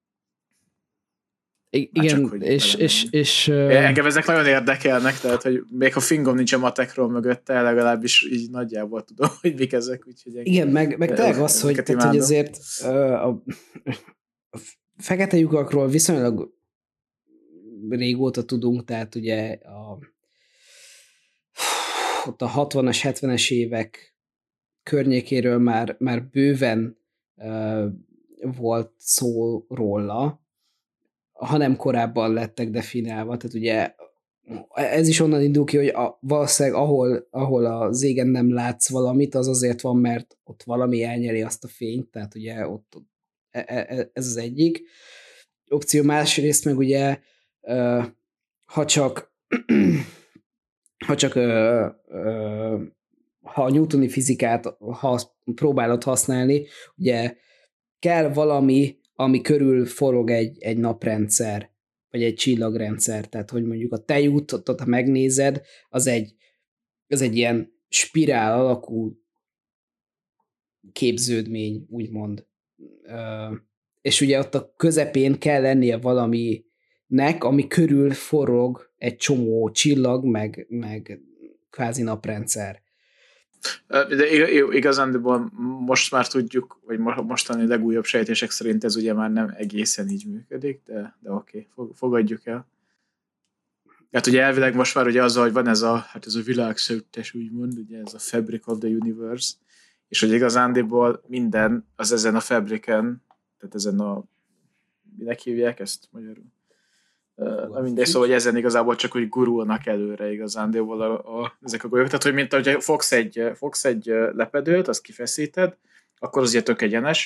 B: I- igen, csak, és... és, és uh...
A: Engem ezek nagyon érdekelnek, tehát, hogy még ha fingom nincs a matekról mögötte, legalábbis így nagyjából tudom, hogy mik ezek. Úgyhogy
B: igen, meg, meg tényleg az, hogy, tehát, hogy azért uh, a, a fekete lyukakról viszonylag régóta tudunk, tehát ugye a, ott a hatvanas, hetvenes évek környékéről már, már bőven uh, volt szó róla, hanem korábban lettek definiálva, tehát ugye ez is onnan indul ki, hogy a, valószínűleg ahol, ahol az égen nem látsz valamit, az azért van, mert ott valami elnyeri azt a fényt, tehát ugye ott ez az egyik opció, másrészt meg ugye ha csak ha csak ha a newtoni fizikát ha próbálod használni, ugye kell valami, ami körül forog egy, egy naprendszer, vagy egy csillagrendszer, tehát hogy mondjuk a tejútot, ha megnézed, az egy, az egy ilyen spirál alakú képződmény, úgymond. És ugye ott a közepén kell lennie valaminek, ami körül forog egy csomó csillag, meg, meg kvázi naprendszer.
A: De igazándiból most már tudjuk, vagy mostani legújabb sejtések szerint ez ugye már nem egészen így működik, de, de oké, okay, fogadjuk el. Hát ugye elvileg most már ugye azzal, hogy van ez a, hát ez a világszöttes úgymond, ugye ez a fabric of the universe, és hogy igazándiból minden az ezen a fabriken, tehát ezen a, minek hívják ezt magyarul? Na mindegy, szóval, hogy ezen igazából csak úgy gurulnak előre igazándiból a, a, ezek a golyók. Tehát, hogy mint ahogy fogsz egy, fogsz egy lepedőt, azt kifeszíted, akkor az ugye tök egyenes,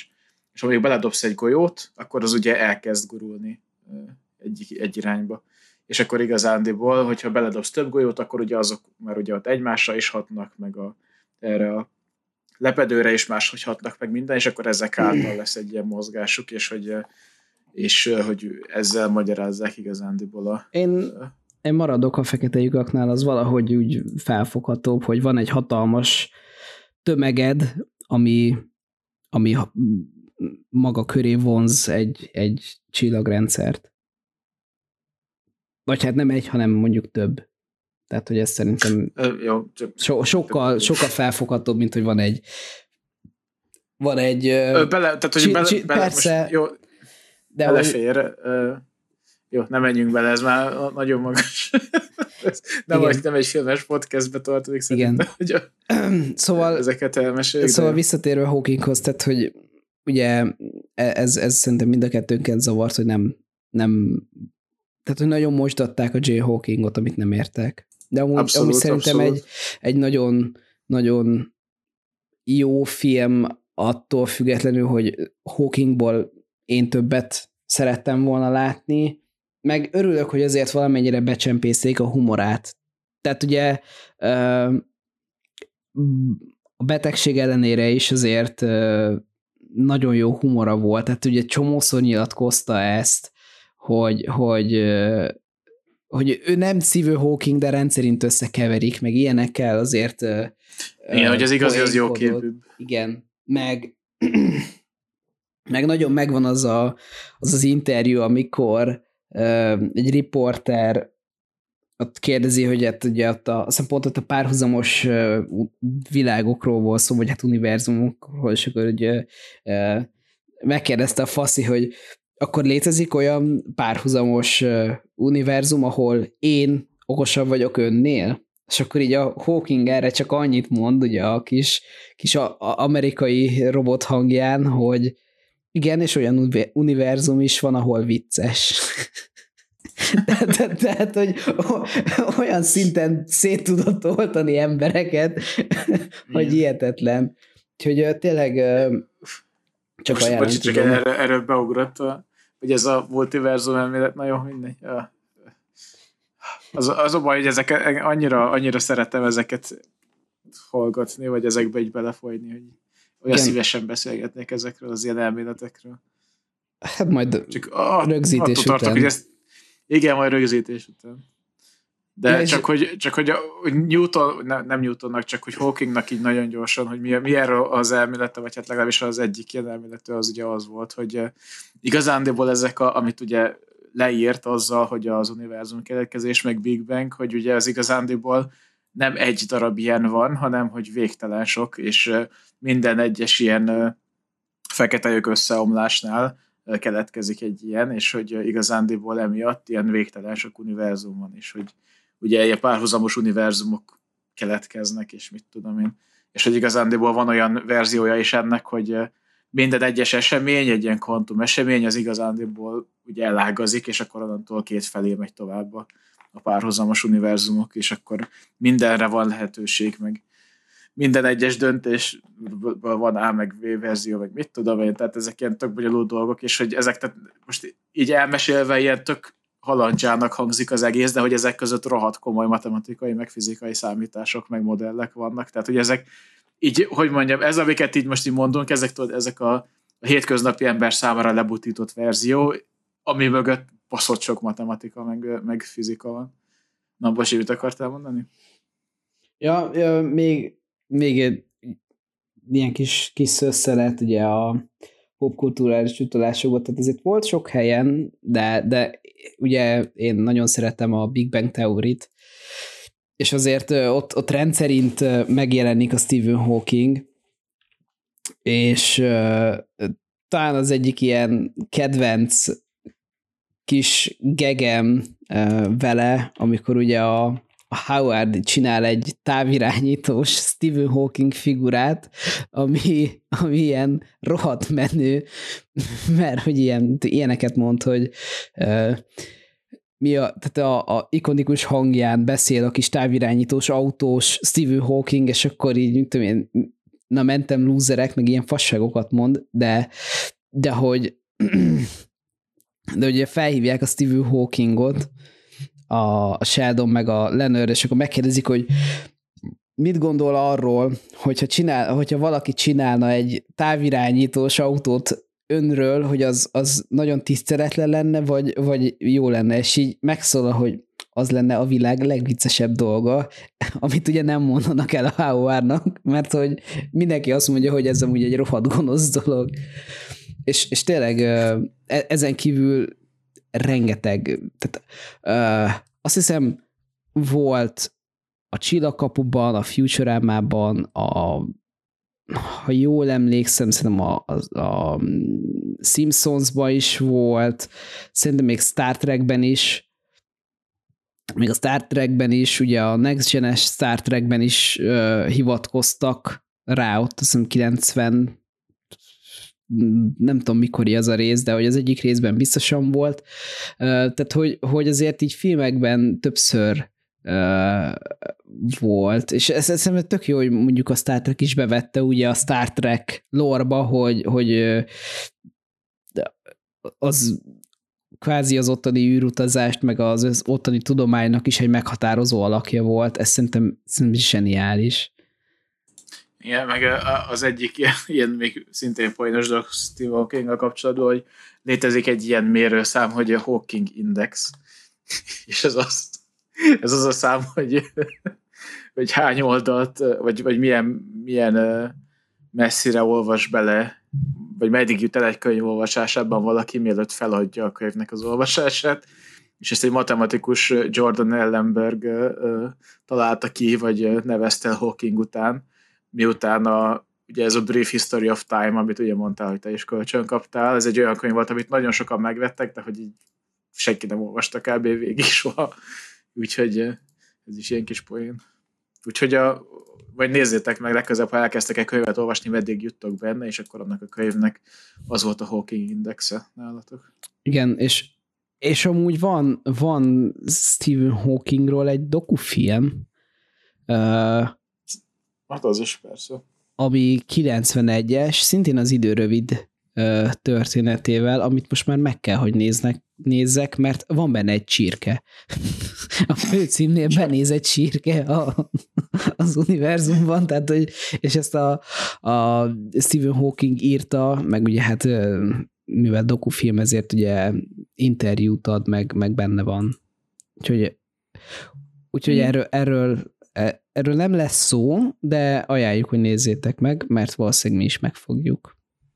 A: és amíg beledobsz egy golyót, akkor az ugye elkezd gurulni egy, egy irányba. És akkor igazándiból, hogyha beledobsz több golyót, akkor ugye azok már ugye ott egymásra is hatnak, meg a, erre a lepedőre is máshogy hatnak, meg minden, és akkor ezek által lesz egy ilyen mozgásuk, és hogy, és, hogy ezzel magyarázzák igazándiból a...
B: Én, én maradok a fekete lyukaknál, az valahogy úgy felfoghatóbb, hogy van egy hatalmas tömeged, ami, ami maga köré vonz egy, egy csillagrendszert. Vagy hát nem egy, hanem mondjuk több. Tehát, hogy ez szerintem
A: Jó,
B: so, sokkal, sokkal felfoghatóbb, mint hogy van egy van egy
A: Ö, bele, tehát, hogy
B: csi,
A: bele,
B: csi,
A: bele,
B: persze,
A: most, jó,
B: de
A: belefér. Ö, jó, nem menjünk bele, ez már nagyon magas. nem, vagy, nem egy filmes podcastbe tartozik szerintem, hogy a,
B: szóval,
A: ezeket elmeséljük.
B: Szóval
A: de...
B: visszatérve Hawkinghoz, tehát, hogy ugye ez, ez szerintem mind a kettőnket zavart, hogy nem, nem tehát, hogy nagyon mosdatták a J. Hawkingot, amit nem értek. De amúgy, abszolút, amúgy szerintem abszolút. egy, egy nagyon, nagyon jó film attól függetlenül, hogy Hawkingból én többet szerettem volna látni, meg örülök, hogy azért valamennyire becsempészték a humorát. Tehát ugye a betegség ellenére is azért nagyon jó humora volt, tehát ugye csomószor nyilatkozta ezt, hogy, hogy, hogy ő nem szívő Hawking, de rendszerint összekeverik, meg ilyenekkel azért
A: igen, hogy az igazi, az jó képű.
B: Igen, meg meg nagyon megvan az a, az, az interjú, amikor uh, egy riporter ott kérdezi, hogy hát ugye ott a, azt pont ott a párhuzamos uh, világokról volt szó, vagy hát univerzumokról, és akkor ugye uh, megkérdezte a faszi, hogy akkor létezik olyan párhuzamos uh, univerzum, ahol én okosabb vagyok önnél? És akkor így a Hawking erre csak annyit mond, ugye a kis, kis a, a amerikai robot hangján, hogy igen, és olyan univerzum is van, ahol vicces. Tehát, tehát, hogy olyan szinten szét tudott oltani embereket, hogy hihetetlen. Úgyhogy tényleg csak
A: most,
B: ajánlom.
A: Bocs, csak erről, erről beugrott, hogy ez a multiverzum elmélet, na jó, mindegy. Ja. Az, az a baj, hogy ezek, annyira, annyira szeretem ezeket hallgatni, vagy ezekbe így belefolyni, hogy olyan igen. Szívesen beszélgetnék ezekről az ilyen elméletekről.
B: Hát majd
A: csak a,
B: rögzítés után. Tartok,
A: hogy ezt, igen, majd rögzítés után. De ja, csak, hogy, csak hogy, hogy Newton, ne, nem Newtonnak, csak hogy Hawkingnak így nagyon gyorsan, hogy mi, mi erről az elmélete, vagy hát legalábbis az egyik ilyen elmélető az ugye az volt, hogy igazándiból ezek, a, amit ugye leírt azzal, hogy az univerzum keletkezés, meg Big Bang, hogy ugye az igazándiból nem egy darab ilyen van, hanem hogy végtelen sok, és minden egyes ilyen fekete lyuk összeomlásnál keletkezik egy ilyen, és hogy igazándiból emiatt ilyen végtelen sok univerzum van, és hogy ugye ilyen párhuzamos univerzumok keletkeznek, és mit tudom én. És hogy igazándiból van olyan verziója is ennek, hogy minden egyes esemény, egy ilyen kvantum esemény, az igazándiból ugye elágazik, és akkor onnantól két felé megy tovább a, a párhuzamos univerzumok, és akkor mindenre van lehetőség, meg minden egyes döntésből van A meg V verzió, meg mit tudom én, tehát ezek ilyen tök bonyolult dolgok, és hogy ezek, tehát most így elmesélve ilyen tök halandzsának hangzik az egész, de hogy ezek között rohadt komoly matematikai, meg fizikai számítások, meg modellek vannak, tehát hogy ezek így, hogy mondjam, ez, amiket így most így mondunk, ezek, tudod, ezek a, a hétköznapi ember számára lebutított verzió, ami mögött baszott sok matematika, meg, meg fizika van. Na, Bocsi, mit akartál mondani?
B: Ja, ja még, még egy ilyen kis, kis szösszelet ugye a popkulturális utalásokban, tehát ezért volt sok helyen, de, de ugye én nagyon szeretem a Big Bang teórit, és azért ott, ott rendszerint megjelenik a Stephen Hawking, és uh, talán az egyik ilyen kedvenc kis gegem uh, vele, amikor ugye a, a Howard csinál egy távirányítós Stephen Hawking figurát, ami, ami ilyen rohadt menő, mert hogy ilyen, ilyeneket mond, hogy uh, mi a, tehát a, a ikonikus hangján beszél a kis távirányítós autós Stephen Hawking, és akkor így, tudom én, na mentem lúzerek, meg ilyen fasságokat mond, de de hogy de ugye felhívják a Stephen Hawkingot, a Sheldon meg a Leonard, és akkor megkérdezik, hogy mit gondol arról, hogyha, csinál, hogyha valaki csinálna egy távirányítós autót önről, hogy az, az nagyon tiszteletlen lenne, vagy, vagy jó lenne, és így megszólal, hogy az lenne a világ legviccesebb dolga, amit ugye nem mondanak el a há o er-nak, mert hogy mindenki azt mondja, hogy ez amúgy egy rohadt gonosz dolog. És, és tényleg ezen kívül rengeteg, tehát uh, azt hiszem volt a Csillagkapuban, a Futurama-ban, a, ha jól emlékszem, szerintem a, a, a Simpsonsban is volt, szerintem még Star Trekben is, még a Star Trekben is, ugye a Next Gen-es Star Trekben is uh, hivatkoztak rá, ott azt hiszem kilencven nem tudom mikor ez a rész, de hogy az egyik részben biztosan volt. Uh, tehát, hogy, hogy azért így filmekben többször uh, volt, és ez szerintem tök jó, hogy mondjuk a Star Trek is bevette ugye a Star Trek lore-ba, hogy, hogy uh, az kvázi az ottani űrutazást, meg az, az ottani tudománynak is egy meghatározó alakja volt. Ez szerintem, szerintem zseniális.
A: Igen, meg az egyik ilyen, ilyen még szintén poénos dolog Stephen Hawkinggal kapcsolatban, hogy létezik egy ilyen mérőszám, hogy a Hawking Index, és ez az, ez az a szám, hogy, hogy hány oldalt, vagy, vagy milyen, milyen messzire olvas bele, vagy meddig jut el egy könyv olvasásában valaki, mielőtt feladja a könyvnek az olvasását, és ezt egy matematikus Jordan Ellenberg találta ki, vagy nevezte el Hawking után, miután a, ugye ez a Brief History of Time, amit ugye mondtál, hogy te is kölcsön kaptál, ez egy olyan könyv volt, amit nagyon sokan megvettek, de hogy így senki nem olvasta kb. Végig soha. Úgyhogy ez is ilyen kis poén. Úgyhogy a, vagy nézzétek meg legközelebb, ha elkezdtek egy könyvet olvasni, meddig juttok benne, és akkor annak a könyvnek az volt a Hawking Indexe nálatok.
B: Igen, és, és amúgy van, van Stephen Hawkingról egy dokufilm, uh,
A: hát az is persze.
B: Ami kilencvenegyes, szintén az időrövid uh, történetével, amit most már meg kell, hogy néznek, nézzek, mert van benne egy csirke. A főcímnél benéz egy csirke a, az univerzumban, tehát, hogy, és ezt a, a Stephen Hawking írta, meg ugye hát mivel dokufilm, ezért ugye interjút ad, meg, meg benne van. Úgyhogy, úgyhogy hmm. erről, erről Erről nem lesz szó, de ajánljuk, hogy nézzétek meg, mert valószínűleg mi is megfogjuk.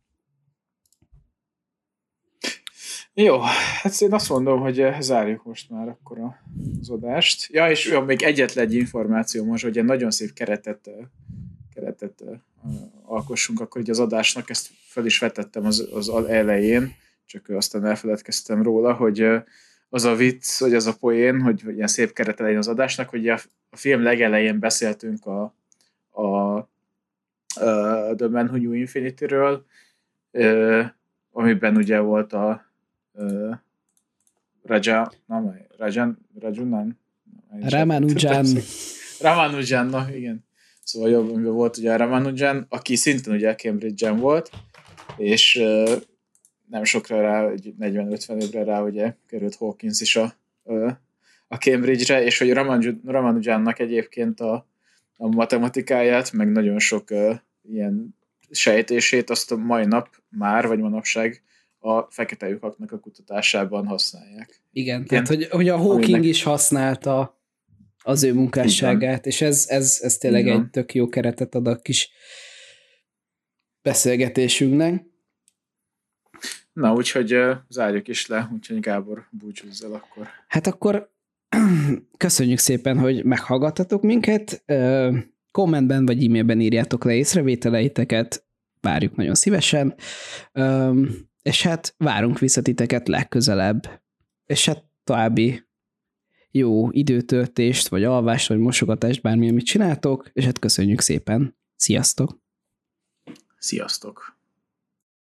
A: Jó, hát én azt mondom, hogy zárjuk most már akkor az adást. Ja, és jó, még egyetlen egy információ most, hogy egy nagyon szép keretet, keretet alkossunk, akkor így az adásnak, ezt fel is vetettem az, az elején, csak aztán elfeledkeztem róla, hogy az a vicc, vagy az a poén, hogy, hogy ilyen szép kerete legyen az adásnak, hogy a, a film legelején beszéltünk a, a, a The Man Who Knew Infinity-ről, amiben ugye volt a Uh, Raja, na, Rajan, Rajunan?
B: Ramanujan.
A: Ramanujan, na igen. Szóval jobb, amiben volt ugye a Ramanujan, aki szintén ugye Cambridge-en volt, és uh, nem sokra rá, negyven-ötven évre rá ugye került Hawkins is a, uh, a Cambridge-re, és hogy Ramanujannak egyébként a, a matematikáját, meg nagyon sok uh, ilyen sejtését azt a mai nap már, vagy manapság a fekete lyukaknak a kutatásában használják.
B: Igen, Igen. tehát hogy, hogy a Hawking aminek... is használta az ő munkásságát, és ez, ez, ez tényleg Igen. egy tök jó keretet ad a kis beszélgetésünknek.
A: Na, úgyhogy uh, zárjuk is le, úgyhogy Gábor búcsúzzal akkor.
B: Hát akkor köszönjük szépen, hogy meghallgattatok minket. Uh, kommentben vagy e-mailben írjátok le észrevételeiteket, várjuk nagyon szívesen. Um, és hát várunk vissza titeket legközelebb. És hát további jó időtöltést, vagy alvást, vagy mosogatást, bármi, amit csináltok, és hát köszönjük szépen. Sziasztok!
A: Sziasztok!